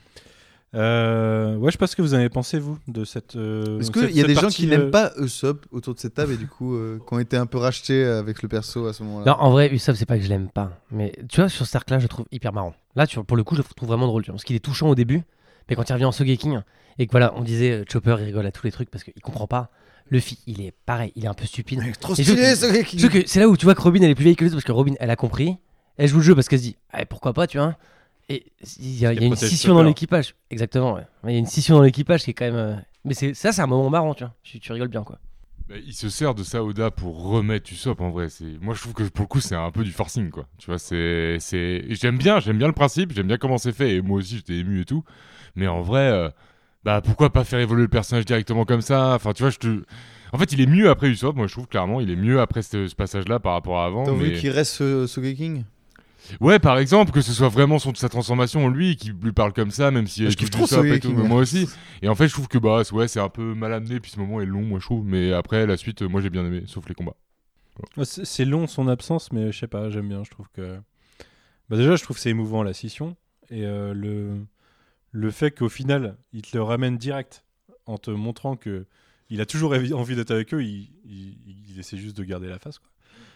Euh, ouais, je sais pas ce que vous en avez pensé, vous, de cette. euh, Est-ce cette- qu'il y a cette des gens partie, qui n'aiment euh, pas Usopp autour de cette table et du coup euh, qui ont été un peu rachetés avec le perso à ce moment-là? Non, en vrai, Usopp, c'est pas que je l'aime pas. Mais tu vois, sur cet arc-là, je le trouve hyper marrant. Là, tu vois, pour le coup, je le trouve vraiment drôle. Tu vois, parce qu'il est touchant au début, mais quand il revient en Sogeking, et que voilà, on disait euh, Chopper, il rigole à tous les trucs parce qu'il comprend pas. Luffy, il est pareil, il est un peu stupide. Mais trop Et je- stylé ce Geki. Sauf que c'est là où tu vois que Robin, elle est plus vieille que les autres parce que Robin, elle a compris. Elle joue le jeu parce qu'elle se dit, ah, pourquoi pas, tu vois. Et il y a, il y a Elle une protège scission dans Chopper. l'équipage. Exactement, ouais. Il y a une scission dans l'équipage qui est quand même. euh, Mais c'est ça, c'est un moment marrant, tu vois. Tu, tu rigoles bien, quoi. Bah, il se sert de ça Oda pour remettre Usopp en vrai. C'est moi je trouve que pour le coup c'est un peu du forcing quoi. Tu vois c'est c'est j'aime bien j'aime bien le principe j'aime bien comment c'est fait et moi aussi j'étais ému et tout. Mais en vrai euh, bah pourquoi pas faire évoluer le personnage directement comme ça. Enfin tu vois je te en fait il est mieux après Usopp moi je trouve clairement il est mieux après ce, ce passage là par rapport à avant. T'as voulu mais... qu'il reste ce, ce Geki? Ouais, par exemple, que ce soit vraiment son, sa transformation, lui, qui lui parle comme ça, même si Je elle kiffe touche trop du sop et Sogeking, tout, mais ouais. moi aussi. Et en fait, je trouve que bah, ouais, c'est un peu mal amené, puis ce moment est long, moi, je trouve. Mais après, la suite, euh, moi, j'ai bien aimé, sauf les combats. Ouais, C'est c'est long son absence, mais je sais pas, j'aime bien. Je trouve que. Bah déjà, je trouve que c'est émouvant la scission. Et euh, le... le fait qu'au final, il te le ramène direct en te montrant que il a toujours envie envie d'être avec eux, il... Il... il essaie juste de garder la face. Quoi.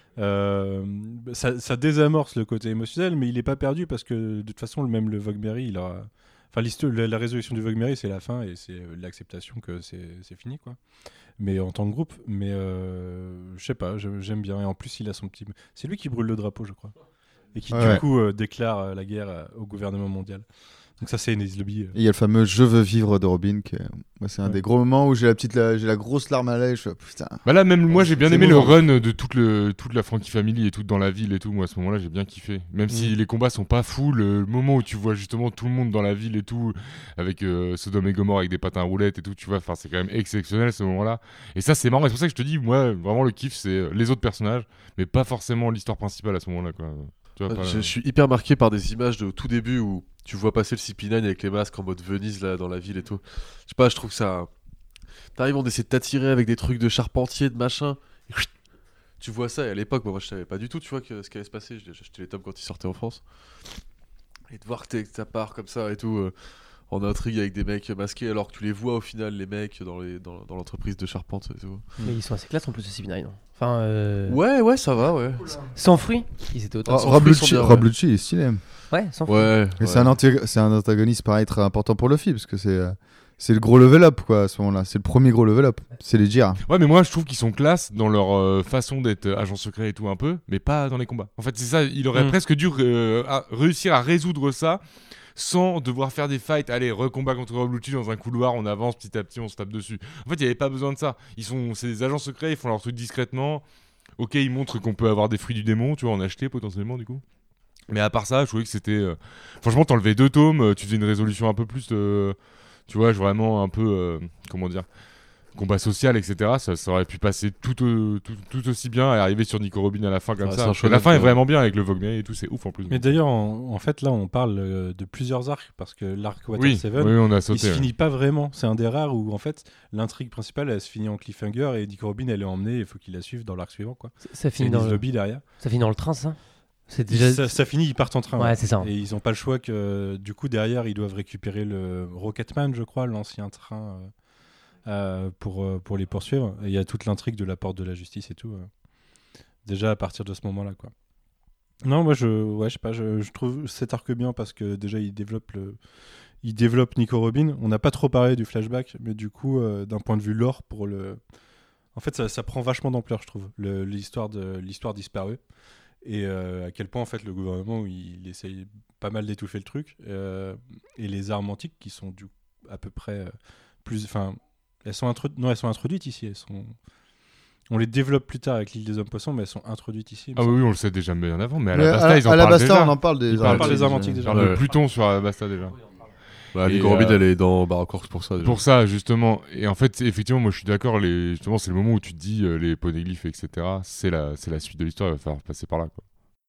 Euh, ça, ça désamorce le côté émotionnel, mais il est pas perdu parce que de toute façon, le même le Vogue Mary, il aura. Enfin, l'histoire- la, la résolution du Vogue Mary, c'est la fin et c'est euh, l'acceptation que c'est c'est fini, quoi. Mais en tant que groupe, mais euh, je sais pas, j'aime j'aime bien. Et en plus, il a son petit. C'est lui qui brûle le drapeau, je crois, et qui Ouais. du coup euh, déclare euh, la guerre euh, au gouvernement mondial. Donc ça, c'est Enies Lobby. euh. Et il y a le fameux Je veux vivre de Robin, qui est- moi, c'est un Ouais. des gros moments où j'ai la petite la, j'ai la grosse larme à l'œil. Je fais putain. Bah là, même moi, j'ai bien C'est aimé émouvant. le run de toute, le, toute la Frankie Family et tout dans la ville et tout. Moi, à ce moment-là, j'ai bien kiffé. Même si les combats sont pas fous, le moment où tu vois justement tout le monde dans la ville et tout, avec euh, Sodome et Gomorre avec des patins à roulettes et tout, tu vois, enfin, c'est quand même exceptionnel ce moment-là. Et ça, c'est marrant. Et c'est pour ça que je te dis, moi, vraiment, le kiff, c'est euh, les autres personnages, mais pas forcément l'histoire principale à ce moment-là, quoi. Tu vois, pas Je, la- je suis hyper marqué par des images de au tout début où tu vois passer le C P neuf avec les masques en mode Venise là dans la ville et tout. Je sais pas, je trouve ça. T'arrives, on essaie de t'attirer avec des trucs de charpentier, de machin. Et chut, tu vois ça et à l'époque, moi je savais pas du tout, tu vois, que, ce qui allait se passer. J'ai acheté les tomes quand ils sortaient en France. Et de voir que, t'es- que ça part comme ça et tout. euh, En intrigue avec des mecs masqués alors que tu les vois au final les mecs dans les dans, dans l'entreprise de charpente et tout. Mais ils sont assez classe en plus, ce C P neuf. Non enfin, euh... Ouais ouais ça va ouais. sans fruits, ils étaient au top. Ro- Rob fruits sont Lucci, bien, Rob ouais. Lucci, il est stylé. Ouais, sans fruits. Ouais. Et ouais. c'est un, anti- c'est un antagoniste pareil très important pour Luffy parce que c'est euh, c'est le gros level up quoi à ce moment-là. C'est le premier gros level up. C'est les Jira. Ouais, mais moi je trouve qu'ils sont classe dans leur euh, façon d'être euh, agent secret et tout un peu, mais pas dans les combats. En fait, c'est ça, il aurait Mm. presque dû euh, à- réussir à résoudre ça sans devoir faire des fights. Allez, recombat contre Rob Lucci dans un couloir, on avance petit à petit, on se tape dessus. En fait, il n'y avait pas besoin de ça. Ils sont, c'est des agents secrets, ils font leur truc discrètement. Ok, ils montrent qu'on peut avoir des fruits du démon, tu vois, en acheter potentiellement du coup. Mais à part ça, je trouvais que c'était... Euh... Franchement, t'enlevais deux tomes, euh, tu faisais une résolution un peu plus... Euh... Tu vois, vraiment un peu... Euh... Comment dire, combat social, et cetera. Ça, ça aurait pu passer tout, euh, tout, tout aussi bien et arriver sur Nico Robin à la fin comme Ouais, ça. c'est un La fin chef-d'œuvre, est vraiment bien avec le Vogue et tout, c'est ouf en plus. Mais d'ailleurs, en, en fait, là, on parle euh, de plusieurs arcs parce que l'arc Water oui, Seven, oui, on a il sauté. se ouais. finit pas vraiment. C'est un des rares où, en fait, l'intrigue principale, elle se finit en cliffhanger et Nico Robin, elle est emmenée. Il faut qu'il la suive dans l'arc suivant, quoi. Ça, ça Et finit dans Liz le... Lobby derrière. ça finit dans le train, ça. C'est déjà. Ça, ça finit, ils partent en train. Ouais, c'est ça. Et ils ont pas le choix que, du coup, derrière, ils doivent récupérer le Rocketman, je crois, l'ancien train. Euh... Euh, pour, euh, pour les poursuivre. Et il y a toute l'intrigue de la porte de la justice et tout. Euh, déjà à partir de ce moment-là, quoi. Non, moi, je, ouais, je sais pas, je, je trouve cet arc bien parce que déjà, il développe, le, il développe Nico Robin. On n'a pas trop parlé du flashback, mais du coup, euh, d'un point de vue lore, pour le... En fait, ça, ça prend vachement d'ampleur, je trouve, le, l'histoire, de, l'histoire disparue. Et euh, à quel point, en fait, le gouvernement, il, il essaye pas mal d'étouffer le truc. Euh, et les armes antiques, qui sont du, à peu près euh, plus... Enfin, Elles sont, introdu- non, elles sont introduites ici. Elles sont... On les développe plus tard avec l'île des hommes poissons, mais elles sont introduites ici. Ah oui, oui, on le sait déjà bien avant, mais à Mais Alabasta, ils en parlent Alabasta, déjà. on en parle des Ils parlent par les antiques, armes déjà. antiques Ils déjà. parlent de Ouais. Pluton sur Alabasta déjà. Bah, Et, Nico Robin, euh, elle est dans Barracorps pour ça. Déjà. Pour ça, justement. Et en fait, effectivement, moi je suis d'accord, les... justement, c'est le moment où tu te dis euh, les poneglyphes, et cetera. C'est la, c'est la suite de l'histoire, il va falloir passer par là, quoi.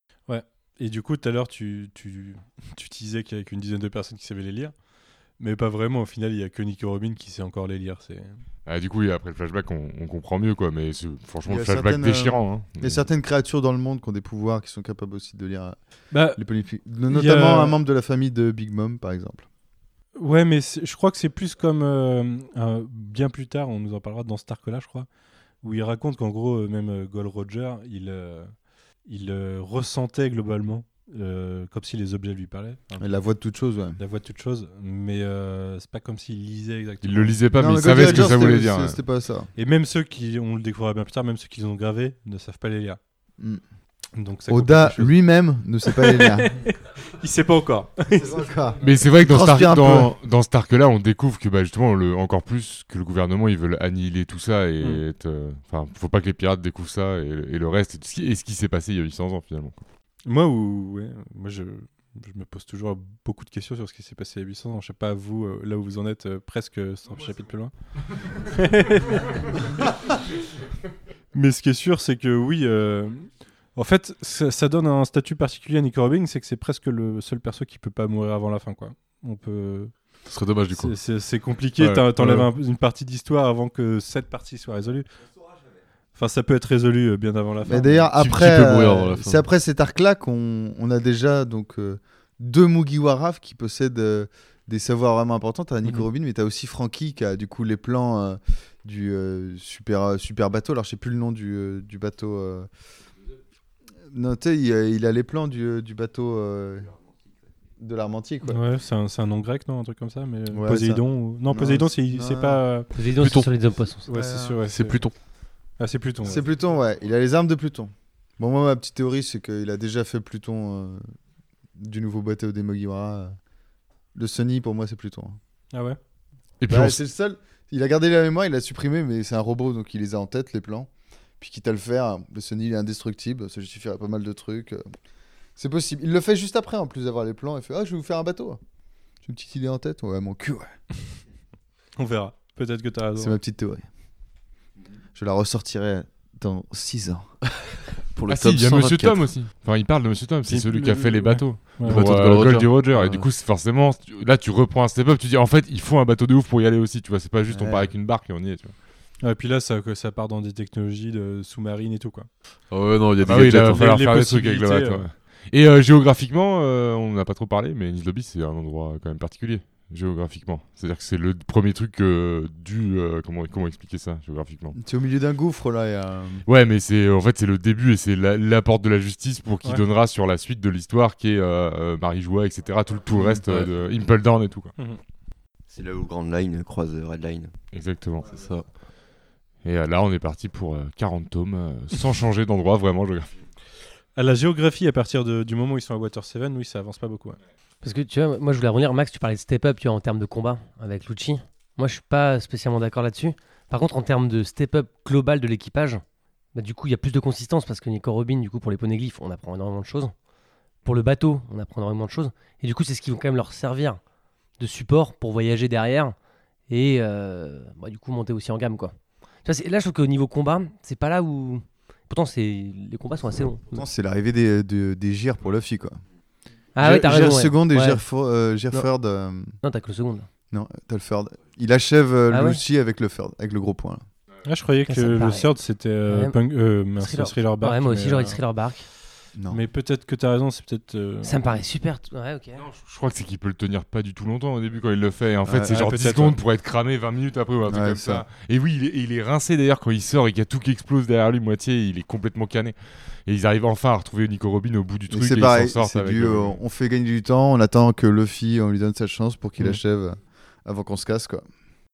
Et du coup, tout à l'heure, tu, tu, tu disais qu'il y avait qu'une dizaine de personnes qui savaient les lire. Mais pas vraiment. Au final, il y a que Nico Robin qui sait encore les lire. C'est... Ah, du coup, oui, après le flashback, on, on comprend mieux, quoi. Mais c'est franchement Il y le a flashback certaines, euh, déchirant. Hein. Il y a certaines créatures dans le monde qui ont des pouvoirs, qui sont capables aussi de lire euh, Bah, les polyphiles. Notamment a- un membre de la famille de Big Mom, par exemple. ouais, mais c'est- je crois que c'est plus comme euh, un- bien plus tard, on nous en parlera dans cet arc-là, je crois, où il raconte qu'en gros, euh, même euh, Gold Roger, il, euh, il euh, ressentait globalement, euh, comme si les objets lui parlaient. Enfin, Et la voix de toute chose, ouais. la voix de toute chose, mais euh, c'est pas comme s'il lisait exactement. Il le lisait pas, Non, mais il Gold savait ce que Roger, ça c'était- voulait dire. c'était- ouais. C'était pas ça. Et même ceux qui, on le découvrira bien plus tard, même ceux qui les ont gravés, ne savent pas les lire. Mm. Donc ça Oda complique les choses. lui-même ne sait pas les lire. Il sait pas encore. Mais c'est vrai que dans cet, Transpire arc, un dans, dans cet arc-là, on découvre que bah, justement, le, encore plus que le gouvernement, ils veulent annihiler tout ça et Mm. être, euh, enfin, faut pas que les pirates découvrent ça et, et le reste, et ce qui, et ce qui s'est passé il y a huit cents ans finalement. Moi, ou, ouais, moi je, je me pose toujours beaucoup de questions sur ce qui s'est passé il y a huit cents ans. Je sais pas, vous, euh, là où vous en êtes, euh, presque cent chapitres plus loin. Mais ce qui est sûr, c'est que oui, euh, en fait, ça, ça donne un statut particulier à Nico Robin, c'est que c'est presque le seul perso qui peut pas mourir avant la fin, quoi. On peut... Ce serait dommage du coup. C'est- C'est c'est compliqué, Ouais, t'en- t'enlèves ouais. un- une partie d'histoire avant que cette partie soit résolue. Enfin, ça peut être résolu euh, bien avant la fin. Mais d'ailleurs, Qui- qui après, peut mourir euh, avant la fin. c'est après cet arc-là qu'on on a déjà donc euh, deux Mugiwara qui possèdent euh, des savoirs vraiment importants. T'as Nico Mhm. Robin, mais t'as aussi Frankie qui a du coup les plans euh, du euh, super euh, super bateau. Alors je sais plus le nom du, euh, du bateau. euh. Non, tu sais, il, a- il a les plans du, euh, du bateau euh, de l'Armantique. Ouais. Ouais, c'est un, c'est un nom grec, non? Un truc comme ça, mais Ouais, Poséidon ou... Non, Non, Poséidon, c'est- c'est c'est non. pas... Poséidon, c'est Pluton. sur les hommes poissons. Ouais, c'est sûr, ouais, C'est Pluton. Ah, c'est Pluton. C'est ouais. Pluton, ouais. Il a les armes de Pluton. Bon, moi, ma petite théorie, c'est qu'il a déjà fait Pluton euh, du nouveau bateau des Mugiwara. Le Sunny, pour moi, c'est Pluton. Ah ouais? Et puis Bah, on s- c'est le seul. Il a gardé la mémoire, il l'a supprimé, mais c'est un robot, donc il les a en tête, les plans. Puis quitte à le faire, le Sunny, il est indestructible, ça justifierait pas mal de trucs. euh. C'est possible. Il le fait juste après, en plus d'avoir les plans. Il fait: ah, je vais vous faire un bateau. J'ai une petite idée en tête. Ouais, mon cul, ouais. On verra. Peut-être que t'as C'est raison. ma petite théorie. Je la ressortirai dans six ans. Pour le Ah si, tome il y a cent Monsieur vingt-quatre. Tom aussi. Enfin, il parle de Monsieur Tom, c'est Il- celui qui a le- fait les ouais. bateaux. Ouais. Le Pour, bateau de euh, Gold Roger. Goldie Roger. Ouais. Et du coup, c'est forcément, tu- là, tu reprends un step-up, tu dis, en fait, il faut un bateau de ouf pour y aller aussi, tu vois. C'est pas juste on Ouais. part avec une barque et on y est, tu vois. Ouais, puis là, ça, que ça part dans des technologies de sous-marines et tout, quoi. Ah ouais, non, il y a Ah des oui, là, il gadgets. va hein. falloir Les faire des trucs avec le possibilités, bateau. euh. ouais. Et euh, géographiquement, euh, on n'a pas trop parlé, mais Nice Lobby, c'est un endroit quand même particulier, géographiquement. C'est-à-dire que c'est le premier truc euh, du... euh, comment, comment expliquer ça, géographiquement? C'est au milieu d'un gouffre, là. Il y a... Ouais, mais c'est en fait c'est le début et c'est la, la porte de la justice pour qui Ouais. donnera sur la suite de l'histoire qui est euh, euh, Marie-Joie, et cetera. Tout, le- tout le reste Ouais. euh, de Impel Down et tout, quoi. C'est là où Grand Line croise Red Line. Exactement. C'est ça. Et euh, là, on est parti pour euh, quarante tomes, euh, sans changer d'endroit, vraiment. géographique. À la géographie, à partir de- du moment où ils sont à Water Seven, oui, ça avance pas beaucoup. Ouais. Parce que tu vois, moi je voulais revenir, Max, tu parlais de step up tu vois, en termes de combat avec Lucci. Moi je suis pas spécialement d'accord là-dessus. Par contre, en termes de step up global de l'équipage, bah, du coup il y a plus de consistance parce que Nico Robin, du coup pour les poneglyphes, on apprend énormément de choses. Pour le bateau, on apprend énormément de choses. Et du coup, c'est ce qui va quand même leur servir de support pour voyager derrière et euh, bah, du coup monter aussi en gamme, quoi. Tu vois, c'est, là, je trouve qu'au niveau combat, c'est pas là où. Pourtant, c'est... les combats sont assez longs. Pourtant, c'est l'arrivée des, de, des gyres pour Luffy, quoi. Ah ouais, t'as Gyre raison. Ouais. seconde et Ouais. Gyre for- euh, Gyre third, euh, Non, t'as que le second. là. Non, t'as le third. Il achève euh, Ah ouais. Lucci avec le third, avec le gros point. Là. Ah, je croyais Ça, que ça me le paraît. third c'était euh, Ouais. punk- euh, mince, Thriller. Thriller Bark. Ouais, moi aussi, mais, j'aurais euh, dit Thriller Bark. Non. Mais peut-être que t'as raison, c'est peut-être. euh, Ça me paraît super. t- Ouais, ok. Non, je, je crois que c'est qu'il peut le tenir pas du tout longtemps au début quand il le fait. Et en fait, Ouais, c'est ouais, genre dix peut-être, secondes ouais. pour être cramé vingt minutes après ou un truc Ouais, comme ça. ça. Et oui, il est, il est rincé d'ailleurs quand il sort et qu'il y a tout qui explose derrière lui, moitié, il est complètement cané. Et ils arrivent enfin à retrouver Nico Robin au bout du Et truc. c'est et pareil, ils s'en sortent c'est avec du, le- euh, on fait gagner du temps, on attend que Luffy, on lui donne sa chance pour qu'il Mhm. achève avant qu'on se casse, quoi.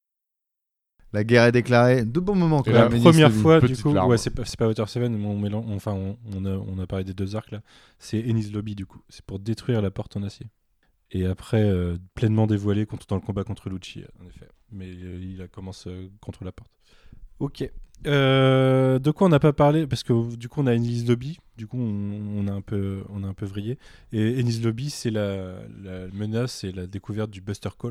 La guerre est déclarée. De bons moments, quand Et même. la Ennis première Lobby. fois, du Petite coup, larme. ouais, c'est pas, c'est pas Water seven, mais on, mélange, enfin, on, on, a, on a parlé des deux arcs là. C'est Ennis Lobby, du coup. C'est pour détruire la porte en acier. Et après, euh, pleinement dévoilé contre, dans le combat contre Lucci, en effet. Mais euh, il a commencé euh, contre la porte. Ok. Euh, de quoi on n'a pas parlé? Parce que du coup, on a Ennis Lobby. Du coup, on, on, a un peu, on a un peu vrillé. Et Ennis Lobby, c'est la, la menace et la découverte du Buster Call.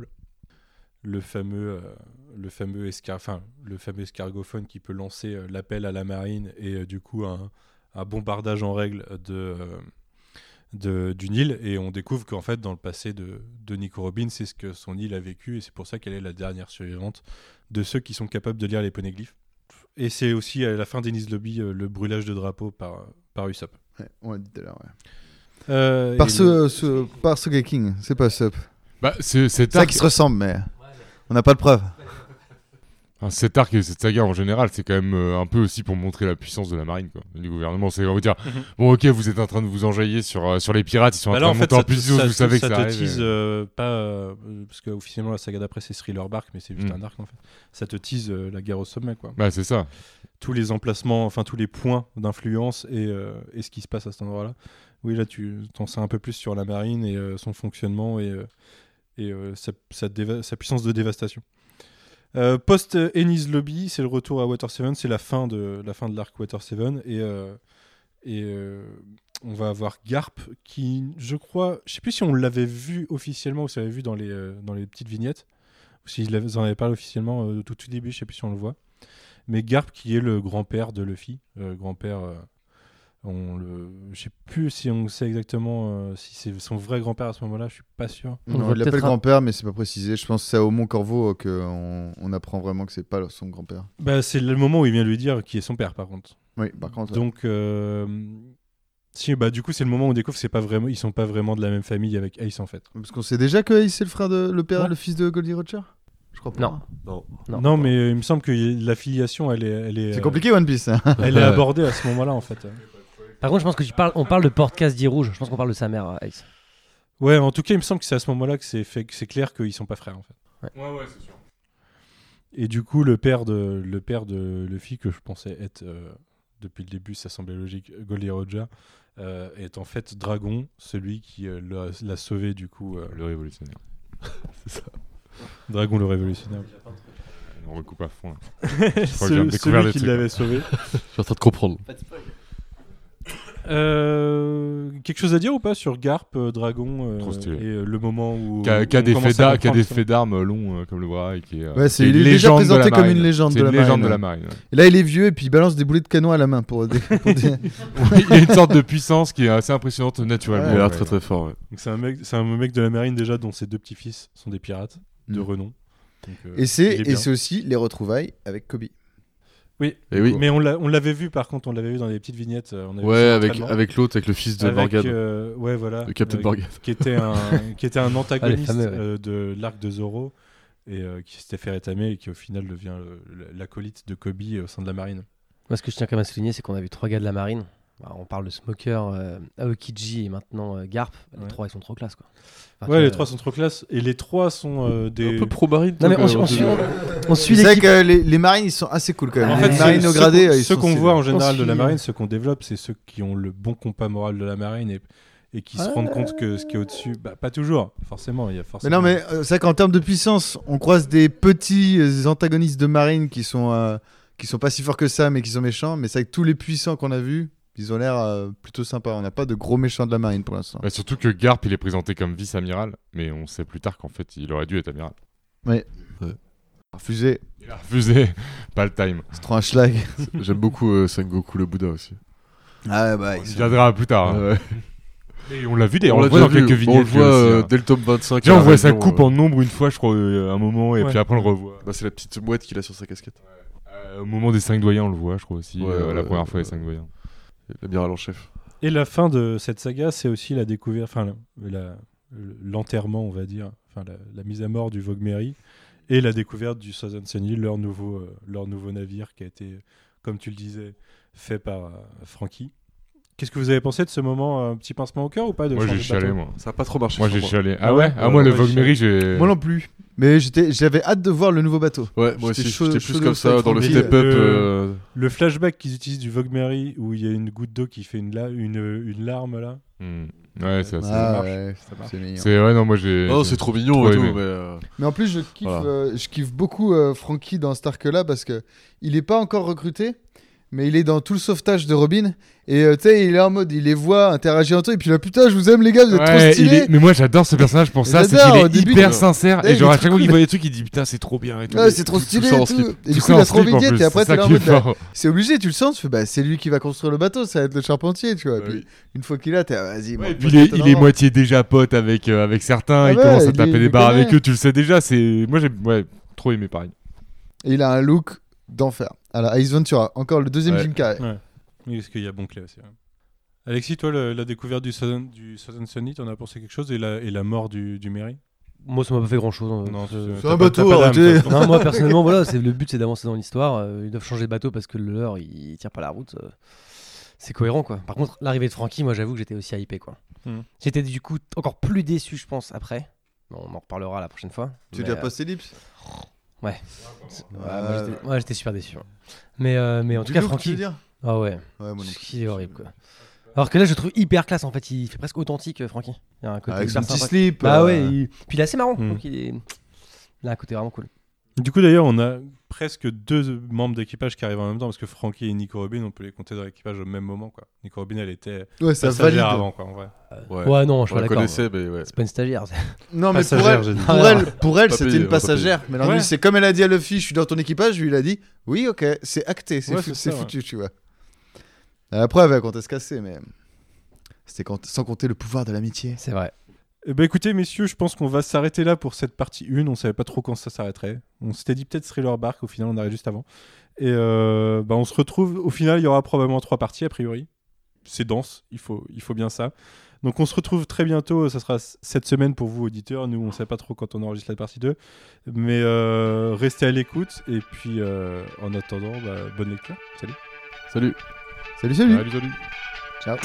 Le fameux, euh, le, fameux escar- enfin, le fameux escargophone qui peut lancer euh, l'appel à la marine et euh, du coup un, un bombardage en règle de, euh, de, d'une île. Et on découvre qu'en fait, dans le passé de, de Nico Robin, c'est ce que son île a vécu et c'est pour ça qu'elle est la dernière survivante de ceux qui sont capables de lire les poneglyphes. Et c'est aussi à la fin d'Ennis Lobby euh, le brûlage de drapeau par, par Usopp. Ouais, on l'a dit tout à l'heure, ouais. Euh, Par et ce, le- ce, par ce King, c'est pas Sup. Bah, c'est, cet C'est ça arc, qui se ressemble, mais on n'a pas de preuves. enfin, cet arc et cette saga en général, c'est quand même euh, un peu aussi pour montrer la puissance de la marine, quoi, du gouvernement. C'est on va dire, Mhm. bon, ok, vous êtes en train de vous enjailler sur, euh, sur les pirates, ils sont Bah en là, train en de fait, monter en ça te, puissance, ça vous te- savez que ça ça te arrive. tease, et- euh, pas euh, parce que officiellement la saga d'après c'est Thriller Bark, mais c'est juste Mm. un arc en fait. Ça te tease euh, la guerre au sommet, quoi. Bah, c'est ça. Tous les emplacements, enfin tous les points d'influence et, euh, et ce qui se passe à cet endroit-là. Oui, là tu t'en sais un peu plus sur la marine et euh, son fonctionnement et, euh, et euh, sa, sa, déva- sa puissance de dévastation. Euh, Post euh, Ennis Lobby, c'est le retour à Water seven, c'est la fin de la fin de l'arc Water seven et euh, et euh, on va avoir Garp qui, je crois, je sais plus si on l'avait vu officiellement ou si on l'avait vu dans les euh, dans les petites vignettes ou si vous en avez parlé officiellement euh, tout au début, je sais plus si on le voit. Mais Garp qui est le grand-père de Luffy, euh, grand-père. Euh, on le, je sais plus si on sait exactement euh, si c'est son vrai grand-père à ce moment-là, je suis pas sûr. On Non, va il l'appelle peut-être un- grand-père, mais c'est pas précisé. Je pense que c'est au Mont Corvo qu'on on apprend vraiment que c'est pas son grand-père. Bah, c'est le moment où il vient lui dire qui est son père, par contre. Oui, par contre. Donc, euh, si, bah, du coup, c'est le moment où on découvre que c'est pas vraiment, ils sont pas vraiment de la même famille avec Ace en fait. Parce qu'on sait déjà que Ace c'est le frère de le père, Ouais. le fils de Goldie Roger. Je crois pas. Non. Non. Non. Non, mais euh, il me semble que y- l'affiliation, elle est, elle est, C'est euh, compliqué One Piece. Hein. elle est abordée à ce moment-là en fait. Par contre, je pense que tu parles, on parle de Porte Cassidy Rouge. Je pense qu'on parle de sa mère, Ace. Ouais, en tout cas, il me semble que c'est à ce moment-là que c'est fait, que c'est clair qu'ils sont pas frères en fait. Ouais, ouais, c'est sûr. Et du coup, le père de, le père de Luffy, que je pensais être euh, depuis le début, ça semblait logique, Goldie Roger, euh, est en fait Dragon, celui qui euh, l'a, l'a sauvé du coup. euh, Le révolutionnaire. Dragon le révolutionnaire. On recoupe à fond. Là. crois que je viens de Ce- découvrir celui des qui trucs, l'avait sauvé. Je suis en train de comprendre. Euh, quelque chose à dire ou pas sur Garp, euh, Dragon euh, Trop stylé. et euh, le moment où Qui a, où qui a on des commence faits à d'ar- qui a comprendre des justement- faits d'armes longs euh, comme le bras et qui est, euh, Ouais, c'est- qui est il est une déjà légende de la présenté comme marine. une légende C'est de une la légende marine, de la ouais. marine. ouais. Et là, il est vieux et puis il balance des boulets de canon à la main pour. Dé- pour dé- Il a une sorte de puissance qui est assez impressionnante naturellement. Il a l'air Ouais. très très fort. Ouais. Donc c'est un mec, c'est un mec de la marine déjà dont ses deux petits-fils sont des pirates de Mm. renom. Donc, euh, Et c'est il est et bien. c'est aussi les retrouvailles avec Kobe. Oui, Et oui. mais on, l'a, on l'avait vu par contre, on l'avait vu dans les petites vignettes. euh, On avait vu Ouais, son avec, entraînement. avec l'autre, avec le fils de Avec, Morgan. euh, ouais, voilà. Le Captain euh, Morgan. Qui était un, qui était un antagoniste fameux, ouais. euh, de l'arc de Zoro et euh, qui s'était fait rétamer et qui au final devient le- l'acolyte de Kobe au sein de la marine. Moi, ce que je tiens quand même à souligner, c'est qu'on a vu trois gars de la marine. Bah, on parle de Smoker, euh, Aokiji et maintenant euh, Garp. Les Ouais. trois, ils sont trop classe, quoi. Enfin, Ouais, tu les vois, trois sont trop classe et les trois sont euh, des. Un peu pro-marine. Non, mais toi, on, quand on même. suit, on, on suit C'est vrai l'équipe. que les, les marines ils sont assez cool quand même. En les fait, c'est- marines au ceux gradé, qu'on- ils ceux sont qu'on stylés. voit en général On de la suit- marine, ceux qu'on développe, c'est ceux qui ont le bon compas moral de la marine et, et qui se rendent compte que ce qui est au-dessus, bah, pas toujours, forcément, il y a Mais forcément. non, mais euh, c'est vrai qu'en termes de puissance, on croise des petits euh, antagonistes de Marine qui sont, euh, qui sont pas si forts que ça, mais qui sont méchants. Mais c'est vrai que tous les puissants qu'on a vus, ils ont l'air euh, plutôt sympas. On n'a pas de gros méchants de la Marine pour l'instant. Bah, surtout que Garp, il est présenté comme vice-amiral, mais on sait plus tard qu'en fait, il aurait dû être amiral. Refusé, Il a refusé, pas le time. c'est trop un schlag. J'aime beaucoup euh, Sengoku le Bouddha aussi. Ah bah, On y viendra plus tard. hein. Ouais. Et on l'a vu d'ailleurs, on, On le l'a voit dans déjà vu, quelques on vignettes. le voit lui aussi, euh, hein. dès le tome vingt-cinq. Déjà, à on la voit sa réunion, coupe euh, en nombre une fois, je crois, euh, à un moment, et Ouais. puis après on le revoit. Bah, c'est la petite mouette qu'il a sur sa casquette. Euh, au moment des cinq doyens, on le voit, je crois aussi. Ouais, euh, la ouais, première ouais, fois, les ouais. cinq doyens. L'amiral en chef. Et la fin de cette saga, c'est aussi la découverte, enfin la- la- l'enterrement, on va dire, enfin la, la mise à mort du Vogue Mary et la découverte du Southern Sunny, leur nouveau, euh, leur nouveau navire qui a été, comme tu le disais, fait par euh, Frankie. Qu'est-ce que vous avez pensé de ce moment, un petit pincement au cœur ou pas de Moi, j'ai changer de chialé, bateau moi. Ça a pas trop marché. Moi, sur j'ai chialé. Ah Ah ouais ouais Ah, Ouais, moi, le moi, Vogue j'ai Mary, j'ai. moi non plus. Mais j'étais, j'avais hâte de voir le nouveau bateau. Ouais, moi J'étais aussi, chaud- j'étais chaud plus de comme ouf ça avec dans le Frankie. step-up. Le- euh, Le flashback qu'ils utilisent du Vogue Mary où il y a une goutte d'eau qui fait une, la- une, une larme là. Hmm. Ouais, c'est assez. Ah marche. ouais, Ça marche. c'est mignon. C'est ouais, non, moi j'ai. Oh, j'ai c'est trop mignon trop et tout, aimé. mais. euh, Mais en plus, je kiffe, Voilà. euh, je kiffe beaucoup euh, Frankie dans cet arc-là parce que il est pas encore recruté, mais il est dans tout le sauvetage de Robin. Et euh, tu sais, il est en mode, il les voit interagir entre eux. Et puis là, putain, je vous aime les gars, vous êtes trop Ouais, il stylés. est- Mais moi j'adore ce personnage pour ça, c'est J'adore, qu'il au est début, hyper il- sincère Ouais, et il genre est à chaque trop fois qu'il cool. voit des trucs, il dit putain c'est trop bien et tout. Ouais, c'est trop tout stylé. ça en et tout. slip. Et du Tout coup, il ça a en trop slip, en vidé. plus, Et après, c'est t'es ça là en qui est mode, bah, fort. c'est obligé, tu le sens. Tu fais, bah, c'est lui qui va construire le bateau, ça va être le charpentier, tu vois. Ouais, Puis oui. une fois qu'il est là, t'es, ah, vas-y. Ouais, moi, et puis moi, il est, je il est t'adore. moitié déjà pote avec, euh, avec certains, Ah il ouais, commence à il taper est- des il barres connaît. avec eux, tu le sais déjà. C'est moi j'ai ouais, trop aimé pareil. Et il a un look d'enfer. Alors, Ace Ventura, encore le deuxième Ouais. Jim Carrey. Ouais. Oui, parce qu'il y a Bonclay aussi. ouais. Alexis, toi, le- la découverte du Southern, du Southern Sunny, t'en as pensé quelque chose et la, et la mort du, du Mary Moi, ça m'a pas fait grand chose. Non, je... t'as C'est un pas- bateau, t'as pas d'âme, arrêtez. toi. Non, moi personnellement, voilà, c'est le but, c'est d'avancer dans l'histoire. Euh, ils doivent changer de bateau parce que le leur, il tient pas la route. euh, C'est cohérent, quoi. Par contre, l'arrivée de Frankie, moi, j'avoue que j'étais aussi hypé, quoi. Hmm. J'étais du coup encore plus déçu, je pense, après. Bon, on en reparlera la prochaine fois. Tu Mais, lui as euh, posté Lips Ouais. Ouais, moi, j'étais- ouais, j'étais super déçu. hein. Mais, euh, mais en tout Du cas, look, tu veux Frankie. dire Ah ouais. Ouais, moi non Parce plus. qu'il est horrible, quoi. Alors que là, je le trouve hyper classe, en fait. Il fait presque authentique, euh, Frankie. Il y a un côté Avec hyper son petit sympa. slip. Bah euh, ouais, il- puis il est assez marrant. Hmm. Donc il est. Il a un côté vraiment cool. Du coup, d'ailleurs, on a presque deux membres d'équipage qui arrivent en même temps parce que Frankie et Nico Robin, on peut les compter dans l'équipage au même moment. Quoi. Nico Robin, elle était Ouais, ça valide. passagère avant, quoi, en vrai. Ouais. Ouais, non, je suis On pas la d'accord. connaissait, mais ouais. C'est pas une stagiaire. Non, mais pour Passagère, elle, j'ai dit. pour Ah, elle, pour elle Pas c'était payé, une on va pas passagère. Mais alors, Ouais. lui, c'est comme elle a dit à Luffy, je suis dans ton équipage, lui, il a dit, oui, ok, c'est acté, c'est Ouais, fou- c'est c'est ça, foutu, tu vois. La preuve, elle comptait se casser, mais c'était quand- sans compter le pouvoir de l'amitié. C'est vrai. Eh ben, écoutez, messieurs, je pense qu'on va s'arrêter là pour cette partie un. On savait pas trop quand ça s'arrêterait. On s'était dit peut-être Thriller Bark, au final, on arrête juste avant. Et euh, bah, on se retrouve, au final, il y aura probablement trois parties, a priori. C'est dense, il faut, il faut bien ça. Donc on se retrouve très bientôt, ça sera cette semaine pour vous, auditeurs. Nous, on sait pas trop quand on enregistre la partie deux. Mais euh, restez à l'écoute. Et puis, euh, en attendant, bah, bonne lecture. Salut. Salut. Salut, salut. Salut, salut. Ciao.